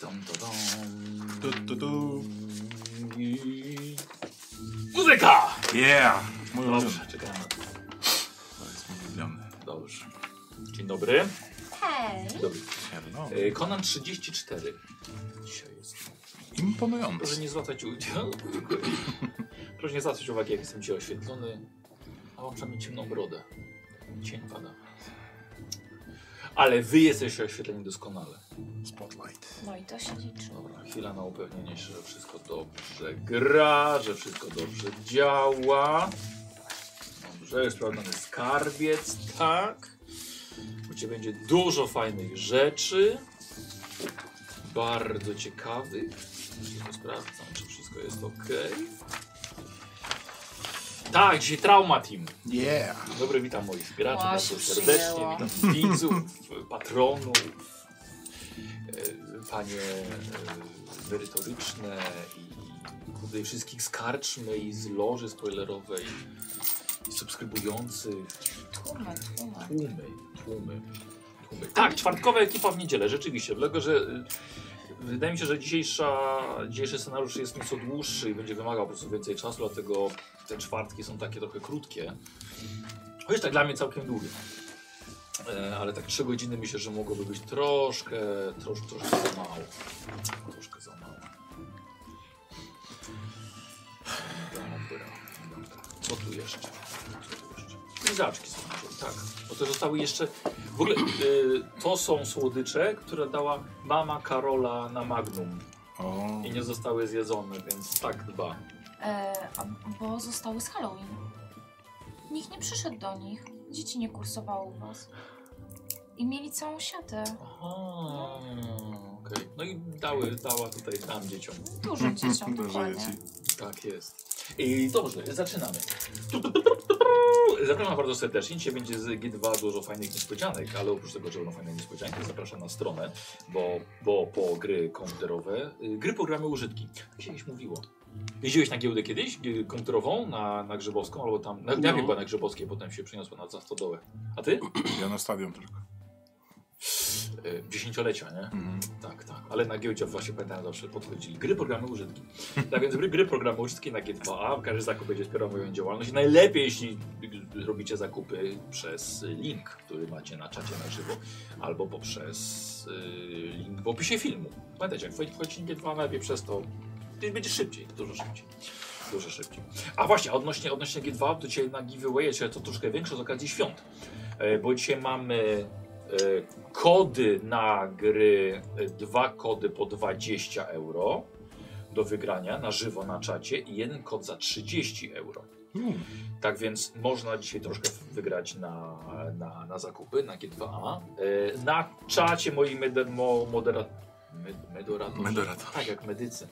Muzyka! Yeah! Dobrze, czekamy na to. To jest mój ulubiony. Dobrze. Dzień dobry. Hej. Dobry. No. Conan 34. Dzisiaj jest. Imponujący. Proszę nie zwracać Proszę nie zwracać uwagi, jak jestem dzisiaj oświetlony. A mam przynajmniej ciemną brodę. Cień pada. Ale wy jesteście oświetleni doskonale. Spotlight. No i to się liczy. Dobra, chwila na upewnienie się, że wszystko dobrze gra, że wszystko dobrze działa. Dobrze, jest sprawdzony skarbiec, tak. U ciebie będzie dużo fajnych rzeczy. Bardzo ciekawych. Wszystko sprawdzam, czy wszystko jest ok. Tak, dzisiaj Trauma Team. Yeah! Dzień dobry, witam moich wspieraczy O, bardzo się serdecznie. przyjęło. Witam widzów, patronów, panie merytoryczne i tutaj wszystkich z karczmy i z loży spoilerowej i subskrybujących. Tłumy. Tak, czwartkowa ekipa w niedzielę, rzeczywiście. Dlatego, że wydaje mi się, że dzisiejszy scenariusz jest nieco dłuższy i będzie wymagał po prostu więcej czasu, dlatego te czwartki są takie trochę krótkie. Chociaż tak dla mnie całkiem długie. Ale tak 3 godziny myślę, że mogłoby być troszkę za mało. Troszkę za mało. Dobra. Co tu jeszcze? Lizaczki są, tak. Bo to zostały jeszcze... W ogóle to są słodycze, które dała mama Karola na Magnum. O. I nie zostały zjedzone, więc tak dba. Bo zostały z Halloween. Nikt nie przyszedł do nich. Dzieci nie kursowało u was. I mieli całą siatę. Aha, okej. No i dała tutaj nam dzieciom. Dużym dzieciom, Dużo dokładnie. dzieci. Tak jest. I dobrze, zaczynamy. Zapraszam bardzo serdecznie. Dzisiaj będzie z G2 dużo fajnych niespodzianek, ale oprócz tego, że będą fajne niespodzianki, zapraszam na stronę, bo po gry komputerowe, gry, programy, użytki. Jak się kiedyś mówiło. Jeździłeś na giełdę kiedyś, komputerową, na Grzybowską, albo tam, ja była na Grzybowskiej, potem się przeniosła na Zastodołę. A ty? Ja na stadion tylko. 10-lecia, nie? Mhm. Tak. Ale na giełdzie właśnie pamiętam zawsze podchodzili. Gry, programy, użytki. Tak więc gry, programy, użytki na G2A. Każdy zakup będzie wspierał moją działalność. Najlepiej, jeśli robicie zakupy przez link, który macie na czacie na żywo, albo poprzez link w opisie filmu. Pamiętajcie, jak wchodzicie na G2, najlepiej przez to będzie szybciej, dużo szybciej. A właśnie, odnośnie G2, to dzisiaj na giveaway jest to troszkę większe z okazji świąt. Bo dzisiaj mamy kody na gry, 2 kody po 20 euro do wygrania na żywo na czacie i 1 kod za 30 euro. Tak więc można dzisiaj troszkę wygrać na zakupy na G2A. Na czacie moi moderatorzy, tak jak medycy.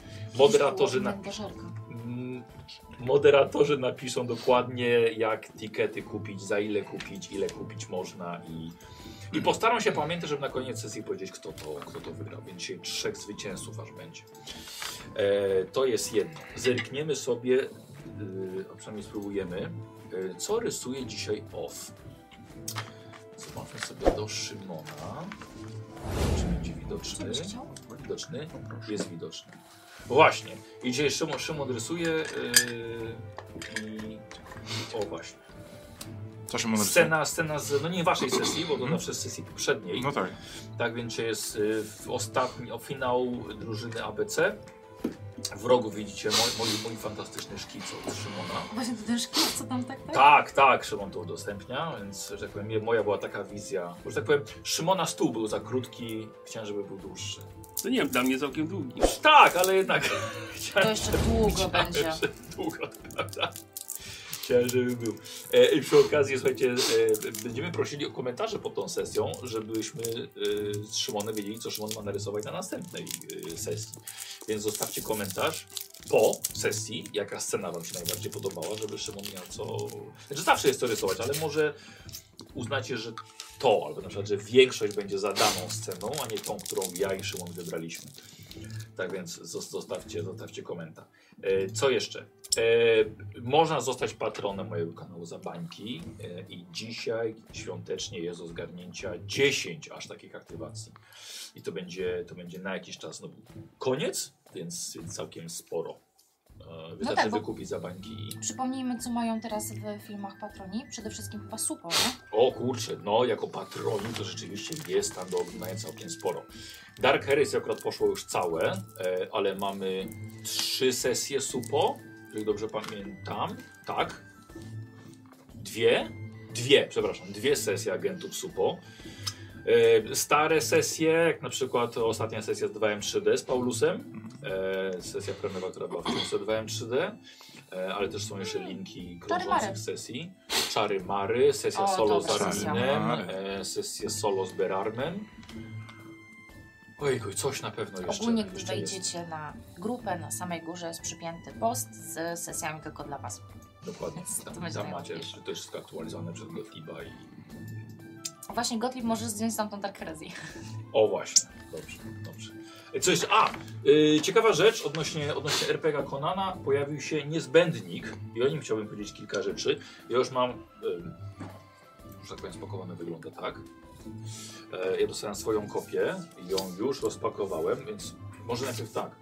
Moderatorzy napiszą dokładnie, jak tikety kupić, za ile kupić można i postaram się pamiętać, żeby na koniec sesji powiedzieć, kto to wygrał. Więc dzisiaj 3 zwycięzców aż będzie. To jest jedno. Zerkniemy sobie, a przynajmniej spróbujemy, co rysuje dzisiaj off. Zobaczmy sobie do Szymona. Czy będzie widoczny? Widoczny? Jest widoczny. Właśnie. I dzisiaj Szymon rysuje i... O właśnie. Co Szymon rysuje? Scena z, no nie waszej sesji, bo to zawsze z sesji poprzedniej. No tak. Tak więc jest finał drużyny ABC. W rogu widzicie mój fantastyczny szkic od Szymona. Właśnie to ten szkic, co tam tak? Tak, Szymon to udostępnia, więc że tak powiem, moja była taka wizja. Bo że tak powiem, Szymona stół był za krótki, chciałem, żeby był dłuższy. To nie wiem, dla mnie całkiem długi. Tak, ale jednak... To jeszcze długo będzie. Długo, prawda? Chciałem, żeby był. I przy okazji, słuchajcie, będziemy prosili o komentarze pod tą sesją, żebyśmy z Szymonem wiedzieli, co Szymon ma narysować na następnej sesji. Więc zostawcie komentarz po sesji, jaka scena wam się najbardziej podobała, żeby Szymon miał co... Znaczy zawsze jest co rysować, ale może uznacie, że to, albo na przykład, że większość będzie za daną sceną, a nie tą, którą ja i Szymon wybraliśmy. Tak więc zostawcie komentarz. Co jeszcze? Można zostać patronem mojego kanału za bańki i dzisiaj świątecznie jest do zgarnięcia 10 aż takich aktywacji. I to będzie na jakiś czas. No, koniec, więc całkiem sporo. Wystarczy wykupić za bańki. Przypomnijmy, co mają teraz w filmach patroni. Przede wszystkim chyba Supo, nie? O kurczę, no jako patroni to rzeczywiście jest tam do oglądania całkiem sporo. Dark Heresy akurat poszło już całe, ale mamy 3 sesje Supo, jeżeli dobrze pamiętam. Tak. Dwie sesje agentów Supo. Stare sesje, jak na przykład ostatnia sesja z 2M3D z Paulusem. Sesja premierowa, która była w książce 2M3D. Ale też są jeszcze linki krążących sesji. Czary Mary, sesja solo z Arminem, sesję solo z Berarmem. Ojej, coś na pewno jeszcze. Ogólnie, gdy wejdziecie na grupę, na samej górze jest przypięty post z sesjami tylko dla was. Dokładnie. Tam macie też wszystko aktualizowane przez Gottlieba i... Właśnie Gottlieb może zdjąć tam tą Dark Heresy. O właśnie, dobrze. Co jeszcze? Ciekawa rzecz odnośnie RPG Conana, pojawił się niezbędnik i o nim chciałbym powiedzieć kilka rzeczy. Ja już mam, że tak powiem, spakowane, wygląda tak. Ja dostałem swoją kopię i ją już rozpakowałem, więc może najpierw tak.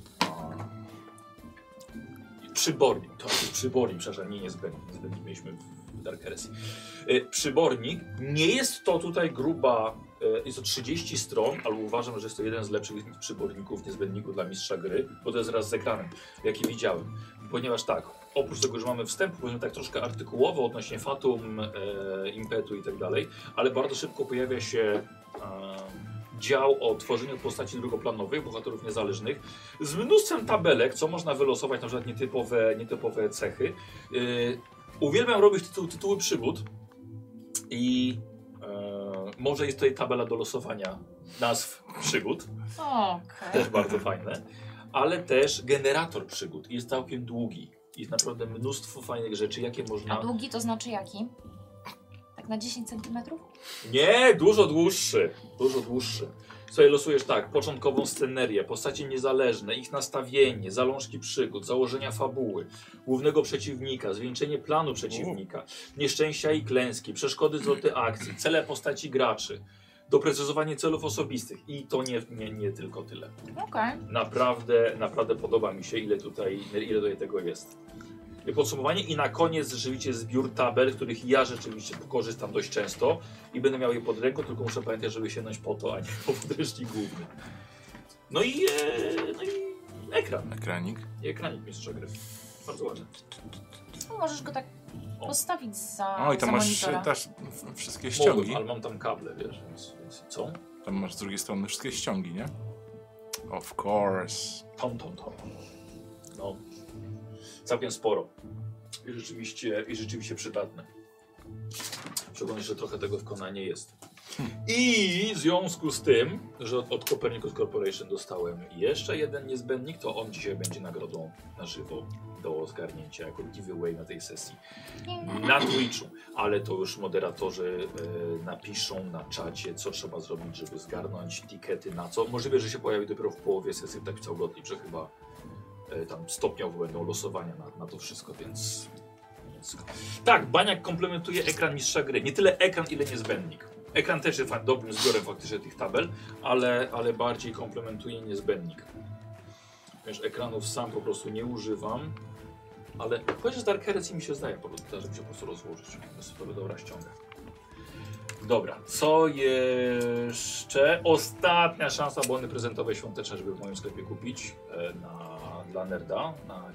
Przybornik, to jest przybornik, przepraszam, nie niezbędnik, niezbędnik mieliśmy w Dark Heresy. Przybornik, nie jest to tutaj gruba, jest to 30 stron, ale uważam, że jest to jeden z lepszych przyborników, niezbędników dla mistrza gry, bo to jest raz z ekranem, jaki widziałem. Ponieważ tak, oprócz tego, że mamy wstęp, powiedzmy tak troszkę artykułowo odnośnie Fatum, Impetu i tak dalej, ale bardzo szybko pojawia się dział o tworzeniu postaci drugoplanowych, bohaterów niezależnych, z mnóstwem tabelek, co można wylosować, na przykład nietypowe cechy. Uwielbiam robić tytuły przygód i może jest tutaj tabela do losowania nazw przygód. Okay. Też bardzo fajne. Ale też generator przygód jest całkiem długi. Jest naprawdę mnóstwo fajnych rzeczy, jakie można... A długi to znaczy jaki? Tak na 10 cm? Nie, dużo dłuższy. Dużo dłuższy. Sobie losujesz tak, początkową scenerię, postacie niezależne, ich nastawienie, zalążki przygód, założenia fabuły, głównego przeciwnika, zwieńczenie planu przeciwnika, nieszczęścia i klęski, przeszkody zwroty akcji, cele postaci graczy, doprecyzowanie celów osobistych i to nie tylko tyle. Okay. Naprawdę podoba mi się, ile tutaj tego jest. Podsumowanie i na koniec rzeczywiście zbiór tabel, których ja rzeczywiście korzystam dość często i będę miał je pod ręką, tylko muszę pamiętać, żeby sięgnąć po to, a nie po podręcznik główny. No i ekran. Ekranik. I ekranik mistrza gry. Bardzo ładny. No, możesz go tak postawić za O, i tam masz monitora. też wszystkie ściągi. Mogłem, ale mam tam kable, wiesz, więc co? Tam masz z drugiej strony wszystkie ściągi, nie? Of course. Tom. No. Całkiem sporo. I rzeczywiście przydatne. Szczególnie, że trochę tego w Conanie jest. I w związku z tym, że od Copernicus Corporation dostałem jeszcze jeden niezbędnik, to on dzisiaj będzie nagrodą na żywo do zgarnięcia jako giveaway na tej sesji na Twitchu. Ale to już moderatorzy napiszą na czacie, co trzeba zrobić, żeby zgarnąć tikety na co. Możliwe, że się pojawi dopiero w połowie sesji, tak pisał Gottlieb, że chyba tam stopniowo będą losowania na to wszystko, więc... Tak, Baniak komplementuje ekran mistrza gry. Nie tyle ekran, ile niezbędnik. Ekran też jest dobrym zbiorem faktycznie tych tabel, ale bardziej komplementuje niezbędnik. Wiesz, ekranów sam po prostu nie używam, ale chociaż Dark Heresy mi się zdaje, żeby się po prostu rozłożyć. Sobie dobra ściąga. Dobra, co jeszcze? Ostatnia szansa bony prezentowej świąteczne, żeby w moim sklepie kupić dla nerda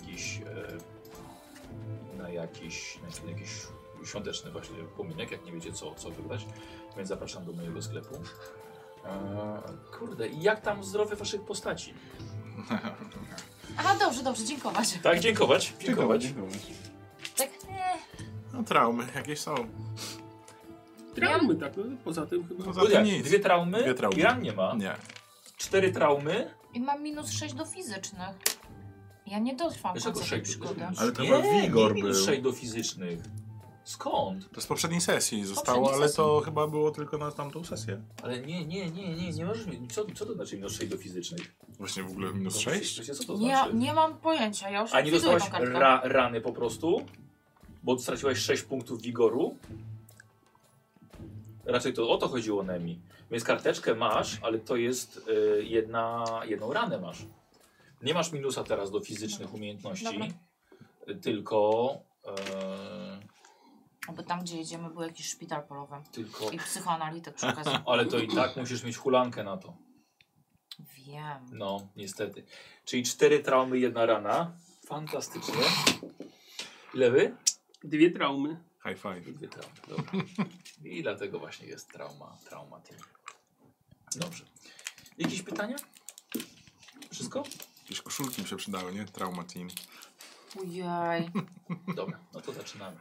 na jakiś świąteczny właśnie pominek, jak nie wiecie co wybrać, więc zapraszam do mojego sklepu. Kurde, i jak tam zdrowie waszych postaci? Aha, dobrze, dziękować. Tak, dziękować. Tak, No traumy jakieś są. Traumy, tak, no poza tym chyba. Poza tym nic. Dwie traumy? Dwie traumy. Jan nie ma. Nie. 4 traumy. I mam -6 do fizycznych. Ja nie dotrwam Dlaczego końca tej 6? przygody. Ale to Nie, chyba wigor nie był. -6 do fizycznych. Skąd? To z poprzedniej sesji zostało, poprzedniej ale sesji. to chyba było tylko na tamtą sesję. Ale nie możesz mieć. Co to znaczy minus 6 do fizycznych? Właśnie w ogóle minus 6? Wiecie, co to Nie, znaczy? nie mam pojęcia, ja już A nie likwiduję dostałaś tą kartkę. rany po prostu? Bo straciłaś 6 punktów wigoru? Raczej to o to chodziło Nemi. Więc karteczkę masz, ale to jest jedną ranę masz. Nie masz minusa teraz do fizycznych umiejętności, Dobra. tylko... Oby tam, gdzie jedziemy, był jakiś szpital polowy. tylko... I psychoanalityk przy okazji. Ale to i tak musisz mieć hulankę na to. Wiem. No, niestety. Czyli 4 traumy, 1 rana. Fantastycznie. Ile wy? 2 traumy. High five. 2 traumy, dobra. I dlatego właśnie jest trauma team. Dobrze. Jakieś pytania? Wszystko? Jakieś koszulki mi się przydały, nie? Trauma team. Ujej. Dobra, no to zaczynamy.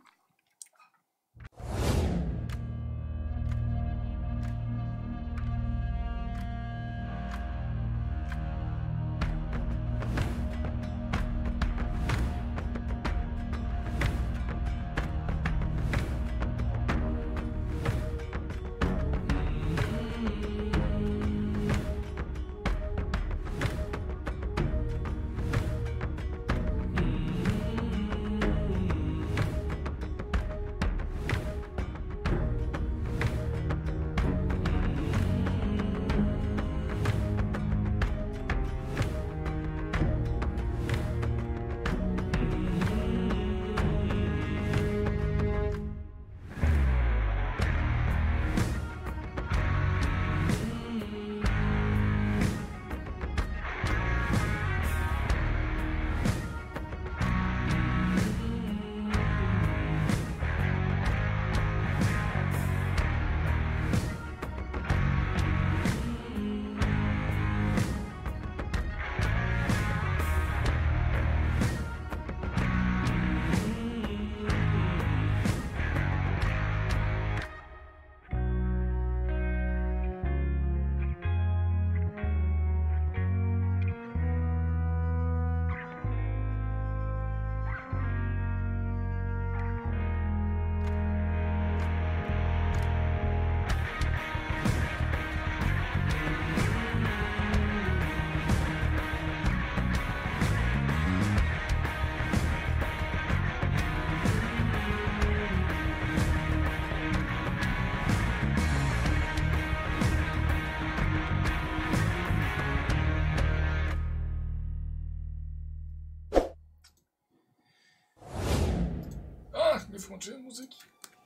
Nie włączyłem muzyki.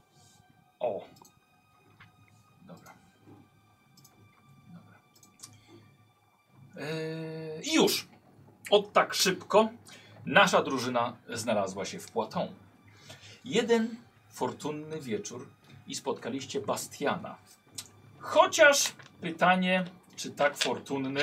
O. Dobra. I już. Od tak szybko nasza drużyna znalazła się w Poitou. Jeden fortunny wieczór i spotkaliście Bastiana. Chociaż pytanie, czy tak fortunny.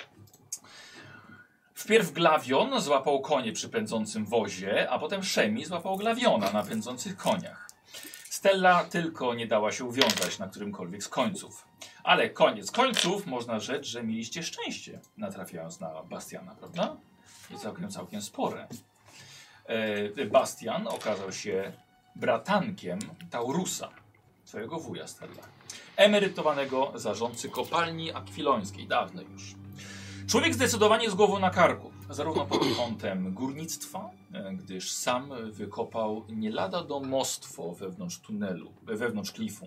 Wpierw Glawion złapał konie przy pędzącym wozie, a potem Szemi złapał Glawiona na pędzących koniach. Stella tylko nie dała się uwiązać na którymkolwiek z końców. Ale koniec końców można rzec, że mieliście szczęście, natrafiając na Bastiana, prawda? I całkiem spore. Bastian okazał się bratankiem Taurusa, twojego wuja, Stella. Emerytowanego zarządcy kopalni akwilońskiej, dawno już. Człowiek zdecydowanie z głową na karku, zarówno pod kątem górnictwa, gdyż sam wykopał nie lada domostwo wewnątrz tunelu, wewnątrz klifu.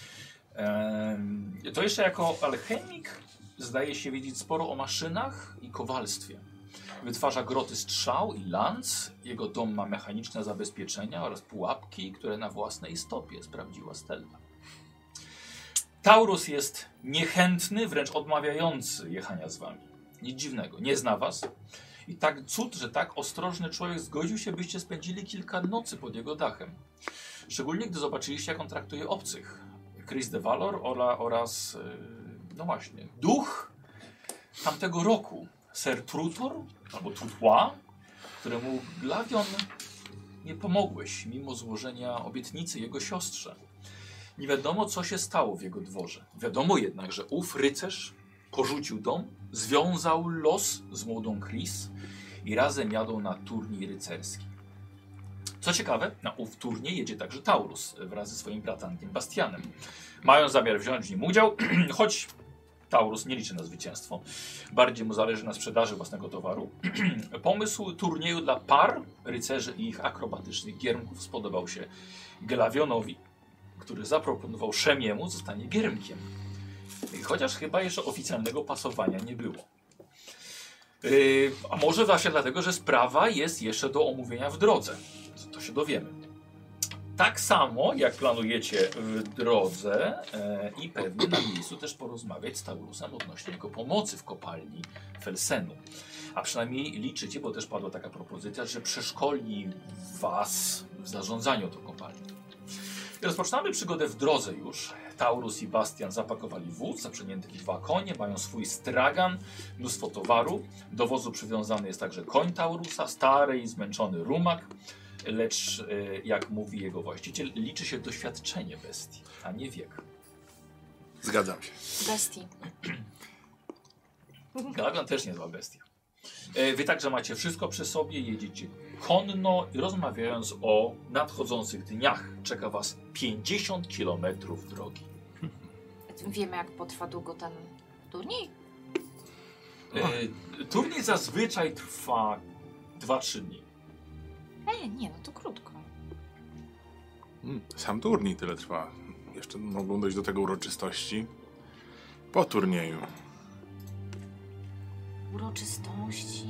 To jeszcze jako alchemik zdaje się wiedzieć sporo o maszynach i kowalstwie. Wytwarza groty strzał i lanc, jego dom ma mechaniczne zabezpieczenia oraz pułapki, które na własnej stopie sprawdziła Stella. Taurus jest niechętny, wręcz odmawiający jechania z wami. Nic dziwnego, nie zna was. I tak cud, że tak ostrożny człowiek zgodził się, byście spędzili kilka nocy pod jego dachem. Szczególnie gdy zobaczyliście, jak on traktuje obcych. Chris de Valor oraz, no właśnie, duch tamtego roku. Ser Trutor, albo Tutła, któremu Glawion nie pomogłeś, mimo złożenia obietnicy jego siostrze. Nie wiadomo, co się stało w jego dworze. Wiadomo jednak, że ów rycerz porzucił dom, związał los z młodą Chris i razem jadą na turniej rycerski. Co ciekawe, na ów turniej jedzie także Taurus wraz ze swoim bratankiem Bastianem. Mają zamiar wziąć w nim udział, choć Taurus nie liczy na zwycięstwo. Bardziej mu zależy na sprzedaży własnego towaru. Pomysł turnieju dla par, rycerzy i ich akrobatycznych giermków spodobał się Gelawionowi, który zaproponował Szemiemu zostanie giermkiem. Chociaż chyba jeszcze oficjalnego pasowania nie było. A może właśnie dlatego, że sprawa jest jeszcze do omówienia w drodze. To się dowiemy. Tak samo jak planujecie w drodze i pewnie na miejscu też porozmawiać z Taurusem odnośnie jego pomocy w kopalni Felsenu. A przynajmniej liczycie, bo też padła taka propozycja, że przeszkoli was w zarządzaniu tą kopalnią. I rozpoczynamy przygodę w drodze już. Taurus i Bastian zapakowali wóz, zaprzęgnięte 2 konie, mają swój stragan, mnóstwo towaru. Do wozu przywiązany jest także koń Taurusa, stary i zmęczony rumak. Lecz, jak mówi jego właściciel, liczy się doświadczenie bestii, a nie wiek. Zgadzam się. Bestii. Galagan też niezła bestia. Wy także macie wszystko przy sobie, jedziecie konno i rozmawiając o nadchodzących dniach. Czeka was 50 km drogi. Wiemy, jak potrwa długo ten turniej? Turniej zazwyczaj trwa 2-3 dni. Nie, no to krótko. Sam turniej tyle trwa. Jeszcze mogą dojść do tego uroczystości po turnieju. Uroczystości.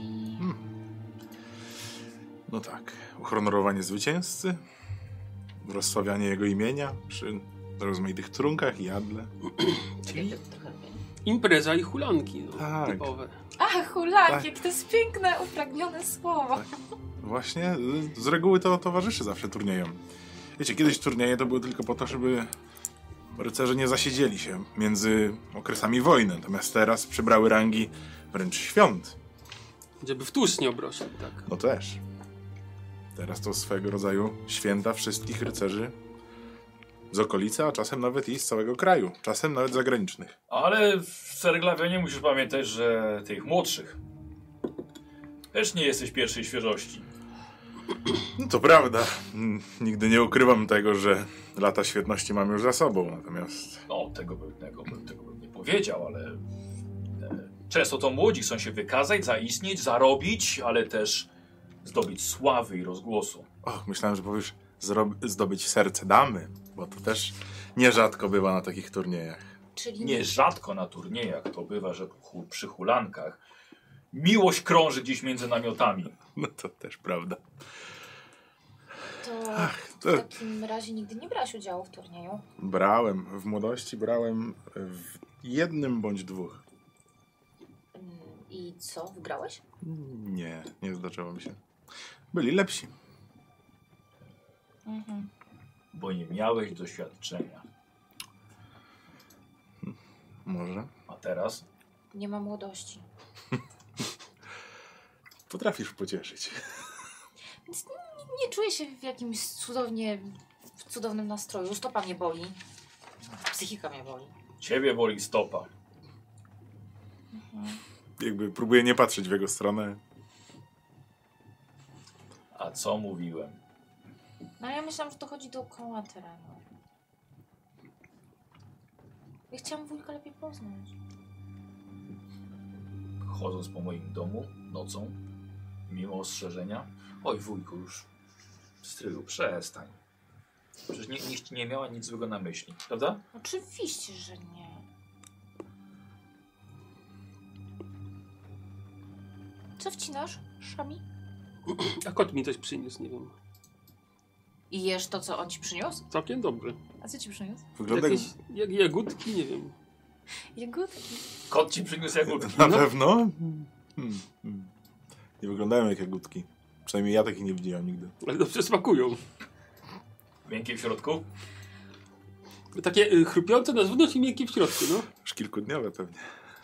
No tak. Uhonorowanie zwycięzcy, rozsławianie jego imienia przy rozmaitych trunkach i jadle. Czyli impreza i hulanki, no, Tak. typowe. Ach, hulanki, Tak. jak to jest piękne, upragnione słowo. Tak. Właśnie z reguły to towarzyszy zawsze turniejom. Wiecie, kiedyś turnieje to były tylko po to, żeby rycerze nie zasiedzieli się między okresami wojny. Natomiast teraz przybrały rangi wręcz świąt. Żeby w tłuszcz nie obrosł, tak. No też. Teraz to swego rodzaju święta wszystkich rycerzy z okolicy, a czasem nawet i z całego kraju. Czasem nawet zagranicznych. Ale w Serglawionie musisz pamiętać, że tych młodszych też nie jesteś pierwszej świeżości. No to prawda. Nigdy nie ukrywam tego, że lata świetności mam już za sobą. Natomiast No, tego bym nie powiedział, ale często to młodzi chcą się wykazać, zaistnieć, zarobić, ale też zdobyć sławy i rozgłosu. myślałem, że powiesz zdobyć serce damy, bo to też nierzadko bywa na takich turniejach. Czyli Nierzadko na turniejach to bywa, że przy hulankach miłość krąży gdzieś między namiotami. No to też prawda. to to- w takim razie nigdy nie brałaś udziału w turnieju. W młodości brałem w 1 bądź 2. I co, wygrałeś? Nie zdarzyło mi się. Byli lepsi. Mhm. Bo nie miałeś doświadczenia. Może. A teraz? Nie ma młodości. Potrafisz pocieszyć. Więc nie czuję się w jakimś cudownym nastroju. Stopa mnie boli. Psychika mnie boli. Ciebie boli stopa. Jakby próbuję nie patrzeć w jego stronę. A co mówiłem? No ja myślałam, że to chodzi dookoła terenu. Ja chciałam wujka lepiej poznać. Chodząc po moim domu nocą, mimo ostrzeżenia. Oj, wujku, już stryju, przestań. Przecież nie miała nic złego na myśli, prawda? Oczywiście, że nie. Co wcinasz, Szami? A kot mi coś przyniósł, nie wiem. I jesz to, co on ci przyniósł? Całkiem dobry. A co ci przyniósł? Wygląda Jakieś jagódki, nie wiem. Jagódki. Kot ci przyniósł jagódki. Na pewno? Nie wyglądają jak jagódki. Przynajmniej ja takich nie widziałem nigdy. Ale dobrze smakują. Miękkie w środku? Takie chrupiące na zewnątrz i miękkie w środku, no. Już kilkudniowe pewnie.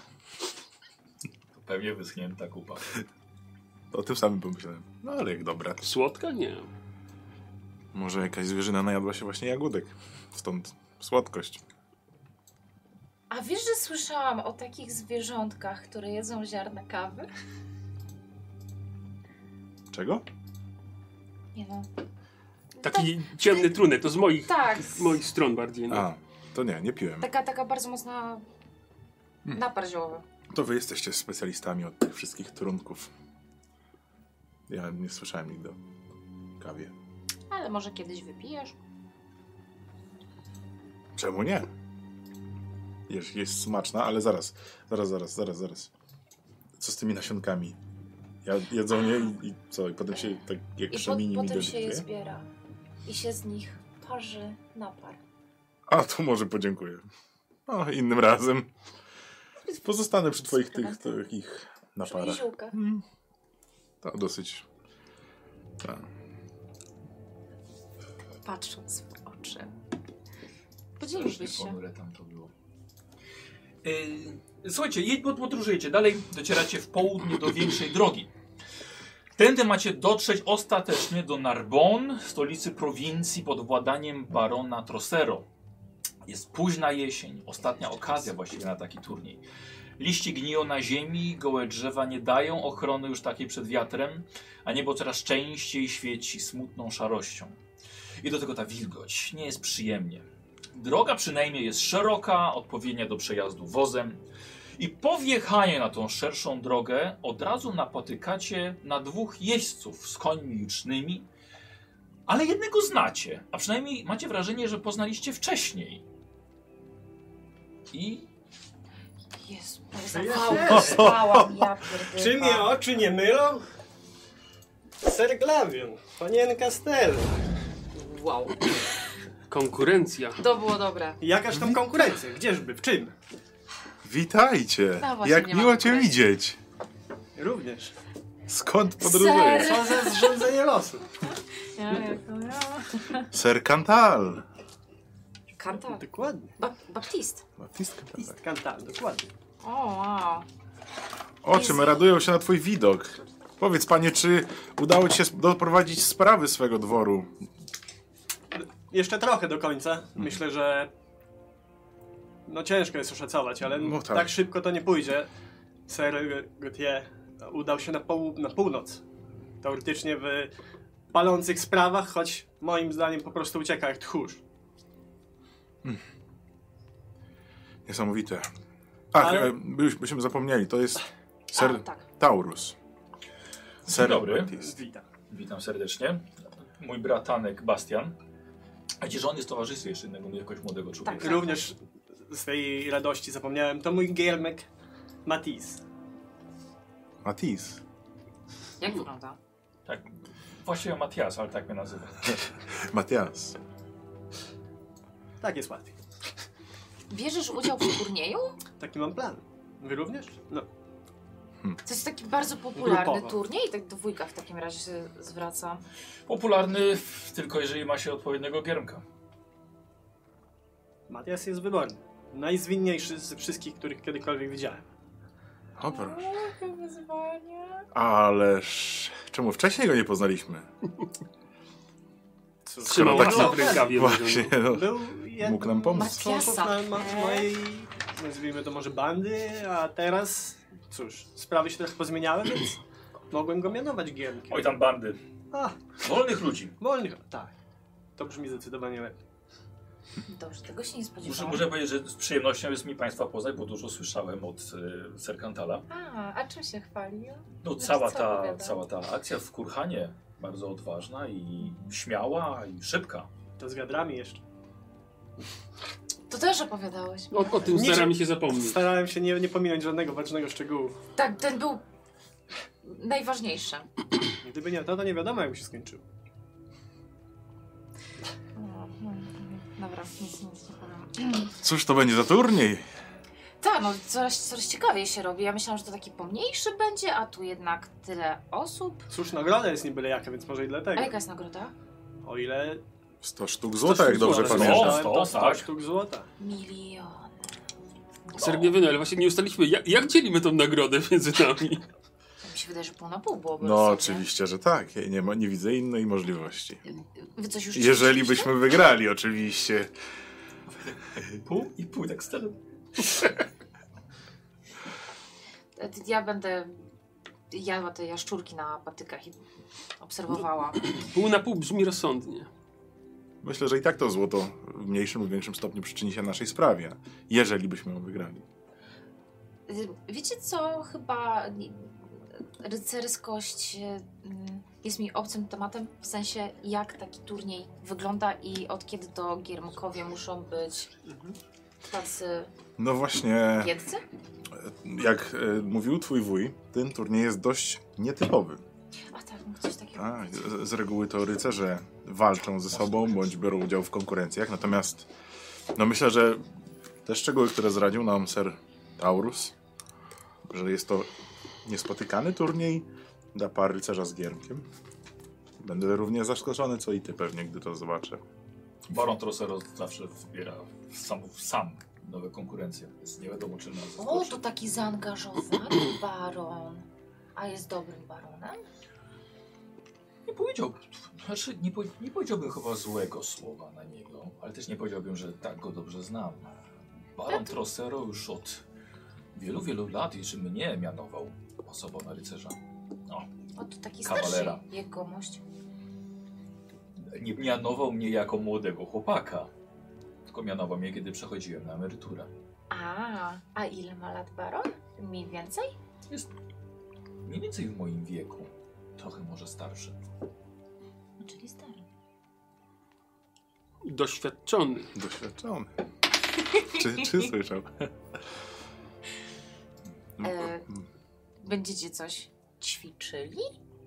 To pewnie wyschnięta kupa. O tym samym pomyślałem. No ale jak dobra. Słodka? Nie. Może jakaś zwierzyna najadła się właśnie jagódek. Stąd słodkość. A wiesz, że słyszałam o takich zwierzątkach, które jedzą ziarna kawy? Czego? Nie no. Taki ciemny trunek, to z moich, Tak. moich stron bardziej. No. A, to nie piłem. Taka bardzo mocna napar ziołowy. To wy jesteście specjalistami od tych wszystkich trunków. Ja nie słyszałem nigdy o kawie. Ale może kiedyś wypijesz? Czemu nie? Jest smaczna, ale zaraz. Co z tymi nasionkami? Jedzą je i co? I potem się tak jak krzemieni potem się je migdoliczuje? zbiera. I się z nich parzy napar. A, to może podziękuję. O, innym razem. Pozostanę przy twoich takich naparach. Ziółka. To dosyć... Tak. Patrząc w oczy. Podzieliłbyś się. Ile tam to było. Słuchajcie, podróżujecie dalej, docieracie w południe do większej drogi. Tędy macie dotrzeć ostatecznie do Narbonne, stolicy prowincji pod władaniem barona Trocero. Jest późna jesień, ostatnia okazja właściwie na taki turniej. Liście gniją na ziemi, gołe drzewa nie dają ochrony już takiej przed wiatrem, a niebo coraz częściej świeci smutną szarością. I do tego ta wilgoć, nie jest przyjemnie. Droga przynajmniej jest szeroka, odpowiednia do przejazdu wozem. I po wjechaniu na tą szerszą drogę od razu napotykacie na dwóch jeźdźców z końmi jucznymi, ale jednego znacie, a przynajmniej macie wrażenie, że poznaliście wcześniej. I... Jezu, spałam, ja pierdolę. Czy mnie oczy nie mylą? Ser Glavion, panienka Stella. Wow, Konkurencja. to było dobre. Jakaż tam konkurencja? Gdzieżby? W czym? Witajcie! No właśnie, Jak nie ma miło cię konkurencji. widzieć! Również. Skąd podróżujesz? Co za zrządzenie losu? Ser Cantal. Kanta? Dokładnie. Baptist. Baptiste Cantal. Kantal, dokładnie. O, wow. Oczy me radują się na twój widok. Powiedz, panie, czy udało ci się doprowadzić sprawy swego dworu? Jeszcze trochę do końca. Myślę, że... No ciężko jest oszacować, ale No tak. tak szybko to nie pójdzie. Ser Gautier udał się na północ. Teoretycznie w palących sprawach, choć moim zdaniem po prostu ucieka jak tchórz. Niesamowite. Ach, Ale- byśmy zapomnieli, to jest ser A, tak. Taurus. Ser dobry. Baptiste. Witam. Witam serdecznie. Mój bratanek Bastian. A wiecie, że on jest w towarzystwie jeszcze innego jakoś młodego człowieka. Tak. Również swej radości zapomniałem, to mój giermek Matisse. Matisse. Jak wygląda? Tak. Właściwie Matias, ale tak mnie nazywa. Matias. Tak jest łatwiej. Bierzesz udział w turnieju? Taki mam plan. Wy również? No. To jest taki bardzo popularny Grupowo. turniej, tak do wujka w takim razie się zwracam. Popularny tylko jeżeli ma się odpowiedniego giermka. Matias jest wyborny. Najzwinniejszy z wszystkich, których kiedykolwiek widziałem. O proszę. Jakie wyzwanie. Ależ... Czemu wcześniej go nie poznaliśmy? Trzymał taki- taki w rękawie. Właśnie, no. Był jednym Mógł nam pomóc. z członków Matiasa. mojej, nazwijmy to może bandy, a teraz, cóż, sprawy się trochę pozmieniały, więc mogłem go mianować giermkiem. Oj tam bandy. A, Wolnych ludzi. wolnych, tak. To brzmi zdecydowanie lepiej. Dobrze, tego się nie Muszę, spodziewałam. muszę powiedzieć, że z przyjemnością jest mi Państwa poznać, bo dużo słyszałem od Ser Cantala. A czym się chwalił? No, Znaczy, cała ta akcja w Kurhanie bardzo odważna i śmiała i szybka. To z wiadrami jeszcze. To też opowiadałeś. O tym Niczym- staramy się zapomnieć. Starałem się nie pominąć żadnego ważnego szczegółu. Tak, ten był najważniejszy. Gdyby nie to nie wiadomo, jak by się skończyło. Dobra, nic nie powiem. Cóż to będzie za turniej? Tak, no coraz ciekawiej się robi. Ja myślałam, że to taki pomniejszy będzie, a tu jednak tyle osób. Cóż, nagroda jest nie byle jaka, więc może i A dlatego. jaka jest nagroda? O ile 100 sztuk złota, jak dobrze złota pamiętam. słyszałem, to 100, 100 tak. sztuk złota. Milion. Sergnie, ale właśnie nie ustaliliśmy, jak dzielimy tą nagrodę między nami. Mi się wydaje, że pół na pół byłoby No rozsądnie. oczywiście, że tak. Ja nie widzę innej możliwości. Wy coś już Jeżeli ćwiczyliście? byśmy wygrali, oczywiście. Pół i pół, tak stary. Ja będę jadła te jaszczurki na patykach i obserwowała. Pół na pół brzmi rozsądnie. myślę, że i tak to złoto w mniejszym lub większym stopniu przyczyni się naszej sprawie, jeżeli byśmy ją wygrali. Wiecie co? Chyba rycerskość jest mi obcym tematem, w sensie jak taki turniej wygląda i od kiedy to giermkowie muszą być tacy No właśnie, wiedzcy? jak mówił twój wuj, ten turniej jest dość nietypowy. A tak, mógł coś takiego A, powiedzieć. z reguły to rycerze walczą ze sobą bądź biorą udział w konkurencjach, natomiast no myślę, że te szczegóły, które zdradził nam Ser Taurus, że jest to niespotykany turniej dla par rycerza z giermkiem. Będę równie zaskoczony, co i ty pewnie, gdy to zobaczę. Baron Trosero zawsze wybiera sam nowe konkurencje, więc nie wiadomo, czy nas O, zaskoczy. to taki zaangażowany baron. A jest dobrym baronem? Nie powiedziałbym, znaczy nie powiedziałbym chyba złego słowa na niego, ale też nie powiedziałbym, że tak go dobrze znam. Baron Trosero już od wielu, wielu lat jeszcze mnie mianował osobą na rycerza. No, O, to taki Kawalera. starszy jegomość. nie mianował mnie jako młodego chłopaka, tylko mianował mnie, kiedy przechodziłem na emeryturę. A ile ma lat baron? Mniej więcej? Jest mniej więcej w moim wieku, trochę może starszy. Czyli stary. Doświadczony. Doświadczony. Czy słyszał? Będziecie coś ćwiczyli?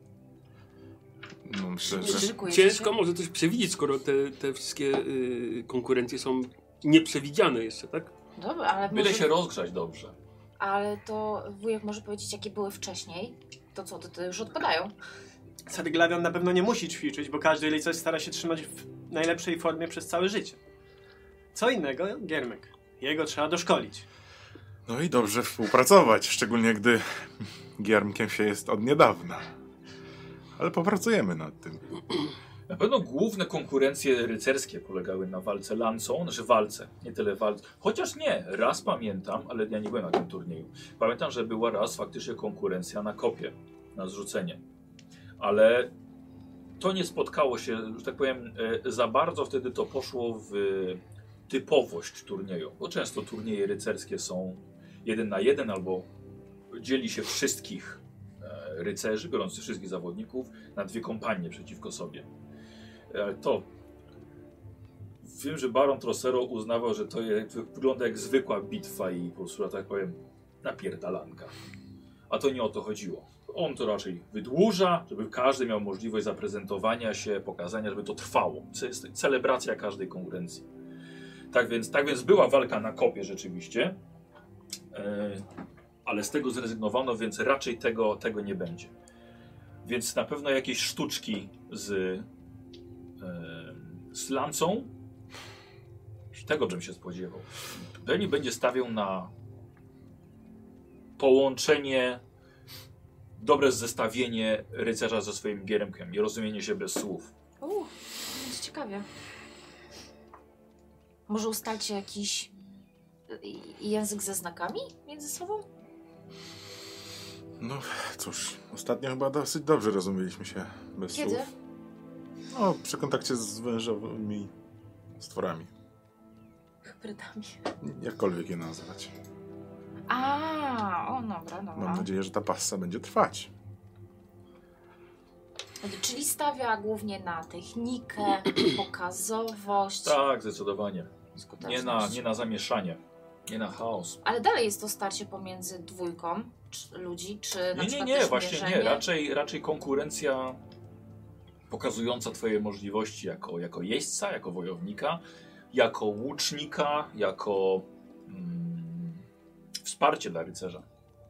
No, myślę, że... Szykujecie Ciężko się? może coś przewidzieć, skoro te wszystkie konkurencje są nieprzewidziane jeszcze, tak? Dobra, ale Byle może... się rozgrzać dobrze. Ale to wujek może powiedzieć, jakie były wcześniej. To co, to już odpadają? Serglawion na pewno nie musi ćwiczyć, bo każdy rycerz stara się trzymać w najlepszej formie przez całe życie. Co innego giermek. Jego trzeba doszkolić. No i dobrze współpracować, szczególnie gdy giermkiem się jest od niedawna. Ale popracujemy nad tym. Na pewno główne konkurencje rycerskie polegały na walce lancą, znaczy walce, nie tyle walce. Chociaż nie, raz pamiętam, ale ja nie byłem na tym turnieju. Pamiętam, że była raz faktycznie konkurencja na kopie, na zrzucenie. Ale to nie spotkało się, że tak powiem, za bardzo wtedy to poszło w typowość turnieju. Bo często turnieje rycerskie są 1 na 1 albo dzieli się wszystkich rycerzy, biorąc wszystkich zawodników, na 2 kompanie przeciwko sobie. Ale to... Wiem, że Baron Trosero uznawał, że to wygląda jak zwykła bitwa i po prostu, że tak powiem, napierdalanka. A to nie o to chodziło. On to raczej wydłuża, żeby każdy miał możliwość zaprezentowania się, pokazania, żeby to trwało. To jest celebracja każdej konkurencji. Tak więc była walka na kopie rzeczywiście, ale z tego zrezygnowano, więc raczej tego nie będzie. Więc na pewno jakieś sztuczki z lancą, tego bym się spodziewał. Pewnie będzie stawiał na połączenie, dobre zestawienie rycerza ze swoim giermkiem i rozumienie się bez słów. Będzie ciekawie. Może ustalcie jakiś język ze znakami między sobą? No cóż, ostatnio chyba dosyć dobrze rozumieliśmy się bez Kiedy? słów. No, przy kontakcie z wężowymi stworami. Hybrydami. Jakkolwiek je nazwać. Dobra. Mam nadzieję, że ta passa będzie trwać. Czyli stawia głównie na technikę, pokazowość, Tak, zdecydowanie. skuteczność. Nie na zamieszanie, nie na chaos. Ale dalej jest to starcie pomiędzy dwójką ludzi, czy na przykład Nie, też właśnie mierzenie? nie. Raczej konkurencja pokazująca twoje możliwości jako jeźdźca, jako wojownika, jako łucznika, jako wsparcie dla rycerza.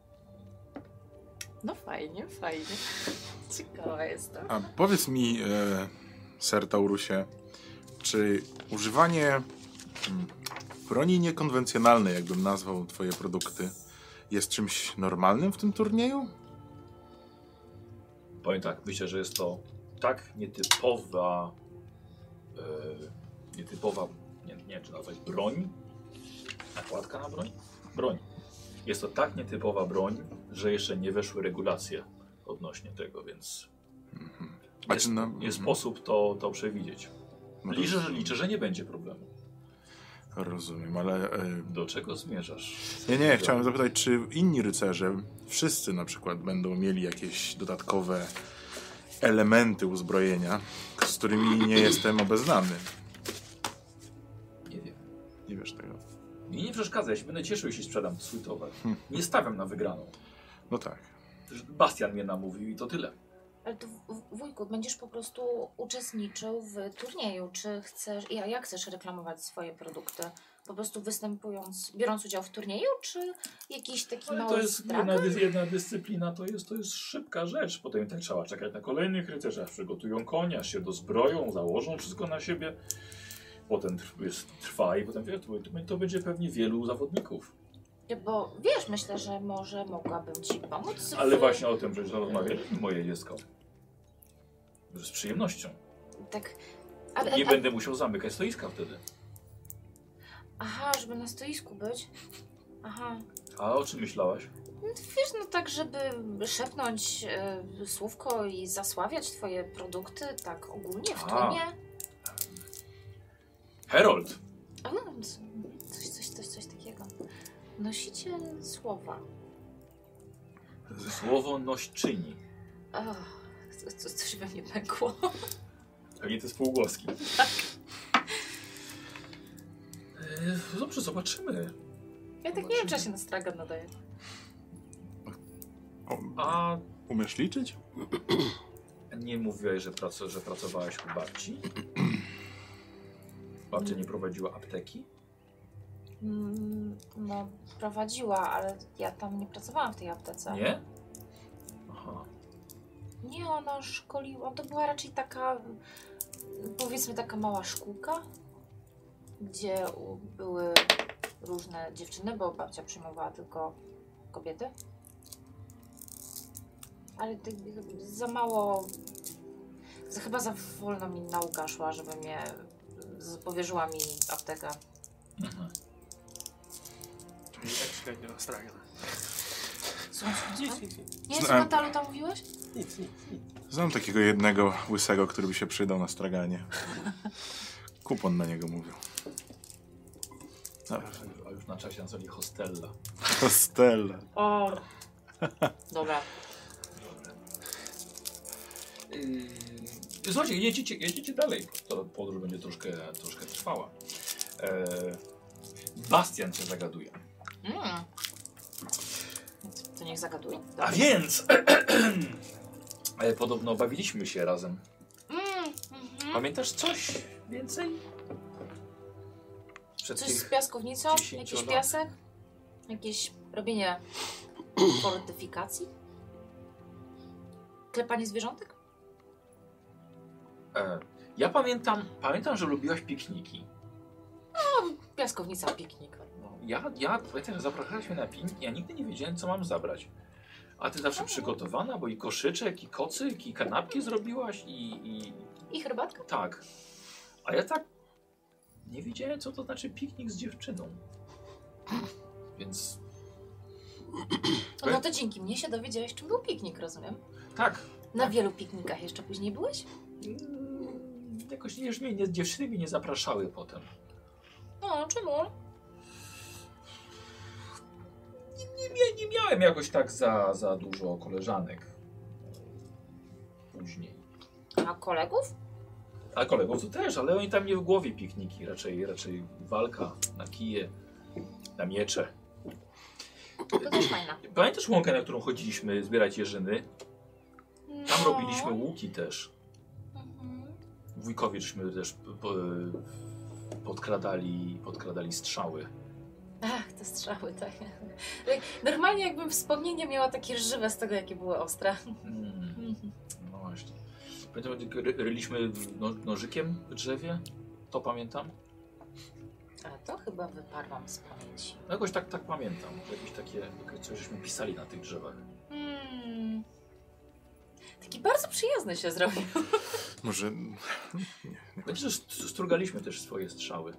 No fajnie. Ciekawa jestem. A powiedz mi, Ser Taurusie, czy używanie broni niekonwencjonalnej, jakbym nazwał twoje produkty, jest czymś normalnym w tym turnieju? Powiem tak, myślę, że jest to tak nietypowa, nie wiem czy nazwać broń, nakładka na broń. Jest to tak nietypowa broń, że jeszcze nie weszły regulacje odnośnie tego, więc jest sposób to przewidzieć. No to Liczę, że nie będzie problemu. rozumiem, ale... Do czego zmierzasz? Nie, chciałem zapytać, czy inni rycerze, wszyscy na przykład, będą mieli jakieś dodatkowe elementy uzbrojenia, z którymi nie jestem obeznany. Nie wiem. Nie wiesz tego. Mi nie przeszkadza, ja się będę cieszył, jeśli sprzedam swój towar. Nie stawiam na wygraną. No tak. Przecież Bastian mnie namówił i to tyle. Ale to wujku, będziesz po prostu uczestniczył w turnieju. Czy chcesz, jak chcesz reklamować swoje produkty? Po prostu biorąc udział w turnieju, czy jakiś taki Ale mały to jest stratek? jedna dyscyplina, to jest szybka rzecz. Potem tak trzeba czekać na kolejnych rycerzy, aż przygotują konia, aż się dozbroją, założą wszystko na siebie. Potem trwa i potem to będzie pewnie wielu zawodników. Bo wiesz, myślę, że może mogłabym ci pomóc. Ale właśnie o tym przecież rozmawialiśmy, moje dziecko. Z przyjemnością. Tak. Nie będę musiał zamykać stoiska wtedy. Aha, żeby na stoisku być. Aha. A o czym myślałaś? Wiesz, no tak, żeby szepnąć słówko i zasławiać twoje produkty, tak ogólnie w tłumie. Herold! A, coś takiego. Nosicie słowa. Słowo nośczyni. Coś we mnie pękło. Pewnie te spółgłoski. Dobrze, zobaczymy. Ja tak nie wiem, czy ja się na stragan nadaję. A Umiesz liczyć? nie mówiłeś, że pracowałaś u babci? Babcia nie prowadziła apteki? No, prowadziła, ale ja tam nie pracowałam w tej aptece. Nie? Aha. Nie, ona szkoliła. To była raczej taka, powiedzmy, taka mała szkółka, gdzie były różne dziewczyny, bo babcia przyjmowała tylko kobiety. Ale za mało, chyba za wolno mi nauka szła, żeby mnie, powierzyła mi aptekę. Mhm. Czyli tak średnio na stragan. Słuchaj, Nic. nie jest Matalu tam mówiłeś? Nic. Znam takiego jednego łysego, który by się przydał na straganie. Kupon na niego mówił. A już na czasie nazwali Hostella. Stella. O, dobra. Słuchajcie, jedziecie dalej. To podróż będzie troszkę trwała. Bastian cię zagaduje. To niech zagaduje. A więc podobno bawiliśmy się razem. Pamiętasz coś więcej? Przed Coś tych z piaskownicą? 10 Jakiś lat? piasek? Jakieś robienie fortyfikacji? Klepanie zwierzątek? Ja pamiętam, że lubiłaś pikniki. Piaskownica, piknik. No, ja pamiętam, że zapraszałeś mnie na piknik, ja nigdy nie wiedziałem, co mam zabrać. A ty zawsze przygotowana, bo i koszyczek, i kocyk, i kanapki zrobiłaś, I herbatka? Tak. A ja tak nie wiedziałem, co to znaczy piknik z dziewczyną. Więc No to dzięki mnie się dowiedziałeś, czym był piknik, rozumiem? tak. Na wielu piknikach jeszcze później byłeś? Jakoś dziewczyny mnie nie zapraszały potem. No, czemu? Nie miałem jakoś tak za dużo koleżanek. Później. A kolegów? A kolegów to też, ale oni tam nie w głowie pikniki. Raczej walka na kije, na miecze. To też fajna. Pamiętasz łąkę, na którą chodziliśmy zbierać jeżyny? Tam No. robiliśmy łuki też. Wujkowi żeśmy też podkradali strzały. Ach, te strzały, tak. Normalnie jakbym wspomnienie miała takie żywe z tego, jakie były ostre. No właśnie. Pamiętam, jak ryliśmy nożykiem w drzewie? To pamiętam. A to chyba wyparłam z pamięci. No jakoś tak pamiętam. Jakieś coś żeśmy pisali na tych drzewach. Taki bardzo przyjazny się zrobił. Może... Myślę, że strugaliśmy też swoje strzały.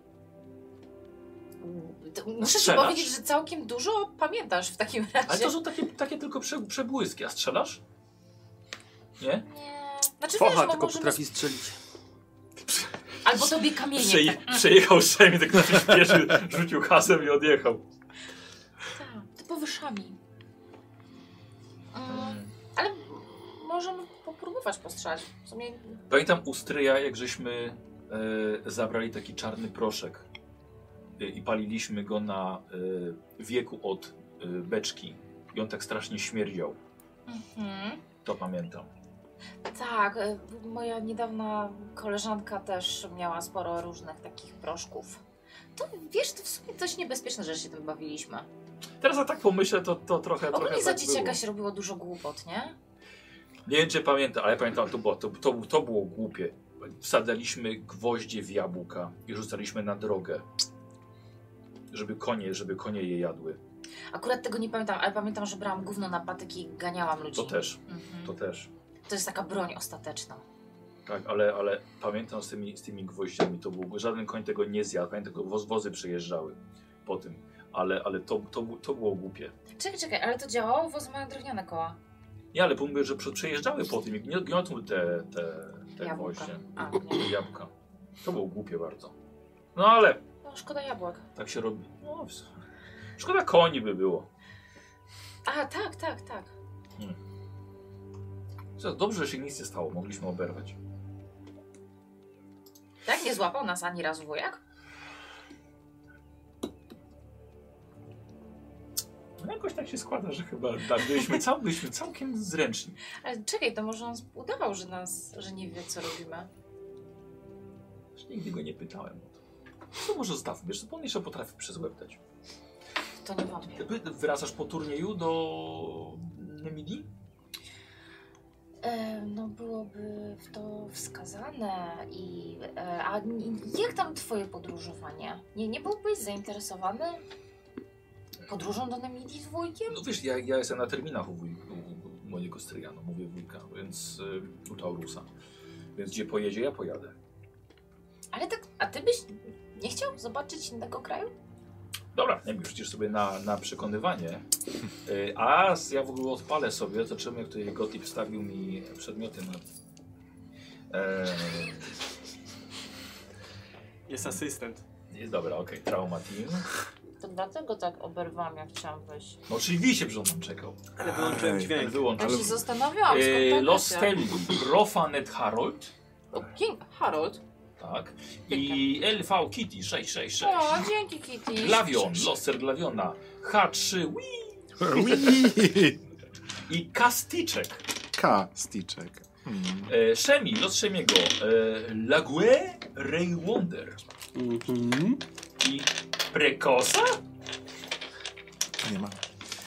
Muszę ci Strzelasz? powiedzieć, że całkiem dużo pamiętasz w takim razie. Ale to są takie tylko przebłyski. A strzelasz? Nie? Nie. Znaczy Focha wiesz, no tylko możemy... potrafi strzelić. Albo tobie kamienie. Przejechał Szemi, tak przyspieszył, rzucił hasem i odjechał. Tak, typowy Szami. Ale możemy popróbować postrzelać. W sumie Pamiętam u stryja, jak żeśmy zabrali taki czarny proszek i paliliśmy go na wieku od beczki i on tak strasznie śmierdział. To pamiętam. tak, moja niedawna koleżanka też miała sporo różnych takich proszków. To wiesz, to w sumie dość niebezpieczne, że się tym bawiliśmy. Teraz jak tak pomyślę, to trochę Ogólnie za tak dzieciaka było. się robiło dużo głupot, nie? Nie wiem, czy pamiętam, ale pamiętam, to było głupie. Wsadzaliśmy gwoździe w jabłka i rzucaliśmy na drogę, żeby konie je jadły. Akurat tego nie pamiętam, ale pamiętam, że brałam gówno na patyki i ganiałam ludzi. To też, Mhm. to też. To jest taka broń ostateczna. Tak, ale pamiętam z tymi gwoździami, to było, żaden koń tego nie zjadł, pamiętam, tylko wozy przejeżdżały po tym, ale to było głupie. Czekaj, ale to działało? Wozy mają drewniane koła. Nie, ale mówię, że przejeżdżały po tym i gniotły te Jabłka. gwoździe, A, te nie. jabłka. To było głupie bardzo. No ale No, szkoda jabłek. tak się robi. No, szkoda koni by było. A, tak. Dobrze, że się nic nie stało, mogliśmy oberwać. Tak? Nie złapał nas ani razu wujak? No jakoś tak się składa, że chyba byliśmy całkiem zręczni. Ale czekaj, to może on udawał, że nie wie, co robimy. Już nigdy go nie pytałem o to. Co może zostawmy, wiesz, bo on jeszcze potrafi przez łeb dać. To nie wątpię. Ty wracasz po turnieju do Nemidii? No byłoby w to wskazane i... A jak tam twoje podróżowanie? Nie byłbyś zainteresowany podróżą do Nemidii z wujkiem? No wiesz, ja jestem na terminach u mojego stryja, no mówię wujka, więc u Taurusa. Więc gdzie pojedzie, ja pojadę. Ale tak, a ty byś nie chciał zobaczyć innego kraju? Dobra, nie wiem, przecież sobie na przekonywanie. Ja w ogóle odpalę sobie, zobaczymy, jak tutaj Gottlieb wstawił mi przedmioty na... Jest asystent. Jest dobra, okej, Trauma Team. To dlatego tak oberwałam, jak chciałam wyjść. No oczywiście, że on tam czekał. Ale wyłączyłem Ej, dźwięk. Wyłączył. Ja się zastanawiałam, skąd ta Los agresja. Stelli, Rofanet Harold, O, Harold. tak. I LV Kitty 666. O, dzięki Kitty. Glavion, Loster Glaviona, H3 i Kasticzek. K. Sticzek. Szemi, Los Szemiego, Lague Ray Wonder i Prekosa? Nie ma.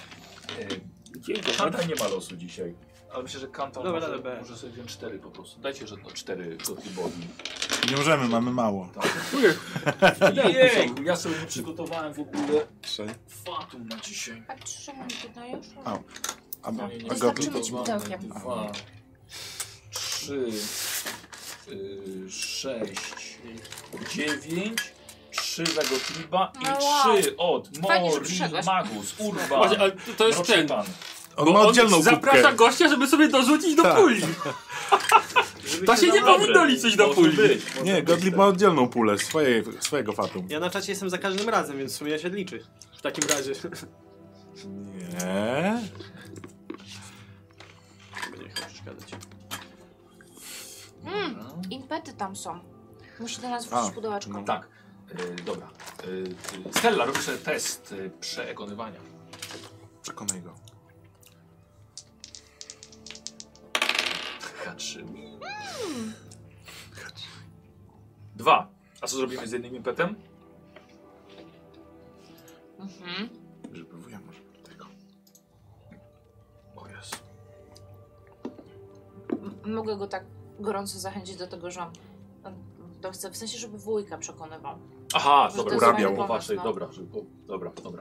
Kanta nie ma losu dzisiaj. Ale myślę, że Kanta Dobra, dobra. może sobie wziąć 4 po prostu. Dajcie, że to 4 Gottliebowi. Nie możemy, mamy mało. Jejku, ja sobie nie przygotowałem w ogóle Trzej. fatum na dzisiaj. A 3 minuty dajesz? A, a Wystarczy Gottlieb? być pudełkiem. 2, 3, 6, 9, 3 za Gottlieba i No wow. 3 od Fajnie, że Mori, przyszedłeś. Magus, Urban, Właśnie, ale to jest ten. Rochepan. On ma oddzielną zaprasza kubkę. gościa, żeby sobie dorzucić do Tak. puli. To się nie Dobre. powinno liczyć do Może puli. być, może Nie, być, Gottlieb tak. ma oddzielną pulę, swojego fatum. Ja na czacie jestem za każdym razem, więc w sumie się liczy. W takim razie. Nie. Nie chcę przeszkadzać. Impety tam są. Musi do nas wrócić pudełeczko. no. Tak, dobra. Stella, robisz sobie test przekonywania. Przekonaj go. H3. 2. A co zrobimy z jednym impetem? Mhm. Żeby wuja może tego. O Jezu. Mogę go tak gorąco zachęcić do tego, że on to chce, w sensie, żeby wujka przekonywał. Aha, Że dobra, to jest urabiał. fajny pomysł, Popatrzeć, no. dobra.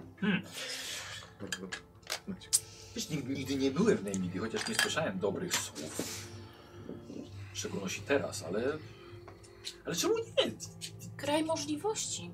Wiesz, nigdy nie byłem w Nemidii, chociaż nie słyszałem dobrych słów. W szczególności teraz, ale... Ale czemu nie? Kraj możliwości.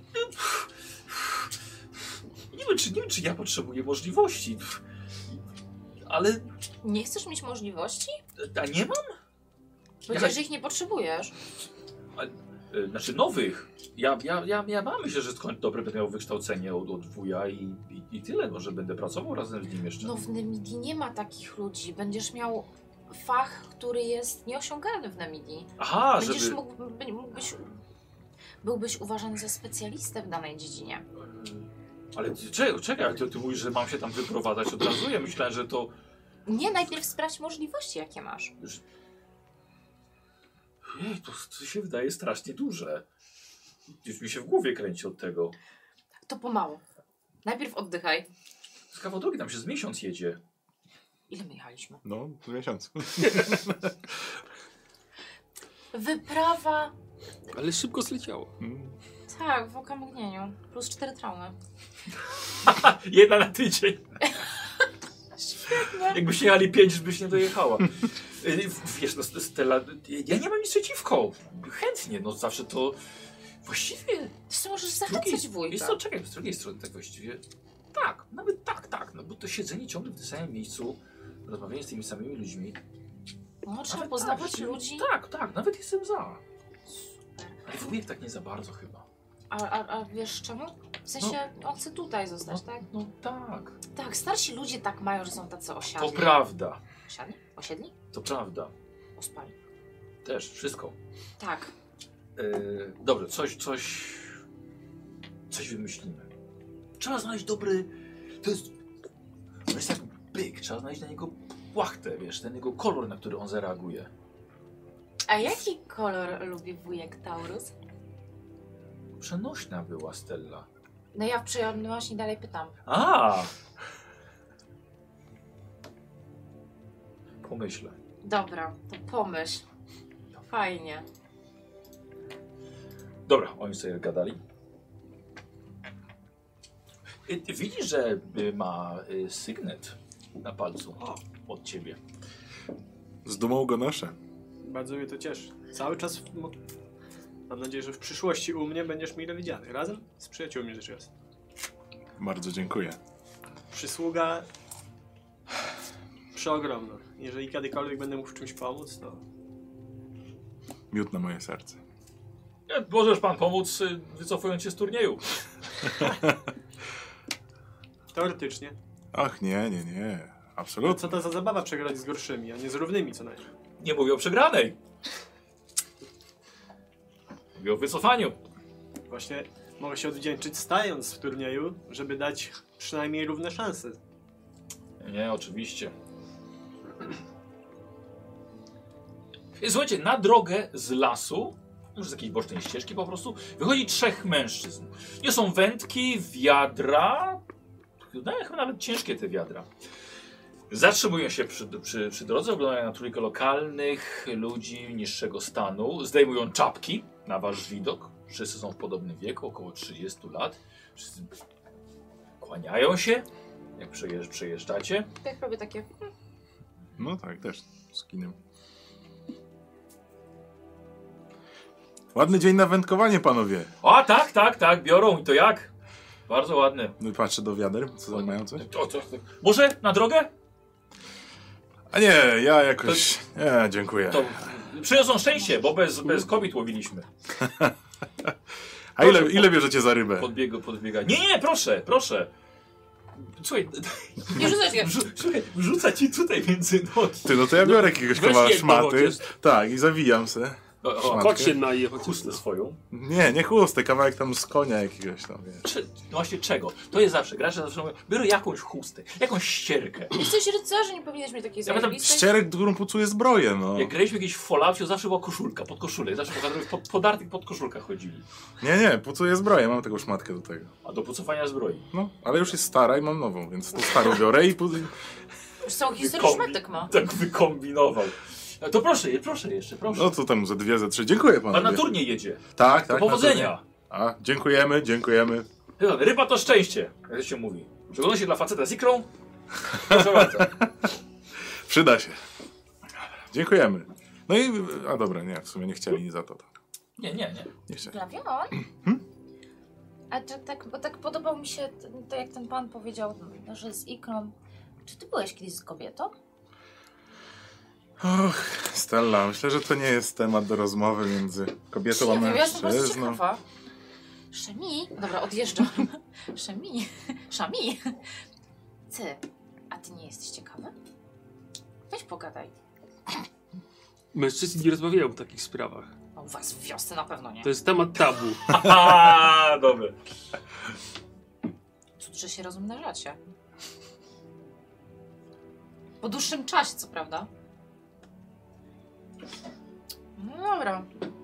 Nie wiem, czy ja potrzebuję możliwości. Ale... Nie chcesz mieć możliwości? A nie mam? Powiedziałeś, że ich nie potrzebujesz. Znaczy nowych. Ja mam myślę, że skąd dobry będę miał wykształcenie od wuja i tyle. Może będę pracował razem z nim jeszcze. No w Nemidii nie ma takich ludzi. Będziesz miał fach, który jest nieosiągalny w Nemidii. Aha, Będziesz żeby... byłbyś uważany za specjalistę w danej dziedzinie. Ale czekaj, ty mówisz, że mam się tam wyprowadzać od razu? Ja myślałem, że to... Nie, najpierw sprawdź możliwości, jakie masz. Jej, to się wydaje strasznie duże. Już mi się w głowie kręci od tego. To pomału. Najpierw oddychaj. Z kawał drogi, tam się z miesiąc jedzie. Ile my jechaliśmy? No, miesiąc. Wyprawa... Ale szybko zleciało. Tak, w okamgnieniu. Plus 4 traumy. Jedna na tydzień. Świetnie. Jakbyś jechali 5, już byś nie dojechała. Wiesz, no Stella, ja nie mam nic przeciwko. Chętnie, no zawsze to... Właściwie... Zresztą możesz zachęcać wujka. Wiesz co, czekaj, z drugiej strony tak właściwie... Tak, nawet tak, no bo to siedzenie ciągle w tym samym miejscu, rozmawianie z tymi samymi ludźmi... No, trzeba Nawet poznawać tak, ludzi. Tak, nawet jestem za. Super. Ale wujek tak nie za bardzo chyba. A wiesz czemu? W sensie on chce tutaj zostać, tak? No tak. Tak, starsi ludzie tak mają, że są tacy osiadli. To prawda. Osiadli? Osiedli? To prawda. Ospali. Też, wszystko. Tak. Dobrze, coś wymyślimy. Trzeba znaleźć dobry... To jest jak byk. Trzeba znaleźć na niego płachtę, wiesz, ten jego kolor, na który on zareaguje. A jaki kolor lubi wujek Taurus? Przenośna była Stella. No ja w przyjemności dalej pytam. A! Pomyślę. Dobra, to pomyśl. Fajnie. Dobra, oni sobie gadali. Ty widzisz, że ma sygnet na palcu od ciebie. Z dumą go noszę. Bardzo mnie to cieszy. Cały czas, mam nadzieję, że w przyszłości u mnie będziesz mile widziany. Razem z przyjaciółmi rzecz jasna. Bardzo dziękuję. Przysługa przeogromna. Jeżeli kiedykolwiek będę mógł w czymś pomóc, to... Miód na moje serce. Możesz pan pomóc, wycofując się z turnieju. Teoretycznie. Ach, nie. Co Absolutnie. to za zabawa przegrać z gorszymi, a nie z równymi co najmniej. Nie mówię o przegranej. Mówię o wycofaniu. Właśnie mogę się odwdzięczyć stając w turnieju, żeby dać przynajmniej równe szanse. Nie, oczywiście. Słuchajcie, na drogę z lasu, już z jakiejś bocznej ścieżki po prostu, wychodzi 3 mężczyzn. Nie są wędki, wiadra, no, chyba nawet ciężkie te wiadra. Zatrzymują się przy drodze, oglądają na trójkę lokalnych ludzi niższego stanu, zdejmują czapki na wasz widok. Wszyscy są w podobnym wieku, około 30 lat. Wszyscy kłaniają się, jak przejeżdżacie. Tak robię takie... No tak, też z kinem. Ładny dzień na wędkowanie, panowie. A tak, biorą i to jak? Bardzo ładne. No i patrzę do wiader, co tam mają coś? Może na drogę? A nie, ja jakoś... Nie, dziękuję. To przyniosą szczęście, bo bez kobiet łowiliśmy. A ile bierzecie za rybę? Podbiega. Nie, proszę. Słuchaj, Nie rzucaj się. słuchaj, wrzuca ci tutaj między nogi. Ty, no to ja biorę jakiegoś weź kawałek jedno szmaty. chociaż. Tak, i zawijam se. O, Kot się naje chociaż. chustę swoją. Nie chustę, kawałek tam z konia jakiegoś tam, wiesz. No właśnie czego? To jest zawsze, gracze zawsze mówią, biorę jakąś chustę, jakąś ścierkę. Jesteś rycerzem, nie powinieneś mieć takiej Ja pamiętam, zajebistej. Ścierek, którą pucuje zbroję, no. Jak graliśmy jakieś w Falloutie, zawsze była koszulka, pod koszulę. Zawsze podartych pod koszulkach chodzili. Nie, pucuję zbroję, mam taką szmatkę do tego. A do pucowania zbroi. No, ale już jest stara i mam nową, więc tą starą biorę i... Już całą historię szmatek ma. Tak wykombinował. To proszę jeszcze. No co tam, ze 2, ze 3. Dziękuję panu. Pan na turniej jedzie. Tak, Do na powodzenia. turniej. A, dziękujemy. Ryba to szczęście, jak to się mówi. Przegląda się dla faceta z ikrą. Proszę bardzo. Przyda się. Dziękujemy. No i... A dobra, nie, w sumie nie chcieli za to. Nie. Nie chcieli. Glawion? A to tak, bo tak podobał mi się to, jak ten pan powiedział, że z ikrą. Czy ty byłeś kiedyś z kobietą? Och, Stella, myślę, że to nie jest temat do rozmowy między kobietą a Nie wiem, ja jestem bardzo mężczyzną. ciekawa. Szemi? Dobra, odjeżdżam. Szami. Ty, a ty nie jesteś ciekawy? Weź pogadaj. Mężczyźni nie rozmawiają w takich sprawach. A u was w wiosce na pewno nie. To jest temat tabu. Haha, dobra. Cud, że się rozmnażacie. Po dłuższym czasie, co prawda. No dobra.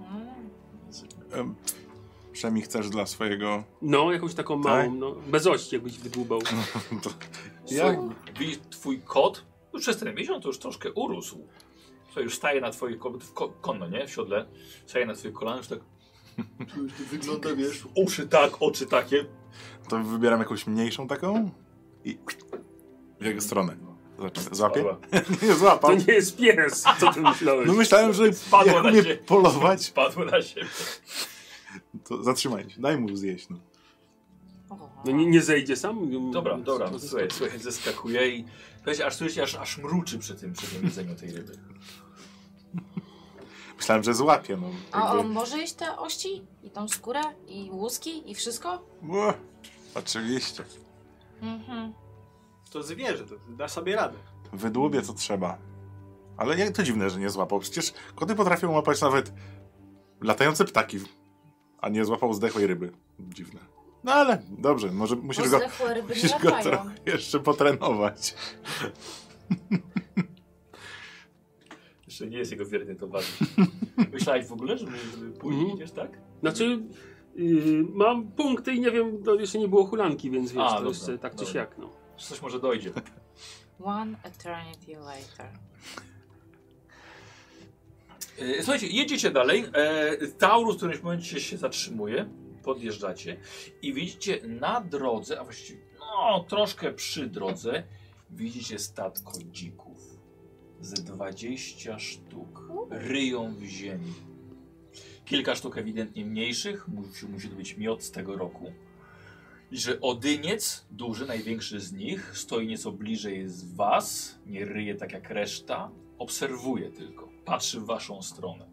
Przemi, chcesz dla swojego... No, jakąś taką małą, no, bez ości jakbyś wydłubał. To... Słuchaj, widzisz, twój kot już przez ten miesiąc to już troszkę urósł. Słuchaj, już staje na twoich konno, nie? W siodle. Staje na twoich kolanach, już tak... Wygląda, wiesz, uszy tak, oczy takie. To wybieram jakąś mniejszą taką i w jego stronę. Złapie? Nie To złapał. nie jest pies, co ty myślałeś? No myślałem, że Spadło jak na umie ciebie. polować, Spadło na siebie. to zatrzymaj się, daj mu zjeść. No. No nie zejdzie sam? Dobra, słuchaj, zeskakuje i aż mruczy przy tym jedzeniu tej ryby. Myślałem, że złapie. No. A on może jeść te ości? I tą skórę? I łuski? I wszystko? Oczywiście. Mhm. To zwierzę, to da sobie radę. Wydłubię co trzeba. Ale jak to dziwne, że nie złapał. Przecież koty potrafią łapać nawet latające ptaki, a nie złapał zdechłej ryby. Dziwne. No ale dobrze, może musisz go, zdechłe ryby nie musisz go latają. trochę jeszcze potrenować. Jeszcze nie jest jego wierny towarzysz. Myślałeś w ogóle, żeby pójść, idziesz, tak? Znaczy, mam punkty i nie wiem, to jeszcze nie było hulanki, więc wiesz, to dobra, jeszcze tak czy dobra. siak, no. Coś może dojdzie. One eternity later. Słuchajcie, jedziecie dalej. Taurus w którymś momencie się zatrzymuje. Podjeżdżacie i widzicie na drodze, a właściwie no, troszkę przy drodze, widzicie statko dzików. Ze 20 sztuk. Ryją w ziemi. Kilka sztuk ewidentnie mniejszych. Musi to być miod z tego roku. I że odyniec, duży, największy z nich, stoi nieco bliżej z was. Nie ryje tak jak reszta. Obserwuje tylko. Patrzy w waszą stronę.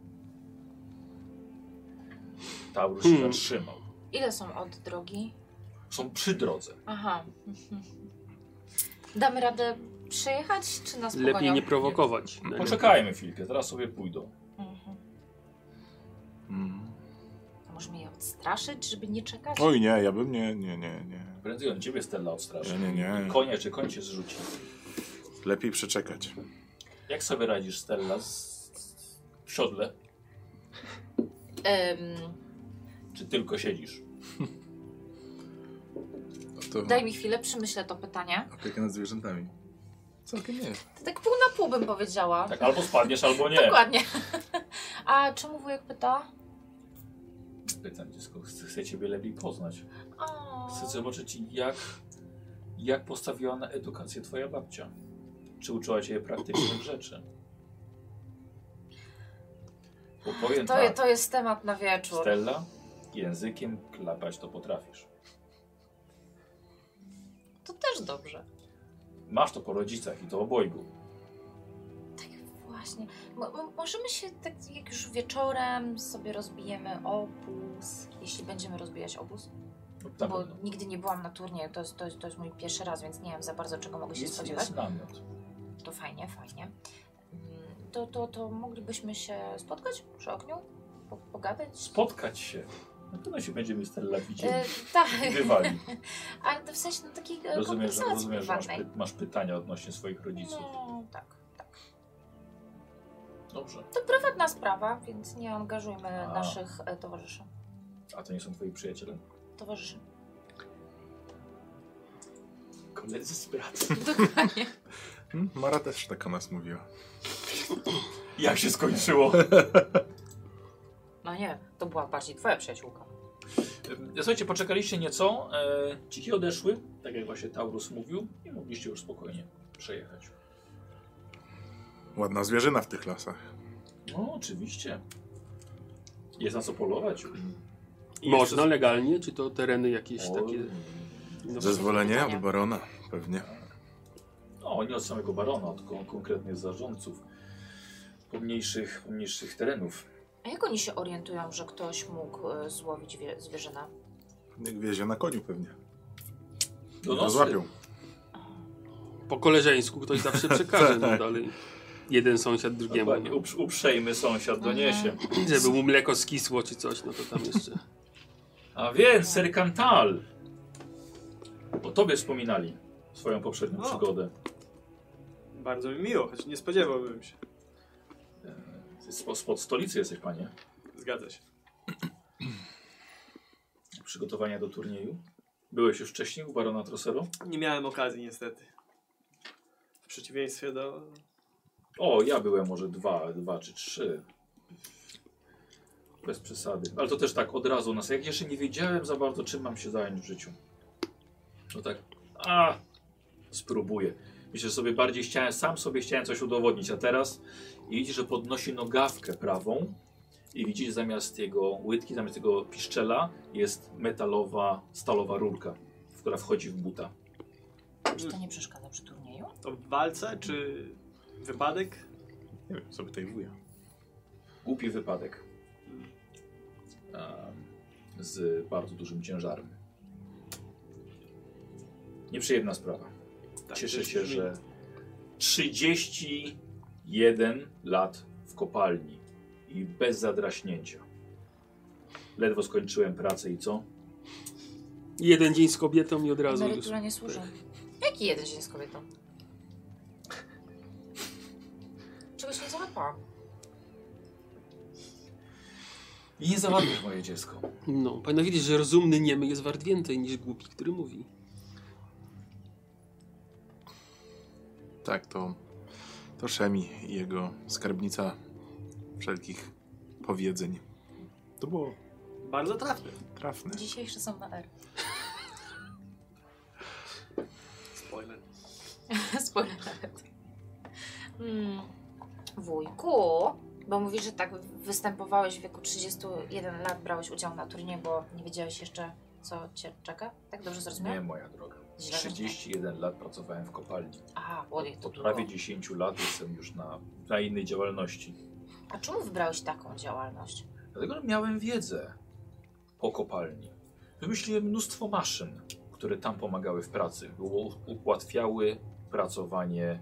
Taurus się zatrzymał. Ile są od drogi? Są przy drodze. Aha. Damy radę przejechać, czy nas pogonią? Lepiej nie prowokować. Poczekajmy chwilkę, teraz sobie pójdą. Mhm. Mm. A możemy je odstraszyć, żeby nie czekać? Oj nie, ja bym nie. Prędzej on ciebie Stella odstraszy. Nie. Konia czy koń cię zrzuci. Lepiej przeczekać. Jak sobie radzisz, Stella, w siodle? Czy tylko siedzisz? To Daj mi chwilę, przemyślę to pytanie. opiekę nad zwierzętami. Całkiem nie. To tak pół na pół bym powiedziała. Tak, albo spadniesz, albo nie. Dokładnie. A czemu wujek pyta? Pytam dziecko, chcę ciebie lepiej poznać. O. Chcę zobaczyć, jak postawiła na edukację twoja babcia. Czy uczyła cię praktycznych rzeczy? Bo powiem tak, To jest temat na wieczór. Stella, językiem klapać to potrafisz. To też dobrze. Masz to po rodzicach i to obojgu. Tak właśnie. Możemy się, tak jak już wieczorem sobie rozbijemy obóz, jeśli będziemy rozbijać obóz. Na Bo pewno. nigdy nie byłam na turnieju, to jest mój pierwszy raz, więc nie wiem za bardzo czego mogę się spodziewać. Jest namiot. To fajnie. To moglibyśmy się spotkać przy ogniu? Pogadać? Spotkać się. Na pewno się będziemy Stella widzieć. Tak. Bywali. Ale to w sensie takiej Rozumiem, że kompensacji masz pytania odnośnie swoich rodziców. No, tak. Dobrze. To prywatna sprawa, więc nie angażujmy A. naszych towarzyszy. A to nie są twoi przyjaciele? Towarzyszy. Koledzy z pracy. Dokładnie. Mara też tak o nas mówiła. Jak się skończyło? No nie, to była bardziej twoja przyjaciółka. Słuchajcie, poczekaliście nieco. Dziki odeszły, tak jak właśnie Taurus mówił, i mogliście już spokojnie przejechać. Ładna zwierzyna w tych lasach. No, oczywiście. Jest na co polować. I Można jeszcze- legalnie, czy to tereny jakieś O, takie... No, Zezwolenie od barona, pewnie. No, nie od samego barona, od konkretnych zarządców. pomniejszych terenów. A jak oni się orientują, że ktoś mógł złowić zwierzynę? Jak wiezie na koniu pewnie. Donosy. Złapią. Po koleżeńsku ktoś zawsze przekaże no dalej. Jeden sąsiad drugiemu. Dokładnie, uprzejmy sąsiad doniesie. Żeby mu mleko skisło czy coś, no to tam jeszcze. A więc, Ser Cantal. O tobie wspominali swoją poprzednią przygodę. Bardzo mi miło, choć nie spodziewałbym się. Spod stolicy jesteś, panie. Zgadza się. Przygotowania do turnieju. Byłeś już wcześniej u barona Trossero? Nie miałem okazji niestety. W przeciwieństwie do... O, ja byłem może dwa czy trzy. Bez przesady. Ale to też tak od razu nas. Jak jeszcze nie wiedziałem za bardzo, czym mam się zająć w życiu. No tak. Spróbuję. Myślę, że sobie bardziej sam sobie chciałem coś udowodnić, a teraz i widzisz, że podnosi nogawkę prawą i widzisz zamiast jego łydki, zamiast tego piszczela jest metalowa, stalowa rurka, która wchodzi w buta. Czy to nie przeszkadza przy turnieju? To w walce, czy wypadek? Nie wiem, sobie tutaj wuja. Głupi wypadek. Z bardzo dużym ciężarem. Nieprzyjemna sprawa. Tak, Cieszę się, że 31 lat w kopalni i bez zadraśnięcia. Ledwo skończyłem pracę i co? Jeden dzień z kobietą i od razu już. Emerytura nie służy. Jaki jeden dzień z kobietą? Czegoś nie załapałam. I nie załatwisz, moje dziecko. No, powinno wiedzieć, że rozumny niemy jest wart więcej niż głupi, który mówi. Tak, to Szemi i jego skarbnica wszelkich powiedzeń. To było Bardzo trafne. trafne. Dzisiejsze są na R. Spoiler. Spoiler nawet. Wujku, bo mówisz, że tak występowałeś w wieku 31 lat, brałeś udział na turnieju, bo nie wiedziałeś jeszcze, co cię czeka? Tak dobrze Nie, zrozumiałem? moja droga. Źle 31 lat pracowałem w kopalni. A, ładnie to Od długo. prawie 10 lat jestem już na innej działalności. A czemu wybrałeś taką działalność? Dlatego, że miałem wiedzę po kopalni. Wymyśliłem mnóstwo maszyn, które tam pomagały w pracy. Ułatwiały pracowanie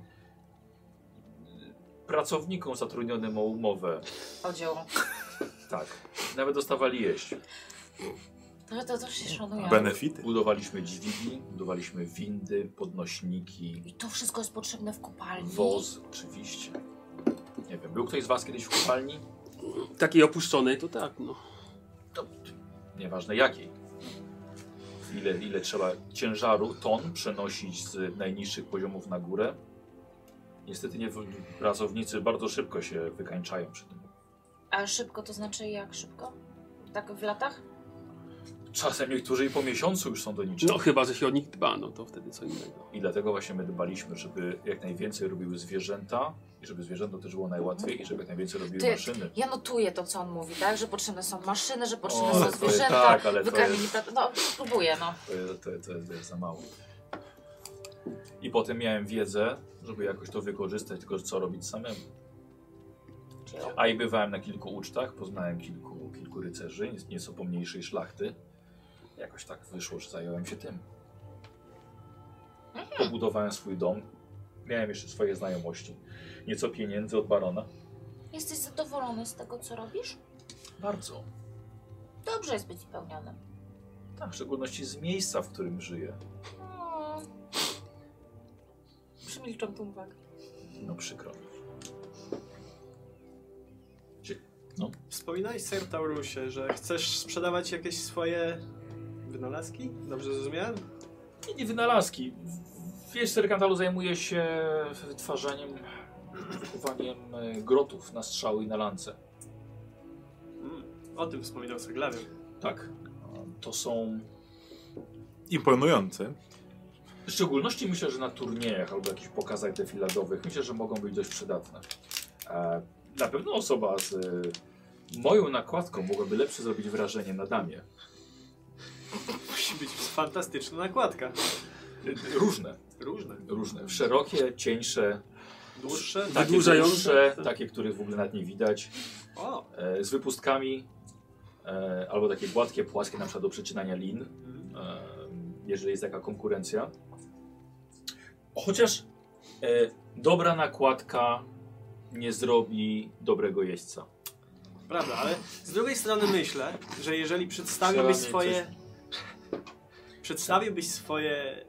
pracownikom zatrudnionym o umowę. O dzieło. Tak. Nawet dostawali jeść. To się szanuje. Benefity. Budowaliśmy dźwigi, budowaliśmy windy, podnośniki, I to wszystko jest potrzebne w kopalni? woz, oczywiście. Nie wiem, był ktoś z was kiedyś w kopalni? Takiej opuszczonej to tak, no. To nieważne jakiej. Ile trzeba ciężaru, ton przenosić z najniższych poziomów na górę. Niestety pracownicy bardzo szybko się wykańczają przy tym. A szybko to znaczy jak szybko? Tak w latach? Czasem niektórzy i po miesiącu już są do niczego. No chyba, że się o nich dba, no to wtedy co innego. I dlatego właśnie my dbaliśmy, żeby jak najwięcej robiły zwierzęta i żeby zwierzętom też było najłatwiej i żeby jak najwięcej robiły maszyny. Ja notuję to, co on mówi, tak? Że potrzebne są maszyny, że potrzebne O, ale są to zwierzęta, tak, ale to wykarmieni... jest- No, próbuję, no. To jest za mało. I potem miałem wiedzę, żeby jakoś to wykorzystać, tylko co robić samemu. Czyli A i bywałem na kilku ucztach, poznałem kilku rycerzy, nieco pomniejszej szlachty. Jakoś tak wyszło, że zająłem się tym. Pobudowałem swój dom, miałem jeszcze swoje znajomości, nieco pieniędzy od barona. Jesteś zadowolony z tego, co robisz? Bardzo. Dobrze jest być spełnionym. Tak, w szczególności z miejsca, w którym żyję. Przymilczam tą uwagę. No przykro mi. Wspominałeś, Ser Taurusie, że chcesz sprzedawać jakieś swoje wynalazki? Dobrze zrozumiałem? Nie wynalazki. Wiesz, Ser Cantalu zajmuje się wytwarzaniem, wykuwaniem grotów na strzały i na lance. O tym wspominał Ser Glawion. Tak. To są... Imponujące. W szczególności myślę, że na turniejach albo jakichś pokazach defiladowych myślę, że mogą być dość przydatne. Na pewno osoba z moją nakładką mogłaby lepsze zrobić wrażenie na damie. Musi być fantastyczna nakładka. Różne. Różne. Różne. Szerokie, cieńsze, Dłuższe? Takie Wydłużające. dłuższe, takie, których w ogóle nawet nie widać. O! Z wypustkami. Albo takie gładkie, płaskie, na przykład do przecinania lin. Jeżeli jest taka konkurencja. Chociaż dobra nakładka nie zrobi dobrego jeźdźca. Prawda, ale z drugiej strony myślę, że jeżeli przedstawiłbyś swoje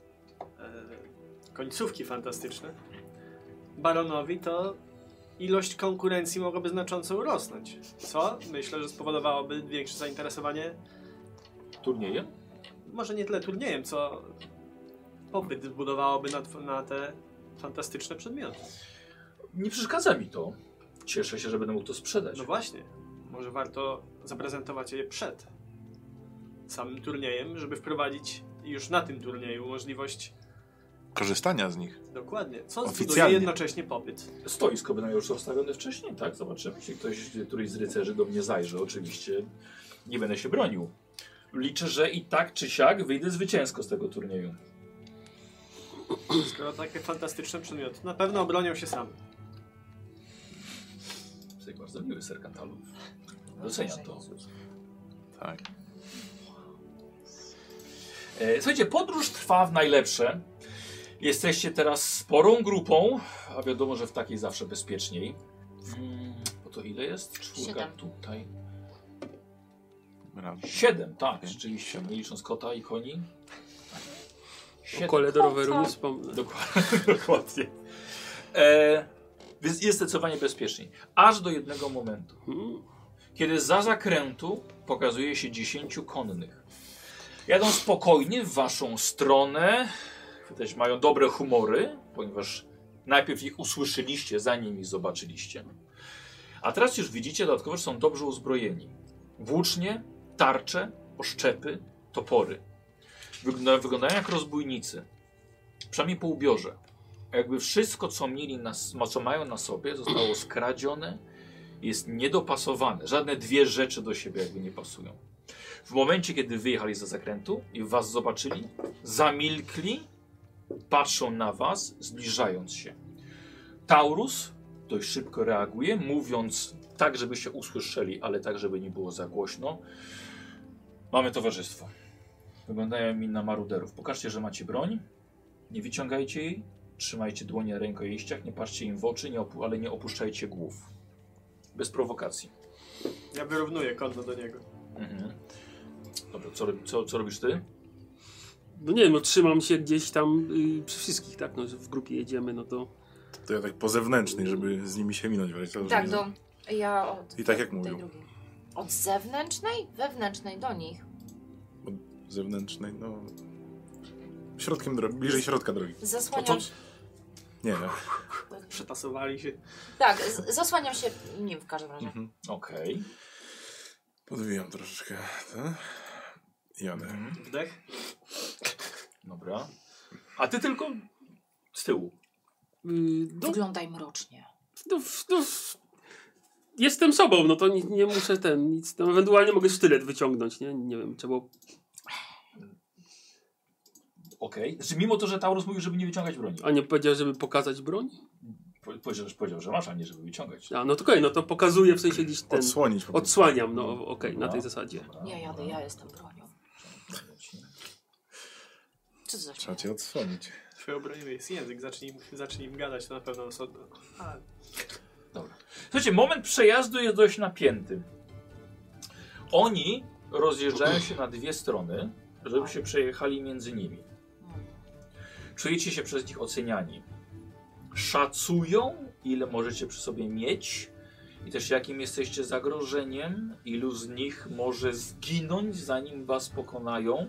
końcówki fantastyczne baronowi, to ilość konkurencji mogłaby znacząco urosnąć. Co myślę, że spowodowałoby większe zainteresowanie, Turniejem? może nie tyle turniejem, co popyt budowałoby na te fantastyczne przedmioty. Nie przeszkadza mi to. Cieszę się, że będę mógł to sprzedać. No właśnie, może warto zaprezentować je przed samym turniejem, żeby wprowadzić już na tym turnieju możliwość Korzystania z nich. dokładnie, co zbuduje Oficjalnie. jednocześnie popyt. Stoisko będą już ustawione wcześniej, tak? Zobaczymy. Jeśli któryś z rycerzy do mnie zajrzy, oczywiście nie będę się bronił. Liczę, że i tak czy siak wyjdę zwycięsko z tego turnieju. Skoro takie fantastyczne przedmioty, na pewno obronią się same. Jesteś bardzo miły, Ser Cantalu. Doceniam to. Tak. Słuchajcie, podróż trwa w najlepsze. Jesteście teraz sporą grupą, a wiadomo, że w takiej zawsze bezpieczniej. Bo to ile jest? 4 7. tutaj. Brawo. 7, tak, Okej. rzeczywiście. Nie licząc kota i koni. O 7. kole do roweru nie wspomnę. Dokładnie. Więc jest zdecydowanie bezpieczniej. Aż do jednego momentu. Kiedy za zakrętu pokazuje się 10 konnych. Jadą spokojnie w waszą stronę. Też mają dobre humory, ponieważ najpierw ich usłyszeliście, zanim ich zobaczyliście. A teraz już widzicie dodatkowo, że są dobrze uzbrojeni. Włócznie, tarcze, oszczepy, topory. Wyglądają jak rozbójnicy. Przynajmniej po ubiorze. Jakby wszystko, co mieli co mają na sobie, zostało skradzione, jest niedopasowane. Żadne dwie rzeczy do siebie jakby nie pasują. W momencie, kiedy wyjechali za zakrętu i was zobaczyli, zamilkli, patrzą na was, zbliżając się. Taurus dość szybko reaguje, mówiąc tak, żebyście usłyszeli, ale tak, żeby nie było za głośno. Mamy towarzystwo. Wyglądają mi na maruderów. Pokażcie, że macie broń. Nie wyciągajcie jej. Trzymajcie dłonie na rękojeściach. Nie patrzcie im w oczy, ale nie opuszczajcie głów. Bez prowokacji. Ja wyrównuję konto do niego. Dobra, co robisz ty? No nie wiem, no trzymam się gdzieś tam przy wszystkich, tak, no, że w grupie jedziemy, no to... To ja tak po zewnętrznej, żeby z nimi się minąć. Tak, ja od I tak jak tej mówią. drugiej. Od zewnętrznej? Wewnętrznej do nich. Od zewnętrznej, no... Środkiem drogi, bliżej środka drogi. Zasłaniam się. Nie, Przetasowali się. Tak, zasłaniam się nim w każdym razie. Okej. podwijam troszeczkę. Jadę. Wdech. Dobra. A ty tylko z tyłu. No, Wyglądaj mrocznie. no, jestem sobą, no to nie muszę nic, no, ewentualnie mogę sztylet wyciągnąć, nie wiem, trzeba... Okej. Znaczy, mimo to, że Taurus mówił, żeby nie wyciągać broni. A nie powiedział, żeby pokazać broń? Powiedział, że masz, a nie żeby wyciągać. A, no to okej, no to pokazuję w sensie gdzieś ten... Odsłonić po prostu. Odsłaniam, no okej, na Dobra. tej zasadzie. Nie jadę, ja jestem bronią. Co to za Trzeba cię odsłonić. Twoją bronią jest język. Zacznij im gadać, to na pewno osobno. Dobra. Słuchajcie, moment przejazdu jest dość napięty. Oni rozjeżdżają się na dwie strony, żeby się przejechali między nimi. Czujecie się przez nich oceniani. Szacują, ile możecie przy sobie mieć i też jakim jesteście zagrożeniem, ilu z nich może zginąć, zanim was pokonają.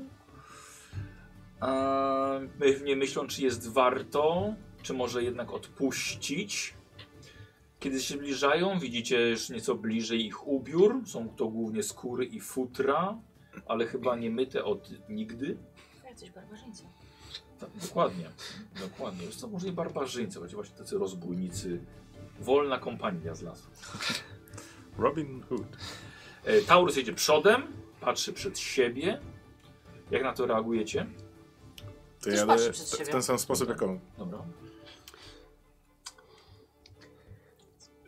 Nie myślą, czy jest warto, czy może jednak odpuścić. Kiedy się zbliżają, widzicie już nieco bliżej ich ubiór. Są to głównie skóry i futra, ale chyba nie myte od nigdy. Jacyś barbarzyńcy. Tak, dokładnie. Dokładnie. Jest to może i barbarzyńcy, choć właśnie tacy rozbójnicy. Wolna kompania z lasu. Robin Hood. Taurus jedzie przodem, patrzy przed siebie. Jak na to reagujecie? To Też jadę patrzy przed siebie. w ten sam sposób jak on. Dobra.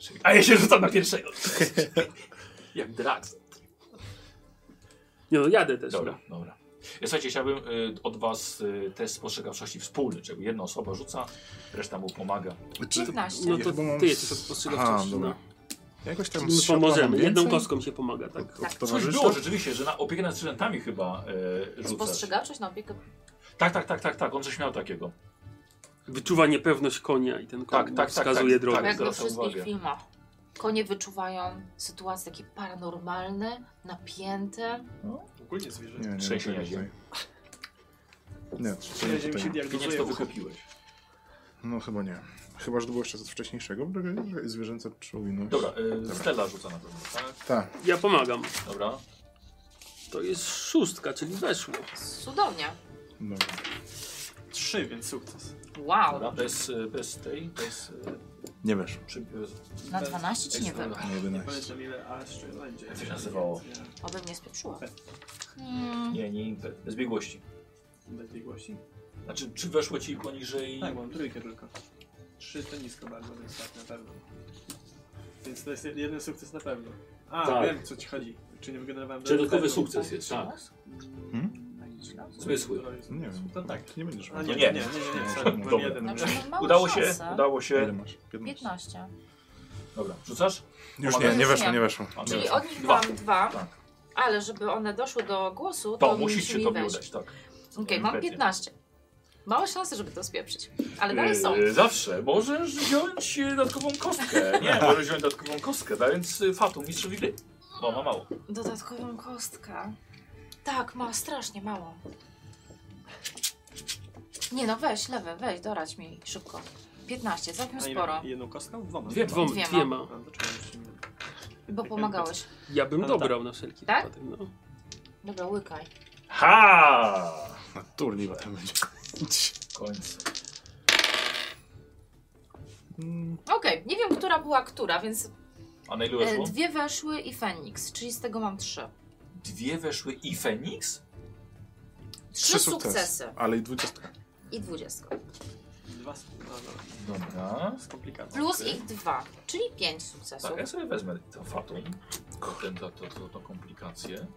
A ja się rzucam na pierwszego. Jak Drax. Nie no, jadę też. Dobra, dobra. Słuchajcie, chciałbym od was test spostrzegawczości wspólny, czyli jedna osoba rzuca, reszta mu pomaga. 15. No to chyba mam ty jesteś od Aha, spostrzegawczości. dobra. No. Jakoś tam My z siodła pomożemy. mam Jedną więcej? kostką się pomaga, tak? Od Tak. Coś towarzysza? było rzeczywiście, że na opiekę nad zwierzętami chyba rzucasz. Spostrzegawczość na opiekę. Tak, on coś miał takiego. Wyczuwa niepewność konia i ten koń Tak, wskazuje tak, drogę. tak. Jak we zwracam wszystkich uwagę. filmach. Konie wyczuwają sytuacje takie paranormalne, napięte. Ogólnie zwierzę. Nie, Trzęsienia tutaj. ziemi. Nie, Trzęsienia ziemi się Ty nie wiem, diagnozuje. to wykupiłeś. no chyba nie. Chyba, że to było jeszcze z wcześniejszego, bo zwierzęce czujność. Dobra, Stella rzuca na pewno, tak? Tak. Ja pomagam. Dobra. To jest 6, czyli weszło. Cudownie. Dobra. 3, więc sukces. Wow. Dobra. Bez tej, bez... Nie weszło. Na 12 ci nie wyszło. Nie Nie 11. pamiętam ile A jeszcze będzie. Jak to się nazywało? Oby mnie spieprzyła. Nie impet. Bez biegłości. Bez biegłości? Znaczy, czy weszło ci poniżej... Tak, mam 3 tylko. 3 to nisko bardzo, więc tak na pewno. Więc to jest jeden sukces na pewno. A, Tak. wiem co ci chodzi. Czy nie wygenerowałem Czy dodatkowy pewno. sukces jest, tak. Zmysły. Nie wiem. To tak. Ty nie będziesz A miał. nie, nie. nie. Dobra. Mam jeden. Znaczy, mam małe Udało się, szanse. udało Ile się. masz? 15. Dobra, rzucasz? Już Pomagasz? nie, nie weszło, Nie. nie weszło. A, Czyli dobra. od nich Dwa. mam 2, Tak. ale żeby one doszły do głosu, to To musisz się mi tobie wejść. udać, tak. Okej, mam Impety. 15. Małe szanse, żeby to spieprzyć. Ale dalej są. Zawsze możesz wziąć dodatkową kostkę. Nie, możesz wziąć dodatkową kostkę, dając fatum mistrzowi gry. Bo ma mało. Dodatkową kostkę. Tak, ma strasznie mało. Nie no, weź, lewe, weź, doradź mi szybko. 15, całkiem A ile? sporo. Jedną kostką? Dwoma. Dwiema. Dwiema. A, to czekaj, jeszcze nie. Bo pomagałeś. Ja bym No dobrał na wszelki Tak? wypadek. No. Dobra, łykaj. Ha! Na turniej potem będzie. W końcu. Okej, nie wiem, która była która, więc A na ilu weszło? 2 weszły i Feniks, czyli z tego mam 3. 2 weszły i Feniks? 3 sukcesy Ale i 20. i 20. 2. No, Dobra. z komplikacją. Plus Okej. ich 2, czyli 5 sukcesów. Tak, ja sobie wezmę to fatum. To komplikacje.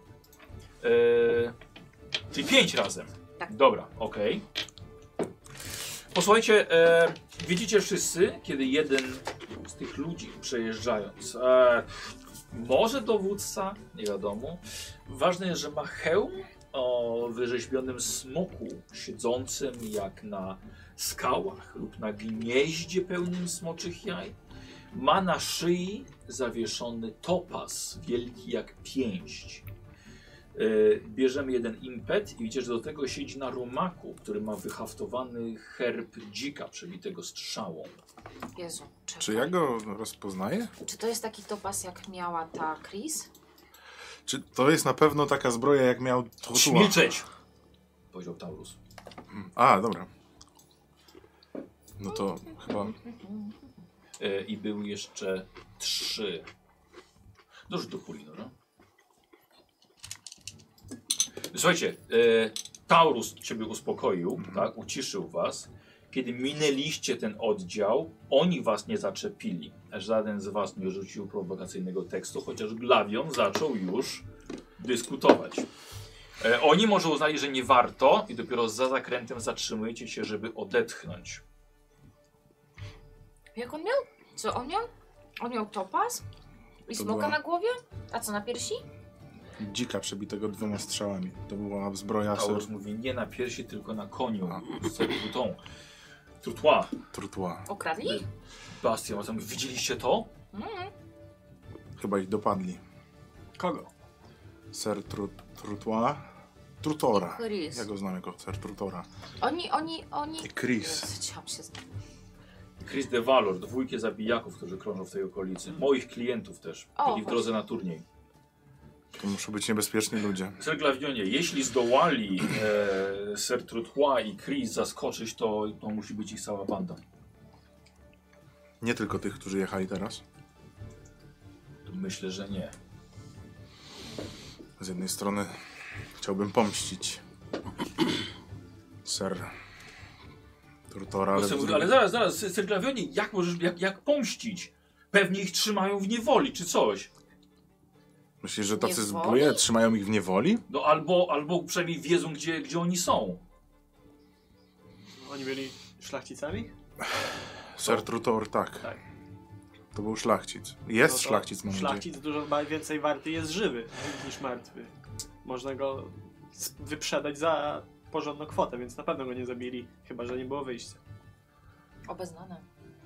Czyli 5 razem. Tak. Dobra, okej. Posłuchajcie, widzicie wszyscy, kiedy jeden z tych ludzi przejeżdżając, może dowódca, nie wiadomo. Ważne jest, że ma hełm o wyrzeźbionym smoku siedzącym jak na skałach lub na gnieździe pełnym smoczych jaj. Ma na szyi zawieszony topaz, wielki jak pięść. Bierzemy jeden impet i widzicie, że do tego siedzi na rumaku, który ma wyhaftowany herb dzika przebitego strzałą. Jezu, czekaj. Czy ja go rozpoznaję? Czy to jest taki topas, jak miała ta Chris? Czy to jest na pewno taka zbroja, jak miał Tortuła? Milczeć! Powiedział Taurus. A, dobra. No to chyba... I był jeszcze 3. Dobrze do kuli, dobra? Słuchajcie, Taurus ciebie uspokoił, tak? Uciszył was. Kiedy minęliście ten oddział, oni was nie zaczepili. Żaden z was nie rzucił prowokacyjnego tekstu, chociaż Glavion zaczął już dyskutować. Oni może uznali, że nie warto i dopiero za zakrętem zatrzymujecie się, żeby odetchnąć. Jak on miał? Co on miał? On miał topas? I To smoka była- na głowie? A co, na piersi? Dzika przebitego 2 strzałami. To była zbroja Taurus mówi nie na piersi, tylko na koniu. Z tą Trutła. Tortuła. Okradli? Bastian, a tam widzieliście to? Chyba ich dopadli. Kogo? Ser Trutora? Trutora. Chris. Ja go znam jako Ser Trutora. Oni... I Chris. Jezu, chciałam się znać. Chris de Valor, dwójkę zabijaków, którzy krążą w tej okolicy. Moich klientów też, O, byli w drodze na turniej. To muszą być niebezpieczni ludzie. Ser Glawionie, jeśli zdołali Ser Trutła i Chris zaskoczyć, to musi być ich cała banda. Nie tylko tych, którzy jechali teraz. To myślę, że nie. Z jednej strony chciałbym pomścić Ser Trutora, ale... Ale zaraz, Ser Glawionie, jak możesz, jak pomścić? Pewnie ich trzymają w niewoli, czy coś. Myślisz, że tacy Niewoli? zbóje trzymają ich w niewoli? No albo przynajmniej wiedzą, gdzie oni są. Oni byli szlachcicami? Ser Trutor, tak. Tak. To był szlachcic. Jest No to szlachcic, mam nadzieję. Szlachcic dużo więcej warty jest żywy niż martwy. Można go wyprzedać za porządną kwotę, więc na pewno go nie zabili, chyba że nie było wyjścia. Obeznane.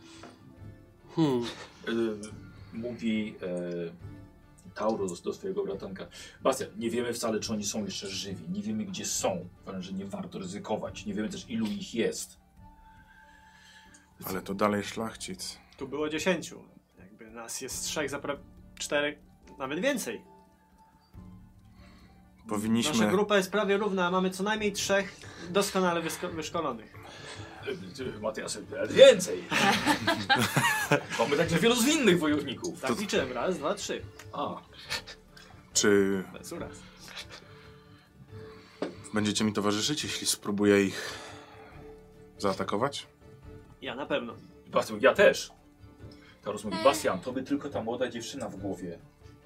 Mówi Taurus do swojego bratanka. Bastian, nie wiemy wcale, czy oni są jeszcze żywi. Nie wiemy, gdzie są. Że nie warto ryzykować. Nie wiemy też, ilu ich jest. Ale to dalej szlachcic. Tu było 10. Jakby nas jest 3, 4, nawet więcej. Powinniśmy... Nasza grupa jest prawie równa, a mamy co najmniej 3 doskonale wyszkolonych. Matias, więcej. Mamy także wielu zwinnych wojowników. Tak liczyłem. 1, 2, 3. A, Czy Bez uraz. będziecie mi towarzyszyć, jeśli spróbuję ich zaatakować? Ja na pewno. Bastian, ja też. Taurus mówi, Bastian, to by tylko ta młoda dziewczyna w głowie.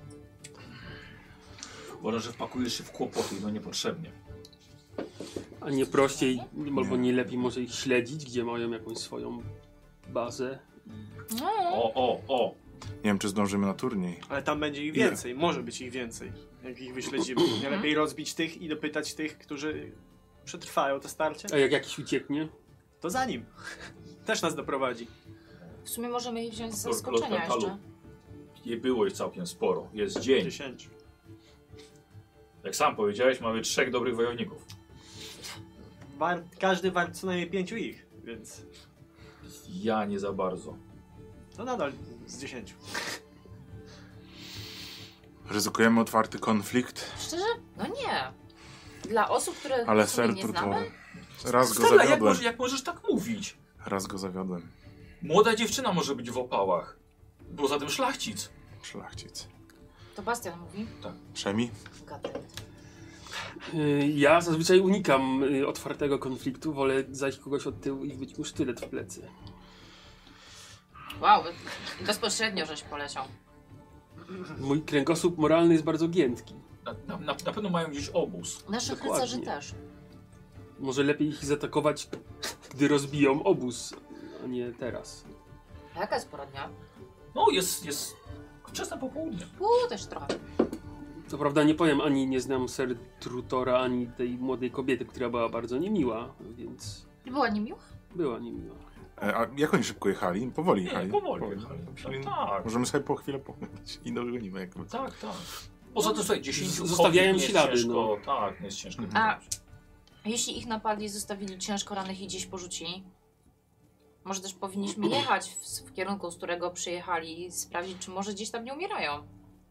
Uważam, że wpakujesz się w kłopoty, no niepotrzebnie. A nie prościej, albo nie lepiej może ich śledzić, gdzie mają jakąś swoją bazę. O. Nie wiem, czy zdążymy na turniej. Ale tam będzie ich więcej, może być ich więcej, jak ich wyśledzimy. Nie lepiej rozbić tych i dopytać tych, którzy przetrwają to starcie? A jak jakiś ucieknie? To za nim. Też nas doprowadzi. W sumie możemy ich wziąć z Lord zaskoczenia Mentalu. jeszcze. Nie było ich całkiem sporo. Jest dzień. 10. Jak sam powiedziałeś, mamy 3 dobrych wojowników. Każdy wart co najmniej 5 ich, więc Ja nie za bardzo. to nadal z 10. Ryzykujemy otwarty konflikt, Szczerze? No nie. Dla osób, które ale w sumie Ser nie Trutor... znamy? Raz go Stella, zawiodłem. jak możesz tak mówić? Raz go zawiodłem. Młoda dziewczyna może być w opałach. Poza tym szlachcic. Szlachcic. To Bastian mówi. Przemi? Gatek. Ja zazwyczaj unikam otwartego konfliktu, wolę zajść kogoś od tyłu i wbić mu sztylet w plecy. Wow, bezpośrednio żeś poleciał. Mój kręgosłup moralny jest bardzo giętki. Na pewno mają gdzieś obóz. Naszych Dokładnie. rycerzy też. Może lepiej ich zaatakować, gdy rozbiją obóz, a nie teraz. A jaka jest pora dnia? No, jest wczesne popołudnie. Też trochę. Co prawda nie powiem, ani nie znam Ser Trutora, ani tej młodej kobiety, która była bardzo niemiła, więc Nie była niemiła? była niemiła. A jak oni szybko jechali? Powoli jechali. Nie, powoli jechali. Czyli Tak. możemy sobie po chwilę pomyśleć i dogonimy jakby. Tak. Poza tym, słuchaj, 10 Zostawiają kobiet nie ślady, jest ciężko, no. Tak, nie jest ciężko. A jeśli ich napadli, zostawili ciężko rannych i gdzieś porzucili? Może też powinniśmy jechać w kierunku, z którego przyjechali i sprawdzić, czy może gdzieś tam nie umierają.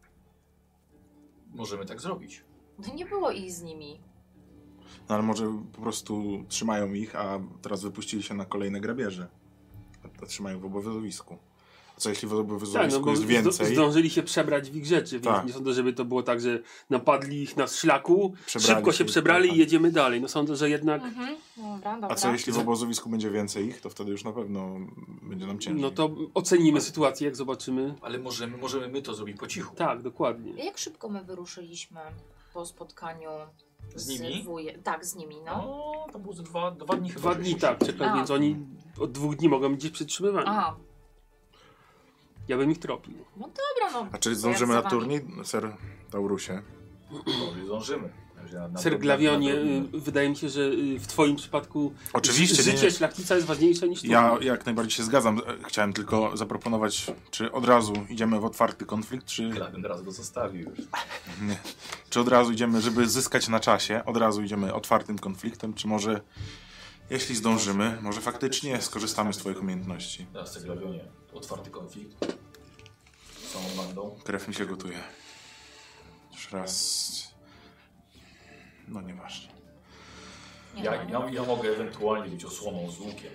Możemy tak zrobić. No nie było ich z nimi. No ale może po prostu trzymają ich, a teraz wypuścili się na kolejne grabieże. A trzymają w obowiązowisku. A co jeśli w Tak, obowiązowisku no bo jest więcej? zdążyli się przebrać w ich rzeczy, więc Tak. nie sądzę, żeby to było tak, że napadli ich na szlaku, Przebrali szybko się się, przebrali tak. i jedziemy dalej. No sądzę, że jednak Dobra. A co jeśli w obozowisku będzie więcej ich, to wtedy już na pewno będzie nam ciężej. no to ocenimy sytuację, jak zobaczymy. Ale możemy my to zrobić po cichu. Tak, dokładnie. Jak szybko my wyruszyliśmy po spotkaniu Z nimi? Tak, z nimi, no. No, to było ze 2 dni chyba. 2 dni tak, czekaj, A. więc oni od 2 dni mogą być gdzieś przetrzymywani. Aha, Ja bym ich tropił. no dobra, no. A czy to zdążymy jak na za wami. turniej, Ser Taurusie? Dobrze, zdążymy. Ser Glawionie, wydaje mi się, że w twoim przypadku Oczywiście, życie nie. szlachcica jest ważniejsze niż Ja turniej. jak najbardziej się zgadzam. Chciałem tylko zaproponować, czy od razu idziemy w otwarty konflikt, czy Raz go zostawił już. czy od razu idziemy, żeby zyskać na czasie, od razu idziemy otwartym konfliktem, czy może, jeśli zdążymy, może faktycznie skorzystamy z twoich umiejętności. Teraz Ser Glawionie. Otwarty konflikt. Z całą bandą. Krew mi się gotuje. Już raz... No nieważne. Nie, Ja mogę ewentualnie być osłoną z łukiem.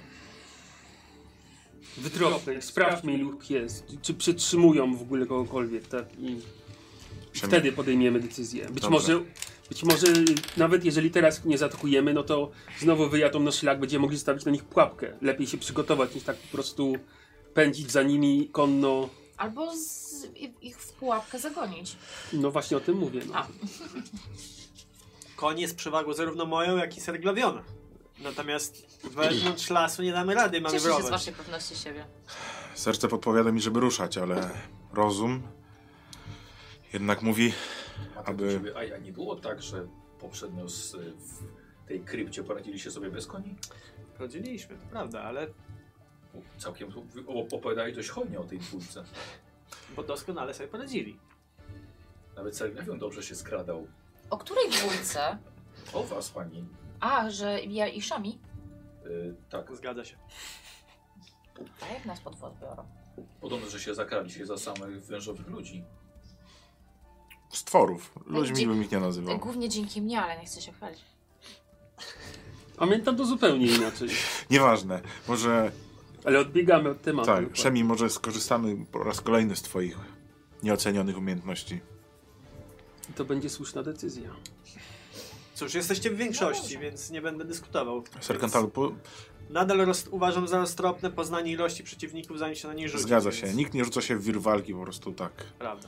Wytropmy, sprawdźmy ilu ich jest. Czy przytrzymują w ogóle kogokolwiek, tak? I wtedy podejmiemy decyzję. Być może nawet jeżeli teraz nie zaatakujemy, no to znowu wyjadą na szlak, będziemy mogli zostawić na nich pułapkę. Lepiej się przygotować niż tak po prostu pędzić za nimi konno. Albo ich w pułapkę zagonić. No właśnie o tym mówię. No. A. Koń jest przewagą zarówno moją, jak i Serglawiona. Natomiast wewnątrz lasu nie damy rady Cieszę się z manewrować. waszej pewności siebie. Serce podpowiada mi, żeby ruszać, ale rozum jednak mówi, aby... A nie było tak, że poprzednio w tej krypcie poradziliście sobie bez koni? Rodziliśmy, to prawda, ale Całkiem opowiadali dość hojnie o tej dwójce. bo doskonale sobie poradzili. Nawet Serglawion dobrze się skradał. O której dwójce? O was, pani. A, że ja i Szami? Tak. Zgadza się. A jak nas pod wód biorą? Podobno, że się zakraliście za samych wężowych ludzi. Stworów. Ludźmi bym ich nie nazywał. Głównie dzięki mnie, ale nie chcę się chwalić. Pamiętam to zupełnie inaczej. Nieważne. Może... Ale odbiegamy od tematu. Tak, dokładnie. Szemi, może skorzystamy po raz kolejny z twoich nieocenionych umiejętności. I to będzie słuszna decyzja. Cóż, jesteście w większości, dobrze. więc nie będę dyskutował. Serkantalu, Nadal uważam za roztropne poznanie ilości przeciwników, zanim się na nie rzuci. zgadza więc- się. Nikt nie rzuca się w wir walki, po prostu tak. Prawda.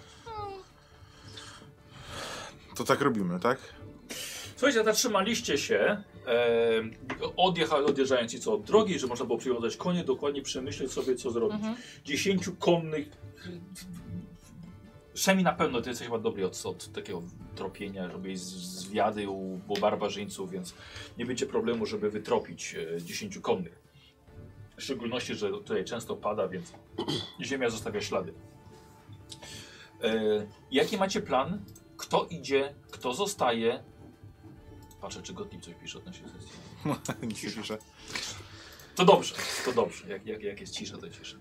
To tak robimy, tak? Słuchajcie, zatrzymaliście się, odjeżdżając i co od drogi, że można było przywiązać konie, dokładnie przemyśleć sobie, co zrobić. 10 konnych. Szemi na pewno, ty jesteś chyba dobry od takiego tropienia, robisz zwiady u barbarzyńców, więc nie będzie problemu, żeby wytropić 10 konnych. W szczególności, że tutaj często pada, więc ziemia zostawia ślady. Jaki macie plan? Kto idzie? Kto zostaje? Patrzę, czy Gottlieb coś pisze odnośnie sesji. Nic nie pisze. To dobrze, to dobrze. Jak jest cisza, to cisza.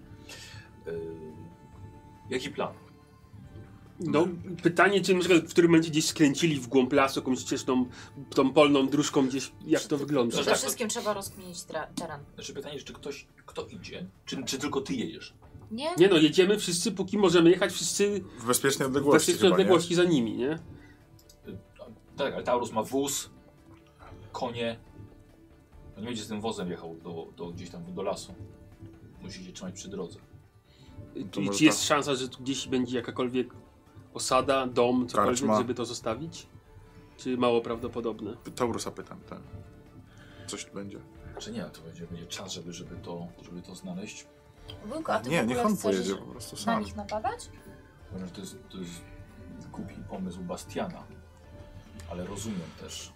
Jaki plan? No, pytanie, czy na przykład w którym momencie gdzieś skręcili w głąb lasu, jakąś ścieżną, tą polną dróżką gdzieś, jak to wygląda? tak, Przede wszystkim trzeba rozkminić teren. Znaczy pytanie, czy kto idzie? Czy tylko ty jedziesz? Nie? Nie no, jedziemy wszyscy, póki możemy jechać, wszyscy W bezpiecznej w odległości bezpiecznej chyba, nie? odległości za nimi, nie? Tak, ale Taurus ma wóz, konie. On nie będzie z tym wozem jechał gdzieś tam do lasu. Musicie trzymać przy drodze. To I może czy jest tak. szansa, że tu gdzieś będzie jakakolwiek osada, dom, cokolwiek, Karczma. żeby to zostawić? Czy mało prawdopodobne? Taurusa pytam, tak. Coś tu będzie. Czy nie, to będzie czas, żeby to znaleźć. Wujku, a ty w Nie, ogóle niech on chcesz pojedzie po prostu na sam. nich napadać? Może to jest głupi pomysł Bastiana. Ale rozumiem też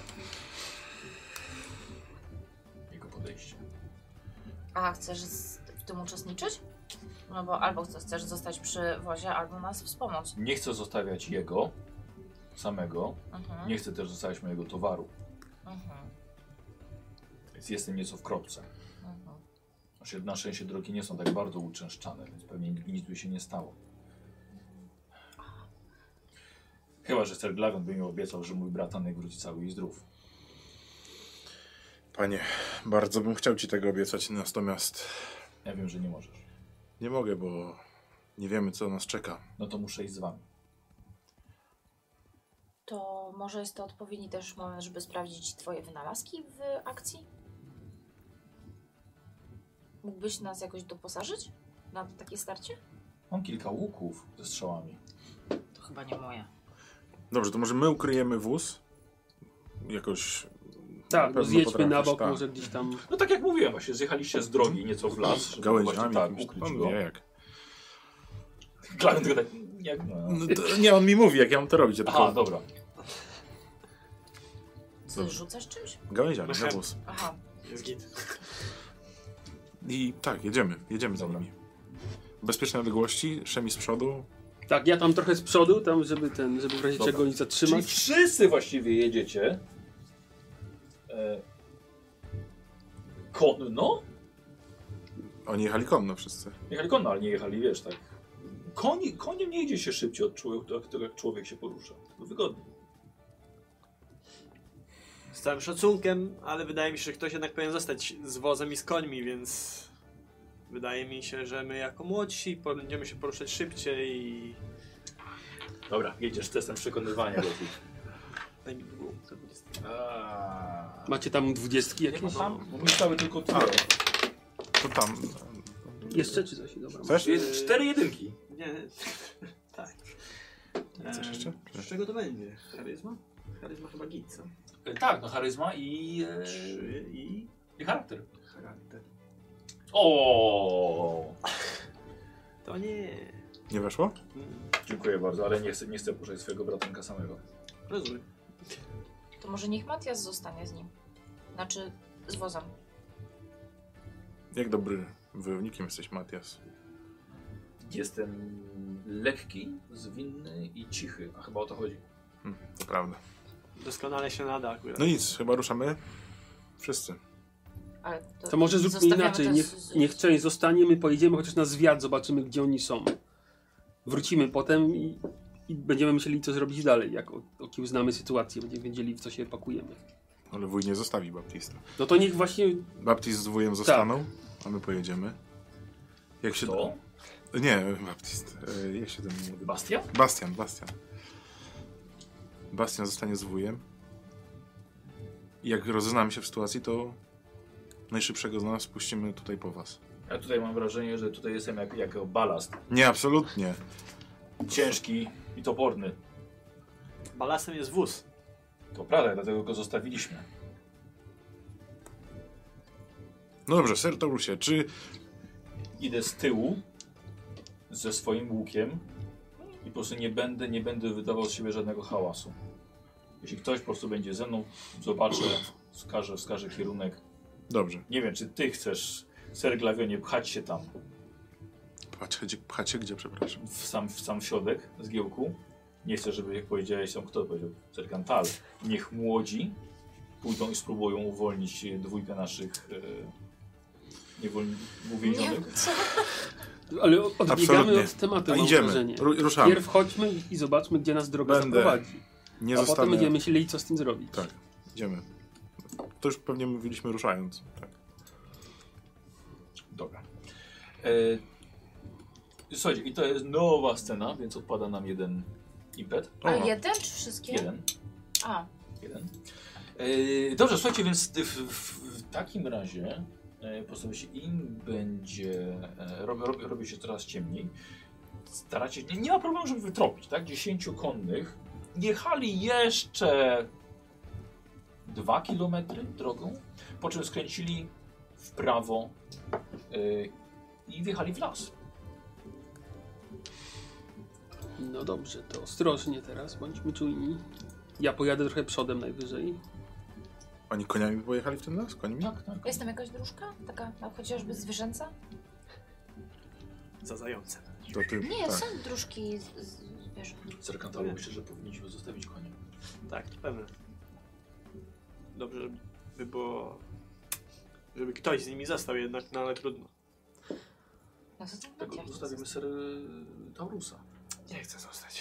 jego podejście. A chcesz w tym uczestniczyć? No bo albo chcesz zostać przy wozie, albo nas wspomóc. Nie chcę zostawiać jego samego. Mhm. Nie chcę też zostawiać mojego towaru. Mhm. Więc jestem nieco w kropce. Mhm. Znaczy, na szczęście drogi nie są tak bardzo uczęszczane, więc pewnie nic by się nie stało. Chyba że Serglawion by mi obiecał, że mój bratanek wróci cały i zdrów. Panie, bardzo bym chciał ci tego obiecać, natomiast Ja wiem, że nie możesz. nie mogę, bo nie wiemy, co nas czeka. No to muszę iść z wami. To może jest to odpowiedni też moment, żeby sprawdzić twoje wynalazki w akcji? Mógłbyś nas jakoś doposażyć na takie starcie? Mam kilka łuków ze strzałami. To chyba nie moje. Dobrze, to może my ukryjemy wóz? Jakoś... Tak, na no pewno zjedźmy na potrafisz, bok, tak. może gdzieś tam... No tak jak mówiłem, właśnie zjechaliście z drogi nieco w las, żeby Gałęziami właśnie tak jakimś, ukryć on go. wie jak. Klawion tylko tak, jak no. No to, nie, on mi mówi, jak ja mam to robić, ja Aha, tylko dobra. Co, Dobrze. rzucasz czymś? gałęziami na Myślałem- wóz. Aha. Jest git. I tak, jedziemy za Dobra. nimi. W bezpiecznej odległości, Szemi z przodu. Tak, ja tam trochę z przodu, tam żeby w razie Dobra. czego nie Czyli zatrzymać. wszyscy właściwie jedziecie konno? Oni jechali konno wszyscy. Jechali konno, ale nie jechali, wiesz, tak. Koniem nie idzie się szybciej od człowieka, jak człowiek się porusza. To wygodnie. Z całym szacunkiem, ale wydaje mi się, że ktoś jednak powinien zostać z wozem i z końmi, więc wydaje mi się, że my jako młodsi będziemy się poruszać szybciej i... Dobra, jedziesz z testem przekonywania. Daj mi drugą, to będzie- Macie tam 20 Nie ma jakieś? tam, bo mi stały tylko tyle. To tam. Jeszcze czy coś? Dobra. Chcesz? 4 jedynki. Nie, tak. Chcesz jeszcze? Z czego to będzie? Charyzma? Charyzma chyba git, co? Tak, no charyzma i 3 i charakter. charakter. O! To nie. Nie weszło? Dziękuję bardzo, ale nie chcę puszczać swojego bratanka samego. Rozumiem. To może niech Matias zostanie z nim. Znaczy, z wozem. Jak dobry wojownikiem jesteś, Matias. Jestem lekki, zwinny i cichy, a chyba o to chodzi. To prawda. Doskonale się nada akurat. No nic, chyba ruszamy wszyscy. Ale To może zróbmy zostawiamy inaczej. to Niech część zostanie, my pojedziemy chociaż na zwiat, zobaczymy gdzie oni są. Wrócimy potem i będziemy myśleli co zrobić dalej, jak okiełznamy sytuację, będziemy wiedzieli w co się pakujemy. Ale wuj nie zostawi Baptista. No to niech właśnie... Baptist z wujem zostaną, a my pojedziemy. Jak się... To? Nie, Baptist. Jak się ten młody... Bastian? Bastian. Bastian zostanie z wujem. I jak rozeznamy się w sytuacji, to najszybszego z nas spuścimy tutaj po was. Ja tutaj mam wrażenie, że tutaj jestem jako balast. Nie, absolutnie. Ciężki i toporny. Balasem jest wóz. To prawda, dlatego go zostawiliśmy. No dobrze, Sir Taurusie, czy... Idę z tyłu ze swoim łukiem i po prostu nie będę wydawał z siebie żadnego hałasu. Jeśli ktoś po prostu będzie ze mną, zobaczę, wskaże kierunek. Dobrze. Nie wiem, czy ty chcesz, Ser Glawionie, pchać się tam Pchać się gdzie, przepraszam? w sam środek zgiełku. Nie chcę, żeby, jak powiedziałeś, kto to powiedział? Ser Cantal. Niech młodzi pójdą i spróbują uwolnić dwójkę naszych uwięzionych. Co? Ale odbiegamy Absolutnie. od tematu, A mam idziemy, wrażenie. ruszamy. Pierw chodźmy i zobaczmy gdzie nas droga zaprowadzi. Nie A potem zostanę... będziemy myśleli co z tym zrobić. Tak, idziemy. To już pewnie mówiliśmy ruszając. Tak. Dobra. Słuchajcie, i to jest nowa scena, więc odpada nam jeden impet. A O. jeden czy wszystkie? Jeden. A, Jeden. Dobrze, słuchajcie, więc w takim razie postanowię się, im będzie robi się coraz ciemniej, staracie się, nie ma problemu, żeby wytropić, tak? 10 konnych jechali jeszcze 2 km drogą, po czym skręcili w prawo i wjechali w las. No dobrze, to ostrożnie teraz, bądźmy czujni. Ja pojadę trochę przodem najwyżej. Oni koniami pojechali w ten las? Końmi? Tak. jest tam jakaś dróżka? Taka chociażby zwierzęca? Za zającem. To ty, Nie, tak. są dróżki zwierząt. Zerkantalu, myślę, że powinniśmy zostawić konie. Tak, to pewne. Dobrze, żeby było... Żeby ktoś z nimi został jednak, no ale trudno. No to tam Tego będzie. zostawimy Ser Taurusa. Nie chcę zostać.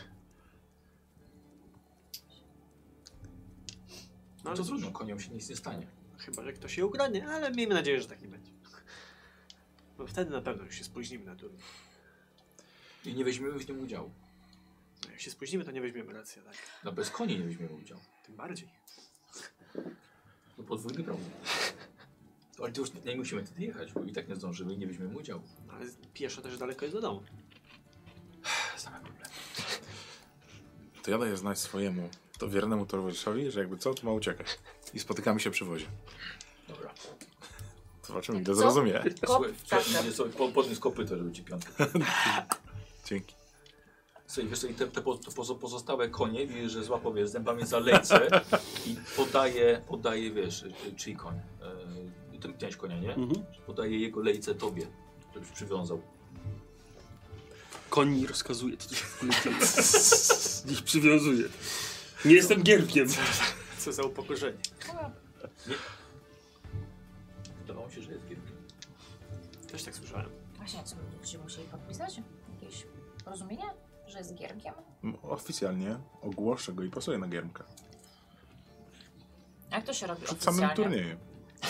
No to trudno, koniom się nic nie stanie. Chyba, że ktoś je ukradnie, ale miejmy nadzieję, że tak nie będzie. Bo wtedy na pewno już się spóźnimy na turniej. I nie weźmiemy w nim udziału. No jak się spóźnimy, to nie weźmiemy racji, tak? No bez koni nie weźmiemy udziału. Tym bardziej. To podwójny problem. Ale to już nie musimy wtedy jechać, bo i tak nie zdążymy i nie weźmiemy udziału. Ale pieszo też daleko jest do domu. Same problemy. To ja daję znać swojemu, to wiernemu towarzyszowi, że jakby co, to ma uciekać. I spotykamy się przy wozie. Dobra. Zobaczymy, ile Co? zrozumie. Słuchaj, Kasper. podniósł kopyto, żeby ci piątkę. Dzięki. Słuchaj, wiesz co, i te pozostałe konie, wiesz, że złapał, wiesz, zębami za lejce i podaje, wiesz, czyj koń. Ty miałeś konia, nie? Mhm. Podaje jego lejce tobie, żebyś przywiązał. Koń mi rozkazuje, co tu się w ogóle dzieje. Gdzieś przywiązuje. Nie jestem gierkiem. Co za upokorzenie. Wydawało mi się, że jest gierkiem. Też tak słyszałem. Właśnie, co będziemy musieli podpisać? Jakieś porozumienie? Że jest gierkiem? Oficjalnie ogłoszę go i pasuję na giermka. Jak to się robi Przed oficjalnie? samym turniejem.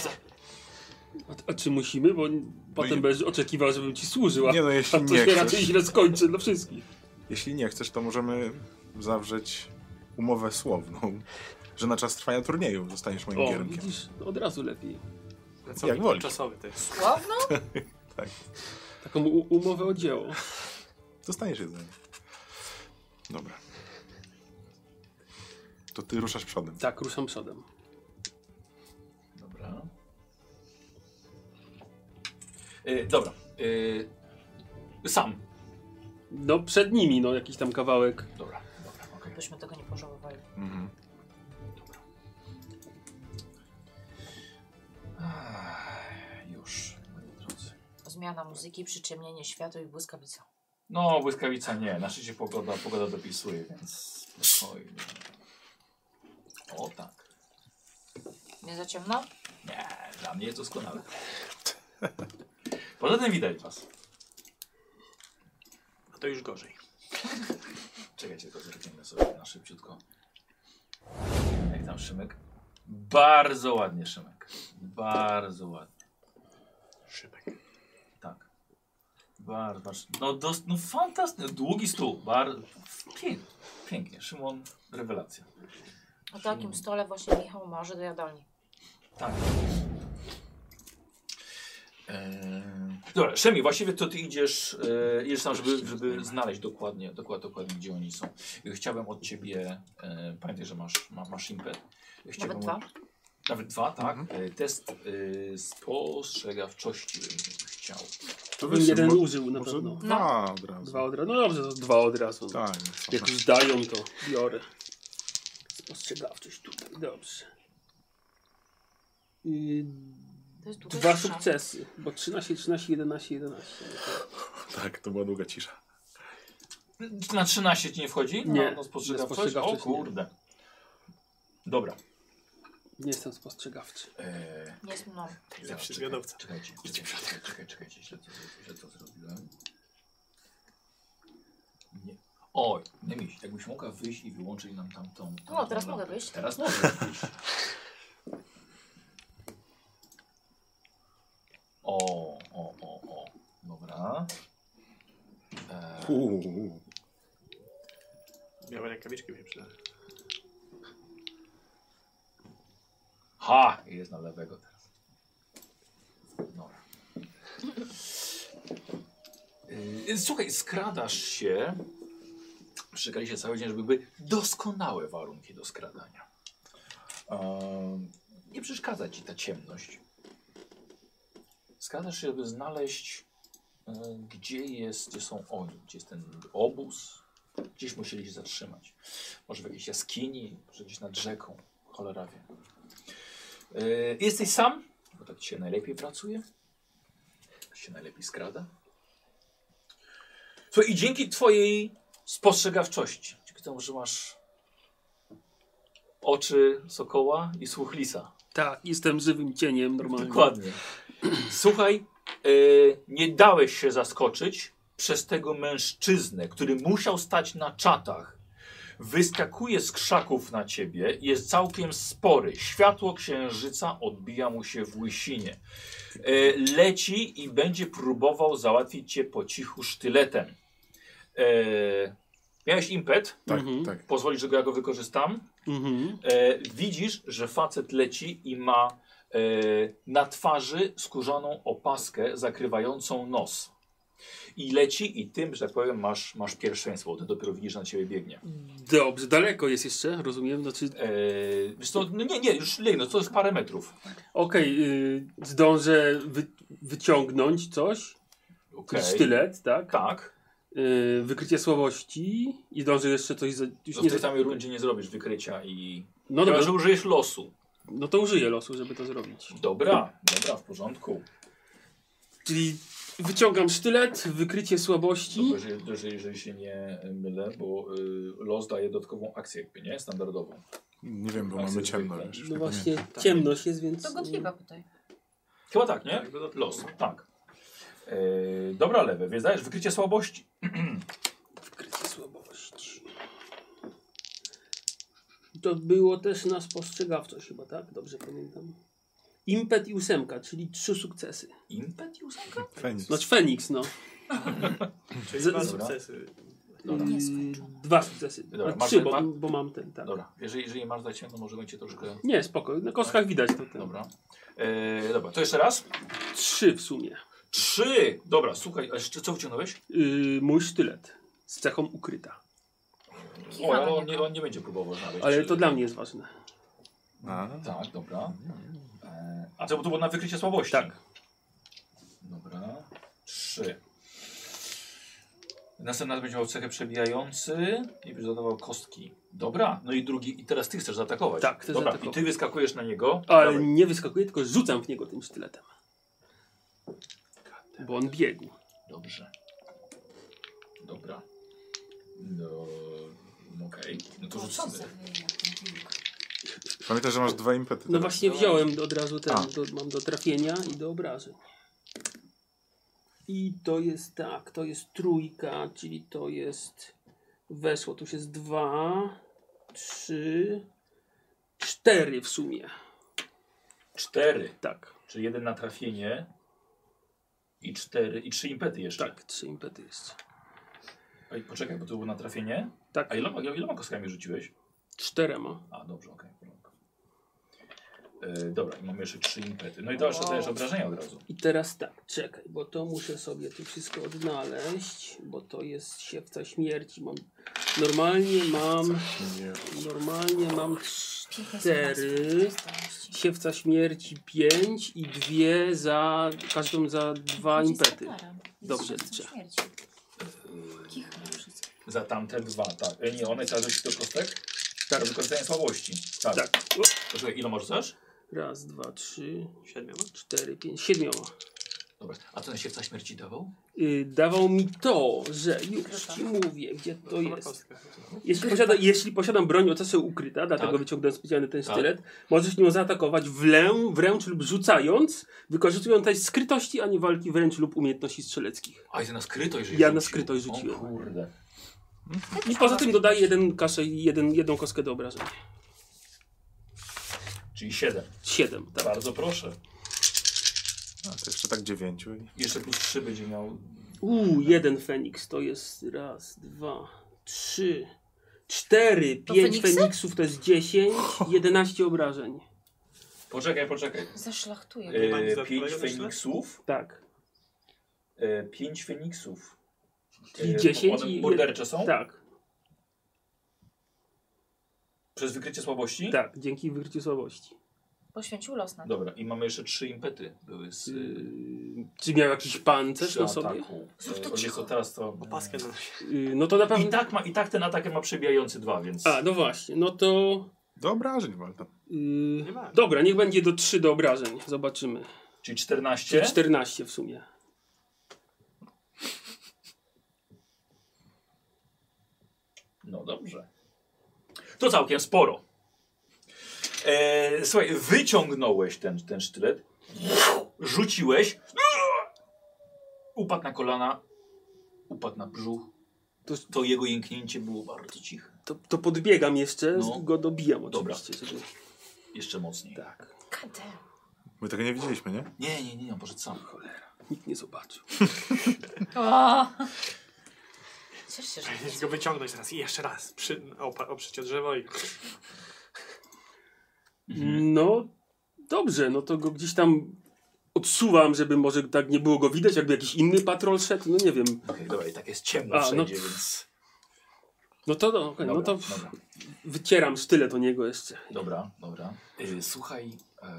A czy musimy? Bo potem i- będziesz oczekiwał, żebym ci służył, a, Nie no, jeśli a to nie się chcesz. raczej źle skończy dla wszystkich. Jeśli nie chcesz, to możemy zawrzeć umowę słowną, że na czas trwania turnieju zostaniesz moim O, giermkiem. widzisz, od razu lepiej. Jak wolisz. Czasowy to jest. Słowno? Tak. Taką umowę o dzieło. Dostaniesz jedzenie. Dobra. To ty ruszasz przodem. Tak, ruszam przodem. Dobra. Dobra. Sam. No przed nimi, no jakiś tam kawałek. Dobra, okej. Byśmy tego nie pożałowali. Mhm. Już, moi drodzy. Zmiana muzyki, przyciemnienie światła i błyskawica. No, błyskawica nie. Na szczęście pogoda dopisuje, więc spokojnie. O tak. Nie za ciemno? Nie, dla mnie jest doskonale. Poza tym widać was. A to już gorzej. Czekajcie, tylko zerkniemy sobie na szybciutko. Jak tam Szymek? Bardzo ładnie, Szymek. Bardzo ładnie. Szybek. Tak. Bardzo. No fantastycznie. Długi stół. Pięknie. Szymon, rewelacja. O takim stole właśnie Michał marzy do jadalni. Tak. Dobra, Szemi, właściwie to ty idziesz tam, żeby znaleźć dokładnie, gdzie oni są. Chciałbym od ciebie, pamiętaj, że masz impet. Nawet 2? Nawet 2, tak. Test spostrzegawczości bym chciał. To Bym jeden użył na może pewno. 2 od razu. 2 od razu. No dobrze, to 2 od razu. Tak. Jak już dają, to biorę. Spostrzegawczość tutaj, dobrze. To jest długa 2 cisza. sukcesy, bo 13, 11. Tak, to była długa cisza. Na 13 ci nie wchodzi? Nie, No, spostrzegawczość? spostrzegawczość O kurde. Dobra. Nie jestem spostrzegawczy. Nie jest mną. Zawsze zwiadowca. Czekajcie, źle to zrobiłem. Nie. Oj, Nemiś, jakbyś mogła wyjść i wyłączyć nam tamtą... O, teraz lampę. mogę wyjść. Teraz mogę wyjść. O. Dobra. Białe rękawiczki mi się przydały. Ha! Jest na lewego teraz. Dobra. Słuchaj, skradasz się. Przyczekali się cały dzień, żeby były doskonałe warunki do skradania. Nie przeszkadza ci ta ciemność. Skradasz się, żeby znaleźć, gdzie są oni, gdzie jest ten obóz. Gdzieś musieli się zatrzymać. Może w jakiejś jaskini, może gdzieś nad rzeką. Cholera wie. Jesteś sam? Bo tak ci się najlepiej pracuje. Tak się najlepiej skrada. I dzięki twojej spostrzegawczości, dzięki temu, że masz oczy sokoła i słuch lisa. Tak, jestem żywym cieniem normalnie. Dokładnie. Słuchaj, nie dałeś się zaskoczyć przez tego mężczyznę, który musiał stać na czatach. Wyskakuje z krzaków na ciebie, jest całkiem spory. Światło księżyca odbija mu się w łysinie. Leci i będzie próbował załatwić cię po cichu sztyletem. Miałeś impet? Tak, tak. Pozwolisz, że ja go wykorzystam? Widzisz, że facet leci i ma na twarzy skórzaną opaskę zakrywającą nos. I leci i tym, że tak powiem, masz pierwszeństwo. Ty dopiero widzisz, że na ciebie biegnie. Dobrze, daleko jest jeszcze, rozumiem? Znaczy... Wiesz co, no nie, już no to jest parę metrów. Okej, zdążę wyciągnąć coś. Okay. Sztylet, tak? Tak. Wykrycie słabości i zdążę jeszcze coś... Już No nie w tej samej rundzie nie zrobisz wykrycia i... No Chyba, dobra, że użyjesz losu. no to użyję losu, żeby to zrobić. Dobra, w porządku. Czyli wyciągam sztylet, wykrycie słabości. Dobra, jeżeli się nie mylę, bo los daje dodatkową akcję jakby, nie? Standardową. Nie wiem, bo Akcje mamy ciemno. zwykłe. Wiesz, już No nie właśnie, pamiętam. ciemność jest, więc... To Gottlieba pytaj. Chyba tak, nie? Los, tak. Dobra, lewy, więc dajesz wykrycie słabości. Wykrycie słabości. To było też na spostrzegawczość chyba, tak? Dobrze pamiętam. Impet i 8, czyli 3 sukcesy. Impet i 8? Feniks. Znaczy Feniks, no. Czyli Z- dwa dobra. sukcesy. Nie skończył. 2 sukcesy. Dobra, A masz- 3, ma- bo mam ten, tak. Dobra, jeżeli masz za ciemno, może będzie troszkę... Nie, spoko. Na kostkach widać to. Ten. Dobra. Dobra, to jeszcze raz. 3 w sumie. 3! Dobra, słuchaj, a jeszcze co wyciągnąłeś? Mój sztylet z cechą ukryta. O, ale on nie będzie próbował znaleźć. Ale to dla mnie jest ważne. Tak, dobra. A co, bo to było na wykrycie słabości? Tak. Dobra. 3. Następny będzie miał cechę przebijający i będzie dodawał kostki. Dobra, no i drugi, i teraz ty chcesz zaatakować. Tak, chcę dobra, zaatakować. i ty wyskakujesz na niego. Ale Dawaj. nie wyskakuję, tylko rzucam w niego tym sztyletem. Bo on biegł. Dobrze. Dobra. No, okej. No to rzucamy. Pamiętaj, że masz 2 impety. No teraz. właśnie wziąłem od razu ten, A. mam do trafienia i do obrażeń. I to jest tak, to jest 3, czyli to jest, weszło, tu jest 2, 3, 4 w sumie. 4. Tak, Czyli 1 na trafienie i 4 i 3 impety jeszcze. tak, 3 impety jeszcze. Ej, poczekaj, bo to było na trafienie. Tak, A iloma kostkami rzuciłeś? 4. A, dobrze, okej. Dobra, i mamy jeszcze 3 impety. No i dalsze dajesz obrażenia od razu. I teraz tak, czekaj, bo to muszę sobie tu wszystko odnaleźć, bo to jest siewca śmierci. Normalnie mam 4, siewca śmierci 5 i 2 za, każdą za 2 impety. Dobrze liczę. Za tamte 2, tak. Nie, one trzeba rzucić do kostek? Tak. Do wykorzystania słabości. Tak. Tak. O, Poczekaj, ile możesz rzucasz? raz, 2, 3, 7. 4, 5, 7. Dobra. A co ten siewca śmierci dawał? Dawał mi to, że już ci mówię, gdzie to jest. Jeśli posiadam broń o cechę ukryta, dlatego Tak. wyciągnąłem specjalny ten sztylet, możesz nią zaatakować wręcz lub rzucając, wykorzystując też skrytości, a nie walki wręcz lub umiejętności strzeleckich. A, i ty na skrytość Ja na rzucił. skrytość rzuciłem. O kurde. I poza tym dodaję jedną kostkę do obrażeń. Czyli 7. 7, tak. Bardzo proszę. A, to jeszcze tak 9. Jeszcze plus 3 będzie miał. Jeden Feniks to jest raz, 2, 3, 4, 5 Feniksy? Feniksów to jest 10, 11 obrażeń. Poczekaj. Zaszlachtuję. 5 Feniksów. Tak. 5 Feniksów. Czyli 10 One i mordercze są? Tak, Przez wykrycie słabości? tak, dzięki wykryciu słabości. Poświęcił los na to. Dobra, i mamy jeszcze 3 impety. Były z. Czy miał jakiś pancerz przy na sobie? ataku. Wiesz co, teraz to. Opaskę na nosie. No to na pewno... I tak ten atak ma przebijający 2, więc. A, no właśnie, no to... Do obrażeń, Walta. ma. Dobra, niech będzie do 3 do obrażeń, zobaczymy. Czyli 14. Czyli 14 w sumie. No dobrze. To całkiem sporo. Słuchaj, wyciągnąłeś ten sztylet, rzuciłeś, upadł na kolana, upadł na brzuch. To jego jęknięcie było bardzo ciche. To podbiegam jeszcze, No. go dobijam Dobra. oczywiście. Żeby... Jeszcze mocniej. Tak, Kadę. My tego nie widzieliśmy, nie? Nie, on poszedł sam. cholera, nikt nie zobaczył. O! Cieszę się, że Powinieneś go wyciągnąć raz i jeszcze raz. Oprzeć o drzewo i... No, dobrze, no to go gdzieś tam odsuwam, żeby może tak nie było go widać, jakby jakiś inny patrol szedł, no nie wiem. Okej, dobra, i tak jest ciemno A, wszędzie, no- więc... No to, okay, no to Dobra. wycieram sztylet o niego jeszcze. Dobra. Słuchaj,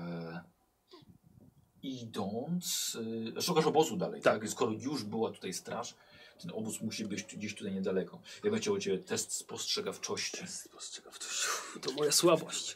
idąc... szukasz obozu dalej, tak? Tak. Skoro już była tutaj straż, ten obóz musi być gdzieś tutaj niedaleko. Ja bym chciał u Ciebie test spostrzegawczości. Spostrzegawczość, to moja słabość.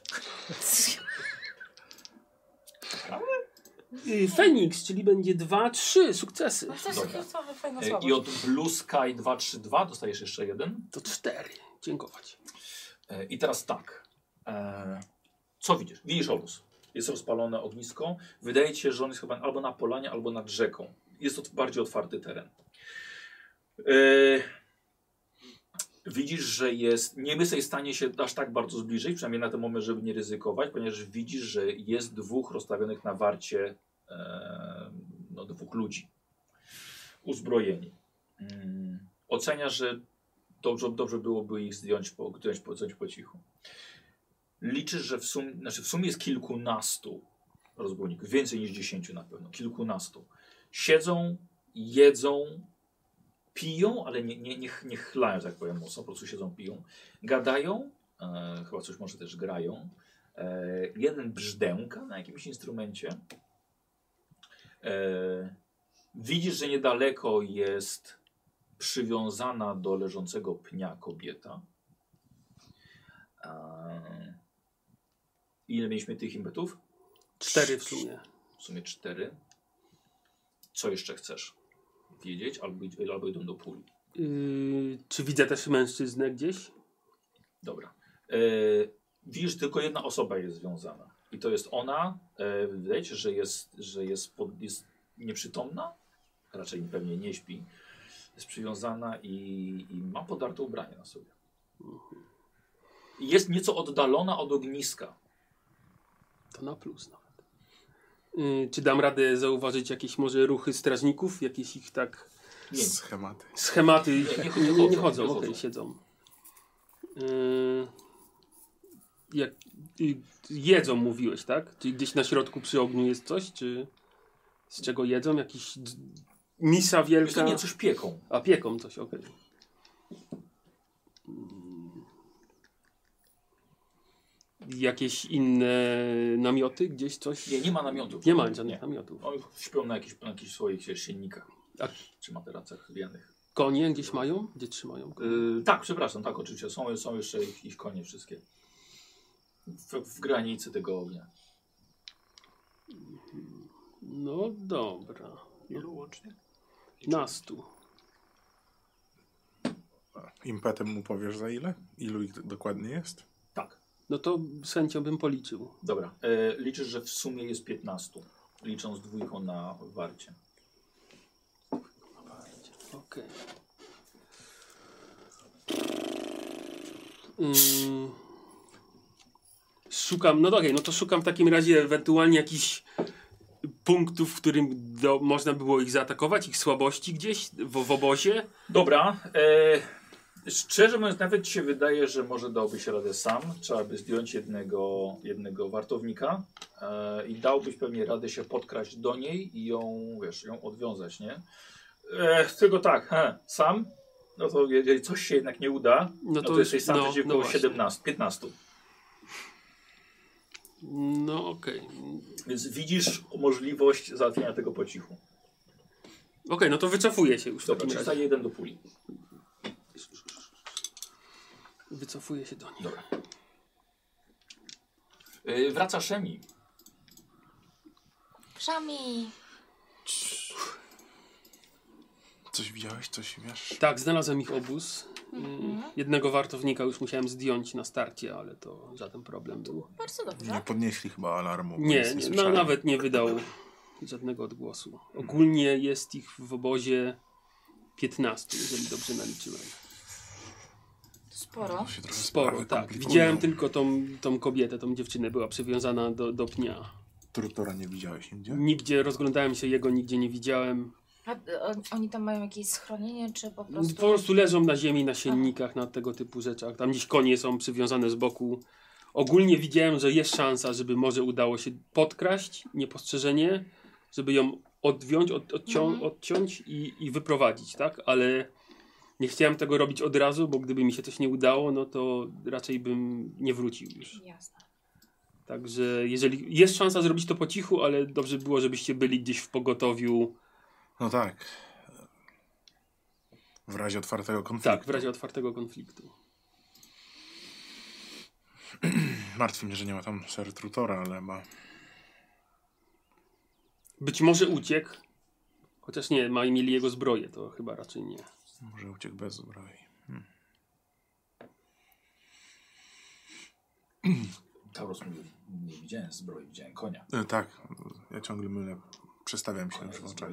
Feniks, czyli będzie 2-3 sukcesy. No też Dobra. to fajna I słabość. od Blue Sky 232 dostajesz jeszcze jeden. To 4. Dziękować. I teraz tak. Co widzisz? Widzisz obóz. Jest rozpalone ognisko. Wydaje ci się, że on jest chyba albo na polanie, albo nad rzeką. Jest to bardziej otwarty teren. Widzisz, że jest. Nie jesteś w stanie się aż tak bardzo zbliżyć, przynajmniej na ten moment, żeby nie ryzykować, ponieważ widzisz, że jest 2 rozstawionych na warcie dwóch ludzi. Uzbrojeni. Oceniasz, że dobrze byłoby ich zdjąć po cichu. Liczysz, że w sumie jest kilkunastu rozbójników. Więcej niż 10 na pewno. Kilkunastu. siedzą, jedzą, piją, ale nie chlają, tak powiem mocno, po prostu siedzą, piją, gadają, chyba coś może też grają. Jeden brzdęka na jakimś instrumencie. Widzisz, że niedaleko jest przywiązana do leżącego pnia kobieta. Ile mieliśmy tych impetów? 4 w sumie. W sumie 4. Co jeszcze chcesz wiedzieć? Albo idą do puli. Czy widzę też mężczyznę gdzieś? Dobra. Widzisz, tylko jedna osoba jest związana. I to jest ona. Wydaje ci się, że jest nieprzytomna. Raczej pewnie nie śpi. Jest przywiązana i ma podarte ubranie na sobie. Jest nieco oddalona od ogniska. To na plus nawet. Czy dam radę zauważyć jakieś może ruchy strażników? Jakieś ich tak... Nie. Schematy nie chodzą. Nie Okej, siedzą. Jedzą, mówiłeś, tak? Czy gdzieś na środku przy ogniu jest coś? Czy z czego jedzą? Jakiś misa wielka? Nie, coś pieką. A, pieką coś, okej. Jakieś inne namioty? Gdzieś coś? Nie ma namiotów. Nie ma żadnych namiotów. Oni śpią na jakichś swoich siennikach. A Czy materacach wianych. konie gdzieś mają? Gdzie trzymają konie? Tak, przepraszam, tak oczywiście. Są jeszcze ich konie wszystkie. W granicy tego ognia. No dobra. Ilu łącznie? Na 100. Impetem mu powiesz za ile? Ilu ich dokładnie jest? Tak. No to z chęcią bym policzył. Dobra. Liczysz, że w sumie jest 15. Licząc 2 na warcie. Okej. Szukam, no okej, no to szukam w takim razie ewentualnie jakichś punktów, w którym można było ich zaatakować, ich słabości gdzieś w obozie. Dobra. Szczerze mówiąc, nawet ci się wydaje, że może dałby się radę sam. Trzeba by zdjąć jednego wartownika i dałbyś pewnie radę się podkraść do niej i ją odwiązać, nie? Tylko tak, sam? No to jeżeli coś się jednak nie uda, no to jesteś sam przeciwko 15. No okej. Więc widzisz możliwość załatwienia tego po cichu. Okej, no to wycofuję się już w Dobra, takim razie. 301 do puli. Wycofuję się do nich. Dobra. Wraca Szemi. Szami! Coś widziałeś? Coś wiesz? Tak, znalazłem ich obóz. Jednego wartownika już musiałem zdjąć na starcie, ale to żaden problem był. Bardzo dobrze. Nie podnieśli chyba alarmu. bo Nie, nic no, słyszeli. nawet nie wydał żadnego odgłosu. Ogólnie jest ich w obozie 15, jeżeli dobrze naliczyłem. Sporo. To się trochę Sporo, sprawy tak. komplikują. Widziałem tylko tą kobietę, tą dziewczynę, była przywiązana do pnia. Turtora nie widziałeś nigdzie? Nigdzie, rozglądałem się, jego nigdzie nie widziałem. A oni tam mają jakieś schronienie, czy po Po prostu... prostu leżą na ziemi, na siennikach, na tego typu rzeczach. Tam gdzieś konie są przywiązane z boku. Ogólnie widziałem, że jest szansa, żeby może udało się podkraść niepostrzeżenie, żeby ją odciąć i wyprowadzić, tak? Ale nie chciałem tego robić od razu, bo gdyby mi się coś nie udało, no to raczej bym nie wrócił już. Jasne. Także jeżeli jest szansa zrobić to po cichu, ale dobrze by było, żebyście byli gdzieś w pogotowiu. No tak. W razie otwartego konfliktu. Tak, w razie otwartego konfliktu. Martwi mnie, że nie ma tam Sir Trutora, ale ma... Być może uciekł, chociaż nie, mieli jego zbroję, to chyba raczej nie. Może uciekł bez zbroi. Tauros mówi, nie widziałem zbroi, widziałem konia. Tak, ja ciągle mylę. Przestawiam się już w oczach.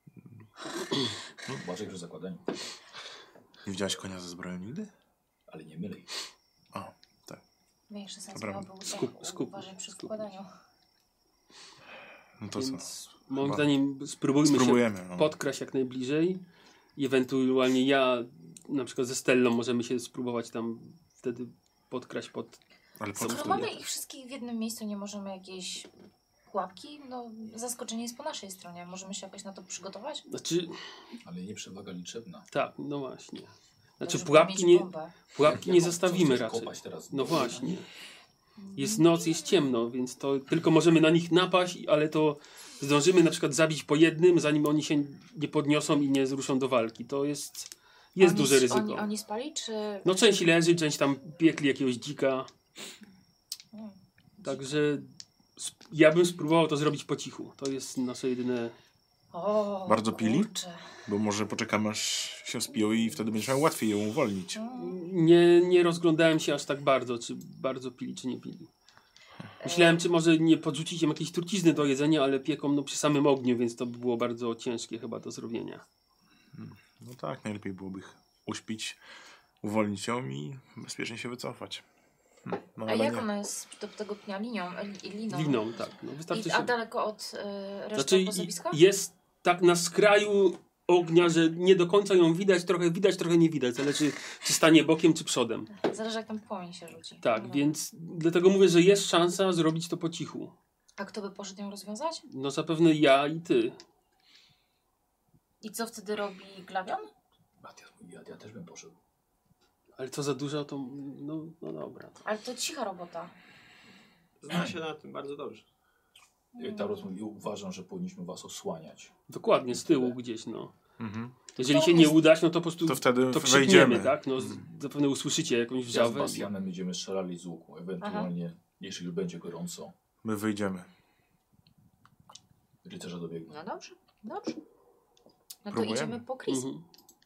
Uważaj, że zakładanie. Nie widziałeś konia ze zbroją nigdy? Ale nie mylej. O, tak. Większy sens Dobra. miałby Skup. uważaj przy składaniu. No to co? Więc moim Chyba zdaniem spróbujmy się no. podkraść jak najbliżej. I ewentualnie ja, na przykład ze Stellą, możemy się spróbować tam wtedy podkraść pod... Ale po Co co No wtedy? mamy ich wszystkich w jednym miejscu, nie możemy jakiejś pułapki, no zaskoczenie jest po naszej stronie. Możemy się jakoś na to przygotować? Znaczy, Ale nie przewaga liczebna. tak, no właśnie. Znaczy, Dobrze, pułapki mieć nie, bombę. pułapki nie Jaką? zostawimy Co, chcesz raczej. kopać teraz? No właśnie. Jest noc, jest ciemno, więc to tylko możemy na nich napaść, ale to zdążymy na przykład zabić po jednym, zanim oni się nie podniosą i nie zruszą do walki. To jest duże ryzyko. Oni spali, czy... No część leży, część tam piekli jakiegoś dzika. Hmm. Także ja bym spróbował to zrobić po cichu. To jest nasze jedyne... O, Bardzo pili? kurczę. Bo może poczekamy, aż się spiją i wtedy będziesz miał łatwiej ją uwolnić. Nie rozglądałem się aż tak bardzo, czy bardzo pili, czy nie pili. Myślałem, czy może nie podrzucić im jakiejś trucizny do jedzenia, ale pieką no, przy samym ogniu, więc to by było bardzo ciężkie chyba do zrobienia. No tak, najlepiej byłoby ich uśpić, uwolnić ją i bezpiecznie się wycofać. No A ale jak nie. ona jest do tego pnia liną? Liną, tak. No, wystarczy A się... daleko od reszty Znaczy pozowiska? jest tak na skraju ognia, że nie do końca ją widać, trochę nie widać. Zależy czy stanie bokiem, czy przodem. Zależy jak tam płomień się rzuci. Tak, No. więc dlatego mówię, że jest szansa zrobić to po cichu. A kto by poszedł ją rozwiązać? No zapewne ja i ty. I co wtedy robi Glawion? Matias mówi, ja też bym poszedł. Ale co za dużo, to no dobra. Ale to cicha robota. Zna się na tym bardzo dobrze. Taurus mówi, uważam, że powinniśmy was osłaniać. Dokładnie, z tyłu gdzieś, no. Mhm. Jeżeli To się nie jest- uda, no to po prostu To wtedy to wejdziemy. krzykniemy, tak? No, zapewne usłyszycie jakąś Ja z wrzawę. Bastianem będziemy strzelali z łuku. Ewentualnie, jeśli będzie gorąco, My wyjdziemy. rycerze dobiegną. No dobrze. No to Próbujemy. idziemy po Chris. Mhm.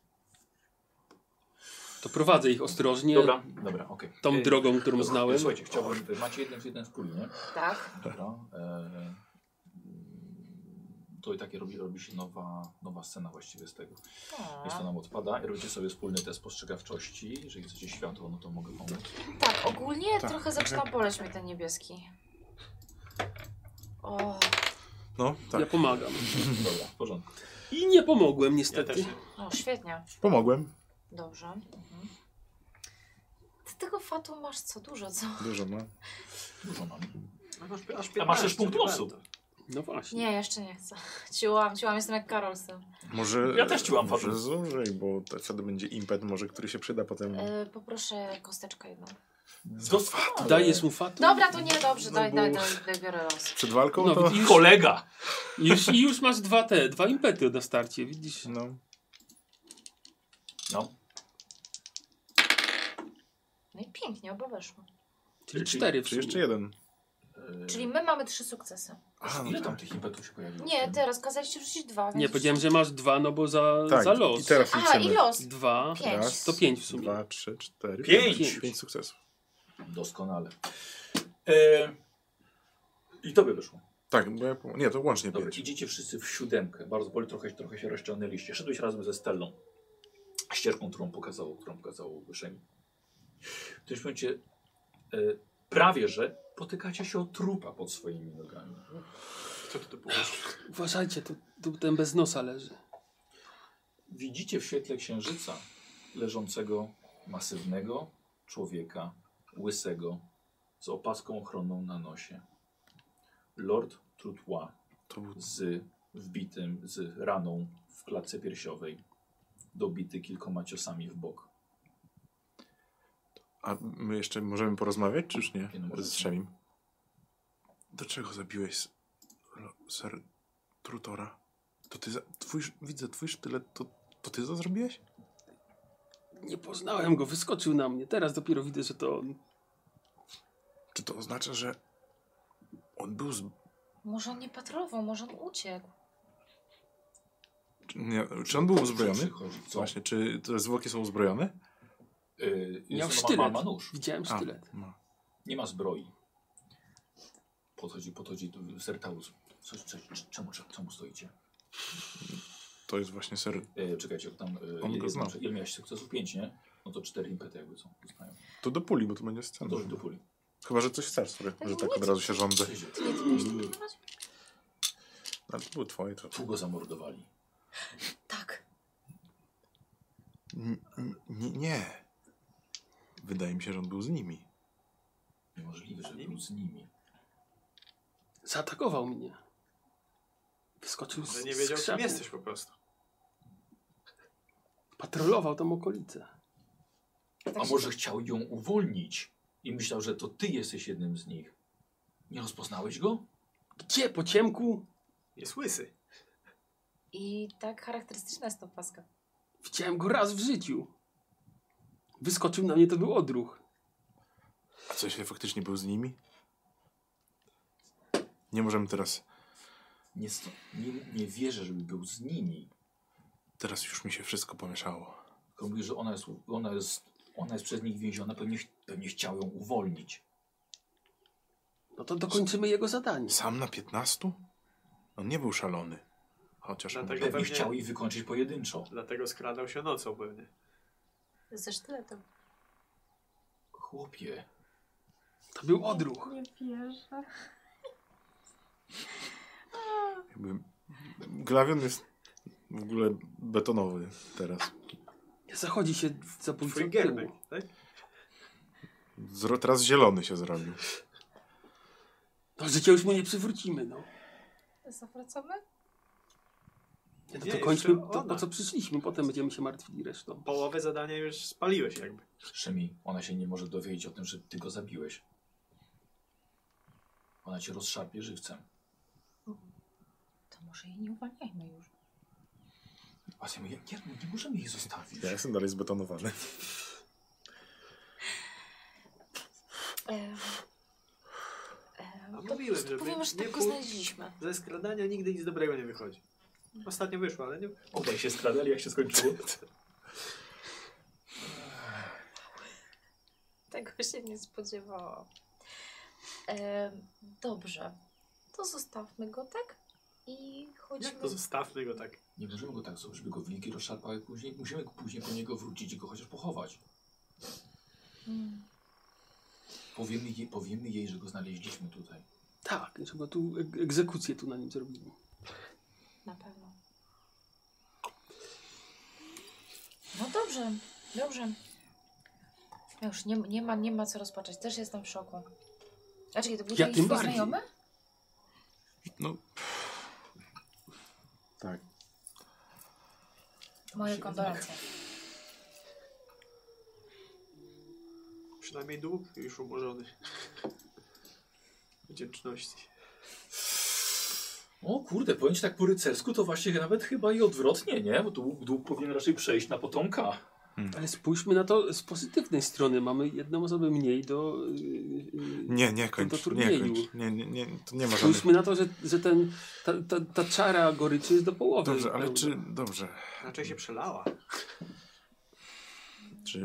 To prowadzę ich ostrożnie Dobra, okej. tą drogą, którą Dobra, znałem. Słuchajcie, chciałbym, macie jeden spój, nie? Tak. Dobra. To i takie robi się nowa scena właściwie z tego. Jeśli to nam odpada i robicie sobie wspólny test spostrzegawczości. Jeżeli chcecie światło, no to mogę pomóc. Tak, ogólnie Tak. trochę zaczyna boleć mnie ten niebieski. O, No, tak. Ja pomagam. Dobra, w porządku. I nie pomogłem Ja niestety. też. o świetnie. Pomogłem. Dobrze. Mhm. Ty tego fatu masz co? Dużo, co? Dużo, no. Dużo mam. Aż A masz też 15, punkt nie losu. warto. No właśnie. Nie, jeszcze nie chcę. Ciułam, jestem jak Karol z tym. Może, Ja też ciłam może fatum. zużyj, bo wtedy będzie impet, może który się przyda potem. Poproszę kosteczkę jedną. Doskonale. Dajesz mu fatu? Dobra, to nie, dobrze, No daj, bo- biorę los. Przed walką No, to... widzisz? Kolega! Już masz dwa impety na starcie, widzisz? No. No. No i pięknie, oba weszło. Czyli 4 w Czy sumie. jeszcze jeden? Czyli my mamy 3 sukcesy. A, no Ile tak. tam tych impetów się pojawiło? Nie, teraz kazaliście wrzucić 2. Nie, powiedziałem, że masz 2, no bo za Tak, los. i teraz Aha, liczymy. i los. 2, 5. Raz, to 5 w sumie. 2, 3, 4, 5. 5 sukcesów. Doskonale. I to by wyszło. Tak, bo ja, nie, to łącznie Dobra, 5. idziecie wszyscy w 7. Bardzo boli, trochę się rozciągnęliście. Szedłeś razem ze Stellą. Ścieżką, którą pokazało Wyszemi. W tym momencie prawie, że potykacie się o trupa pod swoimi nogami. Co ty tu było? Uważajcie, tu ten bez nosa leży. Widzicie w świetle księżyca leżącego masywnego człowieka, łysego, z opaską ochronną na nosie. Lord Trutois To był... z raną w klatce piersiowej, dobity kilkoma ciosami w bok. A my jeszcze możemy porozmawiać, czy już nie? Nie, no możemy. Z Szemim. Dlaczego zabiłeś Sir Trutora? To ty widzę twój sztylet, to ty to zrobiłeś? Nie poznałem go, wyskoczył na mnie. Teraz dopiero widzę, że to on. Czy to oznacza, że on był Może on nie patrował, może on uciekł. Czy on był uzbrojony? Przychodzi, co? Właśnie, czy te zwłoki są uzbrojone? Miał Ma sztylet. nóż. Widziałem sztylet. No. Nie ma zbroi. Podchodzi Sir Taurus. Czemu stoicie? To jest właśnie Sir... Czekajcie, tam On go znał. ile miałeś sukcesów? 5, nie? No to 4 impety jakby są. Zostają. To do puli, bo to będzie scena. To do puli. Chyba, że coś chcesz, że tak od razu się rządzę. Ty nie miałeś tak nagrywać? Ale to były twoje, to... Tu go zamordowali. Tak. Nie. Wydaje mi się, że on był z nimi. Niemożliwe, że był z nimi. Zaatakował mnie. Wyskoczył Ale z nie wiedział, kim krzaku. jesteś po prostu. Patrolował tą okolicę. A może chciał ją uwolnić i myślał, że to ty jesteś jednym z nich. Nie rozpoznałeś go? Gdzie? Po ciemku? Jest łysy. I tak charakterystyczna jest to paska. Widziałem go raz w życiu. Wyskoczył na mnie, to był odruch. A co jeśli faktycznie był z nimi? Nie możemy teraz... Nie wierzę, żeby był z nimi. Teraz już mi się wszystko pomieszało. Tylko mówi, że ona jest przez nich więziona, pewnie chciał ją uwolnić. No to dokończymy jego zadanie. Sam na 15? On nie był szalony. Chociaż Dlatego może... Pewnie pewnie- chciał jej wykończyć pojedynczo. Dlatego skradał się nocą pewnie. Ze sztyletem. Chłopie. To był odruch. Nie wierzę. Jakby... Glawion jest w ogóle betonowy teraz. Zachodzi się zabójca Twój od tyłu. gerbek, tak? Teraz zielony się zrobił. No życia już mu nie przywrócimy, no. Zawracamy? No Nie, to kończmy jeszcze to, ona. po co przyszliśmy. Potem będziemy się martwili resztą. Połowę zadania już spaliłeś jakby. Szemi, ona się nie może dowiedzieć o tym, że ty go zabiłeś. Ona cię rozszarpie żywcem. To może jej nie uwalniajmy już. Właśnie, nie możemy jej zostawić. Ja jestem dalej zbetonowany. A To mówiłem, żeby powiemy, że nie tak go pół- znaleźliśmy. Ze skradania nigdy nic dobrego nie wychodzi. Ostatnio wyszło, ale nie... Obaj się skradali, jak się skończyło. Tego się nie spodziewałam. Dobrze. To zostawmy go, tak? I chodźmy. Jak to zostawmy go tak? Nie możemy go tak zrobić, żeby go wilki rozszarpały później. Musimy później po niego wrócić i go chociaż pochować. Hmm. Powiemy jej, że go znaleźliśmy tutaj. Tak, że go tu egzekucję tu na nim zrobili. Na pewno. No dobrze, dobrze. Już nie ma co rozpaczać. Też jestem w szoku. Znaczy, to był Ja jakiś tym twój bardziej. znajomy? No... Tak. Moje kondolencje. Przynajmniej dług już umorzony. Wdzięczności. O kurde, powiem ci tak po rycersku, to właśnie nawet chyba i odwrotnie, nie? Bo dług powinien raczej przejść na potomka. Ale spójrzmy na to z pozytywnej strony. Mamy jedną osobę mniej do... Nie kończ. do Nie turnieju. kończ. Nie, to nie ma żadnych... Spójrzmy na to, że ta czara goryczy jest do połowy. Dobrze, ale pełna. czy... Dobrze. Raczej się przelała. Czy...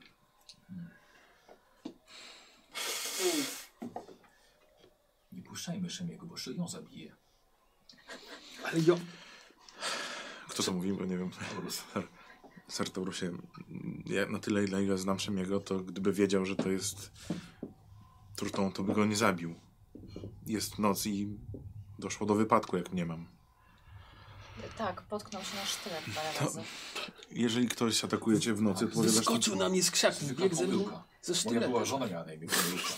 Nie puszczajmy Szemiego, bo jeszcze ją zabije. Ale Kto to mówi? Bo nie wiem. Ser Taurusie, ja na tyle, na ile znam Szemiego, to gdyby wiedział, że to jest trutą, to by go nie zabił. Jest noc i doszło do wypadku, jak mniemam. Tak, potknął się na sztylet parę razy. Jeżeli ktoś atakuje cię w nocy, to powiadasz... Wyskoczył na mnie z krzaków, Zwykła biegł ze mną pomyłka. ze Moja sztyletem. była żona miała na imię pomyłka.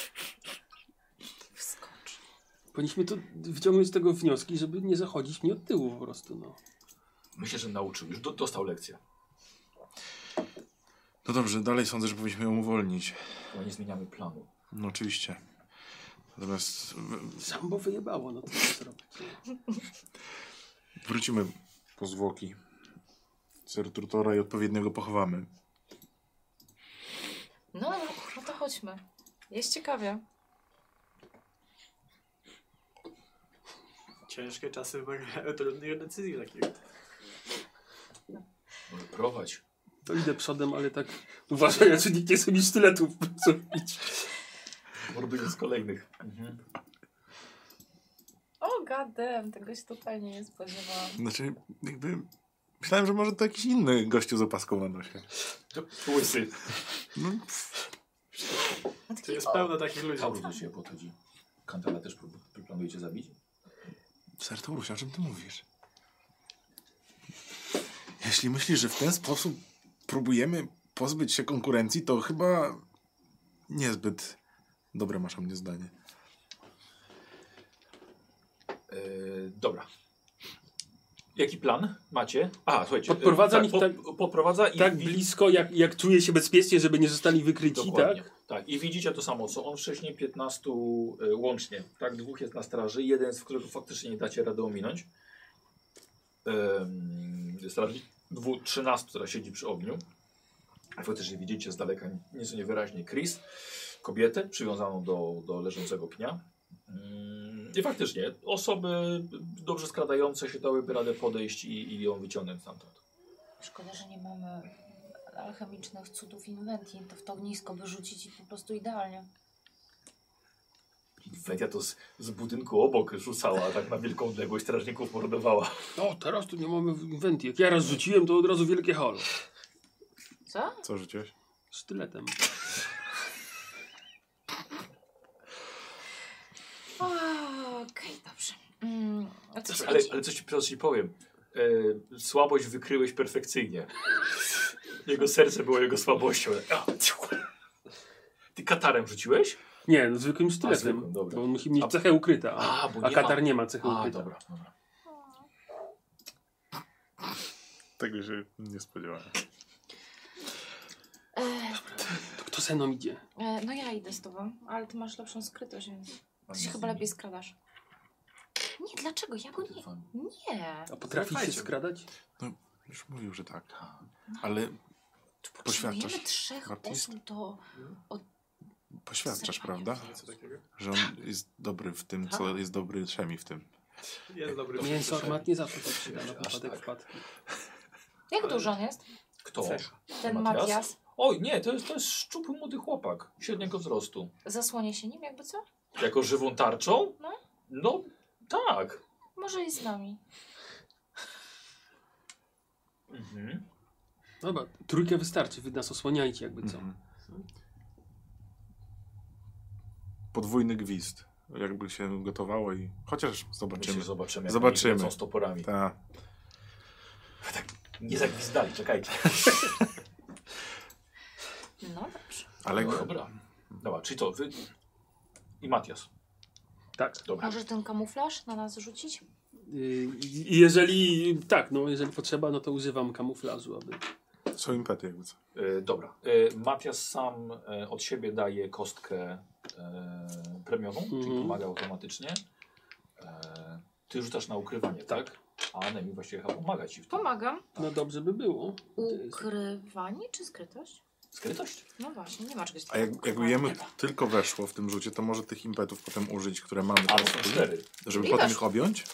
Wskocz. Powinniśmy to wyciągnąć z tego wnioski, żeby nie zachodzić mnie od tyłu po prostu, no. Myślę, że nauczył. Już dostał lekcję. No dobrze, dalej sądzę, że powinniśmy ją uwolnić. Chyba nie zmieniamy planu. No oczywiście. Natomiast Sambo wyjebało, no to co zrobić? wrócimy po zwłoki Ser Trutora i odpowiednio go pochowamy. No to chodźmy. Jest ciekawie. Ciężkie czasy wymagają trudnych decyzji takiego. Może prowadź. To idę przodem, ale tak uważaj, czy nikt nie chce mi sztyletów zrobić. Morduję z kolejnych. Mhm. O, goddamn, tego się totalnie nie spodziewałam. Znaczy, jakby... Myślałem, że może to jakiś inny gościu z opaską na nosie. Łysy. No, No To taki, jest pełno takich ludzi. Taurus do ciebie podchodzi. Kantala też planujecie zabić? Ser Taurus, o czym ty mówisz? Jeśli myślisz, że w ten sposób próbujemy pozbyć się konkurencji, to chyba niezbyt dobre masz o mnie zdanie. Dobra. Jaki plan macie? A, słuchajcie. Podprowadza ich podprowadza i tak blisko, jak czuje się bezpiecznie, żeby nie zostali wykryci, dokładnie. tak? Tak. I widzicie to samo, co on wcześniej 15 łącznie. Tak, 2 jest na straży, jeden z którego faktycznie nie dacie rady ominąć. Strażnik 13, która siedzi przy ogniu. A faktycznie widzicie z daleka nieco niewyraźnie Chris, kobietę przywiązaną do leżącego pnia. I faktycznie osoby dobrze skradające się dałyby radę podejść i ją wyciągnąć stamtąd. Szkoda, że nie mamy alchemicznych cudów inwentii. To w to ognisko wyrzucić i po prostu idealnie. Inwentia to z budynku obok rzucała, a tak na wielką odległość strażników mordowała. No, teraz tu nie mamy inwentii. Jak ja raz rzuciłem, to od razu wielkie halo. Co? Co rzuciłeś? Sztyletem. Okej, dobrze. A co Ale coś ci powiem. Słabość wykryłeś perfekcyjnie. Jego serce było jego słabością. Ty katarem rzuciłeś? Nie, no zwykłym sztyletem. zwykłym, dobra. Bo on musi mieć cechę ukryta. Bo A katar nie ma cechy A, ukryta. dobra. Tego się nie spodziewałem. To kto ze mną idzie? No ja idę z tobą, ale ty masz lepszą skrytość, więc ty się chyba lepiej skradasz. Nie, dlaczego? Ja go nie... Nie. A potrafi się Zaufajcie. skradać? No, już mówił, że tak. Ale Potrzebujemy poświadczasz, 3 Baptist? osób do... poświadczasz, Zerwania. prawda? Co takiego? Że on jest dobry w tym, co jest dobry Szemi w tym. Jest dobry Mięso armat nie zawsze się przyda na Aż wypadek tak. wpadki. Jak duży on jest? Kto? Cecha. Ten Matias? Matias. Oj, nie, to jest szczupły młody chłopak. Średniego wzrostu. Zasłonię się nim, jakby co? Jako żywą tarczą? No. No, tak. Może i z nami. Mhm. Dobra, trójkę wystarczy, wy nas osłaniajcie jakby co. Mhm. Podwójny gwizd. Jakby się gotowało i... Chociaż zobaczymy. Zobaczymy. Jak Zobaczymy. oni lecą z toporami. Ta. Nie zagwizdali, czekajcie. No dobrze. Ale Dobra. Dobra, czyli to wy i Matias. Tak. Dobra. Może ten kamuflaż na nas rzucić? Jeżeli tak, no jeżeli potrzeba, no to używam kamuflażu, aby. są impety jakby co. Dobra. Matias sam od siebie daje kostkę premiową, czyli pomaga automatycznie. Ty rzucasz na ukrywanie, tak? A Anemi właściwie chyba pomaga ci w tym. Pomagam. No dobrze by było. Ukrywanie czy skrytość? Skrytość? No właśnie, nie ma czegoś A takiego. jak ujemy tylko weszło w tym rzucie, to może tych impetów potem użyć, które mamy A, teraz, są 4. żeby I potem weszło. ich objąć?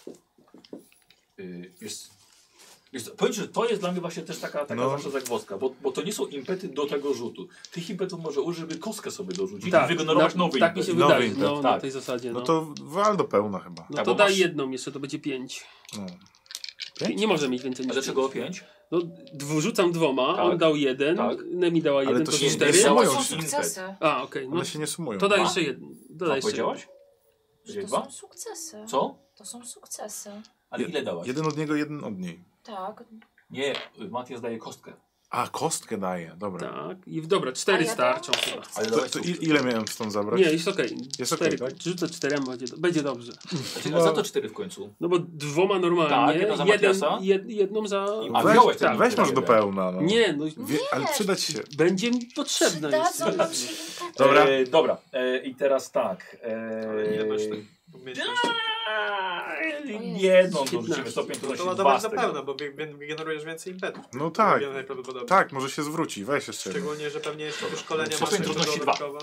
Powiem ci, że to jest dla mnie właśnie też taka No. zawsze zagwozdka, bo to nie są impety do tego rzutu. Tych impetów może użyć, żeby kostkę sobie dorzucić Tak, i wygenerować nowy tak impet. mi się Nowy wydaje, impet, no, na tak. tej zasadzie. No No, to wal do pełna chyba. no Tak, to bo daj masz- jedną jeszcze, to będzie 5. No. Nie może mieć więcej A niż dlaczego o 5. 5? No, rzucam 2, Tak. on dał 1, Tak. Nemi dała 1, to to się jest nie 4. sumują To są się. sukcesy. A, okej, no One się nie sumują. to daj A. jeszcze jeden. Co Dodaj jeszcze jeden. powiedziałaś? To Dwa? są sukcesy. Co? To są sukcesy. Ale ile dałaś? Jeden od niego, jeden od niej. Tak. Nie, Matias daje kostkę. A, kostkę daje, dobra. Tak, i dobra, 4 A ja starczą dałam chyba. sukces. Ale To, dałaś to sukces. ile miałem stąd zabrać? Nie, jest okej. Jest 4, okej, tak? rzucę 4, będzie dobrze. Znaczy, a za to 4 w końcu. No bo 2 normalnie, Tak, jedną za Matiasa. jedną za... A Weź, wziąłeś ten weź impet, może do tak? pełna. No. Nie, no Ale przydać się. będzie mi potrzebna jest. Przydadzą nam się impety. Dobra. Dobra. I teraz tak. Ile masz tych umiejętności? Jedną dorzucimy 15. stopień To trudności ładować 2 na pełno, bo generujesz więcej impetów. No tak, Najprawdopodobniej. tak, może się zwróci. Weź jeszcze. Szczególnie, że pewnie jeszcze do szkolenia masz Stopień jeszcze trudności dodatkowo.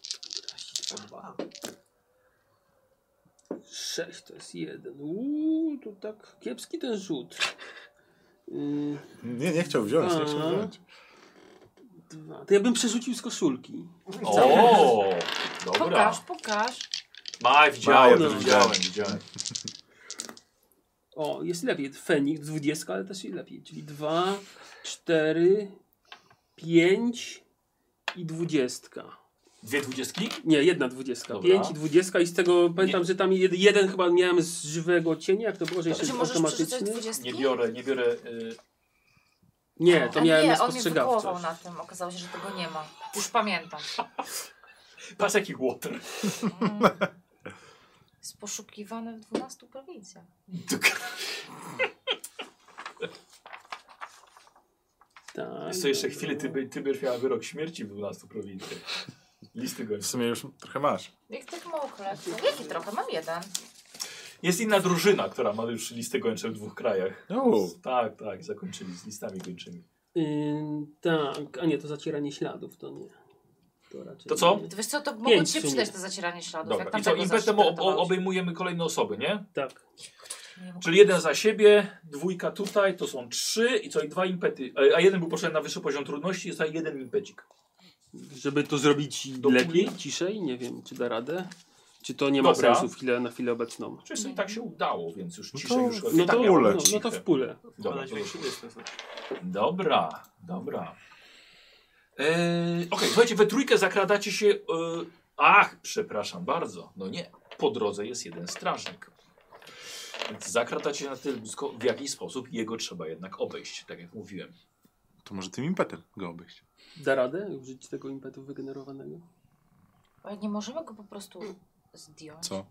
6 to jest 1. To tak kiepski ten rzut. Nie chciał wziąć, nie chciał A. wziąć. 2. To ja bym przerzucił z koszulki. O, dobra. Pokaż. Widziałem, Maja, widziałem. O, jest lepiej. Feniks 20, ale też i lepiej. Czyli 2, 4, 5 i 20. 2 dwudziestki? Nie, 1 20. Dobra. 5 i 20 i z tego pamiętam, że tam jeden chyba miałem z żywego cienia, jak to było, że jeszcze Czy jest możesz przeczytać automatyczny. 20? Nie biorę. Nie, to A miałem nie, na on mnie wywoływał spostrzegawczość. na tym. Okazało się, że tego nie ma. Już pamiętam. Patrz jaki water. Jest poszukiwany w 12 prowincjach. Tak. Jest to jeszcze chwilę, ty będziesz miała wyrok śmierci w 12 prowincjach. Listy W gończy. sumie już trochę masz. Jak tak mało kolekcji. Jaki trochę? Mam jeden. Jest inna drużyna, która ma już listy gończe w 2 krajach. O, Tak, zakończyli z listami gończymi. Tak, a nie, to zacieranie śladów, to nie. To raczej To co? nie. To wiesz co, to mogło 5 ci się w sumie. przydać to zacieranie śladów. Dobra, Jak i co, tamtego impetem zaśpirtowałeś. obejmujemy kolejne osoby, nie? Tak. Czyli 1 za siebie, 2 tutaj, to są 3 i co, i 2 impety. A jeden był potrzebny na wyższy poziom trudności, jest 1 impecik. Żeby to zrobić Do lepiej, puli? ciszej, nie wiem, czy da radę. Czy to nie ma Dobra. sensu na chwilę obecną. Oczywiście i tak się udało, więc już No ciszej to- już... No i tak to, miało pulę. być no to ciche. w pulę. Dobra, Ale dźwięk się nie słyszy. dobra. Okej, słuchajcie, we trójkę zakradacie się... ach, przepraszam bardzo. No nie, po drodze jest jeden strażnik. Więc zakradacie się na tyle blisko, w jakiś sposób jego trzeba jednak obejść, tak jak mówiłem. to może tym impetem go obejść. Da radę użyć tego impetu wygenerowanego? Ale nie możemy go po prostu zdjąć. Co?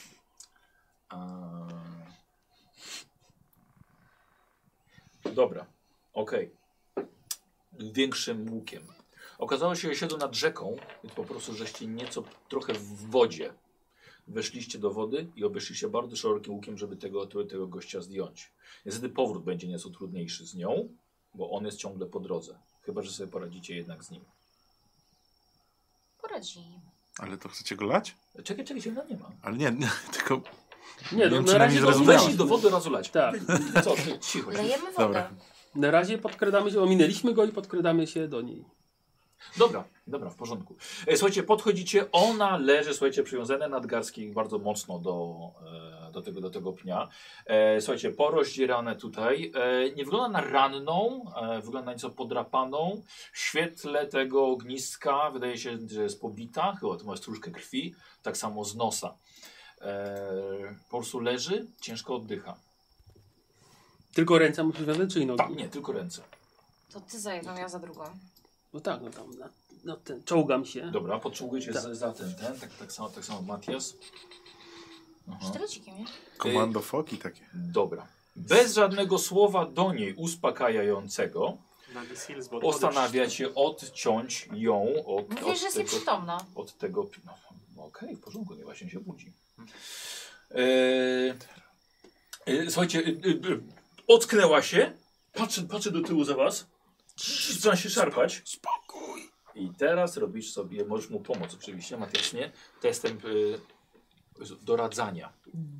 Dobra, okej. Większym łukiem. Okazało się, że siedzą nad rzeką, więc po prostu żeście nieco trochę w wodzie. Weszliście do wody i obeszliście bardzo szerokim łukiem, żeby tego gościa zdjąć. Niestety powrót będzie nieco trudniejszy z nią, bo on jest ciągle po drodze. Chyba że sobie poradzicie jednak z nim. Poradzimy. Ale to chcecie go lać? Czekaj, ciągle nie ma. Ale nie, tylko... Nie, wiem, no, czy na na razie mnie to zrozumiałeś. Weź do wody razu lać. Tak. Co, ty, cicho. Lejemy wodę. Dobra. Na razie podkradamy się, ominęliśmy go i podkradamy się do niej. Dobra, w porządku. Słuchajcie, podchodzicie, ona leży, słuchajcie, przywiązana nadgarstki bardzo mocno do tego pnia. Słuchajcie, porozdzierane tutaj. Nie wygląda na ranną, wygląda na nieco podrapaną. W świetle tego ogniska wydaje się, że jest pobita, chyba to ma stróżkę krwi, tak samo z nosa. Po prostu leży, ciężko oddycha. Tylko ręce mu przywiązane, czy i nogi? Tak, nie, tylko ręce. To ty za jedną, ja za drugą. No tak, no tam, no ten, czołgam się. Dobra, potrzebujecie Tak. za ten, tak samo Matias. Aha. Sztylecikiem, nie? Komando foki takie. Dobra. Bez żadnego słowa do niej uspokajającego Na The Seals, bo postanawiacie odciąć ją Mówisz, że jest nieprzytomna. od tego... No, okej, w porządku, nie właśnie się budzi. Słuchajcie, ocknęła się, patrzy do tyłu za was, zaczyna się szarpać. Spokój! I teraz robisz sobie, możesz mu pomóc oczywiście, Matias, nie? Testem doradzania.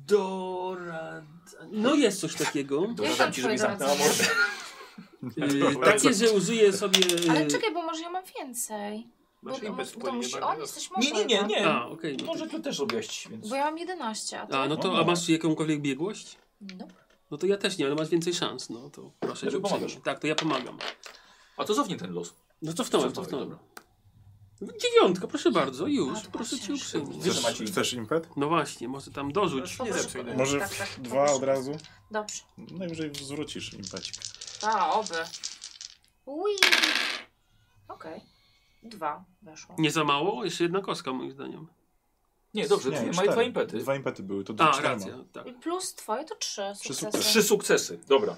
No jest coś takiego. Doradzam ci, żebyś twoje zamknęła doradzenie? mordę. Takie, że użyję sobie... Ale czekaj, bo może ja mam więcej. Bo, Masz impet bo to musi wpłynie, on, jesteś mocno. Nie. A, okej. No, Może to też robiłaś, więc... Bo ja mam 11, a ty? a, no to, a masz jakąkolwiek biegłość? No. No to ja też nie, ale masz więcej szans, no to proszę Ja cię pomagasz. uprzejmie. Tak, to ja pomagam. A to cofnij ten los. No cofnąłem. Dobra. 9, proszę bardzo, już, A, to proszę masz cię ciężko. uprzejmie. Wiesz, że macie Chcesz impet? No właśnie, może tam dorzuć. Nie zepsuj. Może Tak, 2 od razu? Dobrze. Najwyżej zwrócisz impecik. A, oby. Ui. Okej. 2 weszło. Nie za mało? Jeszcze jedna kostka moim zdaniem. Nie, dobrze, Nie, mają 2 impety. 2 impety były, to A, 4 racja, tak. I plus twoje to 3 Trzy sukcesy. sukcesy. 3 sukcesy, dobra.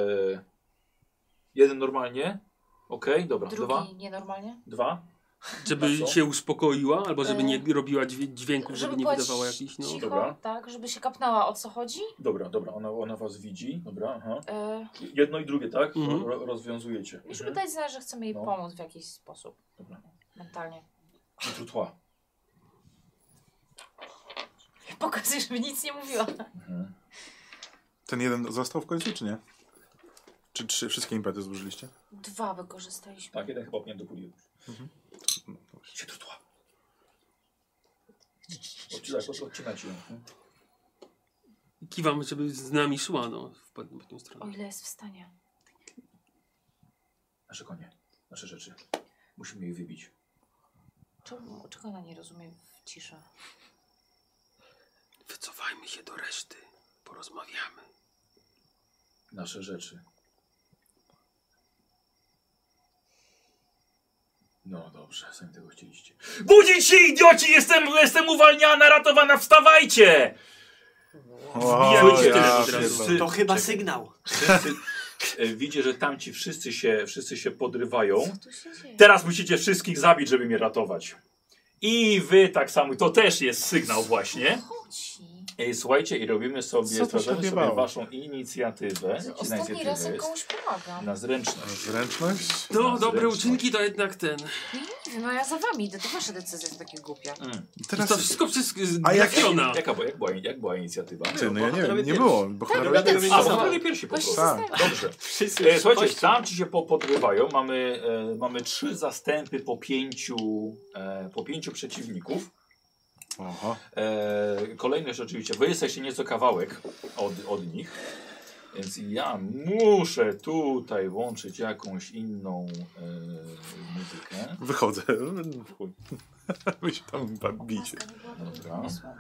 Jeden normalnie. Okej, dobra. Drugi nienormalnie. 2. Żeby Co? się uspokoiła, albo żeby nie robiła dźwięków, żeby nie była wydawała jakichś, no. cicho, Dobra. tak, żeby się kapnęła o co chodzi. Dobra, ona was widzi. Dobra, aha. E, Jedno i drugie, tak? Mhm. Rozwiązujecie. I żeby dać znać, że chcemy jej No. pomóc w jakiś sposób. Dobra. Mentalnie. Trutła. Pokazuj, żeby nic nie mówiła. Mhm. Ten jeden został w końcu, czy nie? Czy 3 wszystkie impety zużyliście? 2 wykorzystaliśmy. Tak, jeden chyba powinien do puli już. No, to właśnie. Się trutła. Odcinacie ją. Kiwam, żeby z nami szła, no, w tę O stronę. ile jest w stanie. Nasze konie, nasze rzeczy. Musimy je wybić. Czego ona nie rozumie w ciszy? Wycofajmy się do reszty, porozmawiamy. Nasze rzeczy. No dobrze, sami tego chcieliście. Budzić się, idioci! Jestem uwalniana, ratowana, wstawajcie! Wbijajcie ja tyle od razu. pierdolę. To chyba sygnał. Widzicie, że tamci wszyscy się podrywają. Co tu się dzieje? Teraz musicie wszystkich zabić, żeby mnie ratować. I wy tak samo, to też jest sygnał właśnie. Chodzi. Słuchajcie, i robimy sobie, Co to się sprawdzamy sobie odjebało? waszą inicjatywę. Ostatni raz jak komuś pomagam. Na zręczność. Zręczność? No, dobre zręczność. uczynki to jednak ten. Nie wiem, no ja za wami idę, to wasze decyzje są takie głupie. Teraz... To wszystko A jak- trafiona. Jak była inicjatywa? Ty, no ja nie Bohaterowie wiem, nie pierwsi. było. Bohaterowie Tak, pierwsi. A, Co? bohaterowie pierwsi po Właśnie prostu. Tak. zastanawiam. Dobrze. Wszyscy Słuchajcie, kości. tam ci się podrywają. Mamy 3 zastępy po 5 przeciwników. Oho. Kolejność oczywiście, wy jesteście nieco kawałek od nich. Więc ja muszę tutaj włączyć jakąś inną muzykę. Wychodzę. Wy się tam bicie. Maska nie była Dobra. pomysłem.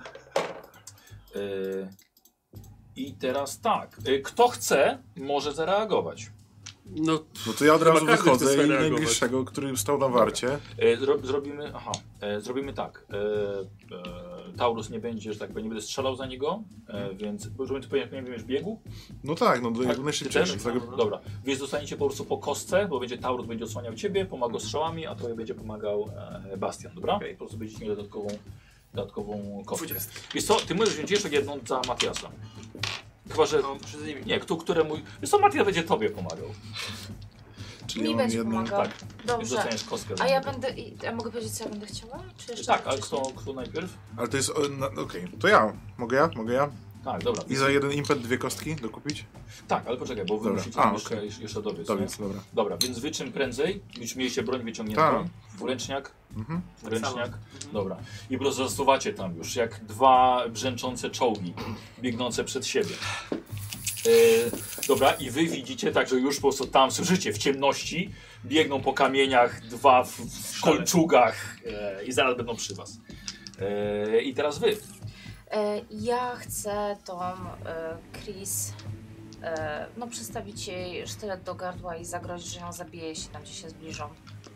I teraz tak. Kto chce, może zareagować. No, No to ja od Chyba razu każdy wychodzę chce i reagować. najbliższego, który stał na warcie. Zrobimy tak. Taurus nie będzie, że tak powiem, nie będę strzelał za niego, więc będziesz biegł. No tak, no jak Ty najszybciej. też? Dobra, więc dostaniecie po prostu po kostce, bo Taurus będzie osłaniał ciebie, pomaga strzałami, a tobie będzie pomagał Bastian, dobra? Okej. Po prostu będziecie mieli dodatkową kostkę. Wiesz co, ty możesz wziąć jeszcze jedną za Matiasa. Chyba, że... No, przez nimi. Nie, któremu... Wiesz co, Matias będzie tobie pomagał. Czyli Mi ja mam będzie jedną... pomagał. Tak, więc Dobrze. dostaniesz kostkę. A ja będę... Ja mogę powiedzieć, co ja będę chciała? Czy jeszcze Tak, a wcześniej? kto najpierw? Ale to jest... Okej, to ja. Mogę ja? Tak, dobra. I za jeden impet 2 kostki dokupić? Tak, ale poczekaj, bo wy Dobra. musicie A, jeszcze, okej. jeszcze dobiec. To nie? więc, dobra. Dobra, więc wy czym prędzej, już mieliście broń wyciągniętą, Tak. ręczniak, Mhm. ręczniak, dobra. I po prostu zasuwacie tam już, jak 2 brzęczące czołgi, biegnące przed siebie. Dobra, i wy widzicie tak, że już po prostu tam słyszycie w ciemności, biegną po kamieniach 2 w kolczugach i zaraz będą przy was. I teraz wy. Ja chcę tą Chris no przystawić jej sztylet do gardła i zagrozić, że ją zabije, jeśli tam gdzie się zbliżą.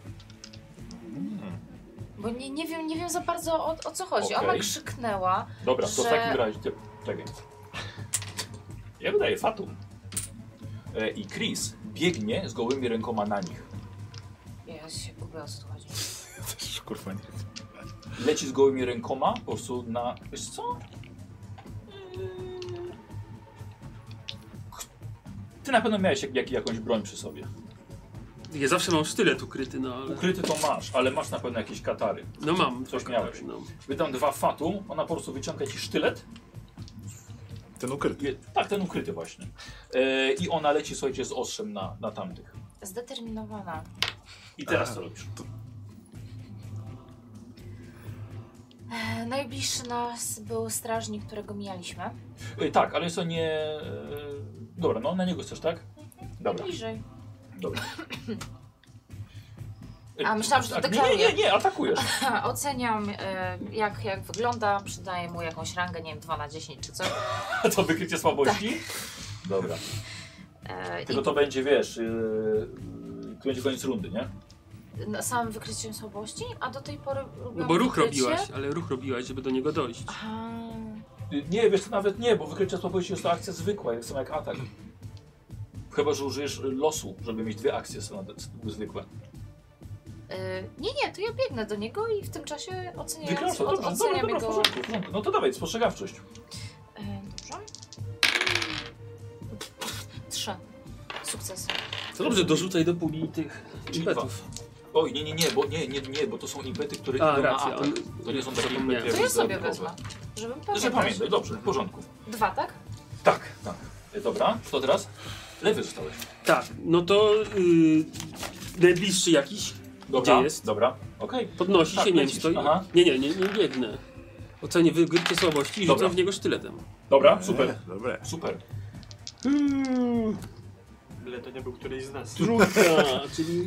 Bo nie wiem za bardzo o co chodzi. Ona Okej. krzyknęła, Dobra, to w że- takim razie... Czekaj. Ja wydaję Fatum. I Chris biegnie z gołymi rękoma na nich. ja się gubię, o co tu chodzi. Też kurwa nie. Leci z gołymi rękoma, po prostu na... Wiesz co? Ty na pewno miałeś jakąś broń przy sobie. ja zawsze mam sztylet ukryty, no ale... Ukryty to masz, ale masz na pewno jakieś katary. No mam. Coś tak, miałeś. No. Wydam 2 Fatum, ona po prostu wyciąga ci sztylet. Ten ukryty. Tak, ten ukryty właśnie. I ona leci, słuchajcie, z ostrzem na tamtych. Zdeterminowana. I teraz co robisz? Najbliższy nas był strażnik, którego mijaliśmy. Tak, ale jest to nie... Dobra, no na niego chcesz, tak? Dobra, Bliżej. dobra. A, myślałam, że to Tak, deklaruje. nie, atakujesz. Oceniam jak wygląda, przydaję mu jakąś rangę, nie wiem, 2 na 10 czy coś. To wykrycie słabości? Dobra. Tylko to będzie, wiesz, to będzie koniec rundy, nie? Na samym wykryciem słabości, a do tej pory robiłam No bo ruch wykrycie. robiłaś, ale ruch robiłaś, żeby do niego dojść. Aha. Nie, wiesz, to nawet nie, bo wykrycie słabości jest to akcja zwykła, jak samo jak atak. Chyba, że użyjesz losu, żeby mieć 2 akcje zwykłe. Nie, to ja biegnę do niego i w tym czasie oceniam, Wykrycie, dobrze, oceniam dobra, w jego... porządku. No to dawaj, spostrzegawczość. Dobrze. 3 sukcesy. To dobrze, dorzucaj do puli tych Czyli impetów. Oj, nie, bo to są impety, które A, idą racja, na atak. To nie są takie zapomniałem. impety To ja sobie dodatkowe. wezmę. Żebym Że pamiętać. pamiętaj, dobrze, w porządku. 2, tak? Tak. Dobra, kto teraz? Lewy zostałeś. Tak, no to najbliższy jakiś Dobra, Gdzie jest? Dobra, okej. podnosi Tak, się, nie wiem, lecisz. stoi. Aha. Nie biegnę. Ocenię wykrycie słabości i Dobra. rzucam w niego sztyletem. Dobra, super, Dobre. super. Byle to nie był któryś z nas. Trójka, czyli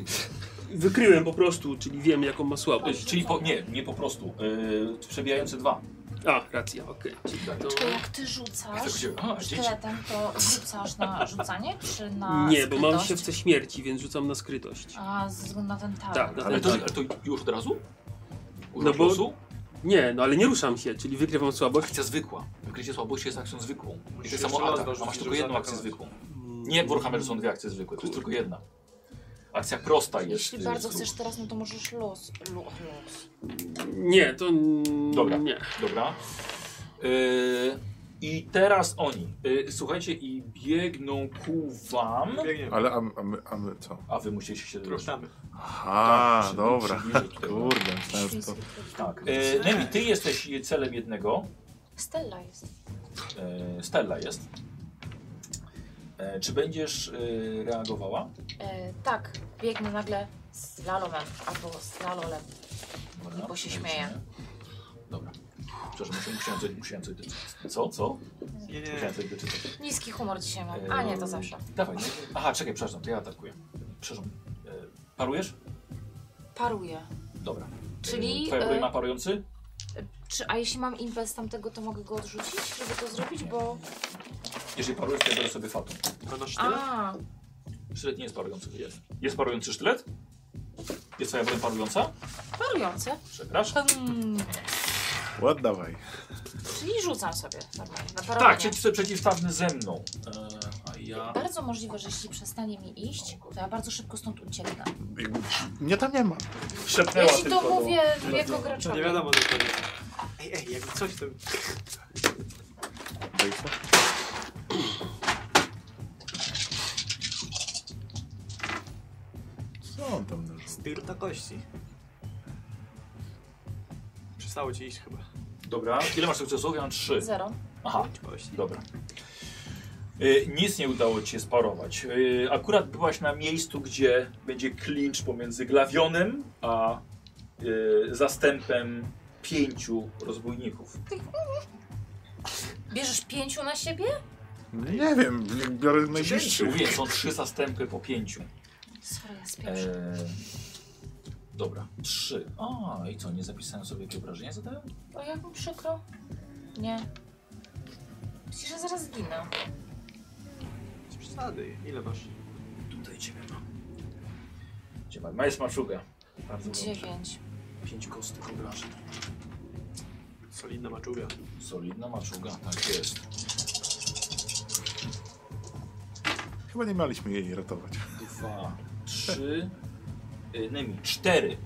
wykryłem po prostu, czyli wiem jaką ma słabość. Czyli nie po prostu. Przebijający 2. A, racja, okej. Czyli to... To jak ty rzucasz dzieci. sztyletem, to rzucasz na rzucanie, czy na Nie, bo mam skrytość? siewce śmierci, więc rzucam na skrytość. A, ze względu na ten talent. Tak, na Ale ten to już od razu? No bo- Losu? Nie, no ale nie ruszam się, czyli wykrywam słabość. Akcja zwykła. Wykrycie słabości jest akcją zwykłą. Musisz Jest samo jeszcze atak, raz a masz tylko dorzucić, jedną żeby akcję zaatakować. zwykłą. Nie jak w Warhammerze są dwie akcje zwykłe, to jest tylko jedna. Akcja prosta jest. Jeśli bardzo chcesz teraz, no to możesz los. Nie, to... Dobra. Nie. Dobra. I teraz oni. Słuchajcie, i biegną ku wam. Biegniemy. Ale a my co? A wy musicie się Ruszamy. Aha, Tak, dobra. przybliżyć tutaj. Kurde, myślałem, że to... Tak. Nemi, ty jesteś celem jednego. Stella jest. Stella jest. Czy będziesz reagowała? Tak, biegnę nagle slalomem albo slalolem. Dobra, Bo się śmieje. Dobra. Przepraszam, musiałem coś doczytać. Co? Nie. Musiałem coś doczytać. Niski humor dzisiaj mam. A nie, to zawsze. Dawaj. Aha, czekaj, przepraszam, to ja atakuję. Przepraszam. Parujesz? Paruję. Dobra. Czyli, Twoja broń ma parujący? A jeśli mam impet z tamtego, to mogę go odrzucić, żeby to zrobić, bo... Jeżeli parujesz, to ja biorę sobie fatum. A na sztylet? A, Sztylet nie jest parujący. Jest parujący sztylet? Jest twoja broń parująca? parujące. Przepraszam. Ładdawaj. Czyli rzucam sobie normalnie na Tak, parowanie. czyli przeciwstawny ze mną. A ja... Bardzo możliwe, że jeśli przestanie mi iść, to ja bardzo szybko stąd ucieknę. Mnie tam nie ma. Szepnęła Ja ci tylko to do- mówię jako To graczowi. nie wiadomo, co to jest. Ej, jakby coś to... Daj co? Co on tam narzucił? Styrta kości. Przestało ci iść chyba. Dobra, ile masz sukcesów? Ja mam 3. 0. Aha, Kości. dobra. Nic nie udało ci się sparować. Akurat byłaś na miejscu, gdzie będzie klincz pomiędzy Glawionem a zastępem 5 rozbójników. Bierzesz 5 na siebie? Nie wiem, biorę najbliższy. Mówię, są 3 zastępy po 5. Sorry, ja spieprzę. Dobra, 3. A, i co, nie zapisałem sobie, jakie obrażenia zadają? O, jak mi przykro. Nie. Przecież ja zaraz zginę. Z przesady. Ile masz? Tutaj ciebie mam. Gdzie ma? Majs Maczuga. Bardzo dobrze. 9. 5 kostek obrażeń. Solidna maczuga. Solidna maczuga, tak jest. Chyba nie mieliśmy jej ratować. 2, 3, Nemi, 4.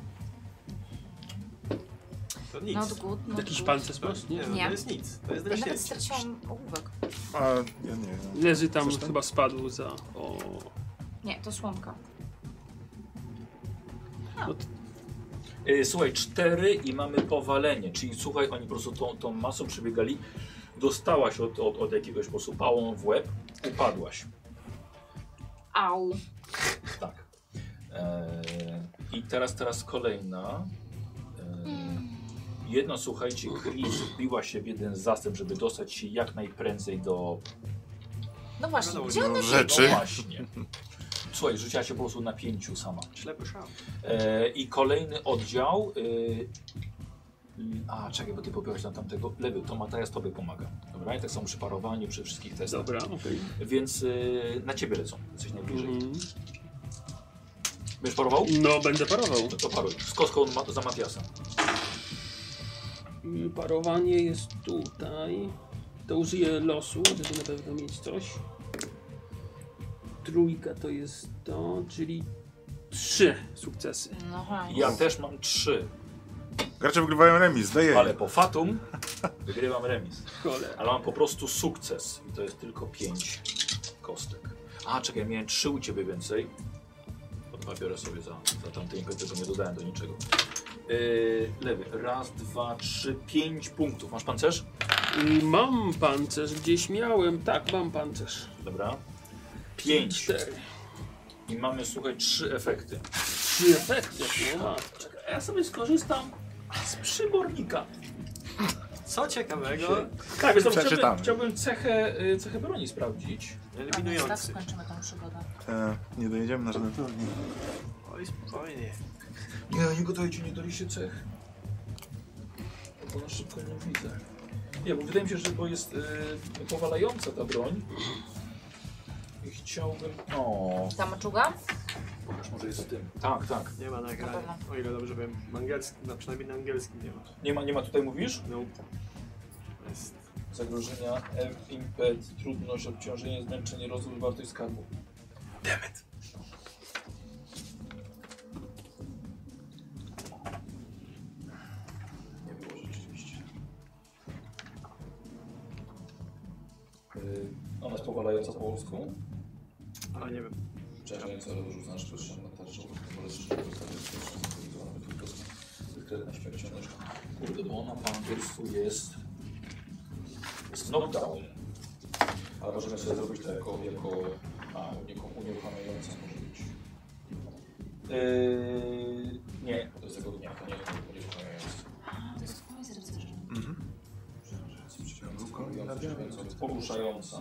To nic. Not good, not Jakiś good. pancerz masz? Nie. Nie, Nie. to jest nic. To jest Ja nawet dresięcie. straciłam ołówek. A, ja nie. Leży tam, Coś tam? chyba spadł za... O. Nie, to słomka. No to, Słuchaj, 4 i mamy powalenie, czyli słuchaj, oni po prostu tą masą przebiegali. Dostałaś od jakiegoś po prostu pałą w łeb, upadłaś. Au. Tak. I teraz kolejna. Jedno, słuchajcie, Chris wbiła się w jeden zastęp, żeby dostać się jak najprędzej do... No właśnie, No, gdzie one rzeczy. No właśnie. Słuchaj, rzuciła się po prostu na 5 sama. Ślepy szał. I kolejny oddział. Czekaj, bo ty pobiłeś tam tamtego. Lewy, to Matajas tobie pomaga. Dobra, i tak samo przy parowaniu, przy wszystkich testach. dobra, okej. Więc na ciebie lecą, jesteś najbliżej. Mhm. Będziesz parował? No, będę parował. No to paruj. Z kostką za Matiasem. Parowanie jest tutaj. To użyję losu, żeby na pewno mieć coś. Trójka to jest to, czyli 3 sukcesy. No fajnie. Ja też mam 3, Gracze wygrywają remis, daję. ale po fatum wygrywam remis. Cholera. Ale mam po prostu sukces i to jest tylko 5 kostek. Czekaj, miałem 3 u ciebie więcej. To 2 biorę sobie za tamte impety, to nie dodałem do niczego. Lewy, 1, 2, 3, 5 punktów. Masz pancerz? Mam pancerz, gdzieś miałem. Tak, mam pancerz. Dobra. 5. 4. I mamy, słuchaj, 3 efekty. 3 efekty. No, matko. Ja sobie skorzystam z przybornika. Co ciekawego? Tak, więc Przeczytamy. chciałbym cechę broni sprawdzić. Tak Eliminujący. skończymy tą przygodę. Nie dojedziemy na żaden turniej. Oj, spokojnie. Nie gotujcie, nie daliście cech. Bo na szybko nie widzę. Nie, bo wydaje mi się, że to jest powalająca ta broń. I chciałbym... O, Ta maczuga? może jest za tym. Tak, tak. Nie ma nagrania, o ile dobrze wiem. Angielski, no przynajmniej na angielskim nie ma. Nie ma tutaj, mówisz? No. Jest... Zagrożenia, impet, trudność, obciążenie, zmęczenie, rozwój, wartość skarbu. Dammit. Nie było rzeczywiście. Ona jest powalająca po polsku. A nie wiem. Przerażająca rozrzucana sztuczna na tarczą, dyskretna śmiertelność. Kurde, bo ona po angielsku jest knockdown. Ale możemy sobie zrobić to jako unieruchamiające może być. Nie, to jest tego dnia, to nie jest unieruchamiające. To jest komisja rycerzy. Poruszająca.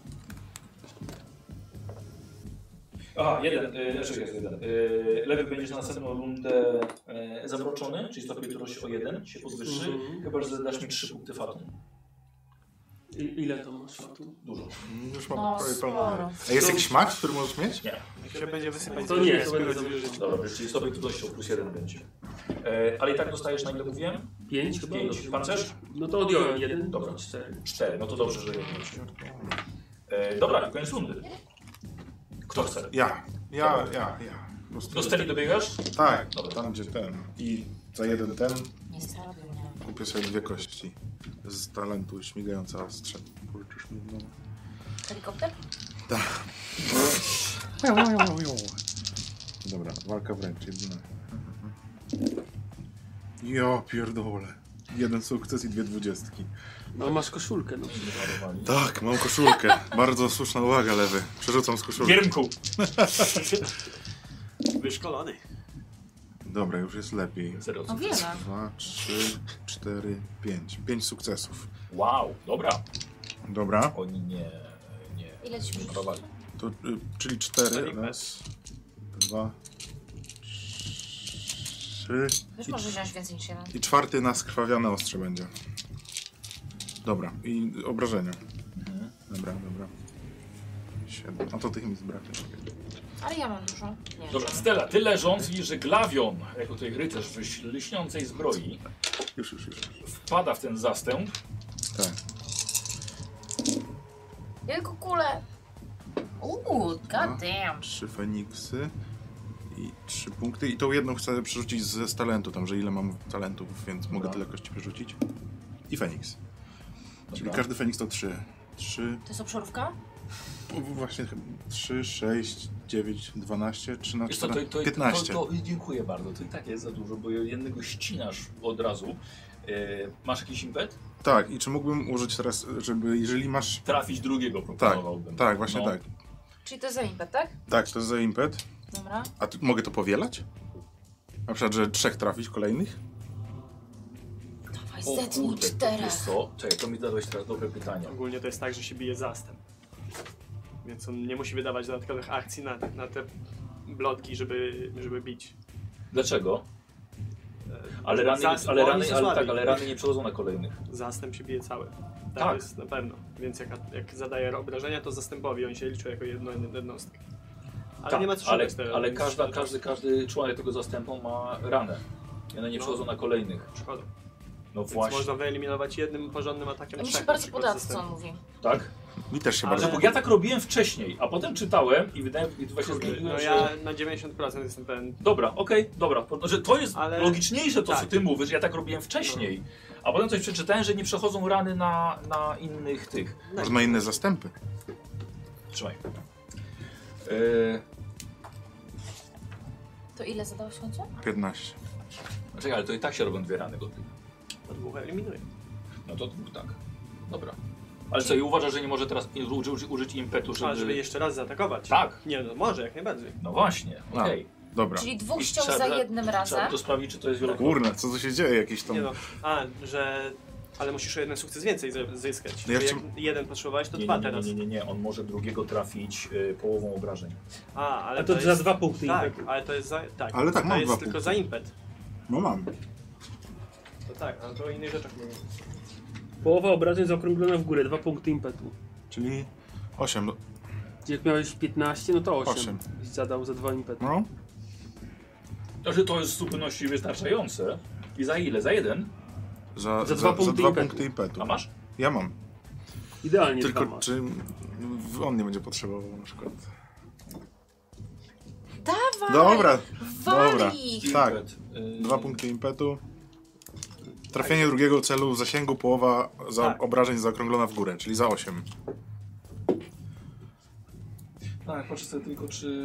Aha, znaczy jest jeden. Lewy będziesz na następną rundę zamroczony, czyli stopień trudności o 1 się podwyższy, chyba że zadasz mi 3 punkty fatum. Ile to masz fatu? Dużo. Już mam No, prawie sporo. pełno. A jest jakiś max, który możesz mieć? Nie. Jak się będzie wysypać... To nie, to będę zawyżyć. Dobra, czyli stopień trudności o plus 1 będzie. Ale i tak dostajesz na ile mówiłem? 5 chyba? 5. Pancerz? No to odjąłem 1, Dobra. 4. 4. No to dobrze, że 1 dobra, koniec rundy. Kto chce? Ja. Po prostu- Do sceny dobiegasz? Tak, Dobra. tam gdzie ten. I za jeden ten Nie starobił mnie. kupię sobie 2 kości z talentu śmigająca ostrze. Kurczę, no. Helikopter? Dobra, walka wręcz, jedyna. Ja pierdolę. 1 sukces i 2 dwudziestki. No masz koszulkę, no. Tak, mam koszulkę. Bardzo słuszna uwaga, lewy. Przerzucam z koszulki. Giermku! Wyszkolony. Dobra, już jest lepiej. 0 No wiele. 2, 3, 4, 5. 5 sukcesów. Wow, dobra. Dobra, Oni nie Ile ci prowadzili. to, czyli 4. Raz, 2, 3 Wiesz, może wziąć więcej niż jeden. i 4 na skrwawiane ostrze będzie. Dobra, i obrażenia. Dobra. 7. No to tych mi zbraknie. Ale ja mam dużo. Nie. Dobra, Stella, ty leżąc widzisz, że Glawion, jako tutaj rycerz w lśniącej zbroi, Już. wpada w ten zastęp. Tak. Tylko kulę. God damn. 3 Feniksy i 3 punkty. I tą jedną chcę przerzucić z talentu, tam, że ile mam talentów, więc mogę tyle kości przerzucić. I Feniks. Czyli każdy Feniks to 3. 3, To jest obszarówka? właśnie 3, 6, 9, 12, 13, Wiesz co, 15. To dziękuję bardzo, to i tak jest za dużo, bo jednego ścinasz od razu. Masz jakiś impet? Tak, i czy mógłbym użyć teraz, żeby jeżeli masz... Trafić drugiego proponowałbym. Tak, właśnie No. tak. Czyli to jest za impet, tak? Tak, to jest za impet. Dobra. A mogę to powielać? Na przykład, że 3 trafić kolejnych? Dawaj, O zetnij kurde, 4. wiesz co? Czekaj, to mi zadałeś teraz dobre pytanie. Ogólnie to jest tak, że się bije zastęp. Więc on nie musi wydawać dodatkowych akcji na te blotki, żeby bić. Dlaczego? E, Ale rany, zastęp- ale oni rany, są ale, słabi. tak, ale rany nie przechodzą na kolejnych. Zastęp się bije cały. Tak, Tak. jest na pewno. Więc jak zadaje obrażenia, to zastępowi on się liczy jako jednostkę. Ale Tak, nie ma co ale, szukać teraz, ale więc każdy członek tego zastępu ma ranę. I one nie No. przechodzą na kolejnych. przychodzą. No Więc właśnie. można wyeliminować jednym porządnym atakiem Oni się trzech bardzo na przykład podacy, co zastępów. on mówi. Tak? Mi też się Ale- bardzo... Bo ja tak robiłem wcześniej, a potem czytałem i wydaje mi się, właśnie zmieniłem, No że... ja na 90% jestem pewien. Dobra, okej, dobra. Że to jest Ale- logiczniejsze to, co tak. ty mówisz, że ja tak robiłem wcześniej. A potem coś przeczytałem, że nie przechodzą rany na innych tych. Może ma inne zastępy. Trzymaj. To ile zadałeś w końcu? 15. Czekaj, ale to i tak się robią 2 rany do tych. To dwóch eliminuje. No to tak. Dobra. Ale co, i uważasz, że nie może teraz użyć impetu, A, żeby jeszcze raz zaatakować? Tak. Nie, no może, jak najbardziej. No właśnie, A. okej. Dobra. Czyli 2 I ściął trzeba- za jednym Trzeba razem. to sprawdzić, czy to jest wielokrotnie. Kurna, co tu się dzieje? Jakieś tam... Nie no. A, że... Ale musisz o jeden sukces więcej zyskać. No ja Czyli chcę- jak jeden potrzebowałeś, to Nie, dwa nie, teraz. nie, on może drugiego trafić połową obrażeń. Ale A to za 2 punkty Tak, impetu. ale to jest za... Tak, Ale tak, to mam jest 2 tylko punkty. za impet. No mam. No tak, ale to o innych rzeczach mówię. Połowa obrażeń zaokrąglona w górę, 2 punkty impetu. Czyli 8. Jak miałeś 15, no to 8. 8. Zadał za 2 impetu. No. Znaczy to jest w zupełności wystarczające. I za ile? Za jeden? Za Za 2 punkty za 2 impetu. punkty impetu. A masz? Ja mam. Idealnie Tylko dwa masz. czy on nie będzie potrzebował na przykład. Dawaj! Dobra, Wali dobra. ich! Tak. Impet. 2 punkty impetu. Trafienie drugiego celu w zasięgu, połowa Tak. obrażeń zaokrąglona w górę, czyli za 8. Tak, patrzę sobie tylko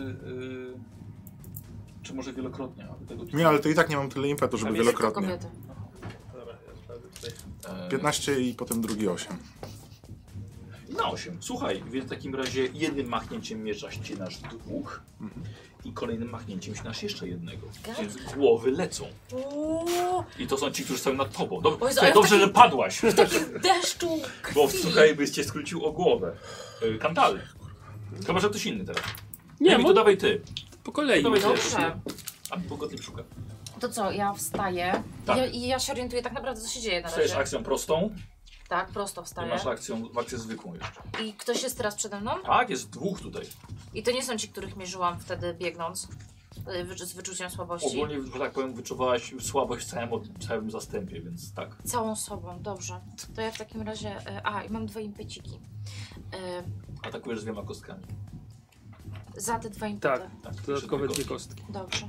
czy może wielokrotnie, aby tego Nie, ale to i tak nie mam tyle impetu, żeby Tam jest wielokrotnie. Kobiety. Dobra, ja sprawdzę tutaj. 15 i potem drugi 8. Na 8. Słuchaj, więc w takim razie jednym machnięciem miecza ścinasz 2 i kolejnym machnięciem ścinasz jeszcze jednego. Więc głowy lecą. Uuu, I to są ci, którzy stoją nad tobą. Dobrze, Jezu, słuchaj, ale w dobrze takim- że padłaś. w takim deszczu Bo krwi. słuchaj, byś cię skrócił o głowę. Kantal. Chyba, że ktoś inny teraz. Nie, to dawaj ty. po kolei. Dawaj ty. Dobrze. A Bogo ty szuka. To co, ja wstaję Tak. i ja się orientuję tak naprawdę, co się dzieje na Stajesz razie. akcją prostą Tak, prosto i wstaję. masz akcję zwykłą jeszcze. I ktoś jest teraz przede mną? Tak, jest 2 tutaj. I to nie są ci, których mierzyłam wtedy biegnąc. Z wyczuciem słabości. Ogólnie, że tak powiem, wyczuwałaś słabość w całym zastępie, więc tak. Całą sobą, dobrze. To ja w takim razie... i mam 2 impeciki. Atakujesz 2 kostkami. Za te 2 impety. Tak, Tak, dodatkowe jeszcze 2 kostki. Dobrze.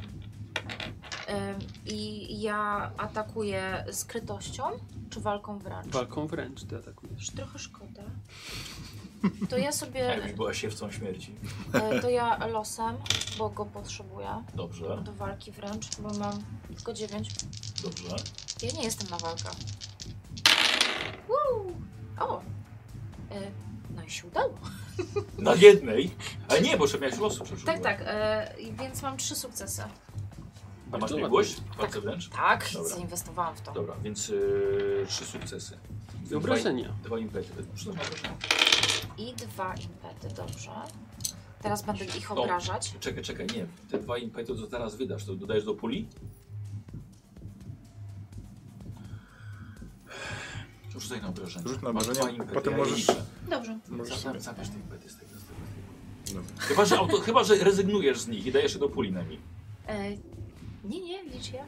I ja atakuję skrytością, czy walką wręcz? Walką wręcz ty atakujesz. Już trochę szkoda. To ja sobie... Jakbyś była siewcą śmierci. To ja losem, bo go potrzebuję Dobrze, do walki wręcz, bo mam tylko 9. dobrze. Ja nie jestem na walkę. Woo! O! No i się udało. Na jednej, ale nie, bo jeszcze miałeś losu przecież. Tak. Więc mam 3 sukcesy. A masz Bardzo biegłość? Walkę wręcz? Tak, Dobra. zainwestowałam w to. Dobra, więc 3 sukcesy. I obrażenia. 2 impety. Przyznam obrażenia. I 2 impety, dobrze. Teraz będę ich No. obrażać. Czekaj, nie. Te 2 impety, co teraz wydasz, to dodajesz do puli? Rzucaj na obrażenia. Rzuć na Masz obrażenia, 2 impety, potem ja możesz- liczę. Dobrze. Zabierz te impety z tego. Dobra. Chyba, że rezygnujesz z nich i dajesz je do puli najmniej. Nie, licz ja.